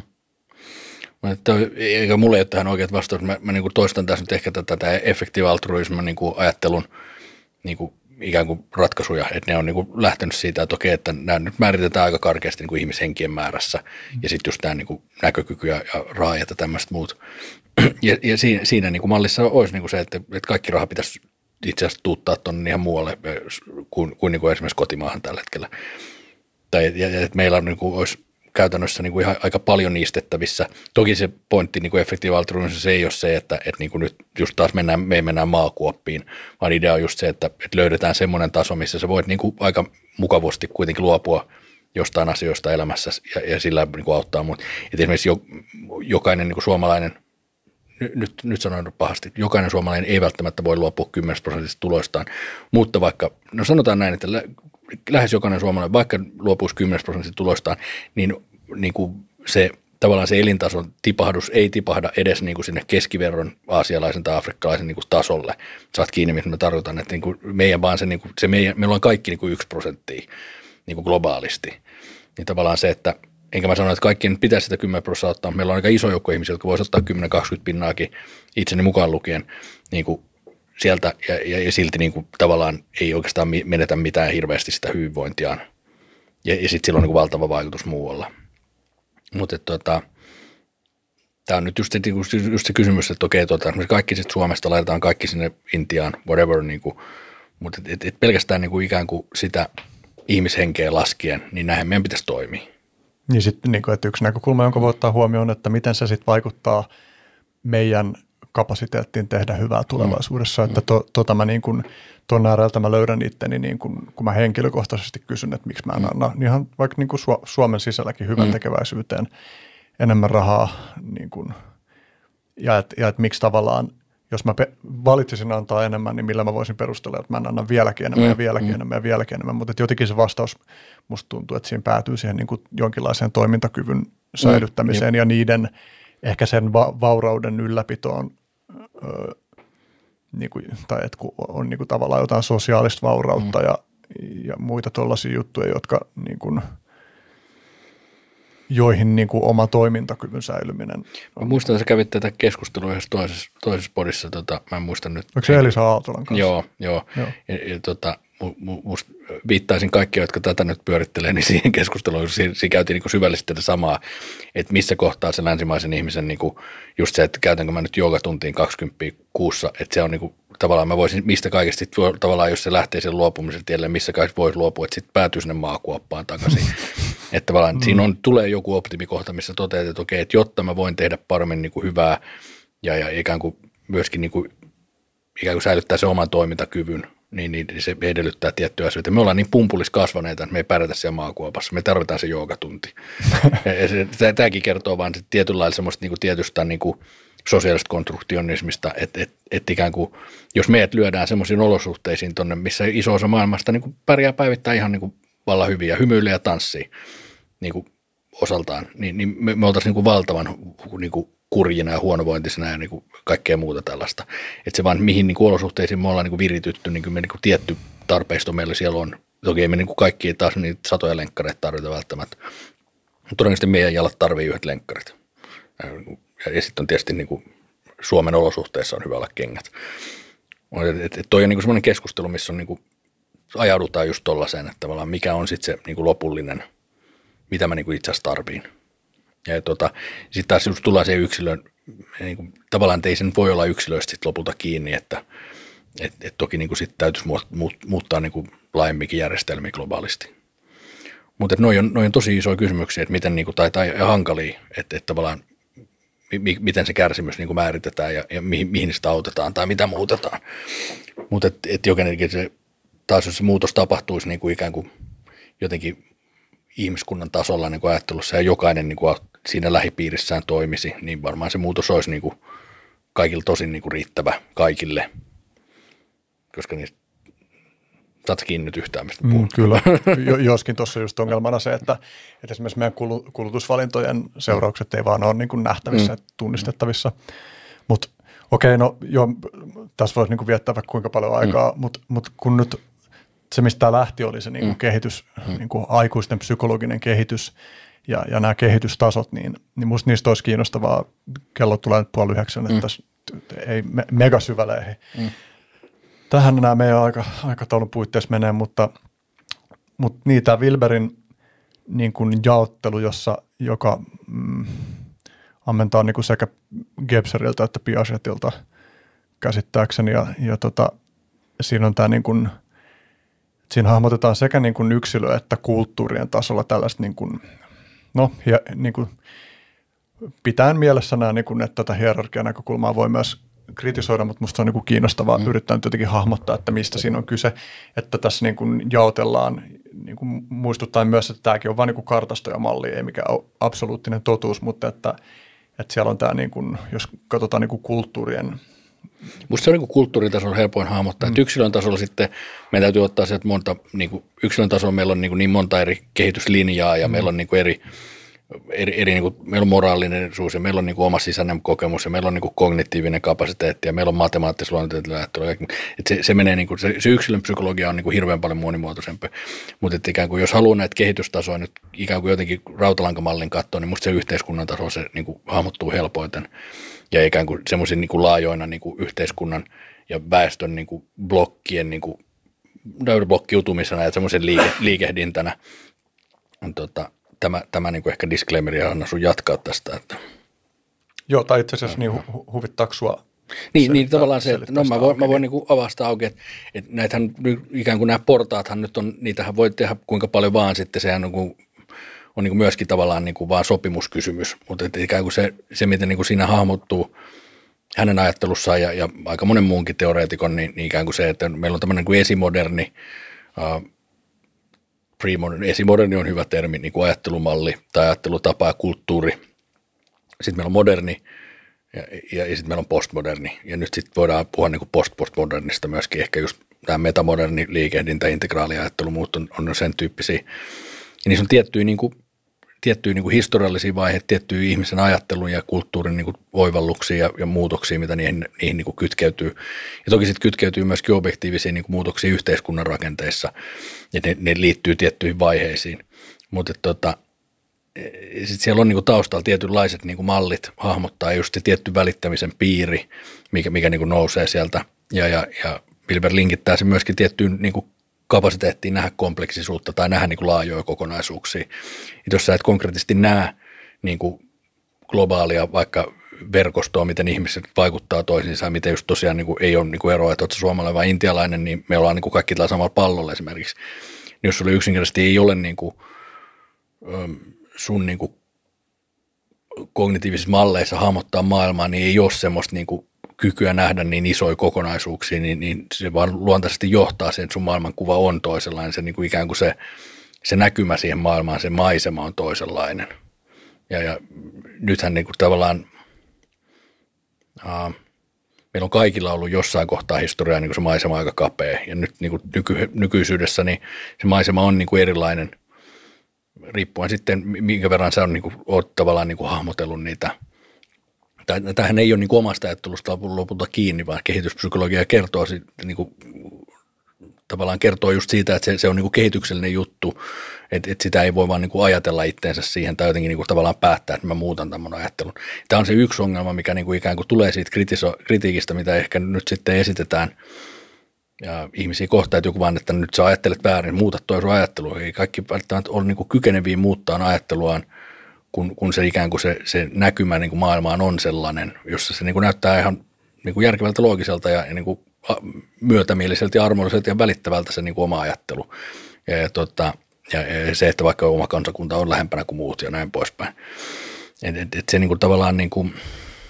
Että, eikä mulle ei ole tähän oikeat vastaus. Mä, mä niin kuin toistan tässä nyt ehkä tätä, tätä effective altruism niin kuin ajattelun niin kuin ikään kuin ratkaisuja, että ne on niin kuin lähtenyt siitä, että okei, että nämä nyt määritetään aika karkeasti niin kuin ihmishenkien määrässä mm. ja sitten just tämä niin kuin näkökyky ja raajat ja tämmöiset muut. Ja, ja siinä, siinä niin kuin mallissa olisi niin kuin se, että, että kaikki raha pitäisi itse asiassa tuuttaa tuonne ihan muualle kuin, kuin, niin kuin esimerkiksi kotimaahan tällä hetkellä. Tai ja, ja, että meillä on, niin kuin, olisi käytännössä niin kuin ihan aika paljon niistettävissä. Toki se pointti niin kuin effective altruism, se ei ole se, että, että niin kuin nyt just taas mennään, me ei mennään maakuoppiin, vaan idea on just se, että, että löydetään semmoinen taso, missä sä voit niin kuin aika mukavasti kuitenkin luopua jostain asioista elämässä ja, ja sillä niin kuin auttaa. Mutta esimerkiksi jo, jokainen niin kuin suomalainen, nyt, nyt sanoin pahasti, jokainen suomalainen ei välttämättä voi luopua kymmenen prosentista tuloistaan, mutta vaikka, no sanotaan näin, että lähes jokainen suomalainen, vaikka luopuisi kymmenen prosenttia tuloistaan, niin, niin kuin se tavallaan se elintason tipahdus ei tipahda edes niin kuin sinne keskiverron aasialaisen tai afrikkalaisen niin kuin tasolle. Saat kiinni, mitä mä tarkoitan, että niin kuin meidän vaan se, niin kuin, se meidän, meillä on kaikki niin kuin yksi prosenttia niin kuin globaalisti. Niin tavallaan se, että enkä mä sano, että kaikkien pitäisi sitä kymmenen prosenttia ottaa. Meillä on aika iso joukko ihmisiä, jotka voisivat ottaa kymmenen kaksikymmentä pinnaakin itseni mukaan lukien niin kuin sieltä ja, ja, ja silti niin kuin tavallaan ei oikeastaan menetä mitään hirveästi sitä hyvinvointiaan. Ja, ja sitten sillä on niin kuin valtava vaikutus muualla. Mutta tota, tämä on nyt just se, just se kysymys, että okei, tuota, kaikki sitten Suomesta laitetaan kaikki sinne Intiaan, whatever, niin kuin, mutta et, et, et pelkästään niin kuin ikään kuin sitä ihmishenkeä laskien, niin näinhän meidän pitäisi toimia. Niin sitten, niin kuin, että yksi näkökulma, jonka voi ottaa huomioon, että miten se sitten vaikuttaa meidän kapasiteettiin tehdä hyvää tulevaisuudessa, mm. että to, tota mä niin kuin, tuon ääreltä mä löydän itteni, niin kuin, kun mä henkilökohtaisesti kysyn, että miksi mä en anna, niin ihan vaikka niin kuin Suomen sisälläkin hyvän tekeväisyyteen enemmän rahaa, niin kuin, ja että ja et miksi tavallaan, jos mä pe- valitsisin antaa enemmän, niin millä mä voisin perustella, että mä en anna vieläkin enemmän mm. ja vieläkin mm. enemmän ja vieläkin enemmän, mutta jotenkin se vastaus musta tuntuu, että siinä päätyy siihen niin kuin jonkinlaiseen toimintakyvyn säilyttämiseen mm. ja niiden ehkä sen va- vaurauden ylläpitoon, öö, niin kuin, tai että kun on niin kuin tavallaan jotain sosiaalista vaurautta mm. ja, ja muita tuollaisia juttuja, jotka niin kuin, joihin niin kuin oma toimintakyvyn säilyminen on. Mä muistan, että sä kävit tätä keskustelua yhdessä toisessa, toisessa podissa, tota, mä en muista nyt. Onko se Elisa Aaltolan kanssa? Joo, joo. joo. Ja, ja, tota, mu, mu, viittaisin kaikkia, jotka tätä nyt pyörittelee, niin siihen keskusteluun, siinä, siinä käytiin niin kuin syvällisesti tätä samaa, että missä kohtaa se länsimaisen ihmisen, niin kuin just se, että käytänkö mä nyt joogatuntiin kaksikymmentä kuussa, että se on niin kuin, tavallaan mä voisin, mistä kaikesta tavallaan, jos se lähtee sen luopumisen tielle, missä kaikesta voisi luopua, että sitten päätyy sinne maakuoppaan takaisin. Että tavallaan mm. siinä on, tulee joku optimikohta, missä toteat, että okei, että jotta mä voin tehdä paremmin niin kuin hyvää ja, ja ikään kuin myöskin niin kuin, ikään kuin säilyttää se oman toimintakyvyn, niin, niin se edellyttää tiettyjä asioita. Me ollaan niin pumpulis kasvaneita, että me ei pärjätä siellä maakuopassa. Me tarvitaan se joogatunti. Tämäkin kertoo vaan tietynlailla semmoista niin kuin tietystä niin kuin sosiaalista konstruktionismista, että et, et ikään kuin, jos meidät lyödään semmoisiin olosuhteisiin tuonne, missä iso osa maailmasta niin kuin pärjää päivittäin ihan niin kuin vallan hyvin ja hymyilee ja tanssii niin kuin osaltaan, niin, niin me, me oltaisiin niin kuin valtavan niin kuin kurjina ja huonovointisena ja niin kuin kaikkea muuta tällaista. Että se vaan mihin niin kuin olosuhteisiin me ollaan niin kuin viritytty, niin kuin me niin kuin tietty tarpeisto meillä siellä on. Toki ei me niin kuin kaikki taas niitä satoja lenkkareita tarvita välttämättä. Mutta todennäköisesti meidän jalat tarvii yhdet lenkkarit. Ja, ja sitten on tietysti niin kuin Suomen olosuhteissa on hyvä olla kengät. Et, et, et toi on niin kuin semmoinen keskustelu, missä on niin kuin ajaudutaan just tollaiseen, että tavallaan mikä on sitten se niin kuin lopullinen, mitä mä niin kuin itse asiassa tarviin. Ja tota, sitten taas just tullaan siihen yksilön, niin kuin, tavallaan ei sen voi olla yksilöistä sit lopulta kiinni, että et, et toki niin kuin sit täytyisi muuttaa niin kuin laajemminkin järjestelmiä globaalisti. Mutta noi on, noi on tosi isoja kysymyksiä, että miten, niin kuin, tai, tai hankalia, että et tavallaan mi, miten se kärsimys niin kuin määritetään ja, ja mihin, mihin sitä autetaan tai mitä muutetaan. Mutta että et jotenkin se, taas jos se muutos tapahtuisi niin kuin ikään kuin jotenkin ihmiskunnan tasolla niin kuin ajattelussa ja jokainen niin kuin siinä lähipiirissään toimisi, niin varmaan se muutos olisi niin kuin kaikille tosin niin kuin riittävä kaikille, koska niistä saat kiinni nyt yhtään, mistä puhun. Mm, kyllä, joskin tuossa just ongelmana se, että, että esimerkiksi meidän kulutusvalintojen seuraukset ei vaan ole niin kuin nähtävissä, mm. tunnistettavissa, mutta okei, okay, no joo, tässä voisi niin kuin viettää vaikka kuinka paljon aikaa, mm. mutta mut kun nyt se, mistä tämä lähti, oli se niin kuin mm. kehitys, mm. niin kuin aikuisten psykologinen kehitys ja, ja nämä kehitystasot, niin, niin musta niistä olisi kiinnostavaa, kello tulee nyt puoli yhdeksän, mm. että ei me, megasyväleihin. Mm. Tähän nämä meidän aika, aikataulun puitteissa menee, mutta, mutta niin tämä Wilberin niin kuin jaottelu, jossa, joka mm, ammentaa niin kuin sekä Gebseriltä että Piagetilta käsittääkseni, ja, ja tota, siinä on tämä niin kuin, siinä hahmotetaan sekä niin kuin yksilö- että kulttuurien tasolla tällaista, niin kuin, no, ja, niin kuin, pitäen mielessä nämä, niin kuin, että tätä hierarkian näkökulmaa voi myös kritisoida, mutta musta se on niin kuin kiinnostavaa mm. yrittää nyt jotenkin hahmottaa, että mistä siinä on kyse, että tässä niin kuin jaotellaan, niin kuin muistuttaen myös, että tämäkin on vain niin kuin kartasto ja malli, ei mikään absoluuttinen totuus, mutta että, että siellä on tämä, niin kuin, jos katsotaan niin kuin kulttuurien. Musta se on niin kuin kulttuuritasolla helpoin hahmottaa, mm. että yksilön tasolla sitten meidän täytyy ottaa se, että monta, niin kuin yksilön tasolla meillä on niin, kuin niin monta eri kehityslinjaa ja mm. meillä on niin kuin eri, eri, eri niin kuin, meillä on moraalinen suus ja meillä on niin kuin oma sisäinen kokemus ja meillä on niin kuin kognitiivinen kapasiteetti ja meillä on matemaattis-luonteellinen ajattelu. Se, se, menee niin kuin, se, se yksilön psykologia on niin kuin hirveän paljon monimuotoisempi, mutta ikään kuin jos haluaa näitä kehitystasoja nyt ikään kuin jotenkin rautalankamallin katsoa, niin musta se yhteiskunnan tasolla se niin kuin hahmottuu helpoiten. Ja ikään kuin semmoisen niin kuin laajoina niin kuin yhteiskunnan ja väestön niin kuin blokkien niin kuin blokkiutumisena ja semmoisen liike, liikehdintänä. Tota, tämä tämä niin kuin ehkä disclaimeria, Anna, sun jatkaa tästä. Että. Joo, tai itse asiassa niin hu- huvittaako sua Niin, niin tavallaan se, että no mä voin, mä voin niin avaa sitä auki, että, että näitähän ikään kuin nämä portaathan nyt on, niitähän voi tehdä kuinka paljon vaan sitten, sehän on, on niin kuin myöskin tavallaan niin kuin vaan sopimuskysymys, mutta että ikään kuin se, se miten niin kuin siinä hahmottuu hänen ajattelussaan ja, ja aika monen muunkin teoreetikon, niin, niin ikään kuin se, että meillä on tämmöinen kuin esimoderni, uh, pre-moderni, esimoderni on hyvä termi, niin kuin ajattelumalli tai ajattelutapa ja kulttuuri, sitten meillä on moderni, Ja, ja, ja sitten meillä on postmoderni, ja nyt sitten voidaan puhua niin kuin post-postmodernista myöskin, ehkä just tämä metamoderni liikehdintä, integraaliajattelu, muut on, on sen tyyppisiä. Ja niissä on tiettyjä, niin kuin, tiettyjä niin kuin historiallisia vaiheita, tiettyjä ihmisen ajattelun ja kulttuurin niin kuin oivalluksia ja, ja muutoksia, mitä niihin, niihin niin kuin kytkeytyy. Ja toki sitten kytkeytyy myöskin objektiivisia niin kuin muutoksia yhteiskunnan rakenteissa, ja ne, ne liittyy tiettyihin vaiheisiin. Mutta tota, sitten siellä on niinku taustalla tietynlaiset niinku mallit hahmottaa just se tietty välittämisen piiri, mikä, mikä niinku nousee sieltä. Ja, ja, ja Wilber linkittää se myöskin tiettyyn niinku kapasiteettiin nähdä kompleksisuutta tai nähdä niinku laajoja kokonaisuuksia. Et jos sä et konkreettisesti näe niinku globaalia vaikka verkostoa, miten ihmiset vaikuttaa toisiinsa, miten just tosiaan niinku ei ole niinku eroa, että oletko suomalainen vai intialainen, niin me ollaan niinku kaikki tällä samalla pallolla esimerkiksi. Niin jos sulla yksinkertaisesti ei ole niinku sun niin kuin kognitiivisissa malleissa hahmottaa maailmaa, niin ei ole semmoista niin kuin kykyä nähdä niin isoja kokonaisuuksia, niin, niin se vaan luontaisesti johtaa siihen, että sun maailmankuva on toisenlainen. Se niin kuin ikään kuin se, se näkymä siihen maailmaan, se maisema on toisenlainen. Ja, ja nythän niin kuin tavallaan aa, meillä on kaikilla ollut jossain kohtaa historiaa niin kuin se maisema aika kapea, ja nyt niin kuin nyky, nykyisyydessä niin se maisema on niin kuin erilainen, riippuen sitten, minkä verran sä on, niin kuin, oot tavallaan niin kuin hahmotellut niitä. Tämähän ei ole niin kuin omasta ajattelusta lopulta kiinni, vaan kehityspsykologia kertoo, niin kuin, tavallaan kertoo just siitä, että se, se on niin kuin kehityksellinen juttu, että, että sitä ei voi vaan niin kuin ajatella itteensä siihen tai jotenkin niin kuin tavallaan päättää, että mä muutan tämmöinen ajattelun. Tämä on se yksi ongelma, mikä niin kuin ikään kuin tulee siitä kritiso- kritiikistä, mitä ehkä nyt sitten esitetään ja ihmisiä kohtaa, että joku vaan, että nyt sä ajattelet väärin, muuta toi sun ajattelua. Ei kaikki välttämättä ole niin kuin kykeneviä muuttaa ajatteluaan, kun, kun se ikään kuin se, se näkymä niin kuin maailmaan on sellainen, jossa se niin kuin näyttää ihan niin kuin järkevältä, loogiselta ja, ja niin kuin myötämieliseltä ja armolliselta ja välittävältä se niin kuin oma ajattelu. Ja, ja, tota, ja, ja se, että vaikka oma kansakunta on lähempänä kuin muut ja näin poispäin. Et, et, et se niin kuin tavallaan niin kuin,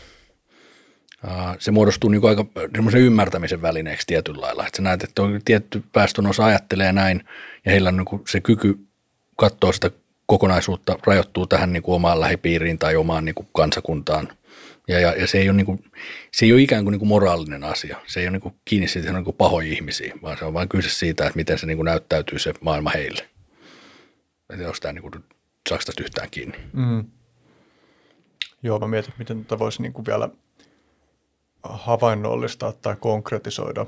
se muodostuu niin kuin aika semmoisen ymmärtämisen välineeksi tietyllä lailla. Että sä näet, että on tietty väestönosa ajattelee näin ja heillä on niin kuin se kyky katsoa sitä kokonaisuutta rajoittuu tähän niin kuin omaan lähipiiriin tai omaan niin kuin kansakuntaan. Ja, ja, ja se, ei ole niin kuin, se ei ole ikään kuin, niin kuin moraalinen asia. Se ei ole niin kuin kiinni siitä, että on niin kuin pahoja ihmisiä, vaan se on vain kyse siitä, että miten se niin kuin näyttäytyy se maailma heille. Että onko tämä, niin kuin, saako tästä yhtään kiinni? Mm. Joo, mä mietin, miten tätä voisi niin kuin vielä havainnollistaa tai konkretisoida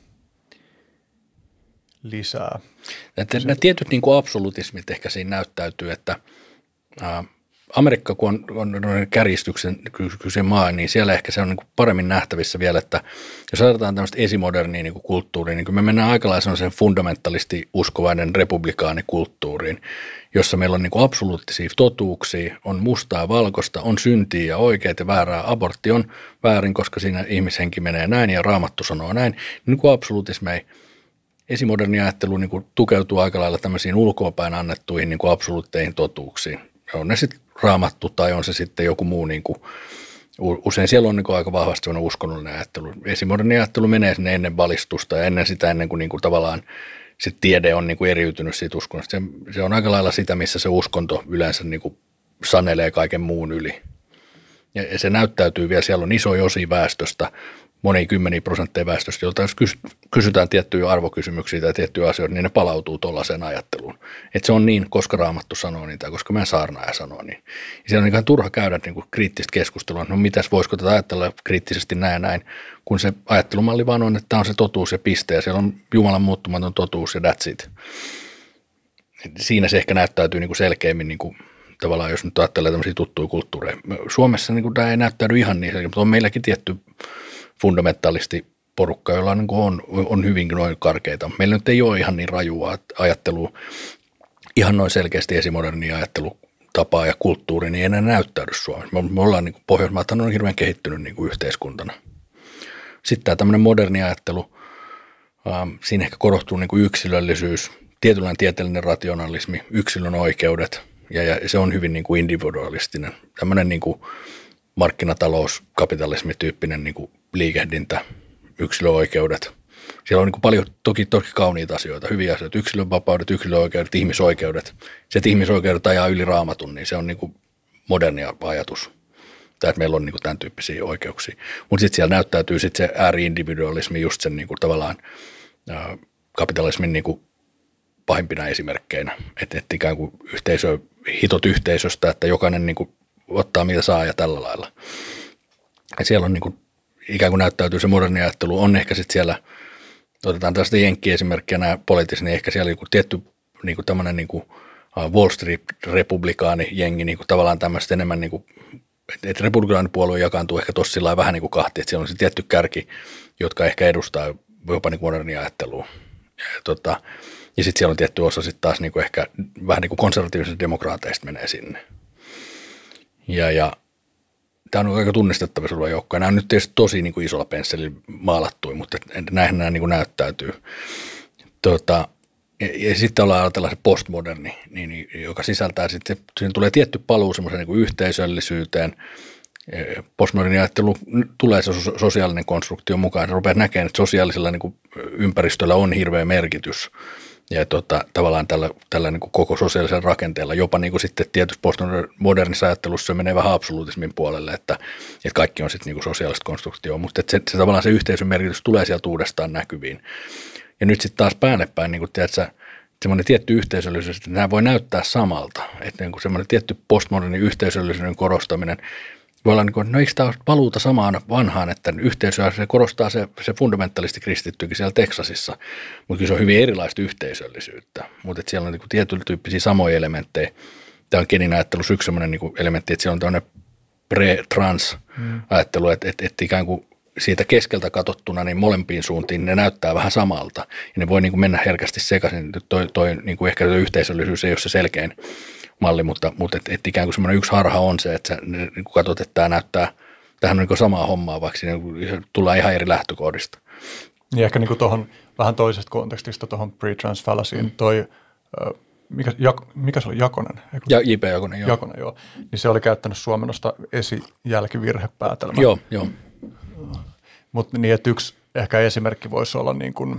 lisää. Nämä tietyt niin kuin absolutismit ehkä siinä näyttäytyy, että ää, Amerikka, kun on, on, on kärjistyksen kyse maa, niin siellä ehkä se on niin kuin paremmin nähtävissä vielä, että jos ajatellaan tämmöistä esimodernia niin kuin kulttuuria, niin me mennään aika lailla sellaisen fundamentalisti uskovainen republikaanikulttuuriin, jossa meillä on niin kuin absoluuttisia totuuksia, on mustaa ja valkoista, on syntiä ja oikeaa ja väärää, abortti on väärin, koska siinä ihmishenki menee näin ja Raamattu sanoo näin, niin kuin absoluutismei. Esimoderni ajattelu niin kuin tukeutuu aika lailla tämmöisiin ulkoapäin annettuihin niin kuin absoluutteihin totuuksiin. On ne sitten Raamattu tai on se sitten joku muu, niin kuin, usein siellä on niin kuin aika vahvasti uskonnollinen ajattelu. Esimoderni ajattelu menee sinne ennen valistusta ja ennen sitä, ennen kuin, niin kuin tavallaan se tiede on niin kuin eriytynyt siitä uskonnosta. Se, se on aika lailla sitä, missä se uskonto yleensä niin kuin sanelee kaiken muun yli. Ja, ja se näyttäytyy vielä, siellä on isoja osia väestöstä, monia kymmeniä prosentteja väestöstä, jolta jos kysytään tiettyjä arvokysymyksiä tai tiettyjä asioita, niin ne palautuu tuollaiseen ajatteluun. Että se on niin, koska Raamattu sanoo niin tai koska meidän saarnaaja sanoo niin. Ja siellä on ihan turha käydä niin kuin kriittistä keskustelua, no mitäs voisiko tätä ajatella kriittisesti näin ja näin, kun se ajattelumalli vaan on, että tämä on se totuus ja piste ja siellä on Jumalan muuttumaton totuus ja that's it. Siinä se ehkä näyttäytyy niin kuin selkeämmin niin kuin tavallaan, jos nyt ajattelee tämmöisiä tuttuja kulttuureja. Suomessa niin kuin tämä ei näyttäydy ihan niin, mutta on meilläkin tietty fundamentalisti porukka, jolla niin on, on hyvinkin noin karkeita. Meillä nyt ei ole ihan niin rajua ajattelua, ihan noin selkeästi esimodernia ajattelu elämäntapa ja kulttuuri niin ei enää näyttäydy Suomessa. Me, me ollaan, niin kuin Pohjoismaathan on hirveän kehittynyt niin kuin yhteiskuntana. Sitten tämä tämmöinen moderni ajattelu, ähm, siinä ehkä korostuu niin kuin yksilöllisyys, tietynlainen tieteellinen rationalismi, yksilön oikeudet, ja, ja se on hyvin niin kuin individualistinen. Tämmöinen niin kuin markkinatalous, kapitalismityyppinen niin kuin liikehdintä, yksilöoikeudet. Siellä on niin kuin paljon toki, toki kauniita asioita, hyviä asioita, yksilönvapaudet, yksilöoikeudet, ihmisoikeudet. Se, että ihmisoikeudet ajaa yli Raamatun, niin se on niin kuin modernia ajatus. Tai että meillä on niin kuin tämän tyyppisiä oikeuksia. Mutta sitten siellä näyttäytyy sit se ääri-individualismi just sen niin kuin tavallaan ää, kapitalismin niin kuin pahimpina esimerkkeinä. Että et ikään kuin yhteisö, hitot yhteisöstä, että jokainen niin kuin ottaa mitä saa ja tällä lailla. Ja siellä on niin kuin, ikään kuin näyttäytyy se moderni ajattelu. On ehkä sitten siellä, otetaan tästä jenkkiesimerkkiä nämä poliittisesti, niin ehkä siellä on tietty niin kuin tämmöinen niin kuin Wall Street-republikaani jengi, niin kuin tavallaan tämmöistä enemmän, niin kuin, että republikaanipuolue jakaantuu ehkä tossa sillä vähän niin kuin kahti, että siellä on se tietty kärki, jotka ehkä edustaa jopa niin kuin modernia ajattelua. Ja, ja, tota, ja sitten siellä on tietty osa sitten taas niin kuin ehkä vähän niin kuin konservatiivisista demokraateista menee sinne. Ja, ja tämä on aika tunnistettava sulla joukkoja. Nämä on nyt tietysti tosi niin kuin isolla pensselillä maalattuja, mutta näinhän nämä niin kuin näyttäytyy. Tota, ja, ja sitten ollaan ajatella se postmoderni, niin, niin, joka sisältää sitten, siinä tulee tietty paluu semmoiseen niin kuin yhteisöllisyyteen. Postmoderni ajattelu tulee se sosiaalinen konstruktio mukaan. Se rupeaa näkemään, että sosiaalisella niin kuin ympäristöllä on hirveä merkitys. Ja tota, tavallaan tällä, tällä niin kuin koko sosiaalisen rakenteella, jopa niin kuin sitten tietysti postmodernissa ajattelussa se menee vähän absoluutismin puolelle, että, että kaikki on sitten niin kuin sosiaalista konstruktioa, mutta että se, se tavallaan se yhteisön merkitys tulee sieltä uudestaan näkyviin. Ja nyt sitten taas päännepäin, niin kuin tiedätkö, semmoinen tietty yhteisöllisyys, että nämä voi näyttää samalta, että niin kuin semmoinen tietty postmoderni yhteisöllisyyden korostaminen voi olla niin kuin, no eikö tämä ole paluuta samaan vanhaan, että yhteisöä se korostaa se, se fundamentalisti kristittykin siellä Teksasissa, mutta kyllä se on hyvin erilaista yhteisöllisyyttä, mutta että siellä on niin kuin tietyn tyyppisiä samoja elementtejä. Tämä on genin ajattelussa yksi sellainen niin kuin elementti, että siellä on tämmöinen pre-trans-ajattelu, että, että, että ikään kuin siitä keskeltä katsottuna niin molempiin suuntiin ne näyttää vähän samalta ja ne voi niin kuin mennä herkästi sekaisin. Toi, toi niin kuin ehkä yhteisöllisyys ei ole se selkein malli, mutta, mutta et, et ikään kuin semmoinen yksi harha on se, että sä niin kun katsot, että tämä näyttää, tämähän on niin samaa hommaa, vaikka siinä tulee ihan eri lähtökohdista. Niin ehkä niin tuohon vähän toisesta kontekstista tuohon pre-trans fallacyyn, mm. toi, mikä, jak, mikä se oli, Jakonen? Ja J P Jakonen, joo. Jakonen, joo. Niin se oli käyttänyt suomennosta esijälkivirhepäätelmä. Joo, joo. Mutta niin, että yksi ehkä esimerkki voisi olla niin kuin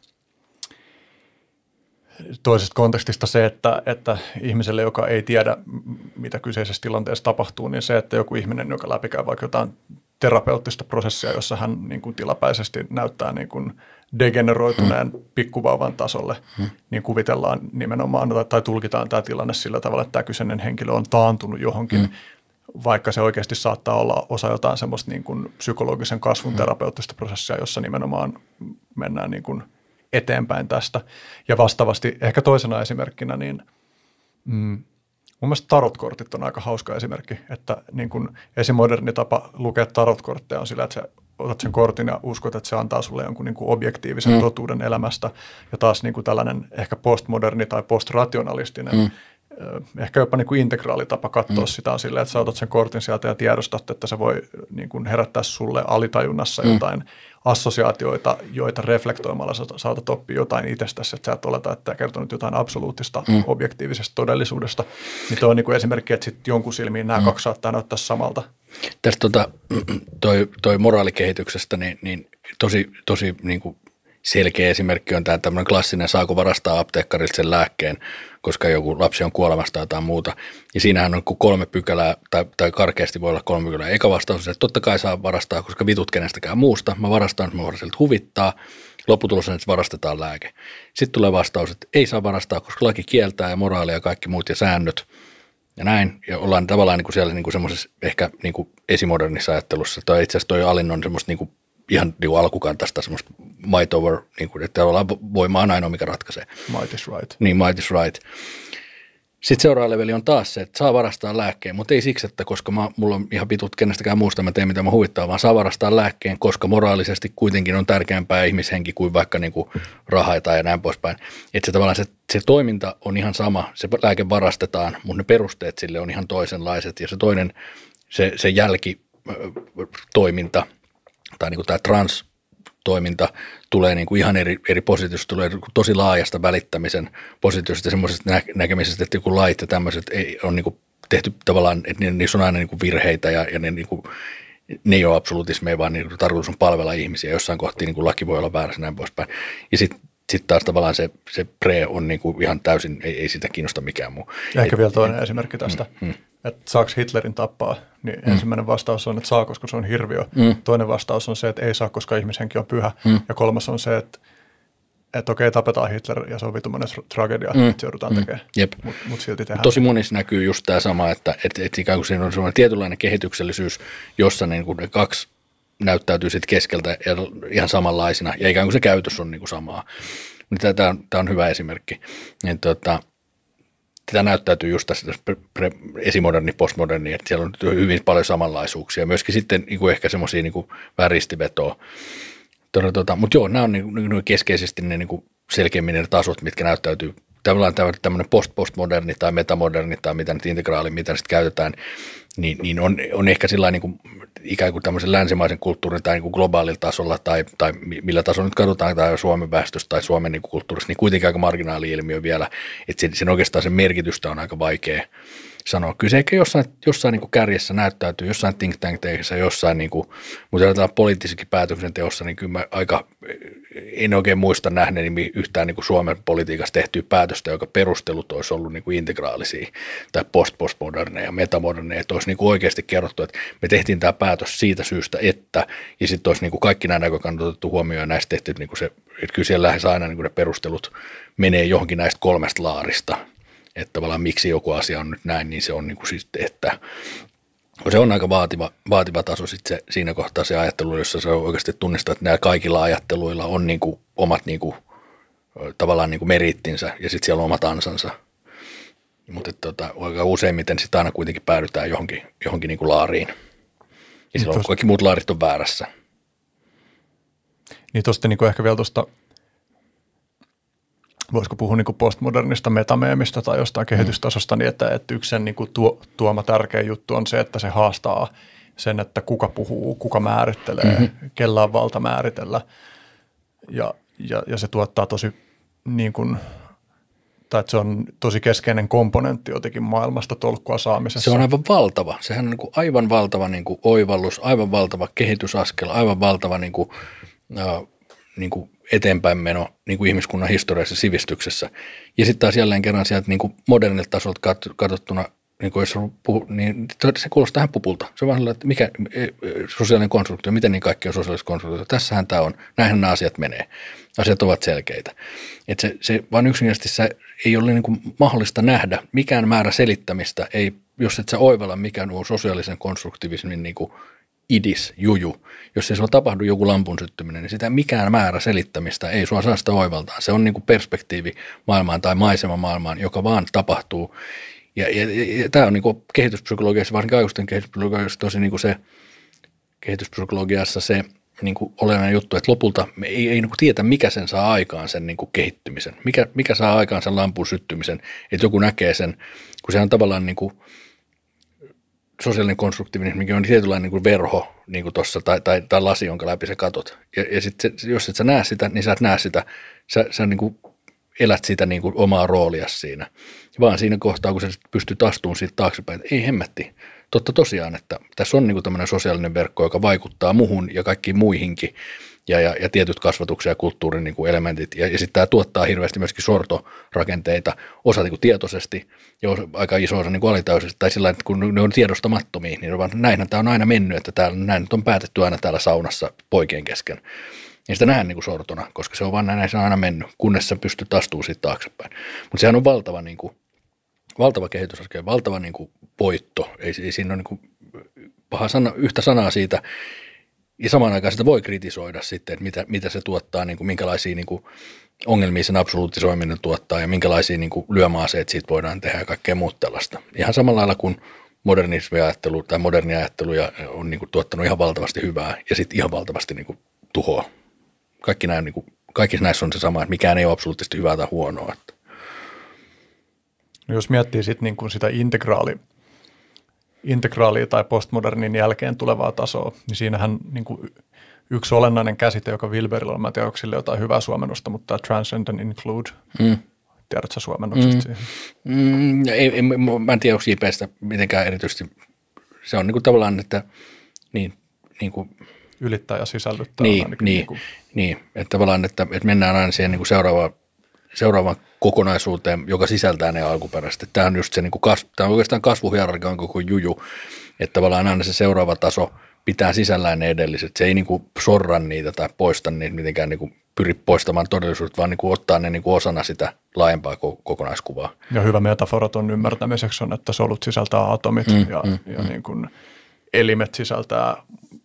toisesta kontekstista se, että, että ihmiselle, joka ei tiedä, mitä kyseisessä tilanteessa tapahtuu, niin se, että joku ihminen, joka läpikäy vaikka jotain terapeuttista prosessia, jossa hän niin kuin tilapäisesti näyttää niin kuin degeneroituneen hmm. pikkuvauvan tasolle, hmm. niin kuvitellaan nimenomaan tai, tai tulkitaan tämä tilanne sillä tavalla, että tämä kyseinen henkilö on taantunut johonkin, hmm. vaikka se oikeasti saattaa olla osa jotain semmoista niin kuin psykologisen kasvun hmm. terapeuttista prosessia, jossa nimenomaan mennään niin kuin eteenpäin tästä. Ja vastaavasti ehkä toisena esimerkkinä, niin mm, mun mielestä tarotkortit on aika hauska esimerkki, että niin kun esimoderni tapa lukea tarotkortteja on sillä, että sä otat sen kortin ja uskot, että se antaa sulle jonkun niin kuin objektiivisen mm. totuuden elämästä. Ja taas niin kuin tällainen ehkä postmoderni tai postrationalistinen, mm. ehkä jopa niin kuin integraalitapa katsoa mm. sitä on silleen, että sä otat sen kortin sieltä ja tiedostat, että se voi niin kuin herättää sulle alitajunnassa mm. jotain assosiaatioita, joita reflektoimalla sä saatat oppia jotain itsestäsi, että sä et oleta, että tämä kertoo nyt jotain absoluuttista, mm. objektiivisesta todellisuudesta. Niin tuo on niin kuin esimerkki, että sitten jonkun silmiin nämä mm. kaksi saattaa näyttää samalta. Tästä tota, toi, toi moraalikehityksestä, niin, niin tosi, tosi niin kuin selkeä esimerkki on tämä tämmöinen klassinen, saako varastaa apteekkarilta sen lääkkeen, koska joku lapsi on kuolemassa tai jotain muuta. Ja siinähän on kolme pykälää, tai, tai karkeasti voi olla kolme pykälää. Eka vastaus on, että totta kai saa varastaa, koska vitut kenestäkään muusta. Mä varastan, että mä voin sieltä huvittaa. Lopputulos on, että varastetaan lääke. Sitten tulee vastaus, että ei saa varastaa, koska laki kieltää ja moraali ja kaikki muut ja säännöt. Ja näin. Ja ollaan tavallaan niin kuin siellä niin kuin semmoisessa ehkä niin kuin esimodernissa ajattelussa. Tai itse asiassa toi Alin on semmoista niin kuin ihan niin kuin alkukantaista semmoista might over, niin kuin, että ollaan voima on ainoa, mikä ratkaisee. Might is right. Niin, might is right. Sitten seuraava leveli on taas se, että saa varastaa lääkkeen, mutta ei siksi, että koska mä, mulla on ihan pitut kenestäkään muusta, mä teen mitä mä huvittaa, vaan saa varastaa lääkkeen, koska moraalisesti kuitenkin on tärkeämpää ihmishenki kuin vaikka niin kuin raha tai näin poispäin. Että se tavallaan se, se toiminta on ihan sama, se lääke varastetaan, mutta ne perusteet sille on ihan toisenlaiset ja se toinen, se, se jälkitoiminta tai niin kuin tämä trans toiminta tulee niin kuin ihan eri, eri positiosta, tulee tosi laajasta välittämisen positiosta ja semmoisesta nä- näkemisestä, että joku lait ja tämmöiset ei on niin kuin tehty tavallaan, että niissä on aina niin kuin virheitä ja, ja ne, niin kuin, ne ei ole absolutismeja, vaan niin kuin tarkoitus on palvella ihmisiä. Jossain kohti niin kuin laki voi olla väärässä näin poispäin. Ja sitten sit taas tavallaan se, se pre on niin kuin ihan täysin, ei, ei sitä kiinnosta mikään muu. Ja ehkä et, vielä toinen et, esimerkki tästä, mm, mm. että saako Hitlerin tappaa, niin mm. ensimmäinen vastaus on, että saa, koska se on hirviö. Mm. Toinen vastaus on se, että ei saa, koska ihmishenki on pyhä. Mm. Ja kolmas on se, että, että okei, tapetaan Hitler ja se on vitumainen tragedia, mm. että se joudutaan mm. tekemään, mutta mut silti tehdään. Tosi monissa näkyy just tämä sama, että, että, että ikään kuin siinä on sellainen tietynlainen kehityksellisyys, jossa niin kuin ne kaksi näyttäytyy sitten keskeltä ja ihan samanlaisina ja ikään kuin se käytös on niin kuin samaa. Tämä on, tämä on hyvä esimerkki. Ja tuota, tätä näyttäytyy just tässä pre, pre, esimoderni, postmoderni, että siellä on hyvin paljon samanlaisuuksia. Myöskin sitten niin kuin ehkä semmoisia niin kuin vähän ristivetoa. Tuota, mutta joo, nämä on niin, niin keskeisesti ne niin kuin selkeämmin ne tasot, mitkä näyttäytyy. Tavallaan tämmöinen post-postmoderni tai metamoderni tai mitä nyt integraali, mitä sitten käytetään, niin, niin on, on ehkä sillä niin kuin ikään kuin tämmöisen länsimaisen kulttuurin tai niin kuin globaalilla tasolla tai, tai millä tasolla nyt katsotaan tai Suomen väestöstä tai Suomen niin kuin kulttuurista, niin kuitenkin aika marginaali-ilmiö vielä, että sen, sen oikeastaan sen merkitystä on aika vaikea sanoa. Kyllä se ehkä jossain, jossain niin kuin kärjessä näyttäytyy, jossain think tank teissä, jossain, niin kuin, mutta ajatellaan poliittisessakin päätöksenteossa, niin kyllä mä aika, en oikein muista nähneeni yhtään niin kuin Suomen politiikassa tehtyä päätöstä, joka perustelut olisi ollut niin kuin integraalisia tai post-postmoderneja, metamoderneja, että olisi niin kuin oikeasti kerrottu, että me tehtiin tämä päätös siitä syystä, että, ja sitten olisi niin kuin kaikki nämä näkökannat otettu huomioon ja näistä tehty, niin kuin se, että kyllä siellä lähes aina niin kuin ne perustelut menee johonkin näistä kolmesta laarista. Että tavallaan miksi joku asia on nyt näin, niin se on niin kuin siis, että se on aika vaativa, vaativa taso sit se, siinä kohtaa se ajattelu, jossa se oikeasti tunnistaa, että nämä kaikilla ajatteluilla on niin kuin omat niin kuin, tavallaan niin kuin merittinsä ja sitten siellä on omat ansansa. Mutta tota, useimmiten sitten aina kuitenkin päädytään johonkin, johonkin niin kuin laariin. Ja silloin Tos... kaikki muut laarit on väärässä. Niin tuosta niin ehkä vielä tuosta, voisiko puhua niin kuin postmodernista metameemistä tai jostain kehitystasosta, niin että, että yksi sen niin kuin tuo, tuoma tärkeä juttu on se, että se haastaa sen, että kuka puhuu, kuka määrittelee, mm-hmm. kellä on valta määritellä. Ja, ja, ja se tuottaa tosi, niin kuin, tai että se on tosi keskeinen komponentti jotenkin maailmasta tolkkua saamisessa. Se on aivan valtava. Sehän on niin kuin aivan valtava niin kuin oivallus, aivan valtava kehitysaskel, aivan valtava niin kuin, äh, niin kuin eteenpäin meno niin kuin ihmiskunnan historiassa sivistyksessä. Ja sitten taas jälleen kerran sieltä niin kuin modernilta tasolta katsottuna, niin kuin jos puhu, niin se kuulostaa ihan pupulta. Se on vaan että mikä sosiaalinen konstruktio, miten niin kaikki on sosiaalista konstruktio. Tässähän tämä on, näinhän nämä asiat menee. Asiat ovat selkeitä. Että se, se vaan yksinkertaisesti se ei ole niin kuin mahdollista nähdä mikään määrä selittämistä, ei, jos et sä oivalla mikään on sosiaalisen konstruktivismin niin kuin idis, juju. Jos ei sulla tapahdu joku lampun syttyminen, niin sitä mikään määrä selittämistä ei sua saa sitä oivaltaa. Se on niin kuin perspektiivi maailmaan tai maisema maailmaan, joka vaan tapahtuu. Ja, ja, ja, ja tämä on niin kuin kehityspsykologiassa, varsinkin aikuisten kehityspsykologiassa tosi niin kuin se, kehityspsykologiassa se niin kuin olennainen juttu, että lopulta me ei, ei niin kuin tiedä, mikä sen saa aikaan sen niin kuin kehittymisen. Mikä, mikä saa aikaan sen lampun syttymisen, että joku näkee sen, kun se on tavallaan niin kuin sosiaalinen konstruktiivinen, mikä on tietynlainen niin kuin verho niin kuin tossa, tai, tai, tai lasi, jonka läpi sä katot. Ja, ja sitten jos et sä näe sitä, niin sä et näe sitä. Sä, sä niin kuin elät sitä niin kuin omaa roolia siinä. Vaan siinä kohtaa, kun sä pystyt astumaan siitä taaksepäin, että ei hemmetti. Totta tosiaan, että tässä on niin kuin tämmöinen sosiaalinen verkko, joka vaikuttaa muhun ja kaikkiin muihinkin. Ja, ja, ja tietyt kasvatuksen ja kulttuurin niin kuin elementit. Ja, ja sitten tämä tuottaa hirveästi myöskin sortorakenteita, osa niin kuin tietoisesti ja osa, aika iso osa niin kuin alitajuisesti. Tai sillä että kun ne on tiedostamattomia, niin on vaan, näinhän tämä on aina mennyt, että täällä, näin nyt on päätetty aina täällä saunassa poikien kesken. Ja sitä nähdään niin kuin sortona, koska se on vaan näin, se on aina mennyt, kunnes sä pystyt astumaan siitä taaksepäin. Mutta sehän on valtava, niin kuin, valtava kehitysaskel, valtava niin kuin voitto. Ei, ei siinä ole niin kuin paha sana, yhtä sanaa siitä. Ja samaan aikaan sitä voi kritisoida sitten, että mitä, mitä se tuottaa, niin kuin, minkälaisia niin kuin, ongelmia sen absoluuttisoiminen tuottaa ja minkälaisia niin kuin lyömäaseita siitä voidaan tehdä ja kaikkea muuta tällaista. Ihan samalla lailla kuin modernismiajattelu tai moderni ajattelu on niin kuin tuottanut ihan valtavasti hyvää ja sitten ihan valtavasti niin kuin tuhoa. Kaikki nämä, niin kuin, kaikissa näissä on se sama, että mikään ei ole absoluuttisesti hyvää tai huonoa. Että. No jos miettii sit niin kuin sitä integraali, integraalia tai postmodernin jälkeen tulevaa tasoa, niin siinähän niin kuin yksi olennainen käsite, joka Wilberillä on, mä en tiedä, onko sille jotain hyvää suomennosta, mutta tämä transcend and include, mm. tiedätkö suomennoksesta mm. siihen? Mm, ei, ei, mä en tiedä, onko J P:stä mitenkään erityisesti, se on niin kuin tavallaan, että niin, niin kuin, ylittää ja sisällyttää. Niin, niin, niin, kuin. niin, että tavallaan, että, että mennään aina siihen niin kuin seuraavaan, seuraavaan kokonaisuuteen, joka sisältää ne alkuperäiset. Tämä on just se, niin kuin kasvu, tämä on oikeastaan kasvuhierarkian koko juju, että tavallaan aina se seuraava taso pitää sisällään ne edelliset. Se ei niin kuin sorra niitä tai poista niitä mitenkään niin kuin pyri poistamaan todellisuutta, vaan niin kuin ottaa ne niin kuin osana sitä laajempaa kokonaiskuvaa. Ja hyvä metafora tuon ymmärtämiseksi on, että solut sisältää atomit mm, ja, mm, ja mm. Niin kuin elimet sisältää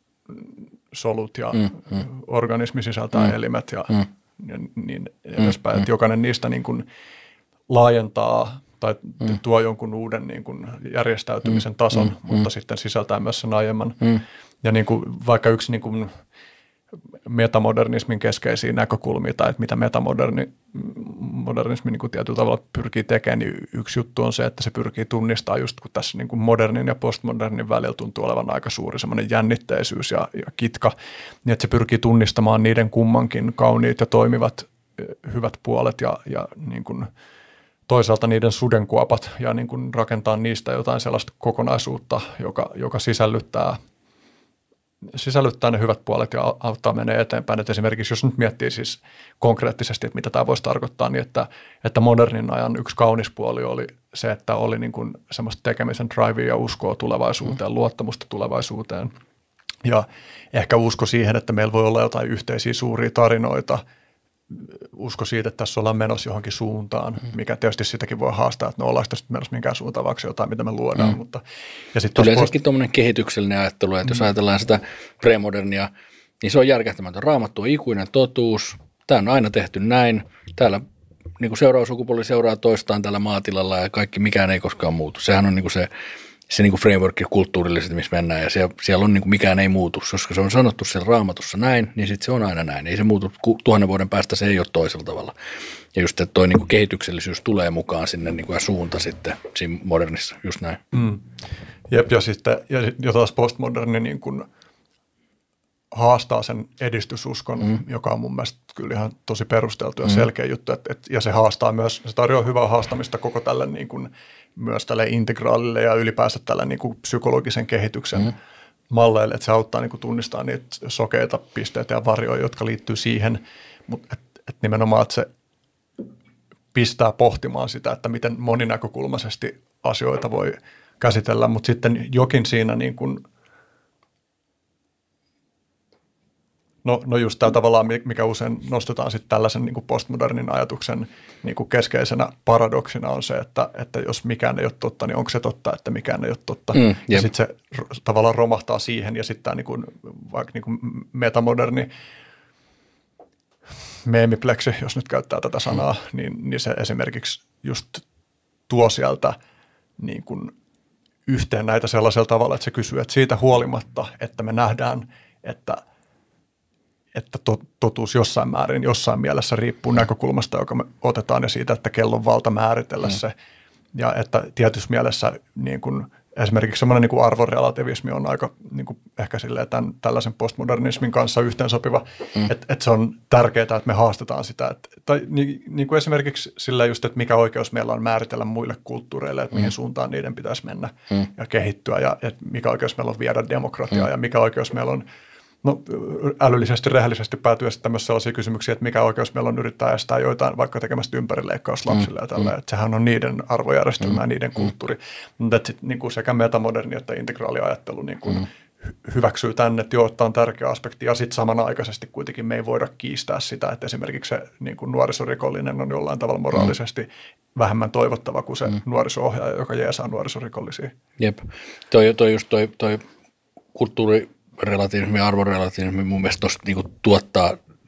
solut ja mm, mm. organismi sisältää mm, elimet ja, mm. ja niin edespäin. Mm, että jokainen niistä niin kuin laajentaa tai mm. tuo jonkun uuden niin kuin järjestäytymisen tason, mm, mutta mm. sitten sisältää myös sen aiemman. Mm. Ja niin kuin vaikka yksi niin kuin metamodernismin keskeisiä näkökulmia tai että mitä metamodernismi niin kuin tietyllä tavalla pyrkii tekemään, niin yksi juttu on se, että se pyrkii tunnistamaan just kun tässä niin kuin modernin ja postmodernin välillä tuntuu olevan aika suuri semmoinen jännitteisyys ja, ja kitka, niin että se pyrkii tunnistamaan niiden kummankin kauniit ja toimivat hyvät puolet ja, ja niin kuin toisaalta niiden sudenkuopat ja niin kuin rakentaa niistä jotain sellaista kokonaisuutta, joka, joka sisällyttää, sisällyttää ne hyvät puolet ja auttaa menee eteenpäin. Et esimerkiksi jos nyt miettii siis konkreettisesti, että mitä tämä voisi tarkoittaa, niin että, että modernin ajan yksi kaunis puoli oli se, että oli niin kuin semmoista tekemisen drivea ja uskoa tulevaisuuteen, mm. luottamusta tulevaisuuteen ja ehkä usko siihen, että meillä voi olla jotain yhteisiä suuria tarinoita, usko siitä, että tässä ollaan menossa johonkin suuntaan, mm. mikä tietysti sitäkin voi haastaa, että no ollaanko tässä menossa minkään suuntaan, vaikka jotain, mitä me luodaan. Mm. Mutta, ja sitten yleensäkin post- tuommoinen kehityksellinen ajattelu, että mm. jos ajatellaan sitä premodernia, niin se on järkähtämätön. Raamattu on ikuinen totuus, tämä on aina tehty näin, täällä niin kuin seuraava sukupolvi seuraa toistaan tällä maatilalla ja kaikki, mikään ei koskaan muutu. Sehän on niin kuin se, se niin kuin framework kulttuurillisesti, missä mennään ja siellä, siellä on niin kuin mikään ei muutu. Koska se on sanottu siellä Raamatussa näin, niin sitten se on aina näin. Ei se muutu, tuhannen vuoden päästä se ei ole toisella tavalla. Ja just että toi niin kuin kehityksellisyys tulee mukaan sinne niin kuin ja suunta sitten siinä modernissa, just näin. Mm. Jep, ja sitten ja, ja taas postmoderni niin kuin haastaa sen edistysuskon, mm. joka on mun mielestä kyllä ihan tosi perusteltu ja mm. selkeä juttu. Et, et, ja se haastaa myös, se tarjoaa hyvää haastamista koko tälle niin kuin myös tälle integraalille ja ylipäänsä tälle niin kuin psykologisen kehityksen mm. malleille, että se auttaa niin kuin tunnistaa niitä sokeita pisteitä ja varjoja, jotka liittyy siihen, mutta et, et nimenomaan, että se pistää pohtimaan sitä, että miten moninäkökulmaisesti asioita voi käsitellä, mutta sitten jokin siinä niin kuin No, no just tämä tavallaan, mikä usein nostetaan sitten tällaisen niin kuin postmodernin ajatuksen niin kuin keskeisenä paradoksina on se, että, että jos mikään ei ole totta, niin onko se totta, että mikään ei ole totta. Mm, ja sitten se tavallaan romahtaa siihen ja sitten tämä niin kuin, vaikka niin kuin metamoderni meemipleksi, jos nyt käyttää tätä sanaa, mm. niin, niin se esimerkiksi just tuo sieltä niin kuin yhteen näitä sellaisella tavalla, että se kysyy, että siitä huolimatta, että me nähdään, että että totuus jossain määrin, jossain mielessä riippuu näkökulmasta, joka me otetaan ja siitä, että kellon valta määritellä mm. se. Ja että tietyssä mielessä niin kuin, esimerkiksi semmoinen niin kuin arvorelativismi on aika niin kuin, ehkä silleen, tämän, tällaisen postmodernismin kanssa yhteensopiva, mm. että, että se on tärkeää, että me haastetaan sitä. Että, tai niin, niin kuin esimerkiksi sillä just, että mikä oikeus meillä on määritellä muille kulttuureille, että mm. mihin suuntaan niiden pitäisi mennä mm. ja kehittyä ja että mikä oikeus meillä on viedä demokratiaa mm. ja mikä oikeus meillä on no älyllisesti, rehellisesti päätyy esittämään myös sellaisia kysymyksiä, että mikä oikeus meillä on yrittää estää joitain vaikka tekemästä ympärileikkausta lapsille mm, ja tällä, mm. että sehän on niiden arvojärjestelmä mm, ja niiden kulttuuri. Mm. Mutta että sit, niin kuin sekä metamoderni että integraaliajattelu niin kuin mm. hyväksyy tänne, että joo, tämä on tärkeä aspekti ja sitten samanaikaisesti kuitenkin me ei voida kiistää sitä, että esimerkiksi se niin kuin nuorisorikollinen on jollain tavalla moraalisesti mm. vähemmän toivottava kuin se mm. nuoriso-ohjaaja, joka jeesaa nuorisorikollisia. Jep, toi, toi just toi, toi kulttuuri relatiivismi ja arvorelatiivismi mun mielestä tuossa niinku tuottaa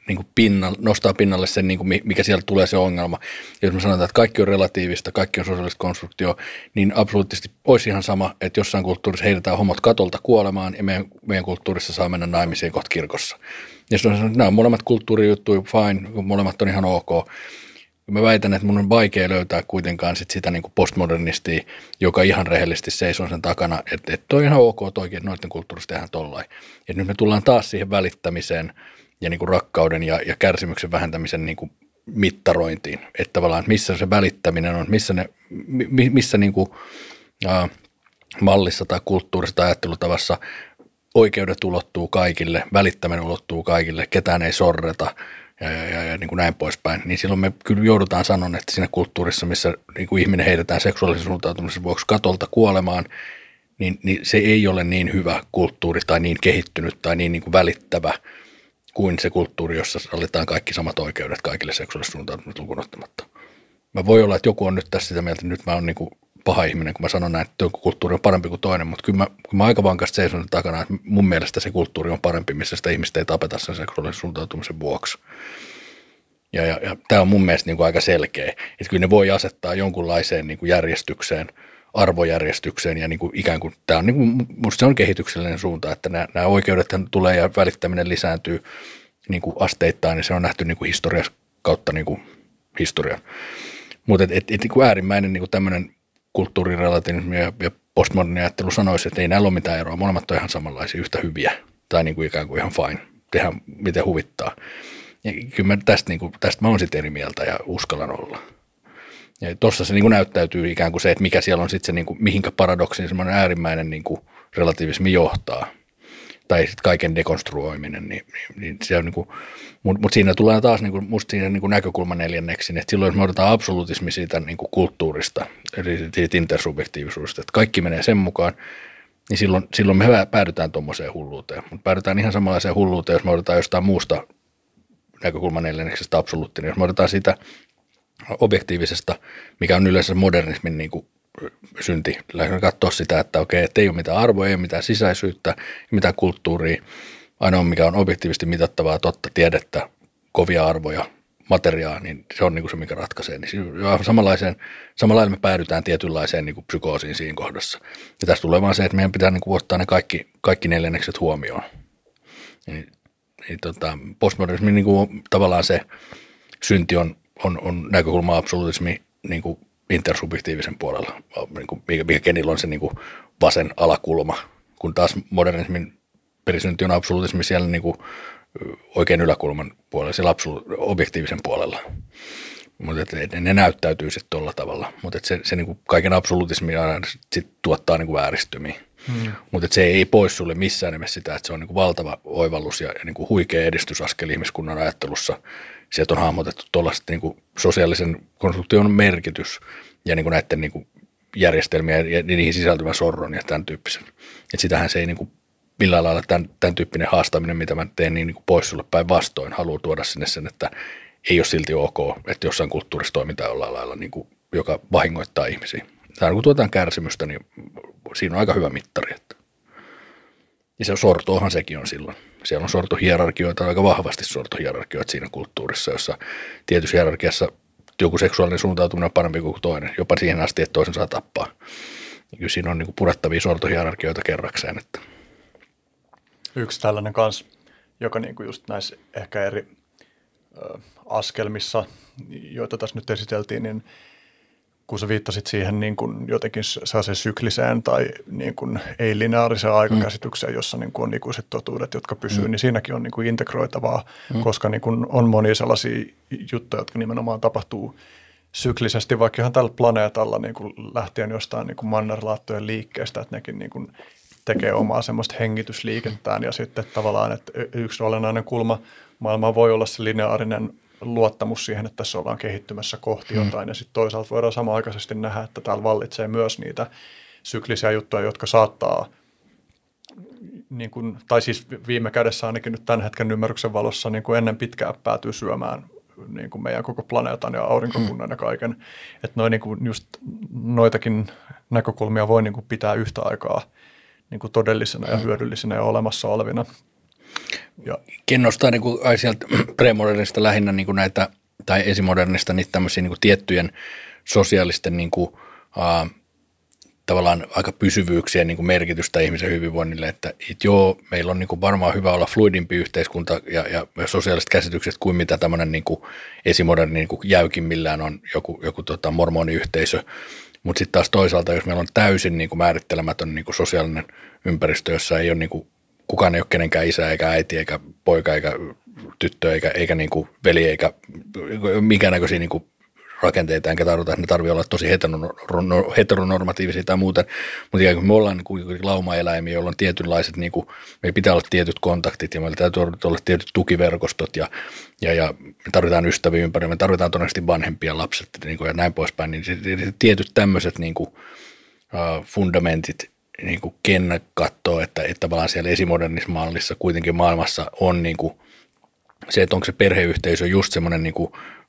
niin kuin pinnalle, nostaa pinnalle sen, niin kuin mikä sieltä tulee se ongelma. Ja jos me sanotaan, että kaikki on relatiivista, kaikki on sosiaalista konstruktio, niin absoluuttisesti olisi ihan sama, että jossain kulttuurissa heitetään homot katolta kuolemaan ja meidän, meidän kulttuurissa saa mennä naimisiin kohta kirkossa. Ja jos on sanonut, että nämä on molemmat kulttuurijuttuja, fine, molemmat on ihan ok. Mä väitän, että mun on vaikea löytää kuitenkaan sit sitä niin kuin postmodernistia, joka ihan rehellisesti seisoo sen takana, että, että toi on ihan ok toikin, että noiden kulttuurissa tehdään tollain. Ja nyt me tullaan taas siihen välittämiseen ja niin kuin rakkauden ja, ja kärsimyksen vähentämisen niin kuin mittarointiin. Että tavallaan, että missä se välittäminen on, missä, ne, missä niin kuin, äh, mallissa tai kulttuurissa tai ajattelutavassa oikeudet ulottuu kaikille, välittäminen ulottuu kaikille, ketään ei sorreta. Ja, ja, ja, ja niin kuin näin poispäin, niin silloin me kyllä joudutaan sanomaan, että siinä kulttuurissa, missä niin kuin ihminen heitetään seksuaalisen suuntautumisen vuoksi katolta kuolemaan, niin, niin se ei ole niin hyvä kulttuuri tai niin kehittynyt tai niin, niin kuin välittävä kuin se kulttuuri, jossa sallitaan kaikki samat oikeudet kaikille seksuaalisen suuntautumisen lukuun ottamatta. Mä voi olla, että joku on nyt tässä sitä mieltä, että nyt mä oon niin kuin paha ihminen, kun mä sanon näin, että joku kulttuuri on parempi kuin toinen, mutta kyllä mä, kyllä mä aika vankasti seison takana, että mun mielestä se kulttuuri on parempi, missä sitä ihmistä ei tapeta sen seksuaalisen suuntautumisen vuoksi. Ja, ja, ja tämä on mun mielestä niin kuin aika selkeä, että kyllä ne voi asettaa jonkunlaiseen niin kuin järjestykseen, arvojärjestykseen ja niin kuin ikään kuin, tämä on niin kuin, musta se on kehityksellinen suunta, että nämä, nämä oikeudet tulee ja välittäminen lisääntyy niin kuin asteittain ja se on nähty niin kuin historian kautta niin kuin historian. Mutta et, et, et, niin äärimmäinen niin kuin tämmöinen kulttuurirelativismi ja, ja postmoderni ajattelu sanoisi, että ei näillä ole mitään eroa, molemmat on ihan samanlaisia, yhtä hyviä tai niin kuin ikään kuin ihan fine, tehdään miten huvittaa. Ja kyllä mä tästä, niin kuin, tästä mä oon sitten eri mieltä ja uskallan olla. Ja tuossa se niin kuin näyttäytyy ikään kuin se, että mikä siellä on sitten se, niin kuin, mihinkä paradoksiin semmoinen äärimmäinen niin kuin relativismi johtaa. Tai sitten kaiken dekonstruoiminen. Niin, niin, niin se on niin kuin, mutta mut siinä tulee taas niin kuin, musta siinä niin kuin näkökulma neljänneksi, että silloin jos me otetaan absolutismi siitä niin kuin kulttuurista, eli siitä intersubjektiivisuudesta, että kaikki menee sen mukaan, niin silloin, silloin me päädytään tuommoiseen hulluuteen. Mutta päädytään ihan samanlaiseen hulluuteen, jos me otetaan jostain muusta näkökulma neljänneksestä absoluuttinen. Jos me otetaan sitä objektiivisesta, mikä on yleensä modernismin niin kuin synti, lähdetään katsoa sitä, että okei, että ei ole mitään arvoa, ei ole mitään sisäisyyttä, ei mitään kulttuuria, ainoa mikä on objektiivisesti mitattavaa, totta, tiedettä, kovia arvoja, materiaa, niin se on niin kuin se, mikä ratkaisee. Niin samanlaiseen, samanlailla me päädytään tietynlaiseen niin kuin psykoosiin siinä kohdassa. Ja tässä tulee vaan se, että meidän pitää niin kuin ottaa ne kaikki, kaikki neljännekset huomioon. Niin, niin tota, postmodernismin niin kuin, tavallaan se synti on, on, on näkökulma absolutismi niin kuin intersubjektiivisen puolella, niin kuin, mikä, mikä kenillä on se niin kuin vasen alakulma, kun taas modernismin perisynti on absolutismi siellä niin kuin oikein yläkulman puolella, siellä absolu- objektiivisen puolella. Mutta ne näyttäytyy sitten tuolla tavalla, mutta se, se niin kuin kaiken absolutismi sit tuottaa niin kuin vääristymiä. Hmm. Mutta se ei pois sulle missään nimessä sitä, että se on niin kuin valtava oivallus ja, ja niin kuin huikea edistysaskel ihmiskunnan ajattelussa. Sieltä on hahmotettu tuollaista niin kuin sosiaalisen konstruktion merkitys ja niin kuin näiden niin kuin järjestelmiä ja niihin sisältyvän sorron ja tämän tyyppisen. Et sitähän se ei niin kuin millään lailla tämän, tämän tyyppinen haastaminen, mitä mä teen, niin, niin kuin pois sulle päin vastoin. Haluan tuoda sinne sen, että ei ole silti ok, että jossain kulttuurissa toimintaa jollain lailla, niin kuin, joka vahingoittaa ihmisiä. Tämä kun tuotetaan kärsimystä, niin siinä on aika hyvä mittari. Että. Ja se on sortoahan sekin on silloin. Siellä on sortohierarkioita, aika vahvasti sortohierarkioita siinä kulttuurissa, jossa tietyssä hierarkiassa joku seksuaalinen suuntautuminen on parempi kuin toinen, jopa siihen asti, että toisen saa tappaa. Ja kyllä siinä on niin kuin purettavia sortohierarkioita kerrakseen. Että. Yksi tällainen kanssa, joka niin kuin just näissä ehkä eri ö, askelmissa, joita tässä nyt esiteltiin, niin kun sä viittasit siihen niin kuin jotenkin sellaiseen sykliseen tai niin kuin ei-lineaariseen aikakäsitykseen, jossa niin kuin on ikuiset totuudet, jotka pysyy, mm. niin siinäkin on niin kuin integroitavaa, mm. koska niin kuin on monia sellaisia juttuja, jotka nimenomaan tapahtuu syklisesti, vaikka ihan tällä planeetalla niin kuin lähtien jostain niin kuin mannerlaattojen liikkeestä, että nekin niin kuin tekee omaa semmoista hengitysliikettään ja sitten tavallaan, että yksi olennainen kulma maailmaan voi olla se lineaarinen luottamus siihen, että tässä ollaan kehittymässä kohti jotain, ja sitten toisaalta voidaan samanaikaisesti nähdä, että täällä vallitsee myös niitä syklisiä juttuja, jotka saattaa, niin kuin, tai siis viime kädessä ainakin nyt tämän hetken ymmärryksen valossa niin kuin ennen pitkään päätyy syömään niin kuin meidän koko planeetan ja aurinkokunnan ja kaiken. Että noin, niin kuin just noitakin näkökulmia voi niin kuin pitää yhtä aikaa niin kuin todellisena ja hyödyllisenä ja olemassa olevina. Ja Ken nostaa niin kuin, ai sieltä premodernista lähinnä niin kuin näitä, tai esimodernista niitä tämmöisiä niin kuin tiettyjen sosiaalisten niin kuin, uh, tavallaan aika pysyvyyksiä niin kuin merkitystä ihmisen hyvinvoinnille, että, että joo, meillä on niin kuin varmaan hyvä olla fluidimpi yhteiskunta ja, ja sosiaaliset käsitykset kuin mitä tämmöinen niin kuin esimoderni niin kuin jäykimmillään on joku, joku tota, mormoniyhteisö, mutta sitten taas toisaalta, jos meillä on täysin niin kuin määrittelemätön niin kuin sosiaalinen ympäristö, jossa ei ole niin kuin, kukaan ei ole kenenkään isä eikä äiti eikä poika eikä tyttö eikä, eikä niin kuin veli eikä minkään näköisiä niin kuin rakenteita, enkä tarvita, että ne tarvitsee olla tosi heteronormatiivisia tai muuten, mutta ikään kuin me ollaan niin laumaeläimiä, joilla on tietynlaiset, niin kuin, meillä pitää olla tietyt kontaktit ja meillä täytyy olla tietyt tukiverkostot ja, ja, ja me tarvitaan ystäviä ympäri, me tarvitaan todennäköisesti vanhempia lapset niin kuin, ja näin poispäin, niin se, se, tietyt tämmöiset niin kuin, uh, fundamentit, niin kuin Ken katsoo, että, että tavallaan siellä esimodernissa mallissa kuitenkin maailmassa on niin kuin, se, että onko se perheyhteisö just semmoinen niin kuin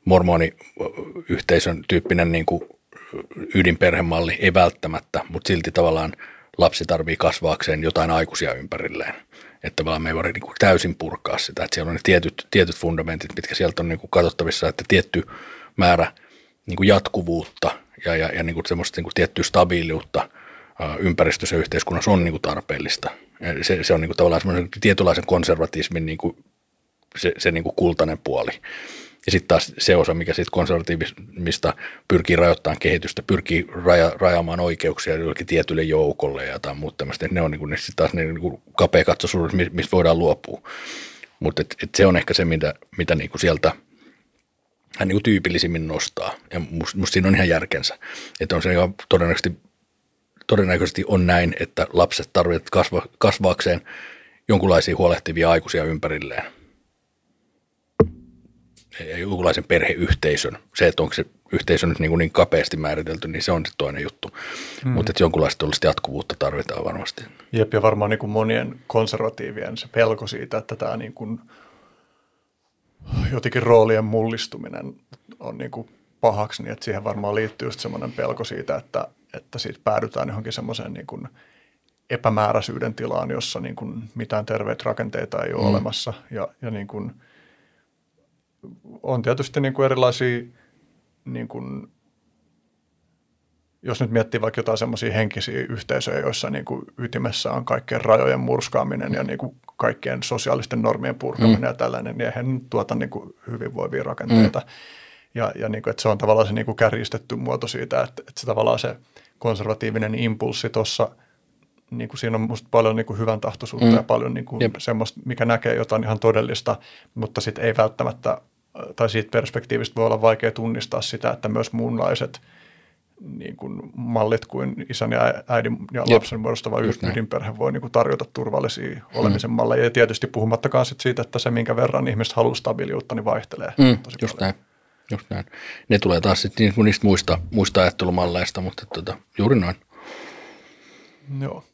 mormoniyhteisön tyyppinen niin kuin ydinperhemalli, ei välttämättä, mutta silti tavallaan lapsi tarvii kasvaakseen jotain aikuisia ympärilleen. Että tavallaan me ei voi niin kuin täysin purkaa sitä, että siellä on ne tietyt, tietyt fundamentit, mitkä sieltä on niin kuin katsottavissa, että tietty määrä niin kuin jatkuvuutta ja, ja, ja niin kuin semmoista niin kuin tiettyä stabiiliutta ympäristössä ja yhteiskunnassa on niin kuin tarpeellista. Se, se on niin kuin tavallaan semmoinen tietynlaisen konservatismin niin kuin se, se niin kuin kultainen puoli. Ja sitten taas se osa, mikä siitä konservatiivismista pyrkii rajoittamaan kehitystä, pyrkii raja, rajaamaan oikeuksia jollekin tietylle joukolle ja jotain muuta tämmöistä. Ne on niin kuin, sitten taas ne niin kuin kapea katsoisuus, mistä voidaan luopua. Mutta et, et se on ehkä se, mitä, mitä niin kuin sieltä hän niin kuin tyypillisimmin nostaa. Ja musta must siinä on ihan järkensä. Että on se ihan todennäköisesti, todennäköisesti on näin, että lapset tarvitsevat kasva, kasvaakseen jonkunlaisia huolehtivia aikuisia ympärilleen. Jonkunlaisen perheyhteisön. Se, että onko se yhteisö nyt niin, kuin niin kapeasti määritelty, niin se on sitten toinen juttu. Hmm. Mutta että jonkunlaista jatkuvuutta tarvitaan varmasti. Jep, ja varmaan niin kuin monien konservatiivien se pelko siitä, että tämä niin kuin jotenkin roolien mullistuminen on niin kuin pahaksi, niin että siihen varmaan liittyy just semmoinen pelko siitä, että, että siitä päädytään johonkin semmoiseen niin kuin epämääräisyyden tilaan, jossa niin kuin mitään terveitä rakenteita ei ole hmm. olemassa ja, ja niin kuin on tietysti niin kuin erilaisia, niin kuin, jos nyt miettii vaikka jotain semmoisia henkisiä yhteisöjä, joissa niin kuin ytimessä on kaikkien rajojen murskaaminen ja niin kuin kaikkien sosiaalisten normien purkaminen mm. ja tällainen, niin eihän tuota niin kuin hyvinvoivia rakenteita. Mm. Ja, ja niin kuin, että se on tavallaan se niin kuin kärjistetty muoto siitä, että, että se tavallaan se konservatiivinen impulssi tuossa, niin kuin siinä on musta paljon niin kuin hyvän tahtoisuutta mm. ja paljon niin kuin semmoista, mikä näkee jotain ihan todellista, mutta sitten ei välttämättä, tai siitä perspektiivistä voi olla vaikea tunnistaa sitä, että myös muunlaiset niin kuin mallit kuin isän ja äidin ja lapsen muodostava ydinperhe voi niin kuin tarjota turvallisia mm. olemisen malleja. Ja tietysti puhumattakaan sit siitä, että se, minkä verran ihmiset haluaa stabiiliutta, niin vaihtelee mm, tosi just paljon. Näin. Just näin. Ne tulee taas sitten niistä muista, muista ajattelumalleista, mutta tota, juuri noin. Joo.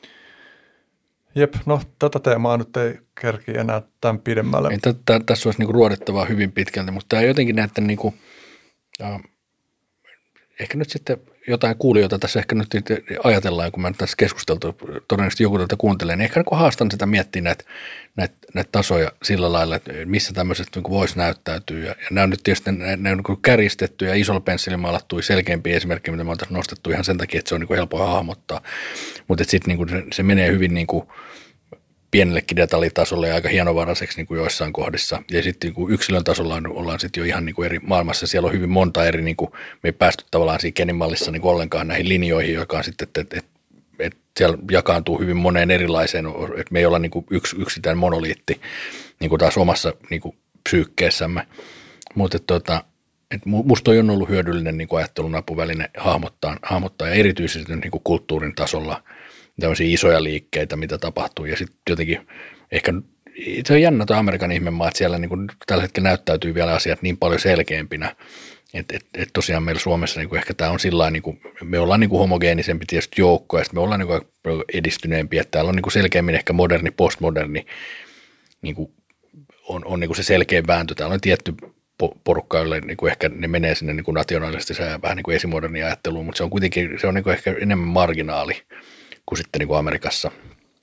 Jep, no tätä teemaa nyt ei kerki enää tämän pidemmälle. Ei, t- t- tässä olisi niinku ruodettavaa hyvin pitkälti, mutta tämä jotenkin näette niinku, äh, ehkä nyt sitten jotain kuulijoita tässä ehkä nyt ajatellaan, kun mä tässä keskusteltu, todennäköisesti joku tätä kuuntelee, niin ehkä niin haastan sitä miettiä näitä, näitä, näitä tasoja sillä lailla, että missä tämmöiset niin voisi näyttäytyä. Ja, ja nämä on nyt tietysti ne, ne on niin kärjistetty ja isolla pensselillä maalattuja selkeämpiä esimerkkejä, mitä me on tässä nostettu ihan sen takia, että se on niin helppo hahmottaa. Mutta sitten niin se, se menee hyvin niin kuin pienellekin detaljitasolle ja aika hienovaraiseksi niin kuin joissain kohdissa. Ja sitten niin yksilön tasolla ollaan sitten jo ihan niin kuin eri maailmassa. Siellä on hyvin monta eri, niin kuin, me ei päästy tavallaan siinä Kenin-mallissa niin kuin ollenkaan näihin linjoihin, joka on sitten, että, että, että, että siellä jakaantuu hyvin moneen erilaiseen, että me ei olla niin kuin yksi, yksitään monoliitti niin kuin taas omassa niin kuin psyykkeessämme. Mutta tota, musta toi on ollut hyödyllinen niin kuin ajattelun apuväline hahmottaa, hahmottaa ja erityisesti niin kuin kulttuurin tasolla tämmöisiä isoja liikkeitä, mitä tapahtuu. Ja sitten jotenkin ehkä se on jännä tuo Amerikan ihmemaa, että siellä niin kuin tällä hetkellä näyttäytyy vielä asiat niin paljon selkeämpinä. Että et, et tosiaan meillä Suomessa niin kuin ehkä tämä on sillä niin kuin, me ollaan niin kuin homogeenisempi tietysti joukko ja sitten me ollaan niin kuin edistyneempi. Että täällä on niin kuin selkeämmin ehkä moderni, postmoderni niin kuin on, on niin kuin se selkeä vääntö. Täällä on tietty porukka, joille niin kuin ehkä ne menee sinne niin kuin nationalistiseen ja vähän niin kuin esimoderniin ajatteluun, mutta se on kuitenkin se on niin kuin ehkä enemmän marginaali kuin sitten niin kuin Amerikassa.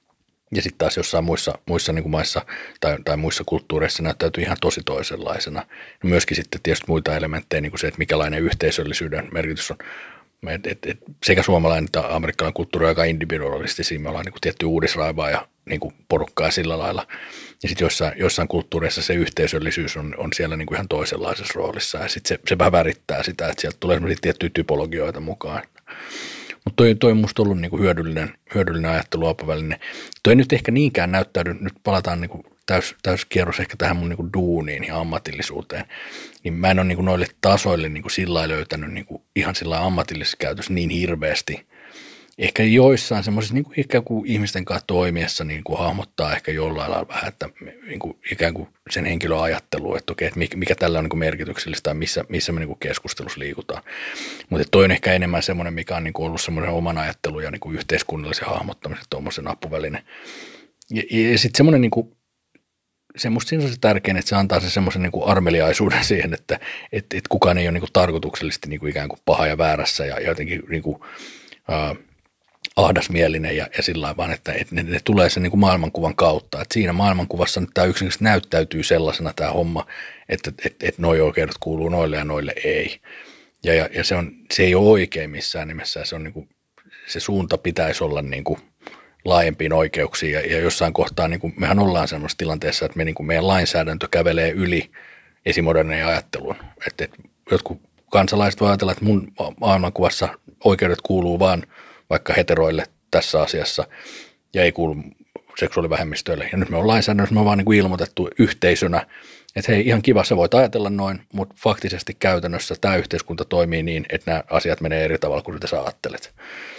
Ja sitten taas jossain muissa, muissa niin kuin maissa tai, tai muissa kulttuureissa näyttäytyy ihan tosi toisenlaisena. Ja myöskin sitten tietysti muita elementtejä, niin kuin se, että mikälainen yhteisöllisyyden merkitys on. Et, et, et sekä suomalainen että amerikkalainen kulttuuri on aika individualistisia. Me ollaan niin kuin tietty uudisraivaa ja niin kuin porukkaa sillä lailla. Ja sitten jossain, jossain kulttuureissa se yhteisöllisyys on, on siellä niin kuin ihan toisenlaisessa roolissa. Ja sitten se, se vähän värittää sitä, että sieltä tulee sellaisia tiettyjä typologioita mukaan. Mutta toi, toi on musta ollut niinku hyödyllinen, hyödyllinen ajatteluapaväline. Toi nyt ehkä niinkään näyttäydy, nyt palataan niinku täys, täyskierros ehkä tähän mun niinku duuniin ja ammatillisuuteen. Niin mä en ole niinku noille tasoille niinku sillä löytänyt niinku ihan sillä ammatillisessa käytössä niin hirveästi. Ehkä joissain semmoisissa niinku ikään kuin ihmisten kanssa toimiessa niinku hahmottaa ehkä jollain lailla vähän, että niinku ikään kuin sen henkilön ajattelu, että okei, että mikä tällä on niinku merkityksellistä ja missä, missä me niinku keskustelussa liikutaan. Mutta toi on ehkä enemmän semmoinen, mikä on niinku ollut semmoinen oman ajattelun ja niinku yhteiskunnallisen hahmottamisen tuommoisen apuväline. Ja, ja sitten semmoinen niinku, se musta siinä on se tärkein, että se antaa se semmoisen niinku armeliaisuuden siihen, että et, et kukaan ei ole niinku tarkoituksellisesti niinku ikään kuin paha ja väärässä ja jotenkin niinku, uh, ahdasmielinen ja, ja sillä lailla, vaan että, että ne, ne tulee sen niin kuin maailmankuvan kautta. Että siinä maailmankuvassa nyt tämä yksinkertaisesti näyttäytyy sellaisena tämä homma, että, että, että noi oikeudet kuuluu noille ja noille ei. Ja, ja, ja se, on, se ei ole oikein missään nimessä. Se, on niin kuin, se suunta pitäisi olla niin kuin laajempiin oikeuksiin ja, ja jossain kohtaa niin kuin, mehän ollaan sellaisessa tilanteessa, että me, niin kuin meidän lainsäädäntö kävelee yli esimodernin ajattelun. Että, että jotkut kansalaiset voi ajatella, että mun maailmankuvassa oikeudet kuuluu vaan vaikka heteroille tässä asiassa ja ei kuulu seksuaalivähemmistöille. Ja nyt me on lainsäädännössä, me on vaan niin kuin ilmoitettu yhteisönä, että hei, ihan kiva, sä voit ajatella noin, mutta faktisesti käytännössä tämä yhteiskunta toimii niin, että nämä asiat menee eri tavalla kuin mitä sä ajattelet.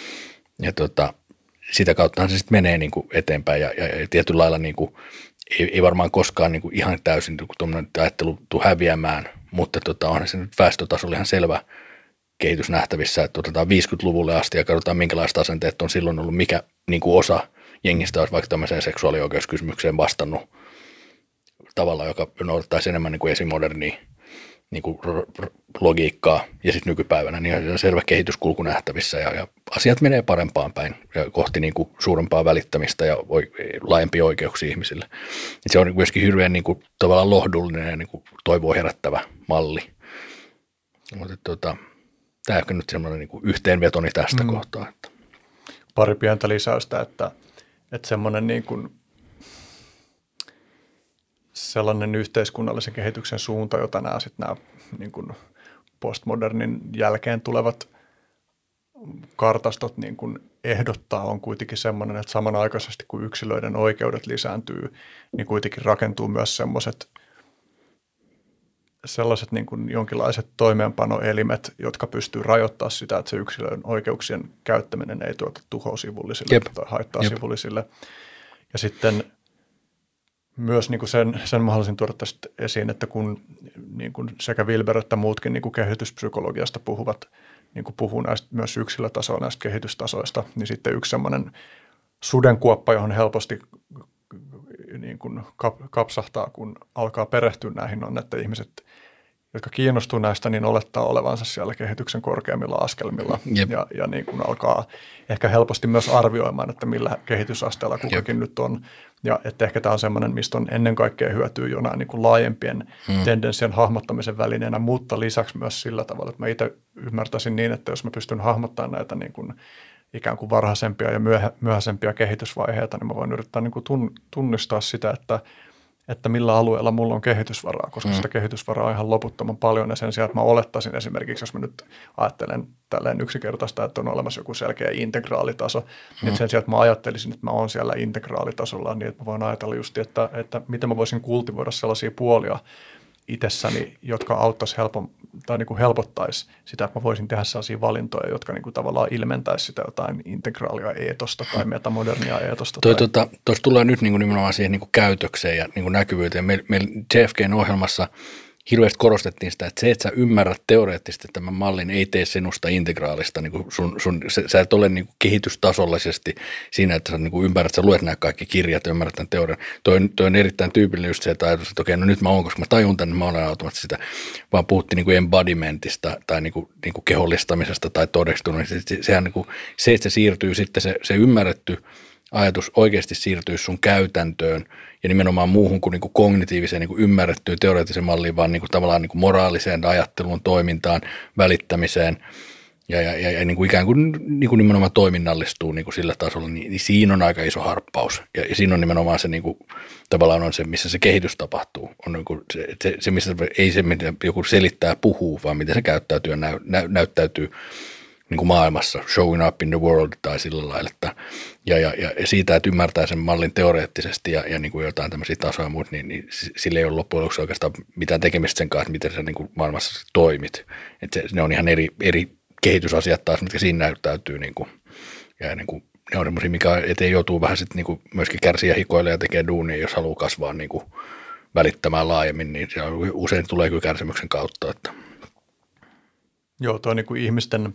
Ja tota, sitä kauttahan se sitten menee niin kuin eteenpäin ja, ja, ja tietyllä lailla niin kuin, ei, ei varmaan koskaan niin kuin ihan täysin niin tuommoinen ajattelu tule häviämään, mutta tota, onhan se nyt väestötasolla ihan selvä kehitys nähtävissä, että otetaan viisikymmentäluvulle asti ja katsotaan minkälaiset asenteet on silloin ollut, mikä niin kuin osa jengistä olisi vaikka tämmöiseen seksuaalioikeuskysymykseen vastannut tavalla, joka noudattaisi enemmän niin kuin esimodernia niin kuin logiikkaa ja sitten nykypäivänä, niin on selvä kehityskulku nähtävissä ja, ja asiat menee parempaan päin ja kohti niin kuin suurempaa välittämistä ja laajempia oikeuksia ihmisille. Et se on myöskin hirveän niin kuin, tavallaan lohdullinen ja niin kuin toivoa herättävä malli. Mutta tuota, tämä on nyt semmoinen niin kuin yhteenvetoni tästä mm. kohtaa. Että. Pari pientä lisäystä, että, että semmoinen niin kuin sellainen yhteiskunnallisen kehityksen suunta, jota nämä, sit nämä niin kuin postmodernin jälkeen tulevat kartastot niin kuin ehdottaa, on kuitenkin semmoinen, että samanaikaisesti kun yksilöiden oikeudet lisääntyy, niin kuitenkin rakentuu myös semmoiset sellaiset niin kuin jonkinlaiset toimeenpanoelimet, jotka pystyy rajoittamaan sitä, että se yksilön oikeuksien käyttäminen ei tuota tuhoa sivullisille Jep. tai haittaa Jep. sivullisille. Ja sitten myös niin kuin sen, sen mä haluaisin tuoda tästä esiin, että kun niin kuin sekä Wilber että muutkin niin kuin kehityspsykologiasta puhuvat, niin kuin puhuu näistä myös yksilötasoilla näistä kehitystasoista, niin sitten yksi semmoinen sudenkuoppa, johon helposti niin kuin kapsahtaa, kun alkaa perehtyä näihin, on, että ihmiset, jotka kiinnostuu näistä, niin olettaa olevansa siellä kehityksen korkeimmilla askelmilla Jep. ja, ja niin kuin alkaa ehkä helposti myös arvioimaan, että millä kehitysasteella kukakin Jep. nyt on. Ja että ehkä tämä on semmoinen, mistä on ennen kaikkea hyötyä jonain niin kuin laajempien hmm. tendenssien hahmottamisen välineenä, mutta lisäksi myös sillä tavalla, että mä itse ymmärtäisin niin, että jos mä pystyn hahmottamaan näitä niin kuin ikään kuin varhaisempia ja myöhä, myöhäisempiä kehitysvaiheita, niin mä voin yrittää niin kuin tunnistaa sitä, että, että millä alueella mulla on kehitysvaraa, koska mm. sitä kehitysvaraa on ihan loputtoman paljon. Ja sen sijaan, että mä olettaisin esimerkiksi, jos mä nyt ajattelen tälleen yksinkertaista, että on olemassa joku selkeä integraalitaso, mm. niin sen sijaan, että mä ajattelisin, että mä oon siellä integraalitasolla, niin että mä voin ajatella just, että, että miten mä voisin kultivoida sellaisia puolia itsessäni, jotka auttaisi helpon, tai niin kuin helpottaisi sitä, että mä voisin tehdä sellaisia valintoja, jotka niin kuin tavallaan ilmentäisi sitä jotain integraalia eetosta tai metamodernia eetosta. Tuossa tai... tota, tulee nyt niin kuin nimenomaan siihen niin kuin käytökseen ja niin kuin näkyvyyteen. Meillä me J F K:n ohjelmassa hirveästi korostettiin sitä, että se, että sä ymmärrät teoreettisesti tämän mallin, ei tee sinusta integraalista. Niin kuin sun, sun, sä, sä et ole niin kuin kehitystasollisesti siinä, että sä niin kuin ymmärrät, sä luet nämä kaikki kirjat ja ymmärrät tämän teorian. Toi, toi on erittäin tyypillinen just se, että ajatus, että okei, no nyt mä oon, koska mä tajun tämän, niin mä olen automaattisesti sitä, vaan puhuttiin niin kuin embodimentista tai niin kuin, niin kuin kehollistamisesta tai todestumisesta. Se, sehän niin kuin, se, että se siirtyy sitten se, se ymmärretty ajatus oikeasti siirtyisi sun käytäntöön ja nimenomaan muuhun kuin, niin kuin kognitiiviseen niin kuin ymmärrettyyn teoreettiseen malliin, vaan niin kuin tavallaan niin kuin moraaliseen ajatteluun, toimintaan, välittämiseen ja, ja, ja, ja niin kuin ikään kuin, niin kuin nimenomaan toiminnallistuu niin kuin sillä tasolla, niin, niin siinä on aika iso harppaus ja, ja siinä on nimenomaan se niin kuin, tavallaan on se, missä se kehitys tapahtuu, on niin kuin se, se, se, missä ei se, miten joku selittää puhuu, vaan miten se käyttäytyy ja näy, näy, näyttäytyy niin kuin maailmassa, showing up in the world tai sillä lailla, että, ja, ja, ja siitä, että ymmärtää sen mallin teoreettisesti ja, ja niin kuin jotain tämmöisiä tasoja ja muut, niin, niin sillä ei ole loppujen lopuksi oikeastaan mitään tekemistä sen kanssa, miten sä niin kuin maailmassa toimit. Että se, ne on ihan eri, eri kehitysasiat taas, mitkä siinä näyttäytyy, niin kuin, ja niin kuin, ne on semmoisia, mikä eteen joutuu vähän sitten niin kuin myöskin kärsiä hikoille ja tekee duunia, jos haluaa kasvaa niin kuin välittämään laajemmin, niin se usein tulee kyllä kärsimyksen kautta. Että. Joo, tuo niin kuin ihmisten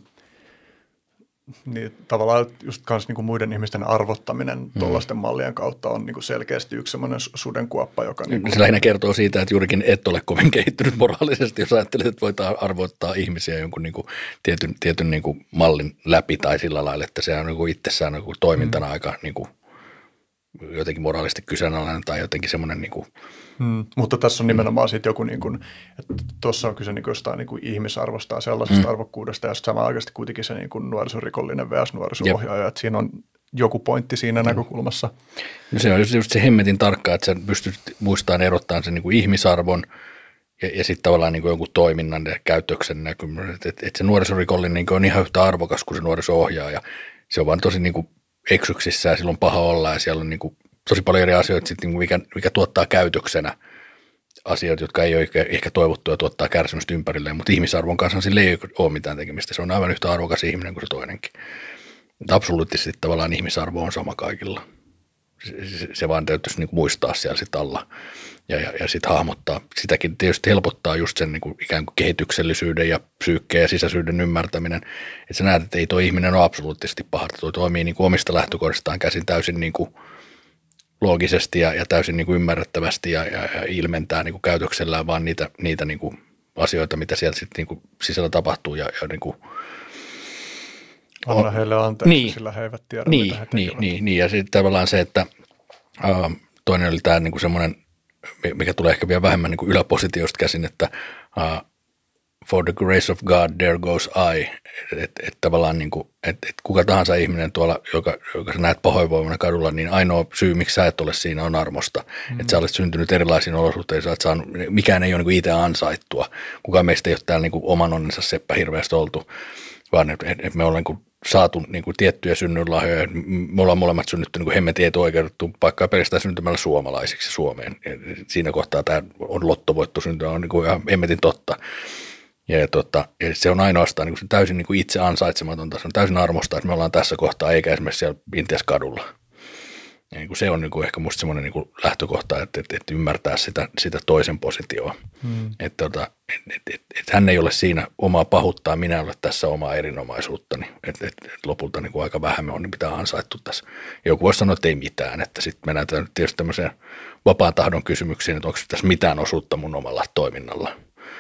niin tavallaan just kans niinku muiden ihmisten arvottaminen mm. tuollaisten mallien kautta on niinku selkeästi yksi semmoinen sudenkuoppa, joka niinku se lähinnä kertoo siitä, että juurikin et ole kovin kehittynyt moraalisesti, jos ajattelet, että voit arvottaa ihmisiä jonkun niinku tietyn, tietyn niinku mallin läpi tai sillä lailla, että se on niinku itsessään niinku toimintana mm. aika niinku jotenkin moraalisesti kyseenalainen tai jotenkin semmoinen niinku. Hmm, mutta tässä on nimenomaan sitten joku, niin kuin, että tuossa on kyse niin jostain niin kuin ihmisarvosta ja sellaisesta hmm. arvokkuudesta ja sitten samanaikaisesti kuitenkin se niin kuin nuorisorikollinen versus nuoriso-ohjaaja, että siinä on joku pointti siinä hmm. näkökulmassa. No se on just, just se hemmetin tarkkaa, että sä pystyt muistamaan erottamaan sen niin kuin ihmisarvon ja, ja sitten tavallaan niin kuin jonkun toiminnan ja käytöksen näkymän, että et, et se nuorisorikollinen niin kuin on ihan yhtä arvokas kuin se nuoriso-ohjaaja. Se on vaan tosi niin kuin eksyksissä ja silloin paha olla ja siellä on niin kuin tosi paljon eri asioita, sit, mikä, mikä tuottaa käytöksenä asioita, jotka ei ole ehkä toivottuja tuottaa kärsimystä ympärilleen, mutta ihmisarvon kanssa sillä ei ole mitään tekemistä. Se on aivan yhtä arvokas ihminen kuin se toinenkin. Absoluuttisesti tavallaan ihmisarvo on sama kaikilla. Se, se, se vaan täytyisi niin kuin muistaa siellä sit alla ja, ja, ja sitten hahmottaa. Sitäkin tietysti helpottaa just sen niin kuin ikään kuin kehityksellisyyden ja psyykkeen ja sisäisyyden ymmärtäminen. Että sä näet, että ei tuo ihminen ole absoluuttisesti paha. Tuo toimii niin kuin omista lähtökohdistaan käsin täysin niin kuin loogisesti ja, ja täysin niin kuin ymmärrettävästi ja, ja, ja ilmentää niin kuin käytöksellään vaan niitä, niitä niin kuin asioita, mitä siellä sitten niin kuin sisällä tapahtuu. Ja, ja niin kuin anna heille anteeksi, niin, sillä he eivät tiedä, niin, mitä he niin, tekevät. niin, niin, ja sitten tavallaan se, että äh, toinen oli tämä niin kuin semmoinen, mikä tulee ehkä vielä vähemmän niin kuin yläpositiosta käsin, että äh, for the grace of God, there goes I. Että et tavallaan niin kuin, et, et kuka tahansa ihminen tuolla, joka, joka sä näet pahoinvoimana kadulla, niin ainoa syy, miksi sä et ole siinä, on armosta. Mm. Että sä olet syntynyt erilaisiin olosuhteisiin, sä saanut, mikään ei ole niin kuin itse ansaittua. Kukaan meistä ei ole täällä niin kuin oman onnensa seppä hirveästi oltu, vaan että et me ollaan niin kuin saatu niin kuin tiettyjä synnynlahjoja. Me ollaan molemmat synnytty niin kuin hemmetin etuoikeutettu paikkaa pelkästään syntymällä suomalaisiksi Suomeen. Ja siinä kohtaa tämä on lottovoitto syntyä, on niin kuin ihan hemmetin totta. Ja, ja, tota, ja se on ainoastaan niin kuin täysin niin kuin itse ansaitsematonta, se on täysin armosta, että me ollaan tässä kohtaa, eikä esimerkiksi siellä Intiassa kadulla. Ja niin kuin se on niin kuin ehkä musta semmoinen niin kuin lähtökohta, että, että, että ymmärtää sitä, sitä toisen positioa. Hmm. Että, että, että, että, että hän ei ole siinä omaa pahuuttaan, minä en ole tässä omaa erinomaisuuttani. Että, että, että lopulta niin kuin aika vähän me on, niin pitää ansaittu tässä. Ja joku voisi sanoa, että ei mitään, että sitten mennään tietysti tämmöiseen vapaan tahdon kysymyksiin, että onko tässä mitään osuutta mun omalla toiminnalla.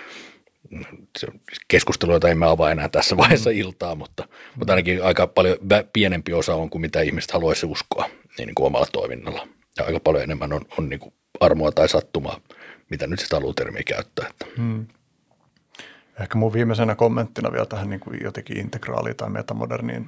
Keskustelu, jota emme avaa enää tässä vaiheessa iltaa, mutta, mutta ainakin aika paljon pienempi osa on kuin mitä ihmiset haluaisi uskoa niin, niin kuin omalla toiminnalla. Ja aika paljon enemmän on, on niin kuin armoa tai sattumaa, mitä nyt sitä haluaa-termiä käyttää. Hmm. Ehkä mun viimeisenä kommenttina vielä tähän niin kuin jotenkin integraaliin tai metamoderniin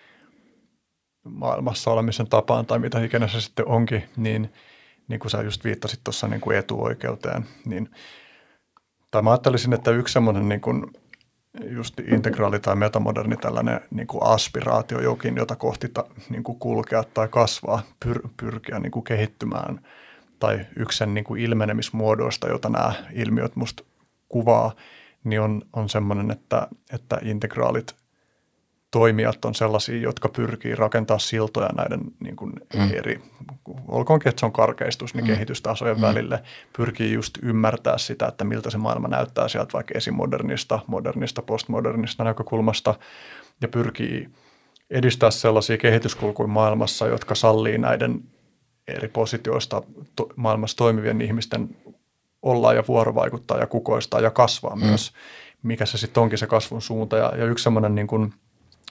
maailmassa olemisen tapaan tai mitä ikinä se sitten onkin, niin, niin kuin sä just viittasit tuossa niin kuin etuoikeuteen, niin tai mä ajattelisin, että yksi semmoinen niin kuin just integraali tai metamoderni tällainen niin kuin aspiraatio jokin, jota kohti ta, niin kuin kulkea tai kasvaa, pyr, pyrkiä niin kuin kehittymään, tai yksi sen niin kuin ilmenemismuodoista, jota nämä ilmiöt musta kuvaa, niin on, on semmoinen, että, että integraalit toimijat on sellaisia, jotka pyrkii rakentaa siltoja näiden niin kuin mm. eri, olkoonkin, että se on karkeistus, niin mm. kehitystasojen mm. välille, pyrkii just ymmärtää sitä, että miltä se maailma näyttää sieltä vaikka esimodernista, modernista, postmodernista näkökulmasta, ja pyrkii edistää sellaisia kehityskulkuja maailmassa, jotka sallii näiden eri positioista to, maailmassa toimivien ihmisten olla ja vuorovaikuttaa ja kukoistaa ja kasvaa mm. myös, mikä se sitten onkin se kasvun suunta, ja, ja yksi semmoinen niin kuin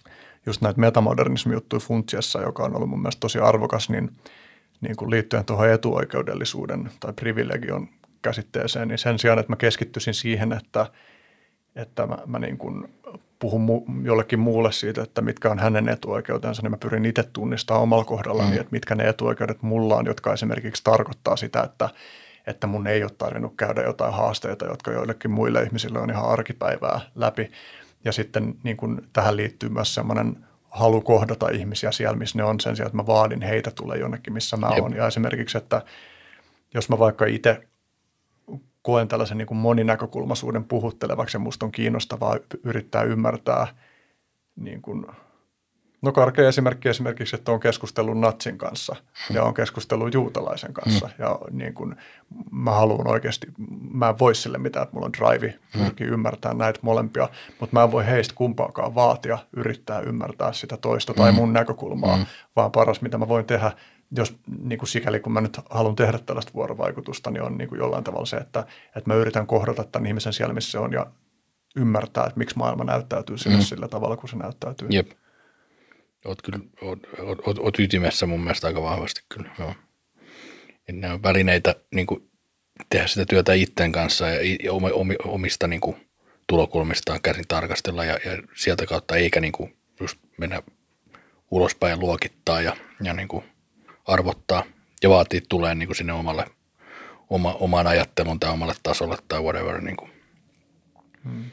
just näitä metamodernismi-juttuja funtsiessa, joka on ollut mun mielestä tosi arvokas, niin, niin kuin liittyen tuohon etuoikeudellisuuden tai privilegion käsitteeseen, niin sen sijaan, että mä keskittyisin siihen, että, että mä, mä niin kuin puhun mu, jollekin muulle siitä, että mitkä on hänen etuoikeutensa, niin mä pyrin itse tunnistamaan omalla kohdallani, mm. että mitkä ne etuoikeudet mulla on, jotka esimerkiksi tarkoittaa sitä, että, että mun ei ole tarvinnut käydä jotain haasteita, jotka joillekin muille ihmisille on ihan arkipäivää läpi. Ja sitten niin kuin tähän liittyy myös semmoinen halu kohdata ihmisiä siellä, missä ne on, sen sijaan, että mä vaadin heitä tulee jonnekin, missä mä oon. Ja esimerkiksi, että jos mä vaikka itse koen tällaisen niin kuin moninäkökulmaisuuden puhuttelevaksi ja musta on kiinnostavaa yrittää ymmärtää, niin kuin, no karkea esimerkki esimerkiksi, että on keskustellut natsin kanssa ja on keskustellut juutalaisen kanssa mm. ja niin kuin, mä haluan oikeasti, mä en voi sille mitään, että mulla on drive pyrkii mm. ymmärtää näitä molempia, mutta mä en voi heistä kumpaakaan vaatia yrittää ymmärtää sitä toista tai mun näkökulmaa, mm. vaan paras mitä mä voin tehdä, jos niin kuin sikäli kun mä nyt haluan tehdä tällaista vuorovaikutusta, niin on niin kuin jollain tavalla se, että, että mä yritän kohdata tämän ihmisen siellä, missä se on ja ymmärtää, että miksi maailma näyttäytyy sille mm. sillä tavalla, kun se näyttäytyy. Jep. Oot kyllä, oot, oot, oot, oot ytimessä mun mielestä aika vahvasti kyllä, joo. Ja nämä on välineitä niin kuin tehdä sitä työtä itteen kanssa ja, ja omista niin kuin tulokulmistaan käsin tarkastella ja, ja sieltä kautta eikä niin kuin just mennä ulospäin ja luokittaa ja, ja niin kuin arvottaa ja vaatii tulee niin kuin sinne omalle, oma, omaan ajattelun tai omalle tasolle tai whatever. Niin kuin. Hmm.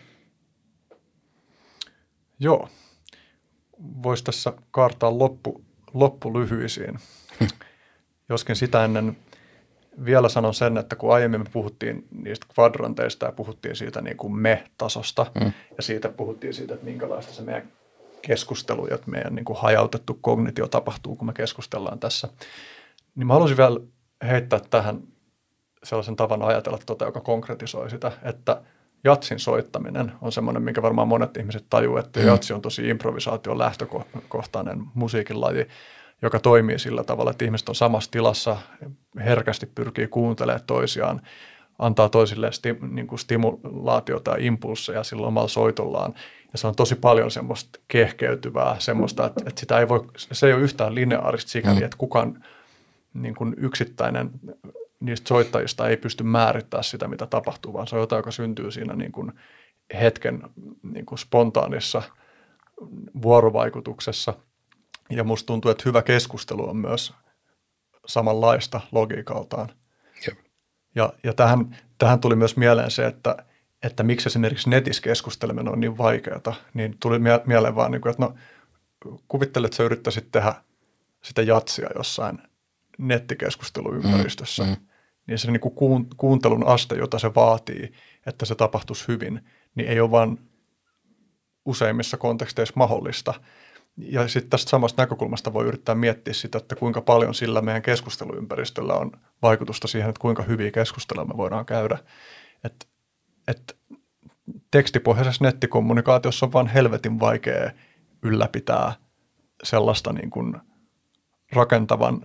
Joo. Voisi tässä kaartaa loppu, loppulyhyisiin. Joskin sitä ennen vielä sanon sen, että kun aiemmin me puhuttiin niistä kvadranteista ja puhuttiin siitä niin kuin me-tasosta hmm. ja siitä puhuttiin siitä, että minkälaista se meidän keskustelu ja meidän niin kuin hajautettu kognitio tapahtuu, kun me keskustellaan tässä. Niin mä haluaisin vielä heittää tähän sellaisen tavan ajatella tuota, joka konkretisoi sitä, että jatsin soittaminen on semmoinen, minkä varmaan monet ihmiset tajuu, että jatsi on tosi improvisaation lähtökohtainen musiikin laji, joka toimii sillä tavalla, että ihmiset on samassa tilassa, herkästi pyrkii kuuntelemaan toisiaan, antaa toisilleen sti, niin kuin stimulaatiota ja impulsseja sillä omalla soitollaan. Ja se on tosi paljon semmoista kehkeytyvää, semmoista, että, että sitä ei voi, se ei ole yhtään lineaarista sikäli, että kukaan niin kuin yksittäinen niistä soittajista ei pysty määrittämään sitä, mitä tapahtuu, vaan se on jotain, joka syntyy siinä niin kuin hetken niin kuin spontaanissa vuorovaikutuksessa. Ja musta tuntuu, että hyvä keskustelu on myös samanlaista logiikaltaan. Jep. Ja, ja tähän, tähän tuli myös mieleen se, että, että miksi esimerkiksi netissä keskusteleminen on niin vaikeaa, niin tuli mie- mieleen vaan, niin kuin, että no kuvittele, että sä yrittäisit tehdä sitä jatsia jossain nettikeskusteluympäristössä, mm, mm. niin se niin kuin kuuntelun aste, jota se vaatii, että se tapahtuisi hyvin, niin ei ole vaan useimmissa konteksteissa mahdollista. Ja sitten tästä samasta näkökulmasta voi yrittää miettiä sitä, että kuinka paljon sillä meidän keskusteluympäristöllä on vaikutusta siihen, että kuinka hyviä keskusteluja me voidaan käydä. Että et tekstipohjaisessa nettikommunikaatiossa on vaan helvetin vaikea ylläpitää sellaista niin kuin rakentavan,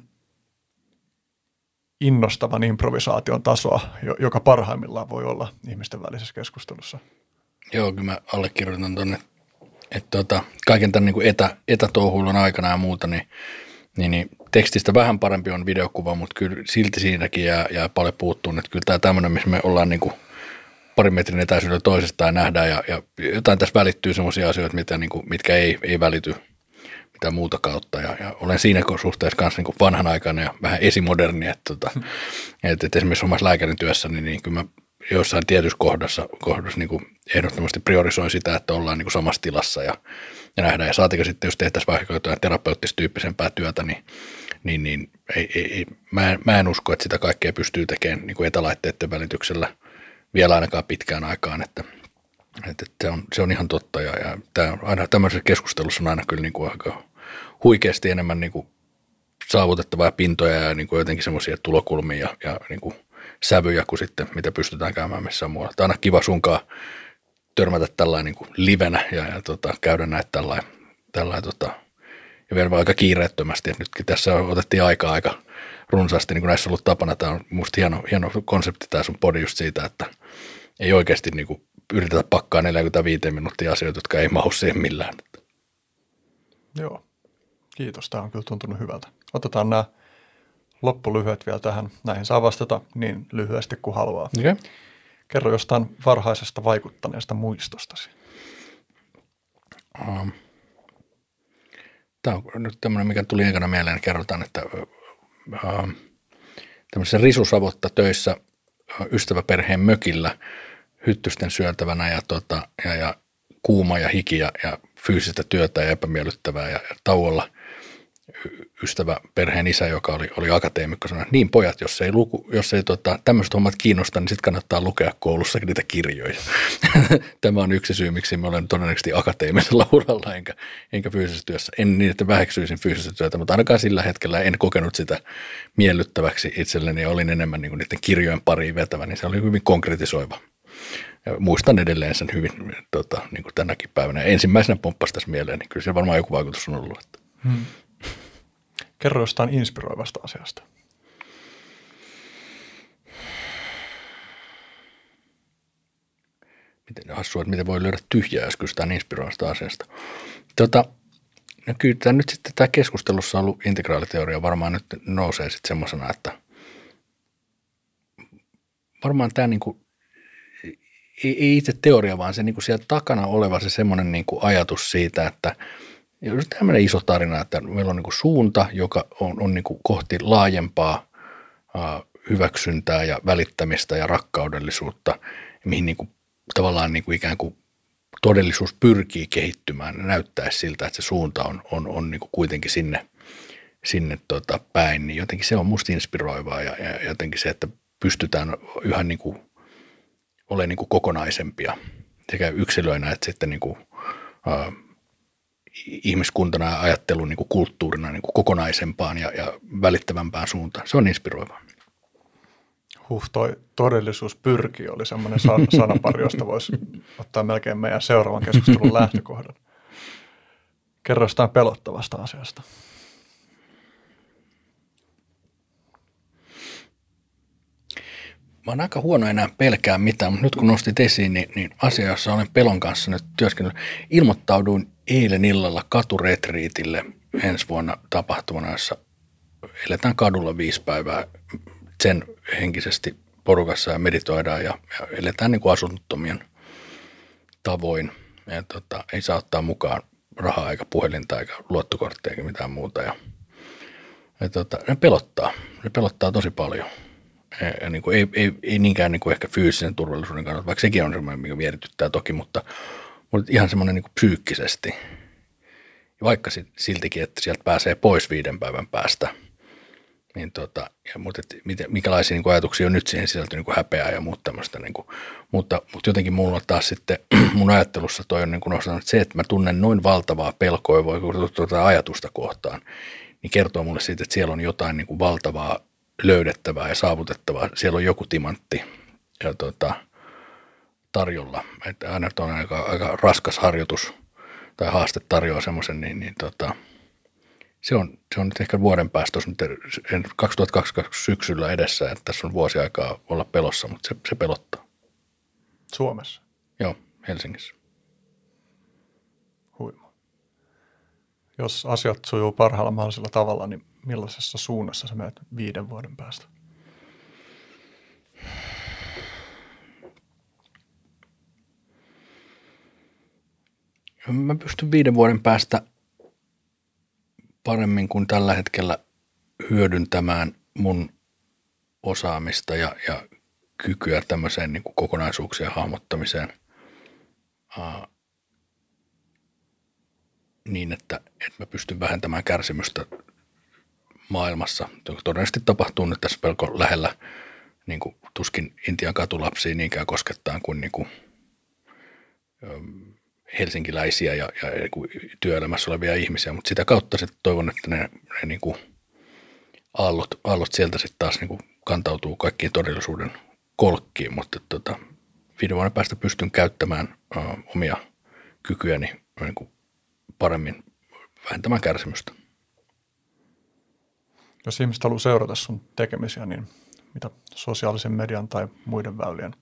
innostavan improvisaation tasoa, joka parhaimmillaan voi olla ihmisten välisessä keskustelussa. Joo, kyllä mä allekirjoitan tuonne, että tota, kaiken tämän niin kuin etä, etätouhuilun aikana ja muuta, niin, niin, niin tekstistä vähän parempi on videokuva, mutta kyllä silti siinäkin jää, jää paljon puuttuun, että kyllä tämä tämmöinen, missä me ollaan niin kuin parin metrin etäisyydellä toisestaan ja nähdään ja, ja jotain tässä välittyy sellaisia asioita, mitä, niin kuin, mitkä ei, ei välity mitään muuta kautta ja, ja olen siinä suhteessa kanssa niin kuin vanhanaikainen ja vähän esimoderni, että, tota, hmm. että, että esimerkiksi omassa lääkärin työssä, niin, niin kyllä mä jossain tietyssä kohdassa, kohdassa niin kuin ehdottomasti priorisoin sitä, että ollaan niin kuin samassa tilassa ja, ja nähdään. Ja saatiinko sitten, jos tehtäisiin vaikka jotain terapeuttistyyppisempää työtä, niin, niin, niin ei, ei, mä, en, mä en usko, että sitä kaikkea pystyy tekemään niin kuin etälaitteiden välityksellä vielä ainakaan pitkään aikaan, että, että se, on, se on ihan totta. Ja, ja tämä, aina, tämmöisessä keskustelussa on aina kyllä niin kuin aika huikeasti enemmän niin kuin saavutettavaa pintoja ja niin kuin jotenkin semmoisia tulokulmia ja, ja niin kuin sävyjä kuin sitten, mitä pystytään käymään missään muualla. Tämä on aina kiva sunkaan törmätä tällainen niin kuin livenä ja, ja tota, käydä näitä tällainen, tällainen tota, ja vielä aika kiireettömästi. Et nytkin tässä otettiin aikaa aika runsaasti, niin kuin näissä on ollut tapana. Tämä on musta hieno, hieno konsepti tämä sun podi just siitä, että ei oikeasti niin kuin yritetä pakkaa neljäkymmentäviisi minuuttia asioita, jotka ei mahu siihen millään. Joo, kiitos. Tämä on kyllä tuntunut hyvältä. Otetaan nämä loppulyhyet vielä tähän. Näihin saa vastata niin lyhyesti kuin haluaa. Okay. Kerro jostain varhaisesta vaikuttaneesta muistostasi. Um, Tämä on nyt tämmöinen, mikä tuli ekana mieleen, kerrotaan, että uh, tämmöisessä risusavotta töissä uh, ystäväperheen mökillä hyttysten syöntävänä ja, tota, ja, ja kuuma ja hiki ja, ja fyysistä työtä ja epämiellyttävää ja, ja tauolla ystävä perheen isä, joka oli, oli akateemikko, sanoi, että niin pojat, jos ei, luku, jos ei tota, tämmöiset hommat kiinnosta, niin sitten kannattaa lukea koulussakin niitä kirjoja. Tämä on yksi syy, miksi mä olen todennäköisesti akateemisella uralla, enkä, enkä fyysisessä työssä. En niin, että väheksyisin fyysistä työtä, mutta ainakaan sillä hetkellä en kokenut sitä miellyttäväksi itselleni ja olin enemmän niin kuin niiden kirjojen pariin vetävä, niin se oli hyvin konkretisoiva. Ja muistan edelleen sen hyvin tota, niin kuin tänäkin päivänä. Ensimmäisenä pomppasi tässä mieleen, niin kyllä siellä varmaan joku vaikutus on ollut. Että. Hmm. Kerro jostain inspiroivasta asiasta. Miten hassua, että miten voi löydä tyhjää, jos kysytään inspiroivasta asiasta. Tota, no kyllä tämä nyt sitten tämä keskustelussa ollut integraaliteoria varmaan nyt nousee sitten semmoisena, että varmaan tämä niinku, ei, ei itse teoria, vaan se niinku siellä takana oleva se semmoinen niinku ajatus siitä, että tämmöinen iso tarina, että meillä on niin kuin suunta, joka on, on niin kuin kohti laajempaa uh, hyväksyntää ja välittämistä ja rakkaudellisuutta, mihin niin kuin, tavallaan niin kuin ikään kuin todellisuus pyrkii kehittymään ja näyttää siltä, että se suunta on, on, on niin kuin kuitenkin sinne, sinne tota päin, niin jotenkin se on musta inspiroivaa ja, ja jotenkin se, että pystytään yhä niin kuin olemaan niin kuin kokonaisempia sekä yksilöinä että sitten niin kuin, uh, ihmiskuntana ja ajattelun niin kuin kulttuurina niin kuin kokonaisempaan ja, ja välittävämpään suuntaan. Se on inspiroivaa. Huh, toi todellisuus pyrkii oli semmoinen san- sanapari, josta voisi ottaa melkein meidän seuraavan keskustelun lähtökohdan. Kerro jostain pelottavasta asiasta. Mä oon aika huono enää pelkää mitään, mutta nyt kun nostit esiin, niin, niin asia, jossa olen pelon kanssa nyt työskennellyt, ilmoittauduin eilen illalla katuretriitille ensi vuonna tapahtumana, jossa eletään kadulla viisi päivää sen henkisesti porukassa ja meditoidaan ja, ja eletään niin kuin asunnottomien tavoin. Ja tota, ei saa ottaa mukaan rahaa eikä puhelinta eikä luottokorttia eikä mitään muuta. Ja, ja tota, ne pelottaa, ne pelottaa tosi paljon. Ja niin kuin ei, ei, ei niinkään niin kuin ehkä fyysisen turvallisuuden kannalta, vaikka sekin on semmoinen, mikä vierityttää toki, mutta, mutta ihan semmoinen niin kuin psyykkisesti. Ja vaikka siltikin, että sieltä pääsee pois viiden päivän päästä, niin tota, ja, mutta et, mikälaisia niin kuin ajatuksia on nyt siihen sisältyy niin kuin häpeää ja muuta tämmöistä. Niin kuin, mutta, mutta jotenkin mulla taas sitten mun ajattelussa toi on niin kuin nostanut, että se, että mä tunnen noin valtavaa pelkoa voi tuota ajatusta kohtaan, niin kertoo mulle siitä, että siellä on jotain niin kuin valtavaa löydettävää ja saavutettavaa. Siellä on joku timantti ja tota, tarjolla. Että aina on aika, aika raskas harjoitus tai haaste tarjoaa semmoisen, niin, niin tota, se, on, se on nyt ehkä vuoden päästä, kaksituhattakaksikymmentä syksyllä edessä, että tässä on vuosi aikaa olla pelossa, mutta se, se pelottaa. Suomessa? Joo, Helsingissä. Huima. Jos asiat sujuu parhaalla mahdollisella tavalla, niin millaisessa suunnassa sä menet viiden vuoden päästä? Mä pystyn viiden vuoden päästä paremmin kuin tällä hetkellä hyödyntämään mun osaamista ja, ja kykyä tämmöiseen niin kuin kokonaisuuksien hahmottamiseen aa, niin, että, että mä pystyn vähentämään kärsimystä maailmassa. Todennäköisesti tapahtuu nyt tässä pelko lähellä, niin kuin tuskin Intian katulapsia niinkään koskettaa kuin, niin kuin helsinkiläisiä ja, ja työelämässä olevia ihmisiä, mutta sitä kautta sitten toivon, että ne, ne niin kuin aallot, aallot sieltä sitten taas niin kuin kantautuu kaikkiin todellisuuden kolkkiin, mutta tota, viiden vuoden päästä pystyn käyttämään uh, omia kykyjäni niin kuin paremmin vähentämään kärsimystä. Jos ihmiset haluaa seurata sun tekemisiä, niin mitä sosiaalisen median tai muiden väylien?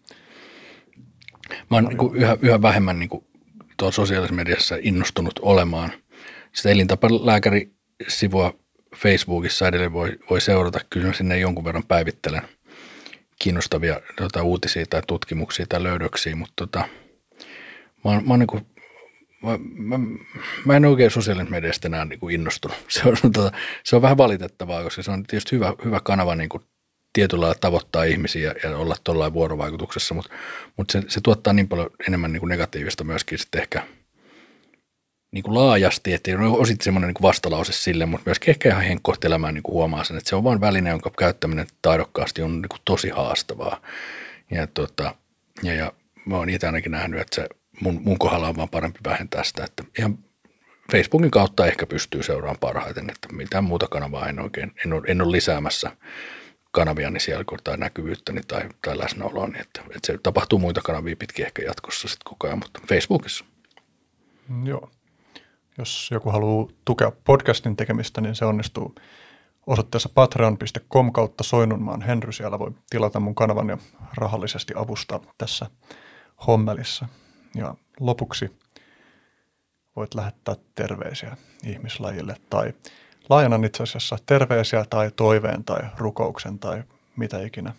Mä oon niin kuin yhä, yhä vähemmän niin kuin tuolla sosiaalisessa mediassa innostunut olemaan. Sitä elintapalääkäri-sivua Facebookissa edelleen voi, voi seurata. Kyllä sinne jonkun verran päivittelen kiinnostavia tota, uutisia tai tutkimuksia tai löydöksiä, mutta tota, mä, oon, mä, oon niinku, mä, mä, mä en oikein sosiaalisen mediasta enää niinku innostunut. Se on, tota, se on vähän valitettavaa, koska se on tietysti hyvä, hyvä kanava niinku tietyllä lailla tavoittaa ihmisiä ja olla tuollain vuorovaikutuksessa, mutta, mutta se, se tuottaa niin paljon enemmän niinku negatiivista myöskin sitten ehkä niin kuin laajasti, että on osit semmoinen niin kuin vastalause sille, mutta myöskin ehkä ihan henkkohtelemään niin kuin huomaa sen, että se on vain väline, jonka käyttäminen taidokkaasti on niin kuin tosi haastavaa. Ja, tota, ja, ja mä oon itse ainakin nähnyt, että se mun, mun kohdalla on vaan parempi vähentää sitä, että ihan Facebookin kautta ehkä pystyy seuraamaan parhaiten, että mitään muuta kanavaa en oikein, en ole, en ole lisäämässä kanaviani siellä tai näkyvyyttäni tai, tai läsnäoloa, niin että, että se tapahtuu muita kanavia pitkin ehkä jatkossa sitten koko ajan, mutta Facebookissa. Joo. Jos joku haluaa tukea podcastin tekemistä, niin se onnistuu osoitteessa patreon piste com kautta Soinnunmaan Henry. Siellä voi tilata mun kanavan ja rahallisesti avustaa tässä hommelissa. Ja lopuksi voit lähettää terveisiä ihmislajille tai laajennan itse asiassa terveisiä tai toiveen tai rukouksen tai mitä ikinä.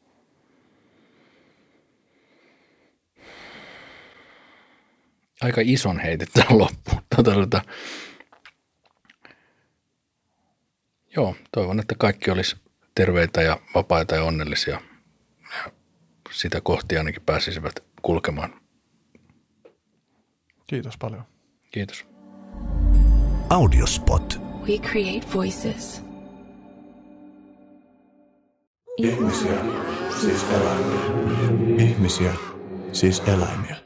Aika ison heitit tähän loppuun. Tota, tota. Joo, toivon, että kaikki olisi terveitä ja vapaita ja onnellisia. Ja sitä kohti ainakin pääsisivät kulkemaan. Kiitos paljon. Kiitos. Audiospot. We create voices. Ihmisiä, siis eläimiä. Ihmisiä, siis eläimiä.